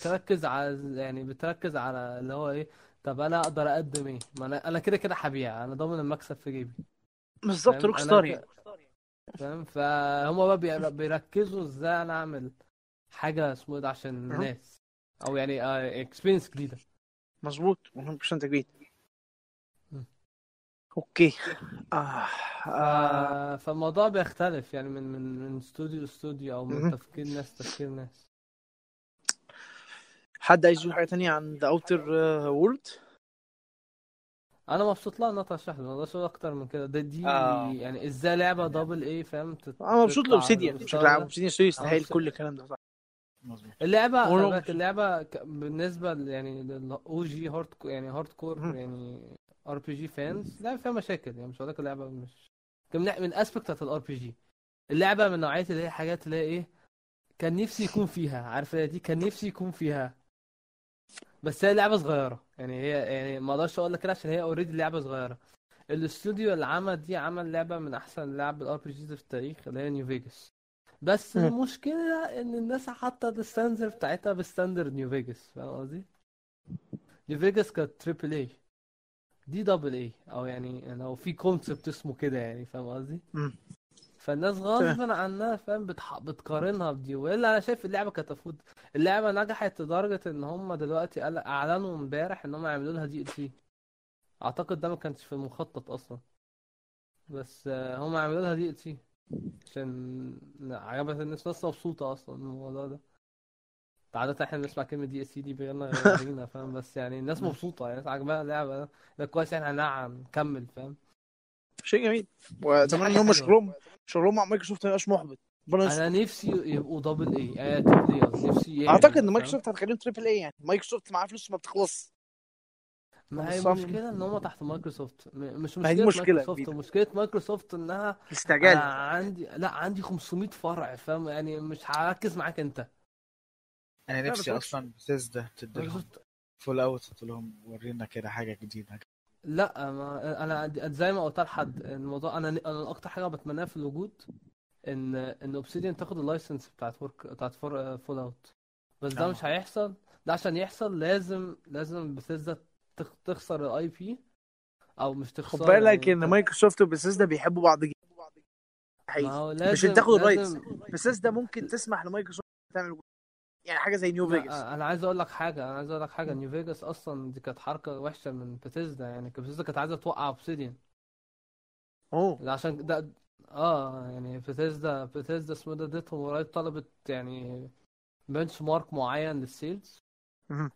بتركز على اللي هو ايه. طب انا اقدر اقدم ايه؟ ما انا كده كده هبيع، انا ضامن المكسب في جيبي. بالظبط، فاهم روك انا ستار يعني. فاهم. فهم بقى بيركزوا ازاي انا اعمل حاجه اسمه إيه ده عشان مهم. الناس، او يعني اكسبيرينس جديده. مظبوط 100% تجريد. م. اوكي. آه. ف... آه. فالموضوع بيختلف يعني من استوديو لاستوديو، او من مهم. تفكير ناس. حد عايز يقول حاجه تانية عن ذا اوتر وورلد؟ انا مبسوط لها انها ترشح لي، ما اقدرش اقول اكتر من كده. دي اه يعني ازاي لعبه دبل اي، فاهم، انا مبسوط تطلع لاوبسيديان بشكل بالمستوى عام، ده. اوبسيديان ستوديو انا يستاهل كل الكلام ده صح. مظبوط. اللعبه هو خلي أنا بالك، مبسوط. اللعبه بالنسبه يعني للاو جي هارد، يعني هارد كور، مهم. يعني ار بي جي فانز، لعبه فيها مشاكل، يعني مش هقول لك اللعبه مش من اسبكت بتاعت الار بي جي. اللعبه من نوعيه اللي هي حاجات اللي هي ايه، كان نفسي يكون فيها، عارفه دي، كان نفسي يكون فيها. بس هي لعبه صغيره، يعني هي يعني ما اقدرش اقول لك كده عشان هي اوريدي لعبه صغيره. الاستوديو اللي عمل دي عمل لعبه من احسن لعب الار بي جيز في التاريخ، اللي هي نيو فيجاس. بس مهم. المشكله ان الناس حاطه الستاندر بتاعتها بستاندرد نيو فيجاس، فاهم قصدي؟ نيو فيجاس كانت تريبل اي، دي دبل اي، او يعني لو في كونسبت اسمه كده، يعني فاهم قصدي؟ مهم. فالناس تمام. غصبا عنها فاهم بتقارنها بدي، والا انا شايف اللعبه كانت المفروض، اللعبه نجحت لدرجه ان هم دلوقتي اعلنوا امبارح ان هم يعملوا لها دي ال سي. اعتقد ده ما كانش في المخطط اصلا، بس هم عملوا لها دي ال سي عشان عجبت الناس، ناس مبسوطه اصلا من الموضوع ده. عادة احنا بنسمع كلمة دي اس سي دي بيغنى غرينا، فاهم، بس يعني الناس مهم. مبسوطة، يعني الناس عجبها اللعبة، ده كويس، احنا هنعم نكمل، فاهم. شيء جميل، دي واتمنى حاجة ان هم حلوة. شغلهم مع مايكروسوفت ما يبقاش محبط. ربنا انا يستر. نفسي يبقوا دبل اي، تريبل اي قصدي، نفسي اعتقد يعلوا، ان فاهم. مايكروسوفت هتخليهم تريبل اي، يعني مايكروسوفت معاه فلوس ما بتخلص. ما هي فنصهم. المشكلة ان هم تحت مايكروسوفت، مش ما هي دي مشكلة مشكله مايكروسوفت، كبيره، مشكلة مايكروسوفت انها انا الاستعجال. عندي 500 فرع، فاهم، يعني مش هركز معاك انت. انا لا بس نفسي اصلا بثيسدا تدي لهم مايكروسوفت فول اوت، قلت لهم ورينا كده حاجه جديده. لا، ما انا زي ما قلت لحد الموضوع، انا اكتر حاجة بتمناها في الوجود ان اوبسيديان تاخد اللايسنس بتاعت فول اوت، بس ده اه مش هيحصل. ده عشان يحصل لازم بثيسدا تخسر الاي بي، او مش خد تخسر بالك يعني ان مايكروسوفت وبيسيسدا بيحبوا بعض جدا ما حقيقي، هو مش انت لازم تاخد الرايتس. لازم بيسيسدا ممكن تسمح لمايكروسوفت تعمل يعني حاجه زي نيو فيجاس. ما انا عايز اقول لك حاجه نيو فيجاس اصلا دي كانت حركه وحشه من بثيسدا، يعني بثيسدا كانت عايزه توقع اوبسيديان، اوه. ده عشان ده يعني بثيسدا اسمه ده اديتهم ورايت، طلبت يعني بنش مارك معين للسيلز. مهم.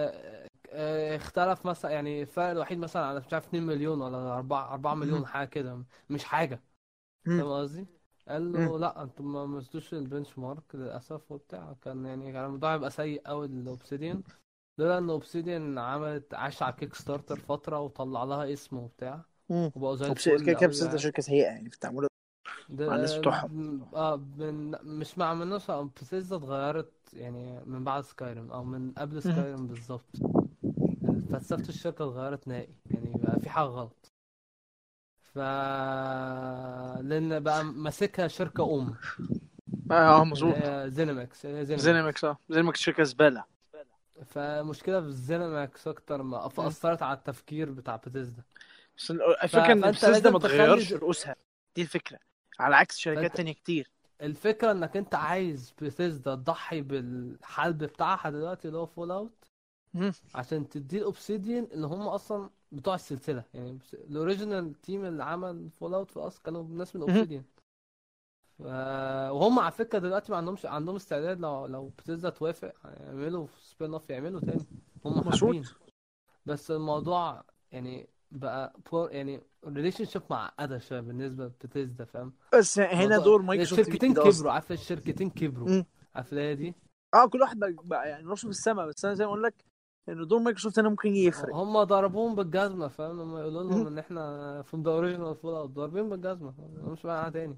اختلف مثلا، يعني الفرق الوحيد مثلا على مش عارف 2 مليون ولا 4 مليون، حاجه كده، مش حاجه. فاهم قصدي؟ قال له لا انتم ما مستوش البنش مارك للاسف وبتاع. كان الموضوع يبقى سيء قوي للاوبسيديان، لولا ان اوبسيديان عاش على كيك ستارتر فتره وطلع لها اسم وبتاع، وبقوا زي الفل كده كده قوي بس يعني. شركه سيئه يعني في التعامل مع الناس بتوعهم. مش مع من نص بثيسدا اتغيرت يعني من بعد سكايريم او من قبل سكايريم بالظبط. فلسفة الشركة اتغيرت نهائي، يعني بقى في حاجة غلط. ف لان بقى ماسكها شركة اللي مظبوط. هي زينماكس، اللي هي زينماكس. زينماكس شركه زباله. فمشكلة في الزينماكس اكتر ما فأثرت على التفكير بتاع بثيسدا. بس الفكره ان فانت بثيسدا لازم ما تخلي تغيرش رؤوسها، دي الفكره، على عكس شركات فانت تانية كتير. الفكرة انك انت عايز بثيسدا تضحي بالحلب بتاعها دلوقتي اللي هو فول اوت، مم. عشان تدي الاوبسيديان اللي هم اصلا بتوع السلسله. يعني الاوريجينال تيم اللي عمل فول اوت في الاصل كانوا ناس من مم. اوبسيديان. وهم على فكره دلوقتي ما عندهم استعداد، لو بتزدا توافق يعملوا سبين اوف، يعملوا تاني. هم مظبوط. حابين. بس الموضوع يعني بقى يعني ريليشن شيب معقده شويه بالنسبه لبتزدا، فاهم؟ بس هنا الموضوع دور مايكروسوفت الشركتين بيجي ده كبروا، قصدي. عارف الشركتين كبروا، مم. عارف اللي هي دي. كل واحد بقى يعني راسه في السما، بس انا زي ما اقول لك ان دور مايكروسوفت هنا ممكن يفرق. هم ضربوهم بالجزمة، فاهم؟ لما يقولوا مم. لهم ان احنا في ذا اوريجينال فول اوت ضاربين بالجزمة، مش معنى تاني.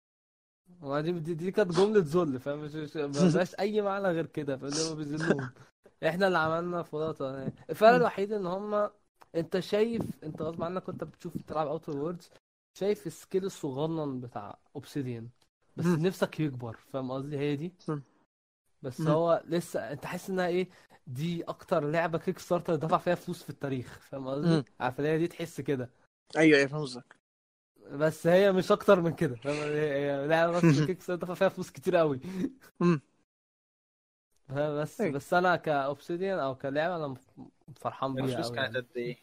دي كانت جملة ذل، فاهم؟ ما بقاش اي معنى غير كده، فاهم؟ هم بيذلوهم. احنا اللي عملنا فول اوت. الفرق الوحيد ان هم، انت شايف، انت غصب عنك كنت بتشوف تلعب اوتر ووردز، شايف السكيل الصغنن بتاع اوبسيديان، بس مم. نفسك يكبر، فاهم قصدي؟ هي دي. بس مم. هو لسه انت حاسس انها ايه، دي اكتر لعبه كيك ستارتر دفع فيها فلوس في التاريخ، فاهم قصدي؟ مم. عارف اللي هي دي، تحس كده. ايوه ايوه فاهم قصدك. بس هي مش اكتر من كده، فاهم؟ هي لعبه بس كيك ستارتر دفع فيها فلوس كتير قوي. مم. ايوه. بس انا كاوبسيديان او كلعبه انا فرحان بيها الفلوس قوي كانت يعني. قد ايه؟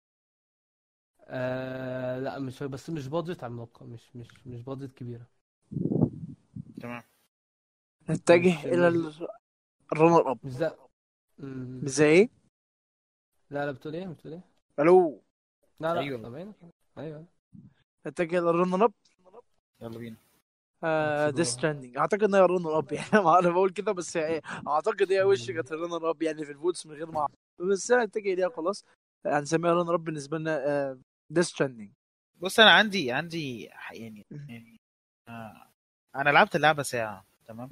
لا مش بادجت عملاقه، مش بادجت كبيره. تمام. نتجه الى مش الرنر اب. مش زي مم. مش زي ايه؟ لا بتقول ايه؟ الو. لا ايوه، سامعين. ايوه. نتجه الى الرنر اب. يلا بينا. ديس سيبوها. ستراندنج اعتقد ان هي الرنر اب يعني. ما انا بقول كده بس ايه، اعتقد هي وش كانت الرنر اب يعني في الفوتس من غير ما أعرف. بس انا نتجه اليها خلاص. هنسميها رنر اب بالنسبه لنا. ديس ستراندنج. بص انا عندي يعني انا لعبت اللعبه ساعه، تمام.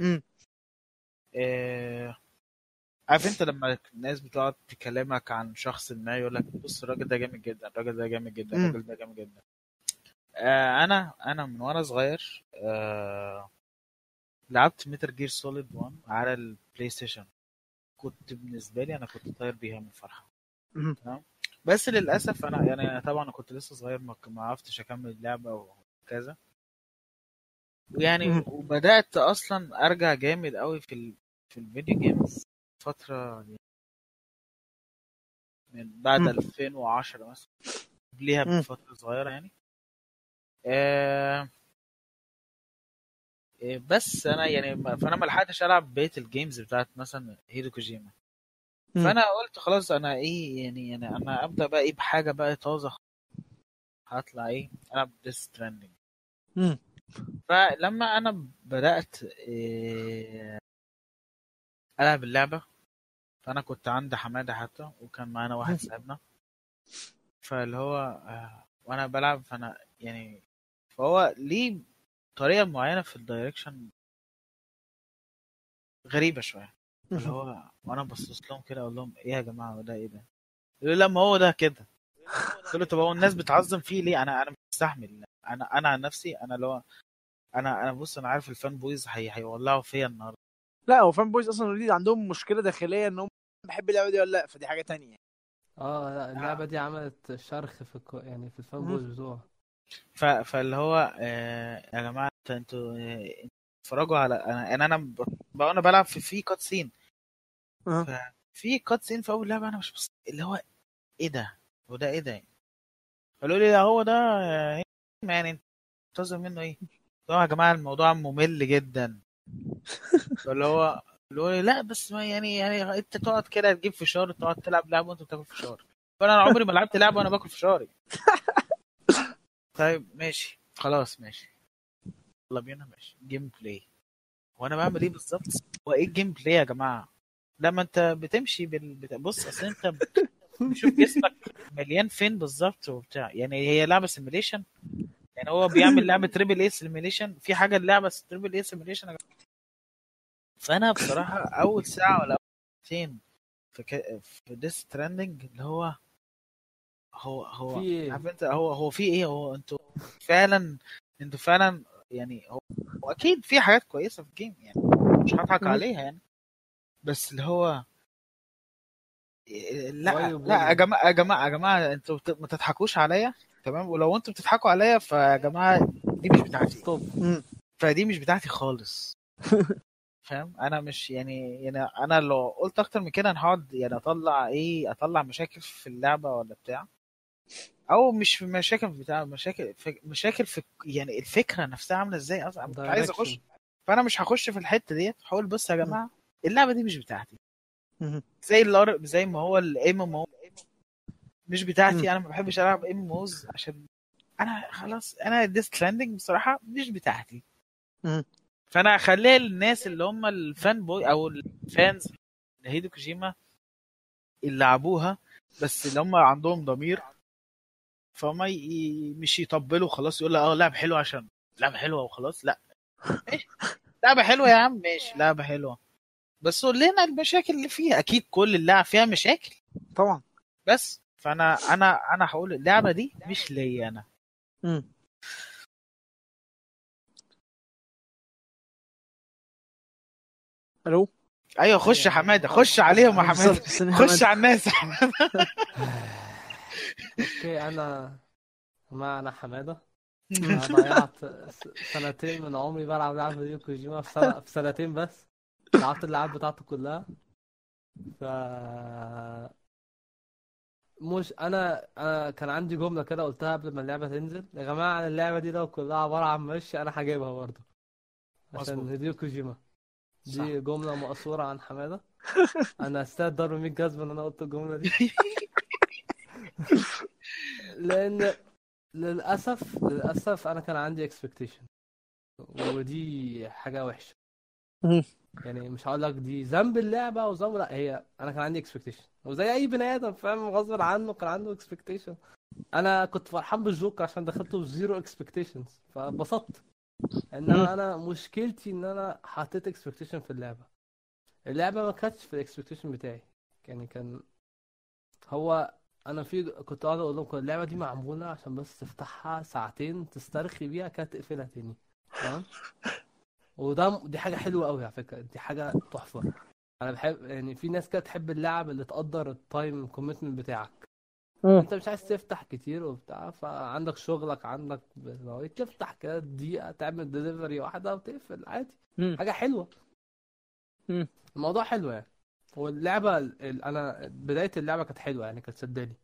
آه... عارف انت لما الناس بتقعد تكلمك عن شخص ما، يقول لك بص الراجل ده جامد جدا، الراجل ده جامد جدا، الراجل ده جامد جدا. انا من وانا صغير لعبت ميتال جير سوليد 1 على البلاي ستيشن. كنت بالنسبه لي انا كنت طاير بيها من الفرحه، تمام. بس للاسف انا يعني طبعا انا كنت لسه صغير، ما عرفتش اكمل اللعبه وكذا يعني. وبدات اصلا ارجع جامد قوي في الفيديو جيمز فتره يعني من بعد 2010 مثلا، قبليها بفتره صغيره يعني. آه بس انا يعني فانا ما لحقتش العب بقيه الجيمز بتاعت مثلا هيدو كوجيما. فانا قلت خلاص انا ايه يعني انا ابدا بقى ايه بحاجه بقى طازه. هطلع ايه العب ديث ستراندنج. فلما انا بدات العب اللعبه، فانا كنت عند حماده حتى، وكان معانا واحد صاحبنا. فاللي هو وانا بلعب فانا يعني، فهو ليه طريقه معينه في الدايركشن غريبه شويه. اللي هو وانا بصص لهم كده اقول لهم ايه يا جماعه ده ايه ده؟ يقول لا ما هو ده كده. قلت له طب هو الناس بتعظم فيه ليه؟ انا مش مستحمل. انا عن نفسي انا اللي هو انا بص انا عارف الفان بويز هيولعوا فيا النهارده. لا هو فان بويز اصلا اوريدي عندهم مشكله داخليه ان هم بحب اللعبه دي ولا لا، فدي حاجه تانية. لا اللعبة دي عملت شرخ يعني في الفان بويز بتوعها. فاللي هو يا جماعه انتوا اتفرجوا على انا بلعب في كات سين. ففي كات سين في اول لعبه انا مش اللي هو ايه ده؟ هو ده ايه ده يعني؟ قالوا لي هو ده يعني انت منتظر منه ايه؟ طبعا يا جماعه الموضوع ممل جدا. فاللي هو قالوا لي لا بس ما يعني انت تقعد كده تجيب فشار، تقعد تلعب لعبه وانت بتاكل فشار. فانا عمري ما لعبت لعبه وانا باكل فشاري. طيب ماشي خلاص ماشي. يلا بينا ماشي جيم بلاي. وانا بعمل ايه بالظبط؟ هو ايه الجيم بلاي يا جماعه؟ لما انت بتمشي بص اصل انت بتشوف جسمك مليان فين بالظبط وبتاع، يعني هي لعبه سيميليشن، يعني هو بيعمل لعبه تريبل اي سيميليشن، في حاجه اللعبه تريبل اي سيميليشن. فانا بصراحه اول ساعه ولا اول ساعتين في ديس ترندنج اللي هو في ايه؟ عارف انت هو في ايه؟ هو فعلا انتوا فعلا يعني هو اكيد في حاجات كويسه في الجيم يعني، مش هضحك عليها يعني، بس اللي هو لا لا يا جماعه يا جماعه يا جماعه انتوا ما تضحكوش عليا، تمام؟ ولو انتوا بتضحكوا عليا فيا جماعه دي مش بتاعتي، ستوب. فدي مش بتاعتي خالص. فاهم؟ انا مش يعني انا لو قلت اكتر من كده انا هقعد يعني اطلع مشاكل في اللعبه ولا بتاع، او مش في مشاكل بتاع مشاكل في يعني الفكره نفسها عامله ازاي اصلا، مش عايز اخش. فانا مش هخش في الحته ديت، هقول بص يا جماعه اللعبه دي مش بتاعتي، زي ما هو الام ام او مش بتاعتي. انا ما بحبش العب ام اوز عشان انا خلاص انا ديس ستراندنج بصراحه مش بتاعتي. فانا اخليها للناس اللي هم الفان بوي او الفانز لهيدو كوجيما اللي لعبوها، بس اللي هم عندهم ضمير، فما مش يطبلوا خلاص يقول اه لعبه حلوه عشان لعبه حلوه وخلاص. لا ماشي لعبه حلوه يا عم، ماشي لعبه حلوه، بس قول لنا المشاكل اللي فيها. اكيد كل اللعب فيها مشاكل طبعا، بس فانا هقول اللعبه دي مش ليا انا. الو ايوه خش يا حماده، خش عليهم يا حماده، خش على الناس. اوكي انا حماده. انا ضيعت سنتين من عمري بلعب لعبه هيديو كوجيما في سنتين بس، لعبت اللعب بتاعته كلها. ف مش انا كان عندي جمله كده قلتها قبل ما اللعبه تنزل: يا جماعه أنا اللعبه دي لو كلها عباره عن مشي انا هجيبها برضه عشان هيديو كوجيما. دي جمله مقصوره عن حماده. انا استاذ ضرب 100 جزمه ان انا قلت الجمله دي. لان للاسف انا كان عندي expectation، ودي حاجه وحشه. يعني مش هقول لك دي ذنب اللعبه او ذنب، لا، هي انا كان عندي expectation وزي اي بني ادم فاهم غصب عنه كان عنده expectation. انا كنت فرحان بالجوكر عشان دخلته بزيرو expectations فبسطت. انما انا مشكلتي ان انا حطيت expectation في اللعبه ما كانتش في الاكسبكتيشن بتاعي. يعني كان هو انا كنت قاعد اقول لهم اللعبه دي معموله عشان بس تفتحها ساعتين تسترخي بيها كده تقفلها تاني، تمام؟ دي حاجه حلوه قوي على فكره، دي حاجه تحفه. انا بحب يعني في ناس كده تحب اللعب اللي تقدر التايم كوميتمنت بتاعك. انت مش عايز تفتح كتير وبتاع، فعندك شغلك عندك تفتح كده دقيقه تعمل ديليفري واحده وتقفل عادي. حاجه حلوه. الموضوع حلو يعني. واللعبه انا بدايه اللعبه كانت حلوه يعني كانت شداني.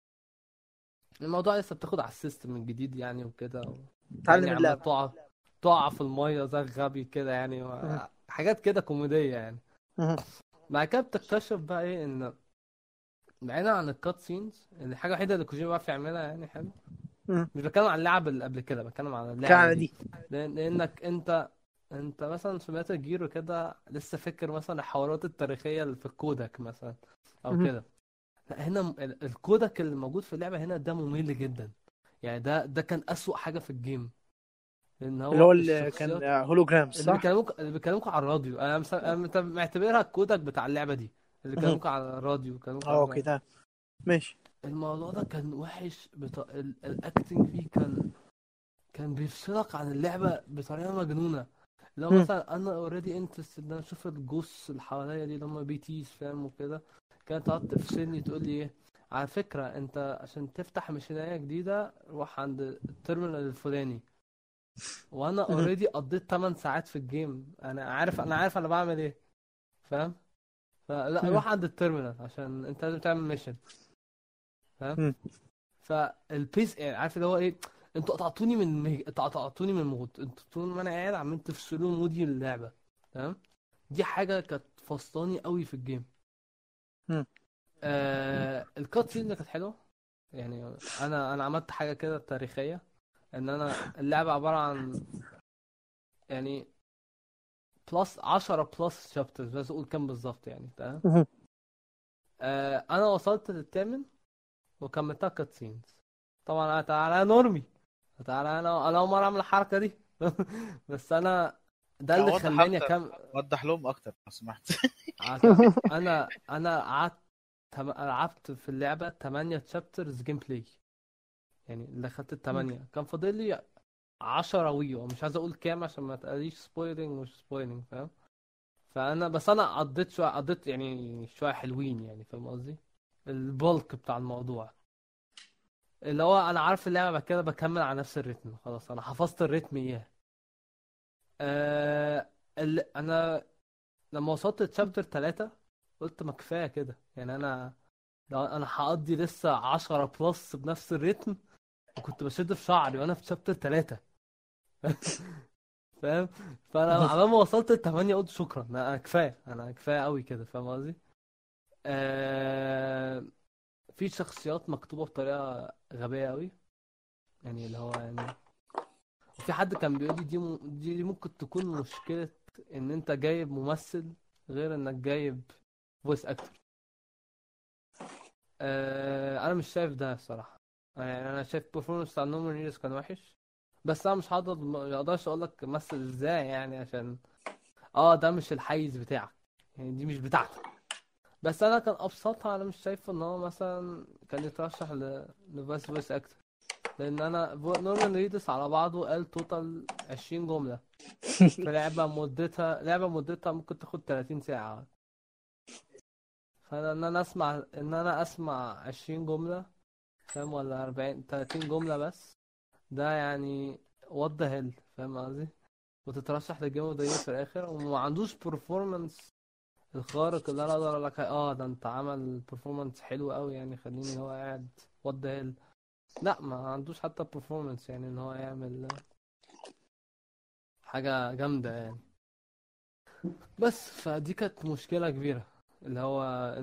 الموضوع لسه بتاخد على السيستم الجديد يعني وكده تعلم يعني عمال اللعبه. تقع في الميه زي غبي كده يعني حاجات كده كوميديه يعني. بعد كده بتكتشف بقى ايه ان بعيدا عن الكات سينز الحاجه الوحيده اللي كوجيما بيعرف يعملها يعني حلو. مش بتكلم عن اللعب اللي قبل كده، بتكلم عن اللعبه دي. لانك انت مثلا في ميتال جير وكده لسه فاكر مثلا الحوارات التاريخيه اللي في الكودك مثلا او كده. لا، هنا الكودك اللي موجود في اللعبه هنا ده ممل جدا. يعني ده كان اسوأ حاجه في الجيم، لان اللي هو هو اللي كان الشخصيات هولوجرام صح؟ اللي بيكلموك على الراديو. انا معتبرها الكودك بتاع اللعبه دي اللي بيكلموك على الراديو بيكلموك اوكي على تمام ماشي. الموضوع ده كان وحش الاكتنج فيه كان بيفصلك عن اللعبه بطريقه مجنونه. لو مثلا انا اوريدي انترست ان انا اشوف الجوس اللي حواليا دي اللي هم بي تيز فاهم وكده، كانت تقعد تفصلني تقول لي ايه: على فكره انت عشان تفتح مشينيه جديده روح عند التيرمينال الفلاني. وانا اوريدي قضيت 8 ساعات في الجيم، انا عارف انا بعمل ايه، فاهم؟ فلا روح عند التيرمينال عشان انت لازم تعمل ميشن، فاهم؟ فالبيس يعني عارف اللي هو ايه، انتوا قطعتوني من المود. انتوا طول ما انا قاعد عمالين تفصلوا مودي من اللعبه، تمام؟ دي حاجه كانت فصلاني قوي في الجيم. الكات سين كانت حلوه. يعني انا عملت حاجه كده تاريخيه ان انا اللعبه عباره عن يعني بلس 10 بلس شابترز، بس اقول كام بالظبط يعني. تمام. مهم. انا وصلت للثامن وكملتها كات سينز. طبعا انا تعالى نورمي، تعالى انا اول مره اعمل الحركه دي. بس انا ده اللي وضح خلاني اكتر، اكمل. وضح لهم اكتر لو سمحت. انا قعدت لعبت في اللعبه 8 تشابترز جيم بلاي، يعني اللي خدت الثمانية كان فاضل لي 10 ويو، مش عايز اقول كام عشان ما تقاليش سبويلنج مش سبويلنج، فاهم. بس انا قضيت يعني شويه حلوين يعني، فاهم قصدي. البولك بتاع الموضوع اللي هو انا عارف اللعبه، بعد كده بكمل على نفس الريتم، خلاص انا حفظت الريتم اياه. انا لما وصلت لتشابتر 3 قلت ما كفايه كده يعني. لو انا هقضي لسه 10 بلس بنفس الريتم، وكنت بشد في شعري وانا في شابتر 3. فاهم. فانا على ما وصلت ل8 قلت شكرا، انا كفايه، انا كفايه قوي كده، فاهم قصدي. في شخصيات مكتوبه بطريقه غبيه قوي، يعني اللي هو يعني. وفي حد كان بيقول لي دي ممكن تكون مشكله ان انت جايب ممثل غير انك جايب فويس اكتور. انا مش شايف ده الصراحه. يعني انا شايف performance بتاع نورمان ريدس كان وحش، بس انا مش ما اقدرش اقول لك مثل ازاي يعني، عشان ده مش الحيز بتاعك، يعني دي مش بتاعتك. بس انا كان ابسطها، انا مش شايف ان هو مثلا كان يترشح لفايس فويس اكتر، لان انا نورمان ريدس على بعضه قال توتال 20 جمله في لعبه مدتها ممكن تاخد 30 ساعه. فانا ان انا اسمع 20 جمله، فاهم، ولا 40 30 جمله بس، ده يعني what the hell، فاهم قصدي. وتترشح للجيم اوف ذا يير في الاخر وما عندوش performance الخارق اللي انا اقدر اقول لك ده انت عمل performance حلو قوي يعني، خليني هو قاعد what the hell. لا، ما عندوش حتى performance يعني ان هو يعمل حاجة جامدة يعني. بس فدي كانت مشكلة كبيرة، اللي هو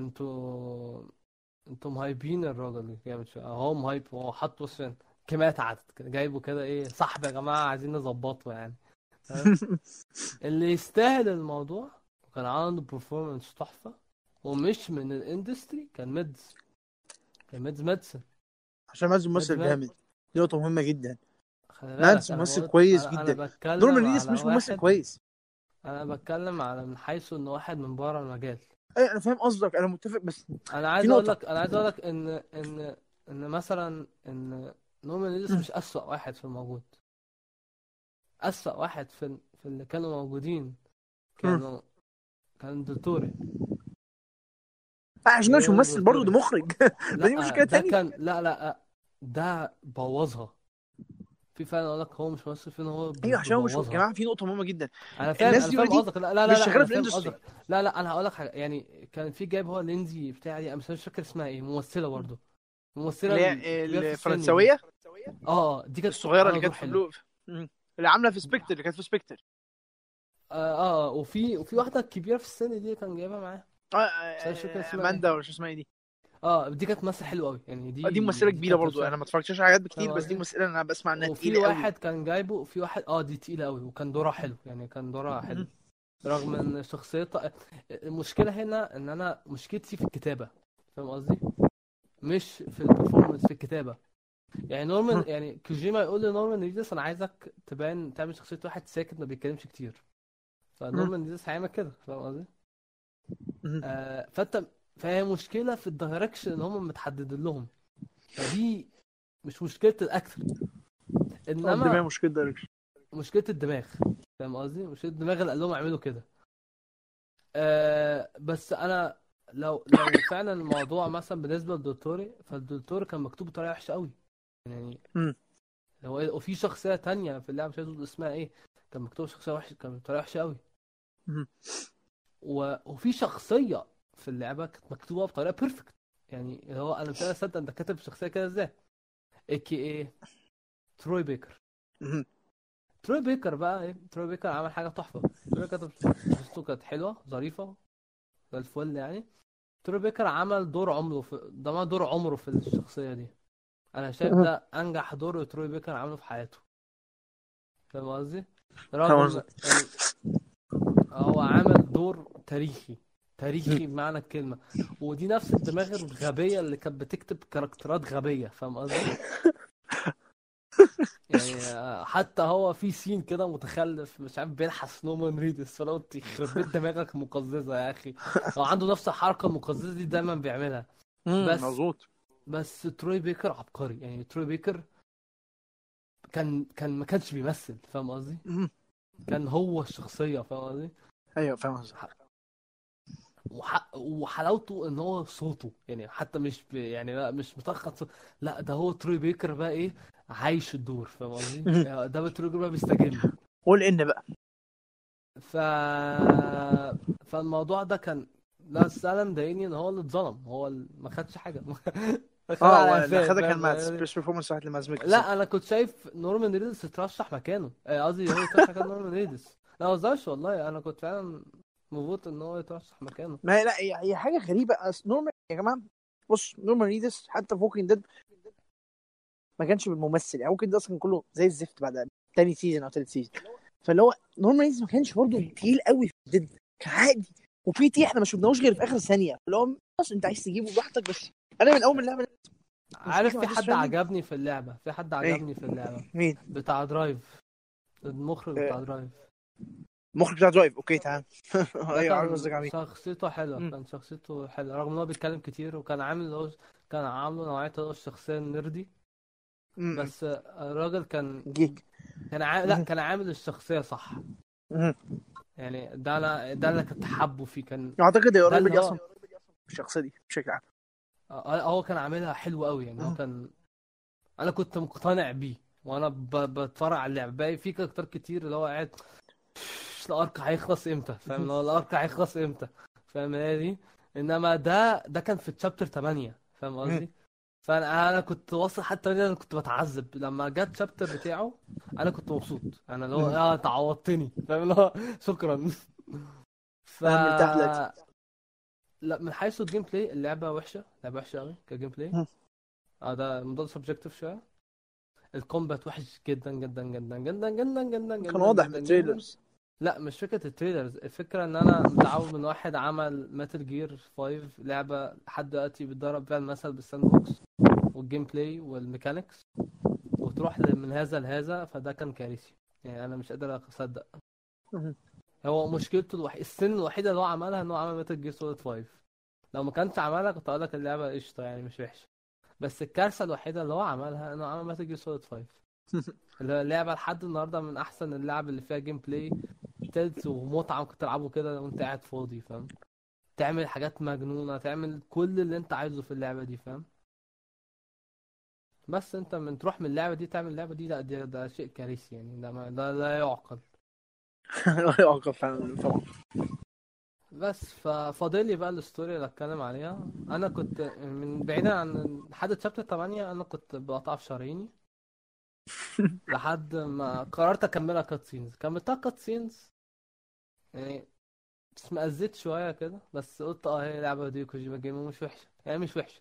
انتوا مهايبين الراجل جامد شوية. هو مهايب، هو حط وصفين كمية عدد كده جايبه كده، ايه صاحبي يا جماعة عايزين نظبطه يعني، فاهم؟ اللي يستاهل الموضوع وكان عنده performance تحفة ومش من الاندستري كان ميدز. عشان مادز ميدز ممثل ميدز جامد، دي نقطة مهمة جدا. خلي مادز بالك، انا ممثل بقول كويس انا جدا. نورمان بتكلم ريدس على مش ممثل واحد، كويس. انا بتكلم على من حيث انه واحد من بره المجال. ايه انا فاهم قصدك، انا متفق، بس انا في عايز اقول نقطة. لك انا عايز اقول لك ان مثلا ان نورمان ريدس مش اسوأ واحد في الموجود. اسوأ واحد في اللي كانوا موجودين كانوا كان دوتوري. عشان هو مش جيرارdo ممثل برضه، ده دوتوري. مخرج. ما دي لا مشكلة ده تانية. كان لا ده بوظها. في فعلا اقول لك هو مش ممثل فين، هو ايوه عشان هو مش، يا بيبوظها. جماعة في نقطة مهمة جدا. انا فاهم الناس انا دي فاهم اوريدي قصدك. لا مش شغالة انا في فاهم الاندستري. قصدك. انا هقول لك حاجه يعني. كان في جايب هو لينزي بتاع دي، انا مش فاكر اسمها ايه، ممثله برضه، الممثله اللي هي الكبيره في السن دي. الفرنسوية دي كانت الصغيرة اللي عامله دور كانت في حلو. بلو، اللي عاملة في سبيكتر، اللي كانت في سبيكتر. وفي واحده كبيره في السن دي كان جايبها معاه، بس انا مش فاكر اسمها ايه. اماندا ولا شو اسمها ايه دي. دي كانت ممثله حلوه قوي يعني، دي دي ممثلة دي كبيرة كانت برضو، انا تمثيلها، ما اتفرجتش على حاجات فاهم بكتير، بس دي قصدي. ممثلة انا بسمع انها وفي تقيلة قوي. واحد كان جايبه، وفي واحد دي تقيله قوي وكان دورها حلو يعني، كان دورها حلو رغم ان شخصيتها. المشكله هنا ان انا مشكلتي في الكتابه، فاهم قصدي، مش في البرفورمانس، في الكتابه. يعني نورمان، يعني كوجيما يقول لنورمان ريدس انا عايزك تعمل شخصيه واحد ساكت ما بيتكلمش كتير، فنورمان ريدس هيعمل كده، فاهم قصدي. فانت، فهي مشكله في الدايركشن اللي هم متحدد لهم، فدي مش مشكله الاكتر، الدماغ انما مشكلة دايركشن. مشكله الدماغ، فاهم قصدي، مشكله الدماغ اللي قال لهم اعملوا كده. بس انا لو فعلا الموضوع مثلا بالنسبه للدكتوري، فالدكتور كان مكتوب بطريقه وحشه قوي يعني. وفي شخصيه تانية في اللعبه مش عايز اقول اسمها ايه، كان مكتوب شخصيه وحشه، كان بطريقه وحشه قوي. وفي شخصيه في اللعبه كانت مكتوبه بطريقه بيرفكت، يعني اللي هو انا مش قادر اصدق انت كاتب شخصيه كده ازاي. AKA تروي بيكر. تروي بيكر بقى ايه، تروي بيكر عمل حاجه تحفه. تروي بيكر شخصيته كانت حلوه ظريفه زي الفل يعني. تروي بيكر عمل دور عمره في الشخصيه دي. انا شايف ده انجح دور تروي بيكر عمله في حياته، فاهم قصدي. راجل يعني هو عامل دور تاريخي بمعنى الكلمة. ودي نفس الدماغ الغبية اللي كانت بتكتب كاركترات غبية، فاهم قصدي؟ يعني حتى هو في سين كده متخلف مش عارف بيلحس نورمان ريدس، فلو انت يخرب بيت دماغك مقززة يا اخي. هو عنده نفس الحركة المقززة دي دايما بيعملها. مظبوط. بس تروي بيكر عبقري، يعني تروي بيكر كان ما كانش بيمثل، فاهم قصدي؟ كان هو الشخصية، فاهم قصدي؟ ايوه فاهم قصدي. وحلاوته ان هو صوته يعني حتى مش يعني لا مش متخط صوت. لا ده هو تروي بيكر بقى ايه، عايش الدور، فاهم قصدي؟ ده بقى تروي بيكر بقى بيستجم. قول ان بقى ف فالموضوع ده كان بس فعلا مضايقني ان هو اللي اتظلم، هو اللي ما خدش حاجه. خد على اللي قفاه، خدها كان فاهم مات يعني؟ سبيش بيرفورمانس واحد لماز ميكلسون. لا انا كنت شايف نورمان ريدس يترشح مكانه، قصدي هو يترشح مكان نورمان ريدس. لا ما بهزرش والله، انا كنت فعلا مبسوط ان هو يترشح مكانه. ما هي لا هي حاجه غريبه. نورمان يا جماعه، بص نورمان ريدس حتى في ووكينج ديد ما كانش بالممثل، يعني ووكينج ديد اصلا كله زي الزفت بعد تاني سيزون او تالت سيزون. فاللي هو نورمان ريدس ما كانش برضه تقيل قوي في ديد، كان عادي. وفي تي احنا ما شفناهوش غير في اخر ثانيه، اللي هو بس انت عايز تجيبه براحتك. بس انا من اول من اللعبه عارف في حد عجبني في اللعبة، في حد عجبني في اللعبة. مين؟ بتاع درايف، المخرج بتاع درايف. المخرج بتاع درايف، اوكي تمام. ده ايوه عارف كان قصدك على مين. شخصيته حلوة، كان شخصيته حلوة رغم ان هو بيتكلم كتير، وكان عامل هو كان عامله نوعية هو الشخصية النردي. بس الراجل كان جيك. لا كان عامل الشخصية صح. يعني ده اللي كنت حابه فيه. كان اعتقد ده اوريدي اللي اصلا الشخصيه دي بشكل عام هو كان عاملها حلو قوي يعني. هو كان انا كنت مقتنع بيه وانا بتفرج على اللعبة. باقي في كاركتر كتير اللي هو قاعد الارك هيخلص امتى، فاهم؟ اللي هو الارك هيخلص امتى، فاهم هي دي؟ انما ده كان في تشابتر 8، فاهم قصدي؟ فانا كنت واصل حتى انا كنت بتعذب لما جت الشابتر بتاعه. انا كنت مبسوط، انا اللي هو انت عوضتني، فاهم؟ اللي هو شكرا. ف انا مرتاح دلوقتي. لا من حيث الجيم بلاي اللعبه وحشه، لعبه وحشه قوي كجيم بلاي. ده الموضوع سبجكتيف شويه. الكومبات وحش جدا جدا جدا جدا جدا جدا جدا كان واضح جدا من جدا. التريلرز. لا مش فكرة التريلرز، الفكرة ان انا متعود من واحد عمل ميتال جير 5 لعبة لحد دلوقتي بيتضرب فيها المثل بالساند بوكس والجيم بلاي والميكانكس، وتروح من هذا لهذا. فده كان كارثي يعني، انا مش قادر اصدق. هو مشكلته السن الوحيدة اللي هو عملها ان هو عمل ميتال جير سوليد 5. لو ما كانش عملها كنت اقول لك اللعبة قشطة يعني مش وحشة. بس الكارثة الوحيدة اللي هو عملها انه عمل ميتال جير سوليد 5. اللعبة لحد النهاردة من احسن اللعب اللي فيها جيم بلاي تلت ومتعة، ممكن تلعبه كده وانت قاعد فاضي، فاهم؟ تعمل حاجات مجنونة، تعمل كل اللي انت عايزه في اللعبة دي، فاهم؟ بس انت من تروح من اللعبة دي تعمل اللعبة دي، لا ده شيء كارثي يعني. ده لا يعقل. يعقل فعلا طبعا. بس ففاضل لي بقى الستوري اللي اتكلم عليها. انا كنت من بعيدا عن لحد تشابتر 8 انا كنت بقطع في شراييني لحد ما قررت اكملها كات سينز. كملتها كات سينز يعني، بس مأزيت شوية كده. بس قلت هي لعبة دي كوجيما جيم مش وحشة يعني، مش وحشة.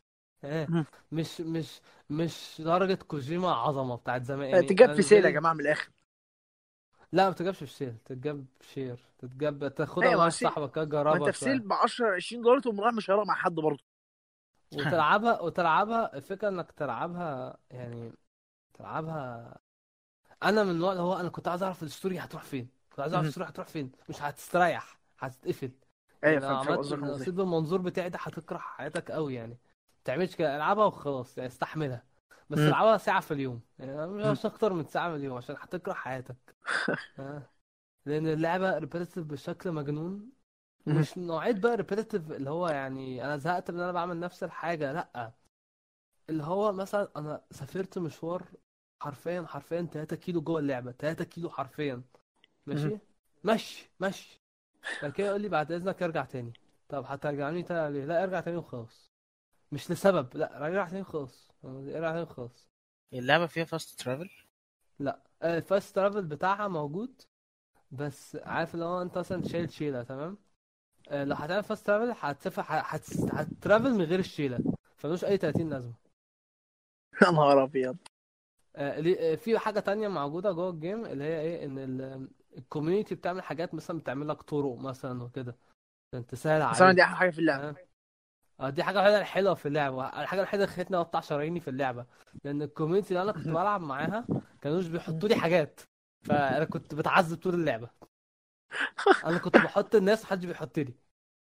مش درجة كوجيما عظمة بتاعت زمان يعني. تجاب في بالنسبة سيل يا لي جماعه من الاخر. لا ما تجيبش في شير، تتجاب شير، تاخدها ايوه ما مع هو سيل، صاحبك كده ما انت تجربها في سيل شوية ب 10 $20 تقوم رايح مش هيروح مع حد برضه. وتلعبها. الفكرة انك تلعبها يعني تلعبها. انا من النوع اللي هو انا كنت عايز اعرف الستوري هتروح فين، كنت عايز اعرف الستوري هتروح فين. مش هتستريح، هتتقفل ايوه يعني. لو فاهم عملت قصدك لو ازاي. سيب المنظور بتاعي ده هتكره حياتك قوي يعني. ما تعملش كده، العبها وخلاص يعني، استحملها. بس العبها ساعة في اليوم يعني، مش اكتر من ساعة في اليوم عشان هتكره حياتك. لان اللعبة ريبيتيتيف بشكل مجنون. ومش نوعية بقى ريبيتيتيف اللي هو يعني انا زهقت من ان انا بعمل نفس الحاجة، لا. اللي هو مثلا انا سافرت مشوار حرفيا 3 كيلو جوه اللعبة، 3 كيلو حرفيا ماشي. مشي. بعد كده يقول لي بعد اذنك ارجع تاني. طب هترجعني تاني ليه؟ لا ارجع تاني وخلاص. مش لسبب، لا ارجع تاني وخلاص، ارجع تاني وخلاص. اللعبة فيها فاست ترافل؟ لا الفاست ترافل بتاعها موجود. بس عارف اللي هو انت مثلا شايل شيله تمام. لو هتعمل فاست ترافل هتسافر هتترافل من غير الشيله، فملوش اي 30 لازمه. يا نهار ابيض. في حاجه تانية موجوده جوه الجيم اللي هي ايه، ان الكوميونتي بتعمل حاجات مثلا بتعمل لك طرق مثلا وكده عشان تسهل مثلا دي عليك. احلى حاجه في اللعبه. فاهم؟ دي حاجه فعلا حلوه في اللعبه، الحاجه الوحيده اللي خلتني اقطع شراييني في اللعبه، لان الكوميونتي اللي انا كنت بلعب معاها كانوش بيحطوا لي حاجات، فانا كنت بتعذب طول اللعبه. انا كنت بحط الناس محدش بيحط لي.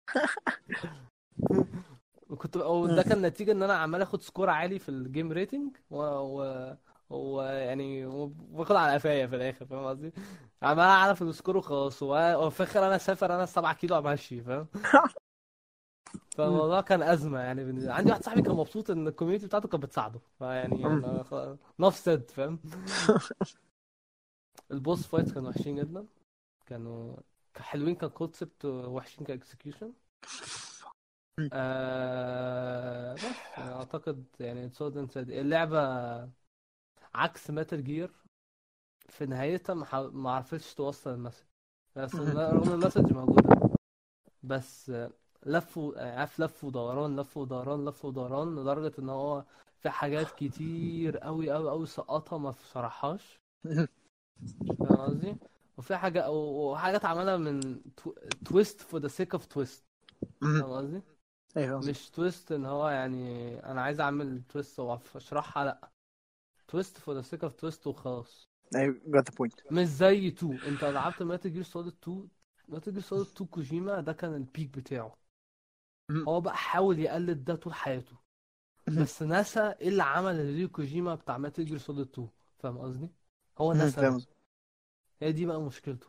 وده كان نتيجة ان انا عمال اخد سكور عالي في الجيم ريتنج يعني وباخد على قفايا في الاخر، فاهم قصدي؟ عمال اعرف السكور وخلاص، وفي الاخر انا سافر انا 7 كيلو امشي، فاهم؟ فالموضوع كان ازمة يعني عندي واحد صاحبي كان مبسوط ان الكوميونتي بتاعته كانت بتساعده، فيعني انا نف سد، فاهم؟ البوس فايتس كانوا وحشين جدا، كانوا حلوين ككونسبت، وحشين كاكسكيوشن. بس اعتقد يعني اللعبة عكس ماتل جير، في نهايتها ما عرفتش توصل المسج، بس رغم المسج موجودة، بس عارف لف ودوران لف ودوران لف ودوران، لدرجة ان هو في حاجات كتير قوي قوي قوي سقطها ما شرحهاش، فاهم قصدي؟ وفي وحاجات عملها من تويست فور ذا سيك اوف تويست، فاهم قصدي؟ ايوه مش تويست ان هو يعني انا عايز اعمل تويست واشرحها، لا، تويست فور ذا سيك اوف تويست وخلاص. ايوه got the point. مش زي 2، انت لعبت ماتل جير سوليد 2؟ ماتل جير سوليد 2 كوجيما ده كان البيك بتاعه، هو بقى حاول يقلد ده طول حياته، بس نسى ايه اللي عمل هيديو كوجيما بتاع ماتل جير سوليد 2، فاهم قصدي؟ هو نسى ده، فاهم. هي دي بقى مشكلته.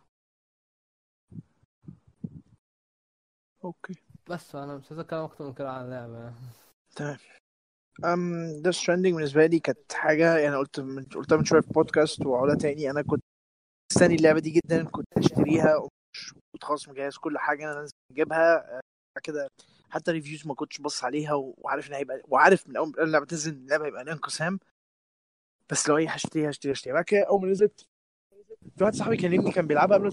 اوكي بس انا مش عايز اتكلم اكتر من كده عن اللعبه يعني. تمام. ده ستراندنج بالنسبه لي كانت حاجه يعني قلتها من شويه في بودكاست وعودة تاني. انا كنت مستني اللعبه دي جدا، كنت اشتريها وكنت خلاص مجهز كل حاجه انا لازم اجيبها كده. حتى ريفيوز ما كنتش بص عليها، وعارف ان هيبقى، وعارف من اول ما اللعبه تنزل اللعبه هيبقى لها انقسام. بس لو ايه هشتريها بعد كده. اول ما نزلت في واحد صاحبي كلمني كان بيلعبها قبل،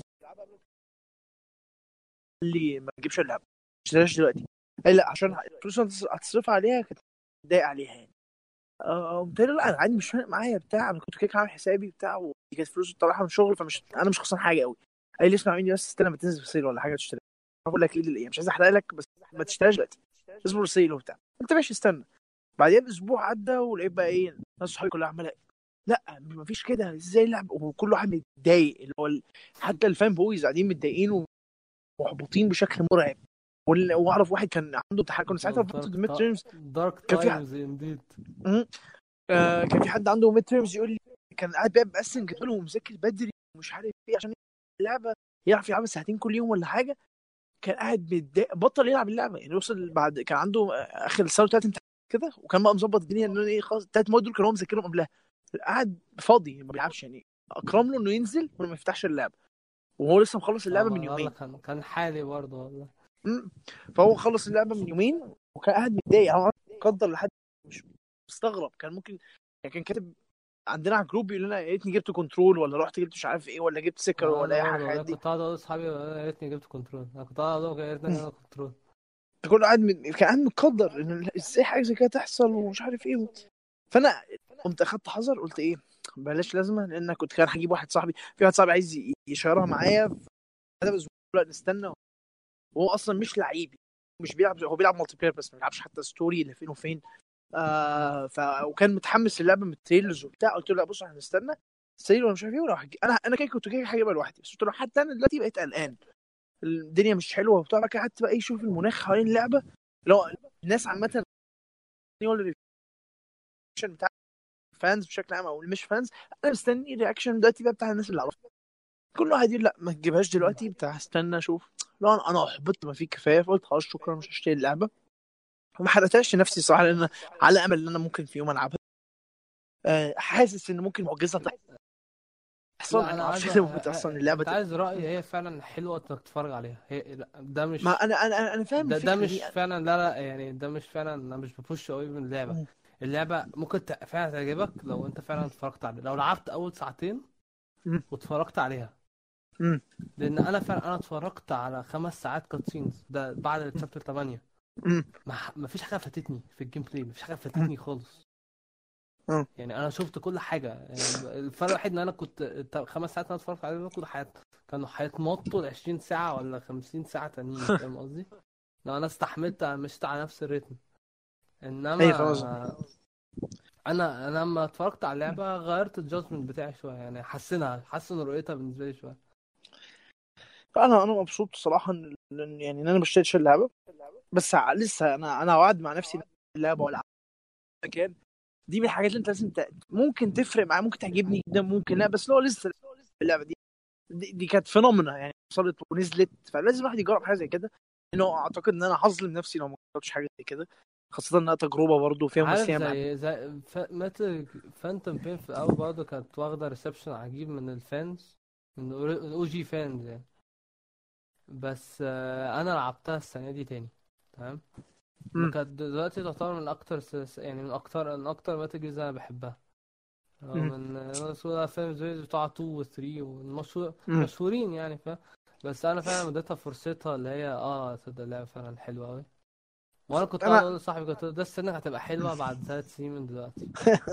قال لي ما تجيبش اللعبه، ما تشتريهاش دلوقتي. قال لي لا عشان الفلوس اللي هتصرف عليها كنت متضايق عليها يعني. قلت له لا انا عادي مش فارق معايا بتاع، انا كنت كده عامل حسابي بتاع، ودي كانت فلوس طالعه من شغل، انا مش خسران حاجه قوي. قال لي اسمع مني بس، استنى ما تنزل في سيل ولا حاجه تشتري. بقول لك ايه مش عايز احرق لك، بس ما تشتريهاش دلوقتي، اصبر السيل وبتاع. قلت ماشي استنى. بعدين باسبوع عدى ولقيت بقى ايه، ناس صحابي كلها عماله لا مفيش كده ازاي لعب، وكل واحد متضايق اللي هو حتى الفان بويز قاعدين متضايقين ومحبطين بشكل مرعب. واعرف واحد كان عنده امتحان، كنا ساعتها في فتره الميد تيرمز. دارك كان في تايمز انديد. كان في حد عنده ميد تيرمز يقول لي كان قاعد بقى مقسم جدوله ومذاكر بدري ومش عارف ايه عشان اللعبه يعرف يلعب ساعتين كل يوم ولا حاجه. كان قاعد متضايق، بطل يلعب اللعبه يعني. وصل بعد كان عنده اخر السنه 3 امتحانات كده، وكان بقى مظبط الدنيا انه ايه خلاص 3 مواد دول كان هو مذاكرهم قبلها. قاعد فاضي ما بيلعبش يعني. اكرم له انه ينزل وما يفتحش اللعبه، وهو لسه مخلص اللعبه من والله يومين. كان حالي برضه والله. فهو خلص اللعبه من يومين وكان قاعد متضايق. هو قدر لحد مش مستغرب، كان ممكن يعني كان كاتب عندنا على الجروب يقول لنا يا ريتني جبت كنترول، ولا رحت جبت مش عارف ايه، ولا جبت سكر، ولا انا اي حاجه برضه الحاجات والله دي. كنت قاعد اقول لاصحابي يا ريتني جبت كنترول، انا كنت قاعد اقول يا ريتني جبت كنترول. كل قاعد كان قاعد متقدر ان ازاي حاجه زي كده تحصل ومش عارف ايه. فانا قمت اخدت حذر، قلت ايه بلاش لازمه، لان كان هجيب واحد صاحبي، في واحد صاحبي عايز يشيرها معايا هذا الاسبوع. لا نستنى، وهو اصلا مش لعيب، مش بيلعب، هو بيلعب مالتي بلاير بس ما بيلعبش حتى ستوري اللي فين وفين. وكان متحمس للعبه من التريلرز وبتاع. قلت له لا بص احنا هنستنى السيل ولا مش عارف ايه، ولا انا كده كنت كده هجيبها لوحدي. بس قلت له حتى انا دلوقتي بقيت قلقان، الدنيا مش حلوه وبتاع. بقى قعدت بقى ايه شوف المناخ حوالين اللعبه، لو الناس عامه ولا الرياكشن بتاع فانز بشكل عام او مش فانز. انا مستني الرياكشن دلوقتي بقى بتاع الناس اللي اعرفها. كل واحد يقول لا ما تجيبهاش دلوقتي بتاع، استنى اشوف. لو انا احبطت ما فيه كفايه، فقلت خلاص شكرا مش هشتري اللعبه. وما حرقتهاش نفسي صراحه، لان على امل ان انا ممكن في يوم العبها. حاسس ان ممكن معجزه تحصل، لا انا انا ما اعرفش عايز ازاي ممكن تحصل ان اللعبه انت عايز رايي، هي فعلا حلوه انك تتفرج عليها، هي لا ده ما مش انا فاهم ده الفكره مش دي. فعلا، لا يعني ده مش فعلا، انا مش ببوش قوي من اللعبه. اللعبه ممكن فعلا تعجبك لو انت فعلا اتفرجت عليها، لو لعبت اول ساعتين مم. واتفرجت عليها. مم. لان انا فعلا اتفرجت على 5 ساعات كاتسينز ده بعد الشابتر 8. مم. ما فيش حاجه فاتتني في الجيم بلاي، ما فيش حاجه مم. فاتتني خالص. مم. يعني انا شفت كل حاجه، يعني الفرق الوحيد ان انا كنت 5 ساعات انا اتفرجت عليهم كنت كانوا هيتمطوا ل 20 ساعة ولا 50 ساعة تانيين، فاهم قصدي؟ لو انا استحملت مشيت على نفس الريتم. اي خلاص. انما انا لما اتفرجت على اللعبة غيرت الجادجمنت بتاعي شوية، يعني حسن رؤيتها بالنسبة لي شوية. انا مبسوط صراحه يعني ان انا ما اشتريتش اللعبه، بس لسه انا وعد مع نفسي إن اللعبه ولا مكان دي من الحاجات اللي انت لازم ممكن تفرق معايا، ممكن تعجبني جدا، ممكن لا، بس لو لسه اللعبه دي كانت فينومينا يعني، وصلت ونزلت، فلازم الواحد يجرب حاجه زي كده. انه اعتقد ان انا هظلم نفسي لو ما جربتش حاجه زي كده، خاصه انها تجربه برضه فيها عارف ممثلين بحب. زي ماتل فانتوم بين في الاول برضه كانت واخدة ريسبشن عجيب من الفانز، من الاو جي فانز يعني. بس انا لعبتها السنة دي تاني، تمام. ما امم كانت دلوقتي تعتبر من اكتر يعني من اكتر ماتل جيمز انا بحبها. امم من سوى فاهم زي بتوع 2 و 3 والمشهور امم مشهورين يعني بس انا فعلا اديتها فرصتها، اللي هي تصدق اللعبة فعلا حلوة اوي. وانا كنت قاعد انا اقول لصاحبي، كنت ده السنة هتبقى حلوة بعد 3 سنين من دلوقتي.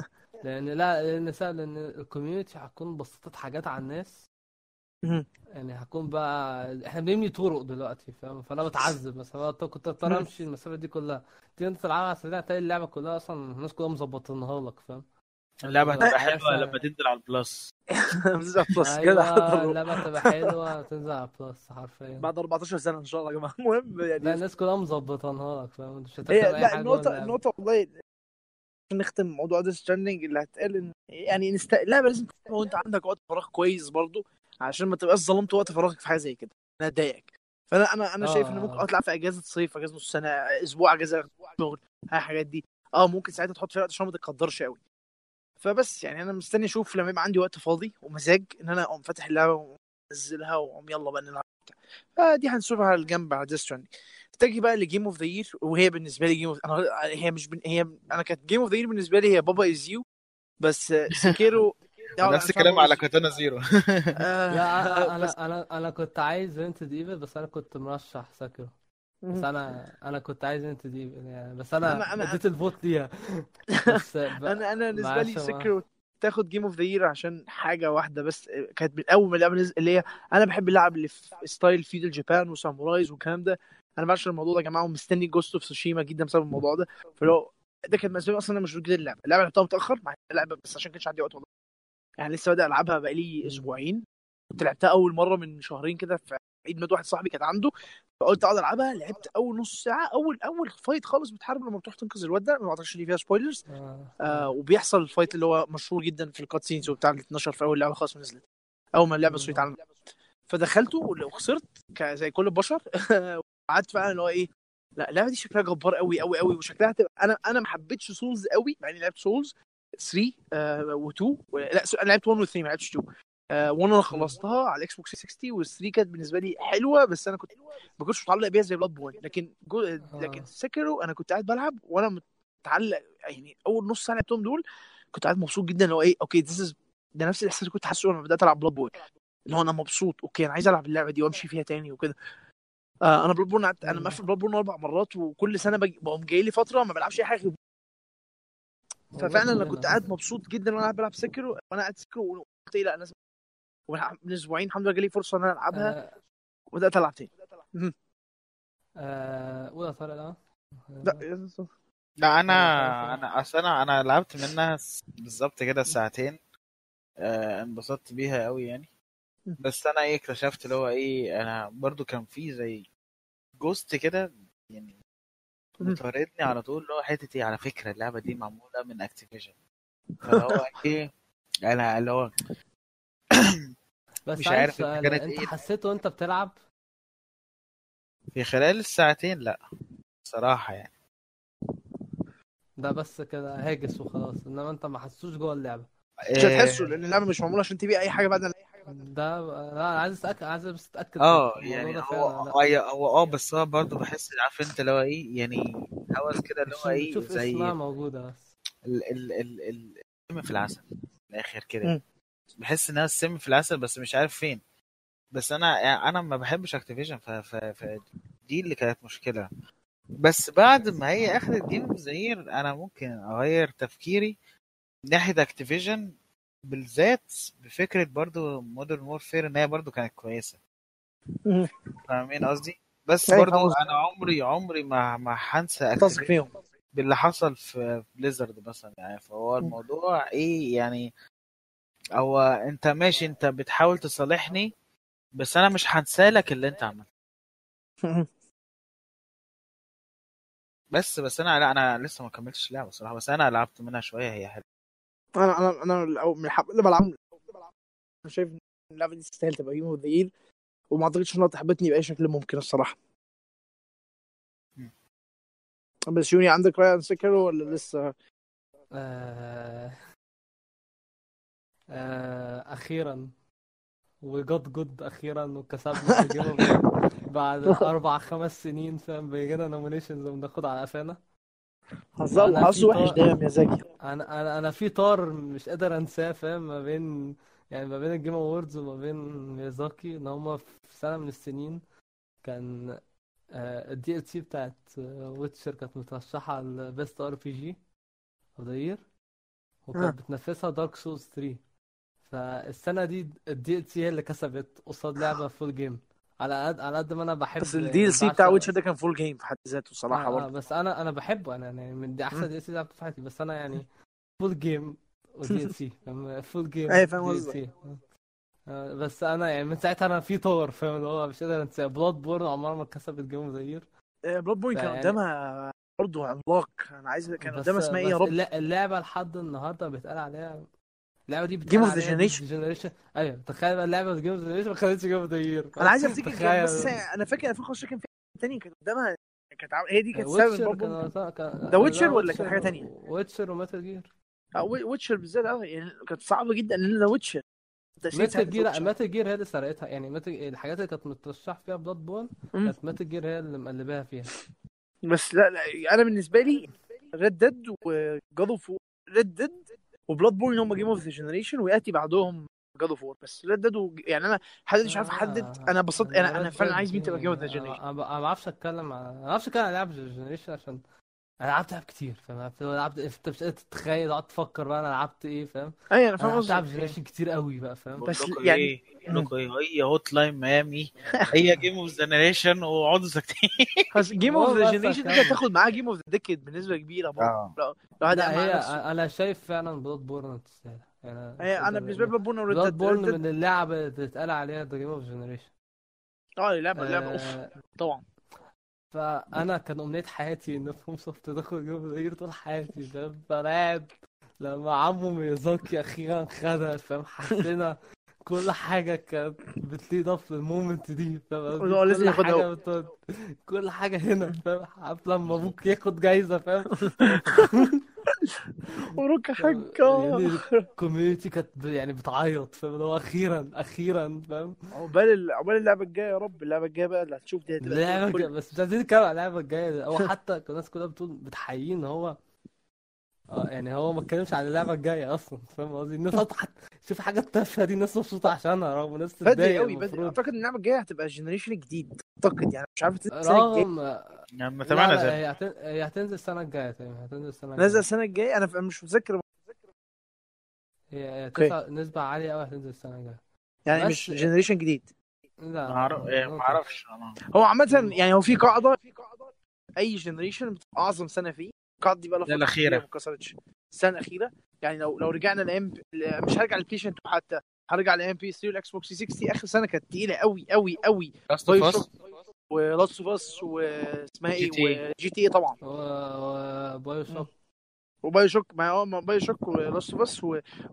لان الكوميونتي هتكون بسطت حاجات على الناس. مم. يعني هكون بقى احنا بنبني طرق دلوقتي، فاهم؟ فانا بتعذب مثلا، أنا كنت اضطر مم. امشي المسافه دي كلها. تيجي انت تلعبها على السريع تلاقي اللعبه كلها اصلا الناس كلها مظبطينها لك، فاهم؟ اللعبه هتبقى حاجه حلوه لما اسمها تنزل على البلس. بالظبط، بلس كده ايوه، حضروا اللعبه تبقى حلوه تنزل على بلس حرفيا. بعد 14 سنه ان شاء الله يا جماعه. المهم لا يعني الناس كلها مظبطها لك، فاهم؟ انت مش هي هتكسب اي لا، حاجه جوه النقطه اللعبه. النقطه والله عشان نختم موضوع ديث ستراندنج اللي هتقال، ان يعني اللعبه لازم تلعبها وانت عندك وقت فراغ كويس برضو، عشان ما تبقاش ظلمت وقت فراغك في حاجه زي كده انا ضايقك. فانا شايف ان ممكن اه تلعب في اجازه صيف، اجازه نص سنه، اسبوع اجازه شغل، هاي الحاجات دي. ممكن ساعتها تحط فيها وقت عشان ما تتقدرش قوي. فبس يعني انا مستني اشوف لما يبقى عندي وقت فاضي ومزاج ان انا اقوم فاتح اللعبه وانزلها واقوم يلا بقى نلعب. فدي هنشوفها على الجنب على ديث ستراندنج. تجي بقى لجيم اوف ذا يير، وهي بالنسبه لي جيم اوف انا هي مش هي انا كانت جيم اوف ذا يير بالنسبه لي هي بابا از يو. بس سيكيرو انا ونفس مش عارف الكلام بابا على از يو. كاتانا زيرو. لا بس انا كنت عايز رينت ديفل، بس انا كنت مرشح ساكرو. بس انا كنت عايز رينت ديفل يعني، بس انا انا اديت الفوت ليها. بس انا بالنسبه لي معلش ما سيكيرو تاخد جيم اوف ذا يير عشان حاجه واحده بس، كانت من اول ما اللعبه نزل، اللي هي انا بحب اللعب اللي في ستايل فيدل جابان وسامورايز والكلام ده. انا بعشق الموضوع ده يا جماعه، ومستني جوست اوف سوشيما جدا بسبب الموضوع ده. فلو ده كان بالنسبه لي اصلا انا مش جديد، اللعبه لعبتها متاخر مع اللعبه بس عشان كانش عندي وقت والله. يعني لسه بادئ العبها بقالي اسبوعين، كنت لعبتها اول مره من شهرين كده في عيد ميلاد واحد صاحبي كانت عنده، فقلت اقعد العبها. لعبت اول نص ساعه، اول فايت خالص بتحارب لما بتروح تنقذ الواد ده، ما اعتقدش دي فيها سبويلرز. وبيحصل الفايت اللي هو مشهور جدا في الكات سينز وبتاع اللي اتنشر في اول لعبه خلاص نزلت، اول ما اللعبه سويت على. فدخلته وخسرت زي كل البشر. وقعدت فعلا اللي هو ايه، لا اللعبه دي شكلها جبار قوي قوي قوي، وشكلها هتبقى انا ما حبيتش سولز قوي مع اني لعبت سولز 3 و2 لا انا لعبت 1 و 3 ما لعبتش 2. 1 انا خلصتها على الاكس بوكس 360، و3 كانت بالنسبه لي حلوه بس انا كنت ما كنتش متعلق بيها زي بلاد بورن. لكن سكرو انا كنت قاعد بلعب وانا متعلق، يعني اول نص ساعه لعبتهم دول كنت قاعد مبسوط جدا اللي هو ايه، اوكي ده نفس الاحساس اللي كنت حاسه لما بدات العب بلاد بورن، اللي هو انا مبسوط، اوكي انا عايز العب اللعبه دي وامشي فيها تاني وكده. انا بلاد بورن انا مقفل بلاد بورن 4 مرات، وكل سنه بقوم جاي لي فتره ما بلعبش اي حاجه. والله ففعلا انا كنت كلنا. قاعد مبسوط جدا وانا قاعد بلعب سكرو، وانا قاعد سكرو وقلت ايه لا لازم. من اسبوعين الحمد لله جالي فرصه ان انا العبها آه وبدات العب تاني. أولى طارق الآن. لا لا انا يلا خلاص. انا اصل انا لعبت منها بالظبط كده ساعتين. انبسطت بيها قوي يعني. بس انا ايه اكتشفت اللي هو ايه، انا برضو كان في زي جوست كده يعني مطاردني على طول، اللي هو حته ايه، على فكره اللعبه دي معموله من اكتيفيجن. فاللي هو ايه، انا اللي هو بس مش عايز عارف اذا سؤال، كانت انت ايه. حسيت وانت بتلعب؟ في خلال الساعتين لا صراحه يعني. ده بس كده هاجس وخلاص، انما انت ما حسيتوش جوه اللعبه؟ مش هتحسه إيه. لان اللعبه مش معموله عشان تبيع اي حاجه بعد ده لا انا عايز اتاكد، عايز بس اتاكد من الموضوع يعني ده هو فعلا ولا لا. بس هو برضه بحس عارف انت اللي هو ايه يعني، هوس كده اللي هو عشان ايه بتشوف زي اسمها موجوده بس. السم في العسل من الاخر كده. لا. بحس انها السم في العسل بس مش عارف فين. بس انا ما بحبش اكتيفيجن دي اللي كانت مشكله. بس بعد ما هي اخدت جيم زهير انا ممكن اغير تفكيري ناحيه اكتيفيجن. بالذات بفكره برضو مودرن وورفير ان هي برضو كانت كويسه. فاهمين قصدي؟ بس أيوة، برضو فاهم قصدي. انا عمري ما هنسى تثق اكتيفيشن فيهم. باللي حصل في بليزرد مثلا يعني. فهو الموضوع ايه يعني؟ هو انت ماشي، انت بتحاول تصالحني بس انا مش هنسالك اللي انت عملته. بس انا لا، انا لسه ما كملتش اللعبه صراحه، بس انا لعبت منها شويه، هي حلوه. انا من اللي بلعب، انا شايف ان اللعبه دي تستاهل تبقى جيم اوف ذا يير، وما اعتقدش انها تحبطني باي شكل ممكن الصراحه. بس يوني، عندك راي عن سكرو ولا لسه؟ آه... اخيرا وجود جود اخيرا، وكسبنا جيم اوف ذا بعد 4-5 سنين، فاهم؟ بيجينا نومينيشنز وبناخد على قفانا. وانا في حظه وحش طار دايما يا زكي. انا في طار مش قادر انساه، فاهم؟ ما بين الجيم اووردز وما بين ميازاكي، ان هما في سنه من السنين كان الدي ال سي بتاعت ويتشر كانت مترشحه لبيست ار بي جي اوف ذا يير، وكانت بتنافسها دارك سولز 3. فالسنه دي الدي ال سي هي اللي كسبت قصاد لعبه فول جيم. على قد ما انا بس بحب الدي يعني ال سي بتاع بعشق. ويتشر ده كان فول جيم في حد ذاته صراحه برضه. بس انا بحبه، انا يعني من دي احسن دي ال سي لعبت في حياتي. بس انا يعني فول جيم ودي ال سي، فول جيم ايوه فاهم دي ال قصدك. سي. بس انا يعني من ساعتها انا في طور، فاهم؟ اللي هو مش قادر انسى بلاد بورن عمرها ما كسبت جيم اوف ذا يير. بلاد بوين كان فيعني قدامها برضه عملاق. انا عايز، كان قدامها بس اسمها ايه يا بس رب؟ اللعبه لحد النهارده بيتقال عليها، اللعبه دي جيم بيتقال اوف ذا عليها دي جنريشن. الجنريشن. ايوه، تخيل بقى اللعبه جيم اوف ذا جنريشن ما خدتش جيم اوف ذا يير. انا عايز افتكر كان، بس تخيل. انا فاكر 2015 كان في تاني كانت قدامها، هي دي كانت السبب ان ويتشر بلاد بوين كان ده لا، ويتشر ولا كانت ويتشر. حاجه تانيه؟ ويتشر وميتال جير. ويتشر بالذات يعني كانت صعبه جدا ان ده ويتشر التأثير ميتال ساعتها في جير، لا، ويتشر. ميتال جير هي اللي سرقتها يعني. الحاجات اللي كانت مترشح فيها بلاد بون كانت ميتال جير هي اللي مقلباها فيها. بس لا انا بالنسبه لي ريد ديد وجاد اوف، ريد ديد وبلاد بورن هم جيم اوف ذا جنريشن، وياتي بعدهم جاد اوف وور. بس ريد ديد يعني انا حد مش عارف احدد. انا بسطت، انا انا ريد فعلا ديد عايز دي، مين تبقى جيم اوف ذا جنريشن. انا ما اعرفش اتكلم عن لعب جنريشن، عشان انا لعبت لعب كتير، فاهم؟ لعبت، انت مش قادر تتخيل، اقعد تفكر بقى انا لعبت ايه، فاهم؟ اي انا انا فاهم لعبت لعب قصدك يعني. جنريشن كتير قوي بقى، فاهم؟ بس بقول يعني لكم ايه، هي هوت لاين ميامي، هي جيم اوف جنريشن، واقعدوا ساكتين. جيم اوف المهم ذا بس جنريشن دي كانت اكمل. تاخد معاها جيم اوف ذا ديكيد بنسبه كبيره برضه. اه لو واحد قاعد لا، مع هي نفسه. انا شايف فعلا بلاد بورن تستاهل يعني. انا بالنسبه لي بلاد بورن وريد بلاد ديد، ريد بورن ديد من اللعب اللي تتقال عليها ذا جيم اوف جنريشن. لعبه اوف طبعا. فانا كان امنيه حياتي ان فروم سوفت تاخد جيم اوف ذا يير طول حياتي، فاهم؟ فانا قاعد لما عمو ميازاكي اخيرا خدها، فاهم؟ حسينا كل حاجه كانت بتليد اب للمومنت دي، فاهم قصدي؟ هو لازم ياخدها. كل حاجه هنا، فاهم؟ عارف لما ابوك ياخد جايزه، فاهم؟ تبقى فخور. مبروك يا حاج. يعني الكوميونتي كانت يعني بتعيط، فاهم؟ اللي هو اخيرا، فاهم؟ عقبال اللعبه الجايه يا رب. اللعبه الجايه بقى اللي هتشوف دي هتبقى زي الفل. بس مش عايزين نتكلم على اللعبه الجايه، او حتى الناس كلها بتقول بتحييه ان هو يعني هو ما اتكلمش عن اللعبه الجايه اصلا، فاهم قصدي؟ الناس حتى شوف حاجه تافهه دي الناس مبسوطه عشانها، رغم الناس بدري تتضايق قوي بدري. المفروض. اعتقد ان اللعبه الجايه هتبقى الجنريشن الجديد، اعتقد يعني مش عارف تنزل السنه الجايه. رغم لما لا تابعنا لا، زي هي هتنزل السنه الجايه تقريبا، هتنزل السنه نازله الجايه. السنه الجايه. انا مش متذكر. هي اوكي، نسبه عاليه قوي هتنزل السنه الجايه. يعني مش بس جنريشن جديد. لا ما اعرفش انا. هو عامه يعني هو في قاعده، اي جنريشن اعظم سنه فيه القاعده دي بقى لها فتره كبيره الاخيره ما اتكسرتش. السنه الاخيره يعني لو رجعنا مش هرجع للبلاي ستيشن 2 حتى، هرجع لام بي 3 والاكس بوكس 360. اخر سنه كانت تقيله قوي قوي قوي. لاست اوف بايو اس شوك ولاست اوف اس واسمها جي ايه تي اي. وجي تي اي طبعا. بايو شوك. وبايو شوك، ما بايو شوك ولاست اوف اس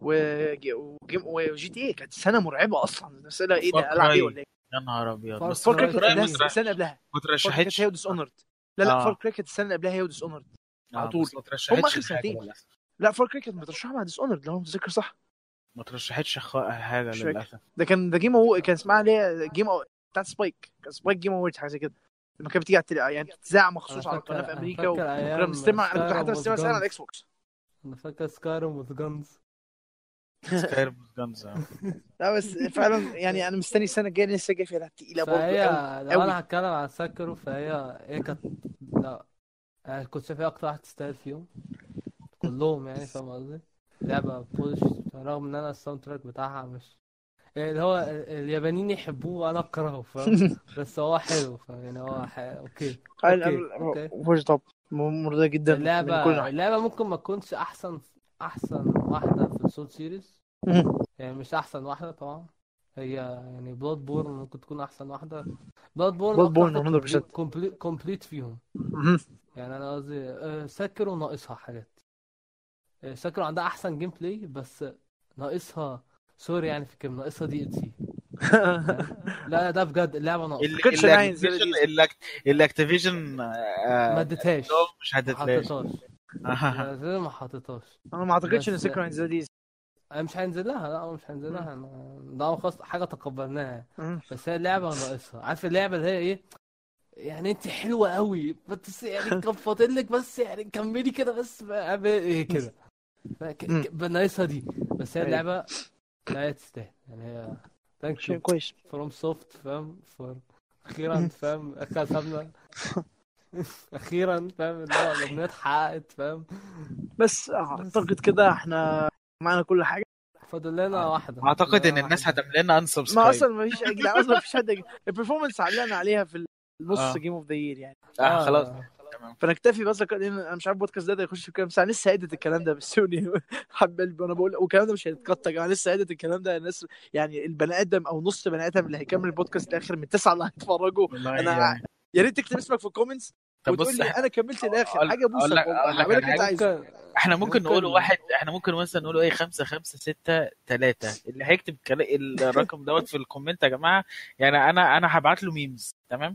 وجي تي اي كانت سنه مرعبه اصلا. الناس قالها ايه فار ده، العب ايه ولا كراي، ايه؟ يا نهار ابيض. فار بس فار فار كراي كراي كانت كراي قبلها 3. السنه اللي قبلها. ما فار كراي كانت هي ترشحتش. وديس اونرد. لا فار اه كراي كانت السنه اللي قبلها هي وديس اونرد على طول. بس ما هم ترشحتش اخر حاجه سنتين. للاسف. لا فار كراي كانت مترشحه مع ديس اونرد لو انا متذكر صح. ما ترشحتش حاجه مش فاكر. للاسف. ده جيم أو... كان اسمها ليه جيم بتاعت سبايك، كان سبايك جيم اووردز حاجه زي كده. لما كانت بتيجي على يعني بتتذاع مخصوص على قناه في انا امريكا فاكر وكنا ايام بنستمع. انا كنت حتى سكايرم بستمع وذ ساعه على جانز. الاكس بوكس. انا فاكر سكايرم وذ جانز. سكاير جامز. لا بس فعلا يعني انا مستني السنه الجايه لسه جايه فيها لعبة تقيله برضو فهي قوي لو قوي. انا هتكلم عن ساكرو، هي كانت، لا، كنت شايف هي اكتر واحد تستاهل فيهم كلهم يعني، فاهم قصدي؟ لعبة بولش، رغم ان انا الساوند تراك بتاعها مش اللي هو اليابانيين يحبوه وانا اكرهه، فاهم؟ بس هو حلو، فاهم يعني؟ هو اوكي اوكي. وش طب مرضية جدا من كل ناحية. اللعبة ممكن ما تكونش احسن واحدة في السول سيريز، يعني مش احسن واحدة طبعا. هي يعني بلاد بورن ممكن تكون احسن واحدة. بلاد بورن اكتر واحدة 100%. كومبليت فيهم. يعني انا قصدي ساكرو ناقصها حاجات. ساكرو عندها احسن جيم بلاي، بس ناقصها، سوري يعني في الكلمة، ناقصها دي ال سي. لا ده بجد اللعبة ناقصة. كنتش انا عايز الاكتيفيجن ما اديتهاش، مش ما هتتلاش. حطيتهاش، لا ما حطيتهاش. انا ما اعتقدش ان بس سكر هينزل دي. مش هينزل لها، لا مش هينزل لها، ده خلاص حاجة تقبلناها. بس هي اللعبة ناقصها، عارف اللعبة اللي هي ايه؟ يعني انت حلوة قوي بس يعني كان فاضل لك، بس يعني كملي كده بس ايه كده ناقصها دي. بس هي اللعبة لا تستاهل يعني. هي ثانك شيء يو كويس. فروم سوفت، فاهم؟ اخيرا فاهم كسبنا. اخيرا فاهم اللي هو الامنيات اتحققت، فاهم؟ بس اعتقد كده احنا معنا كل حاجه. فاضل لنا واحدة، اعتقد ان الناس هتعمل لنا ما انسبسكرايب. اصلا ما فيش يا جدعان، اصلا ما فيش حد. البرفورمانس علقنا عليها في النص جيم اوف ذا يير يعني. خلاص تمام. فنكتفي بس انا مش عارف بودكاست ده يخش في كام ساعه. لسه قايدت الكلام ده بالسوني حب قلبي وانا بقول، والكلام ده مش هيتقطع يا جماعه. لسه قايدت الكلام ده الناس يعني البني ادم او نص بني ادم اللي هيكمل البودكاست الاخر من 9 اللي هيتفرجوا. انا يعني. يا ريت تكتب اسمك في الكومنتس طب وتقول بص لي انا كملت الاخر حاجه اقول بوسك لك والله هعمل لك انت عايزه. احنا ممكن نقوله واحد، احنا ممكن مثلا نقوله ايه 5 5 6 3. اللي هيكتب الرقم دوت في الكومنت يا جماعه، يعني انا هبعت له ميمز. تمام.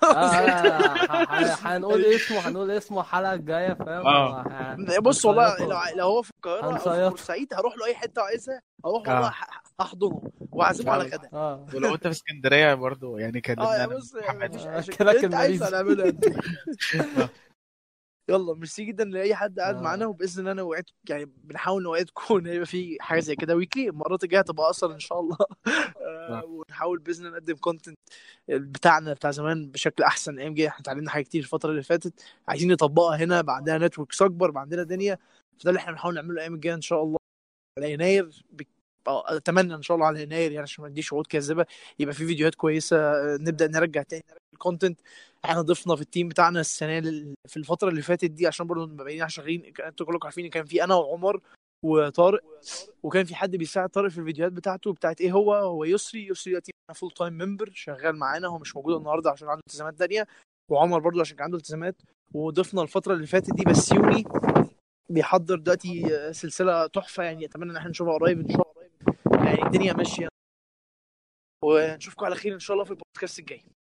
هنقول اسمه الحلقة الجاية، فاهم؟ بص والله لو هو في القاهره او في هنصيط. بورسعيد هروح له اي حته عايزها، اروح والله احضنه واعزمه على غدا. ولو انت في اسكندريه برضو يعني كلمنا. بص مفيش كده انت عايز هنعمله. يلا ميرسي جدا لاي حد قاعد معانا، وباذن الله انا وعدت يعني بنحاول نوعدكم ان هيبقى في حاجه زي كده ويكلي. المرات الجايه تبقى اصلا ان شاء الله. ونحاول باذن الله نقدم كونتنت بتاعنا بتاع زمان بشكل احسن. ايام جايه احنا اتعلمنا حاجات كتير الفتره اللي فاتت، عايزين نطبقها هنا. بعدها نتوركس اكبر، بعدنا دنيا. فده اللي احنا بنحاول نعمله الايام الجايه ان شاء الله على يناير. اتمنى ان شاء الله على يناير يعني، عشان ما اديش وعود كاذبه، يبقى في فيديوهات كويسه. نبدا نرجع تاني الكونتنت. احنا ضفنا في التيم بتاعنا السنه في الفتره اللي فاتت دي، عشان برضه نبقى باقيين شغالين. انتوا كلكم عارفين كان في انا وعمر وطارق، وكان في حد بيساعد طارق في الفيديوهات بتاعت ايه، هو يسري دلوقتي فول تايم ممبر شغال معانا. هو مش موجود النهارده عشان عنده التزامات تانية، وعمر برضه عشان كان عنده التزامات. وضفنا الفتره اللي فاتت دي بس يوني بيحضر دلوقتي سلسله تحفه يعني، اتمنى ان احنا نشوفها قريب ان شاء الله. يعني الدنيا ماشيه، ونشوفكم على خير ان شاء الله في البودكاست الجاي.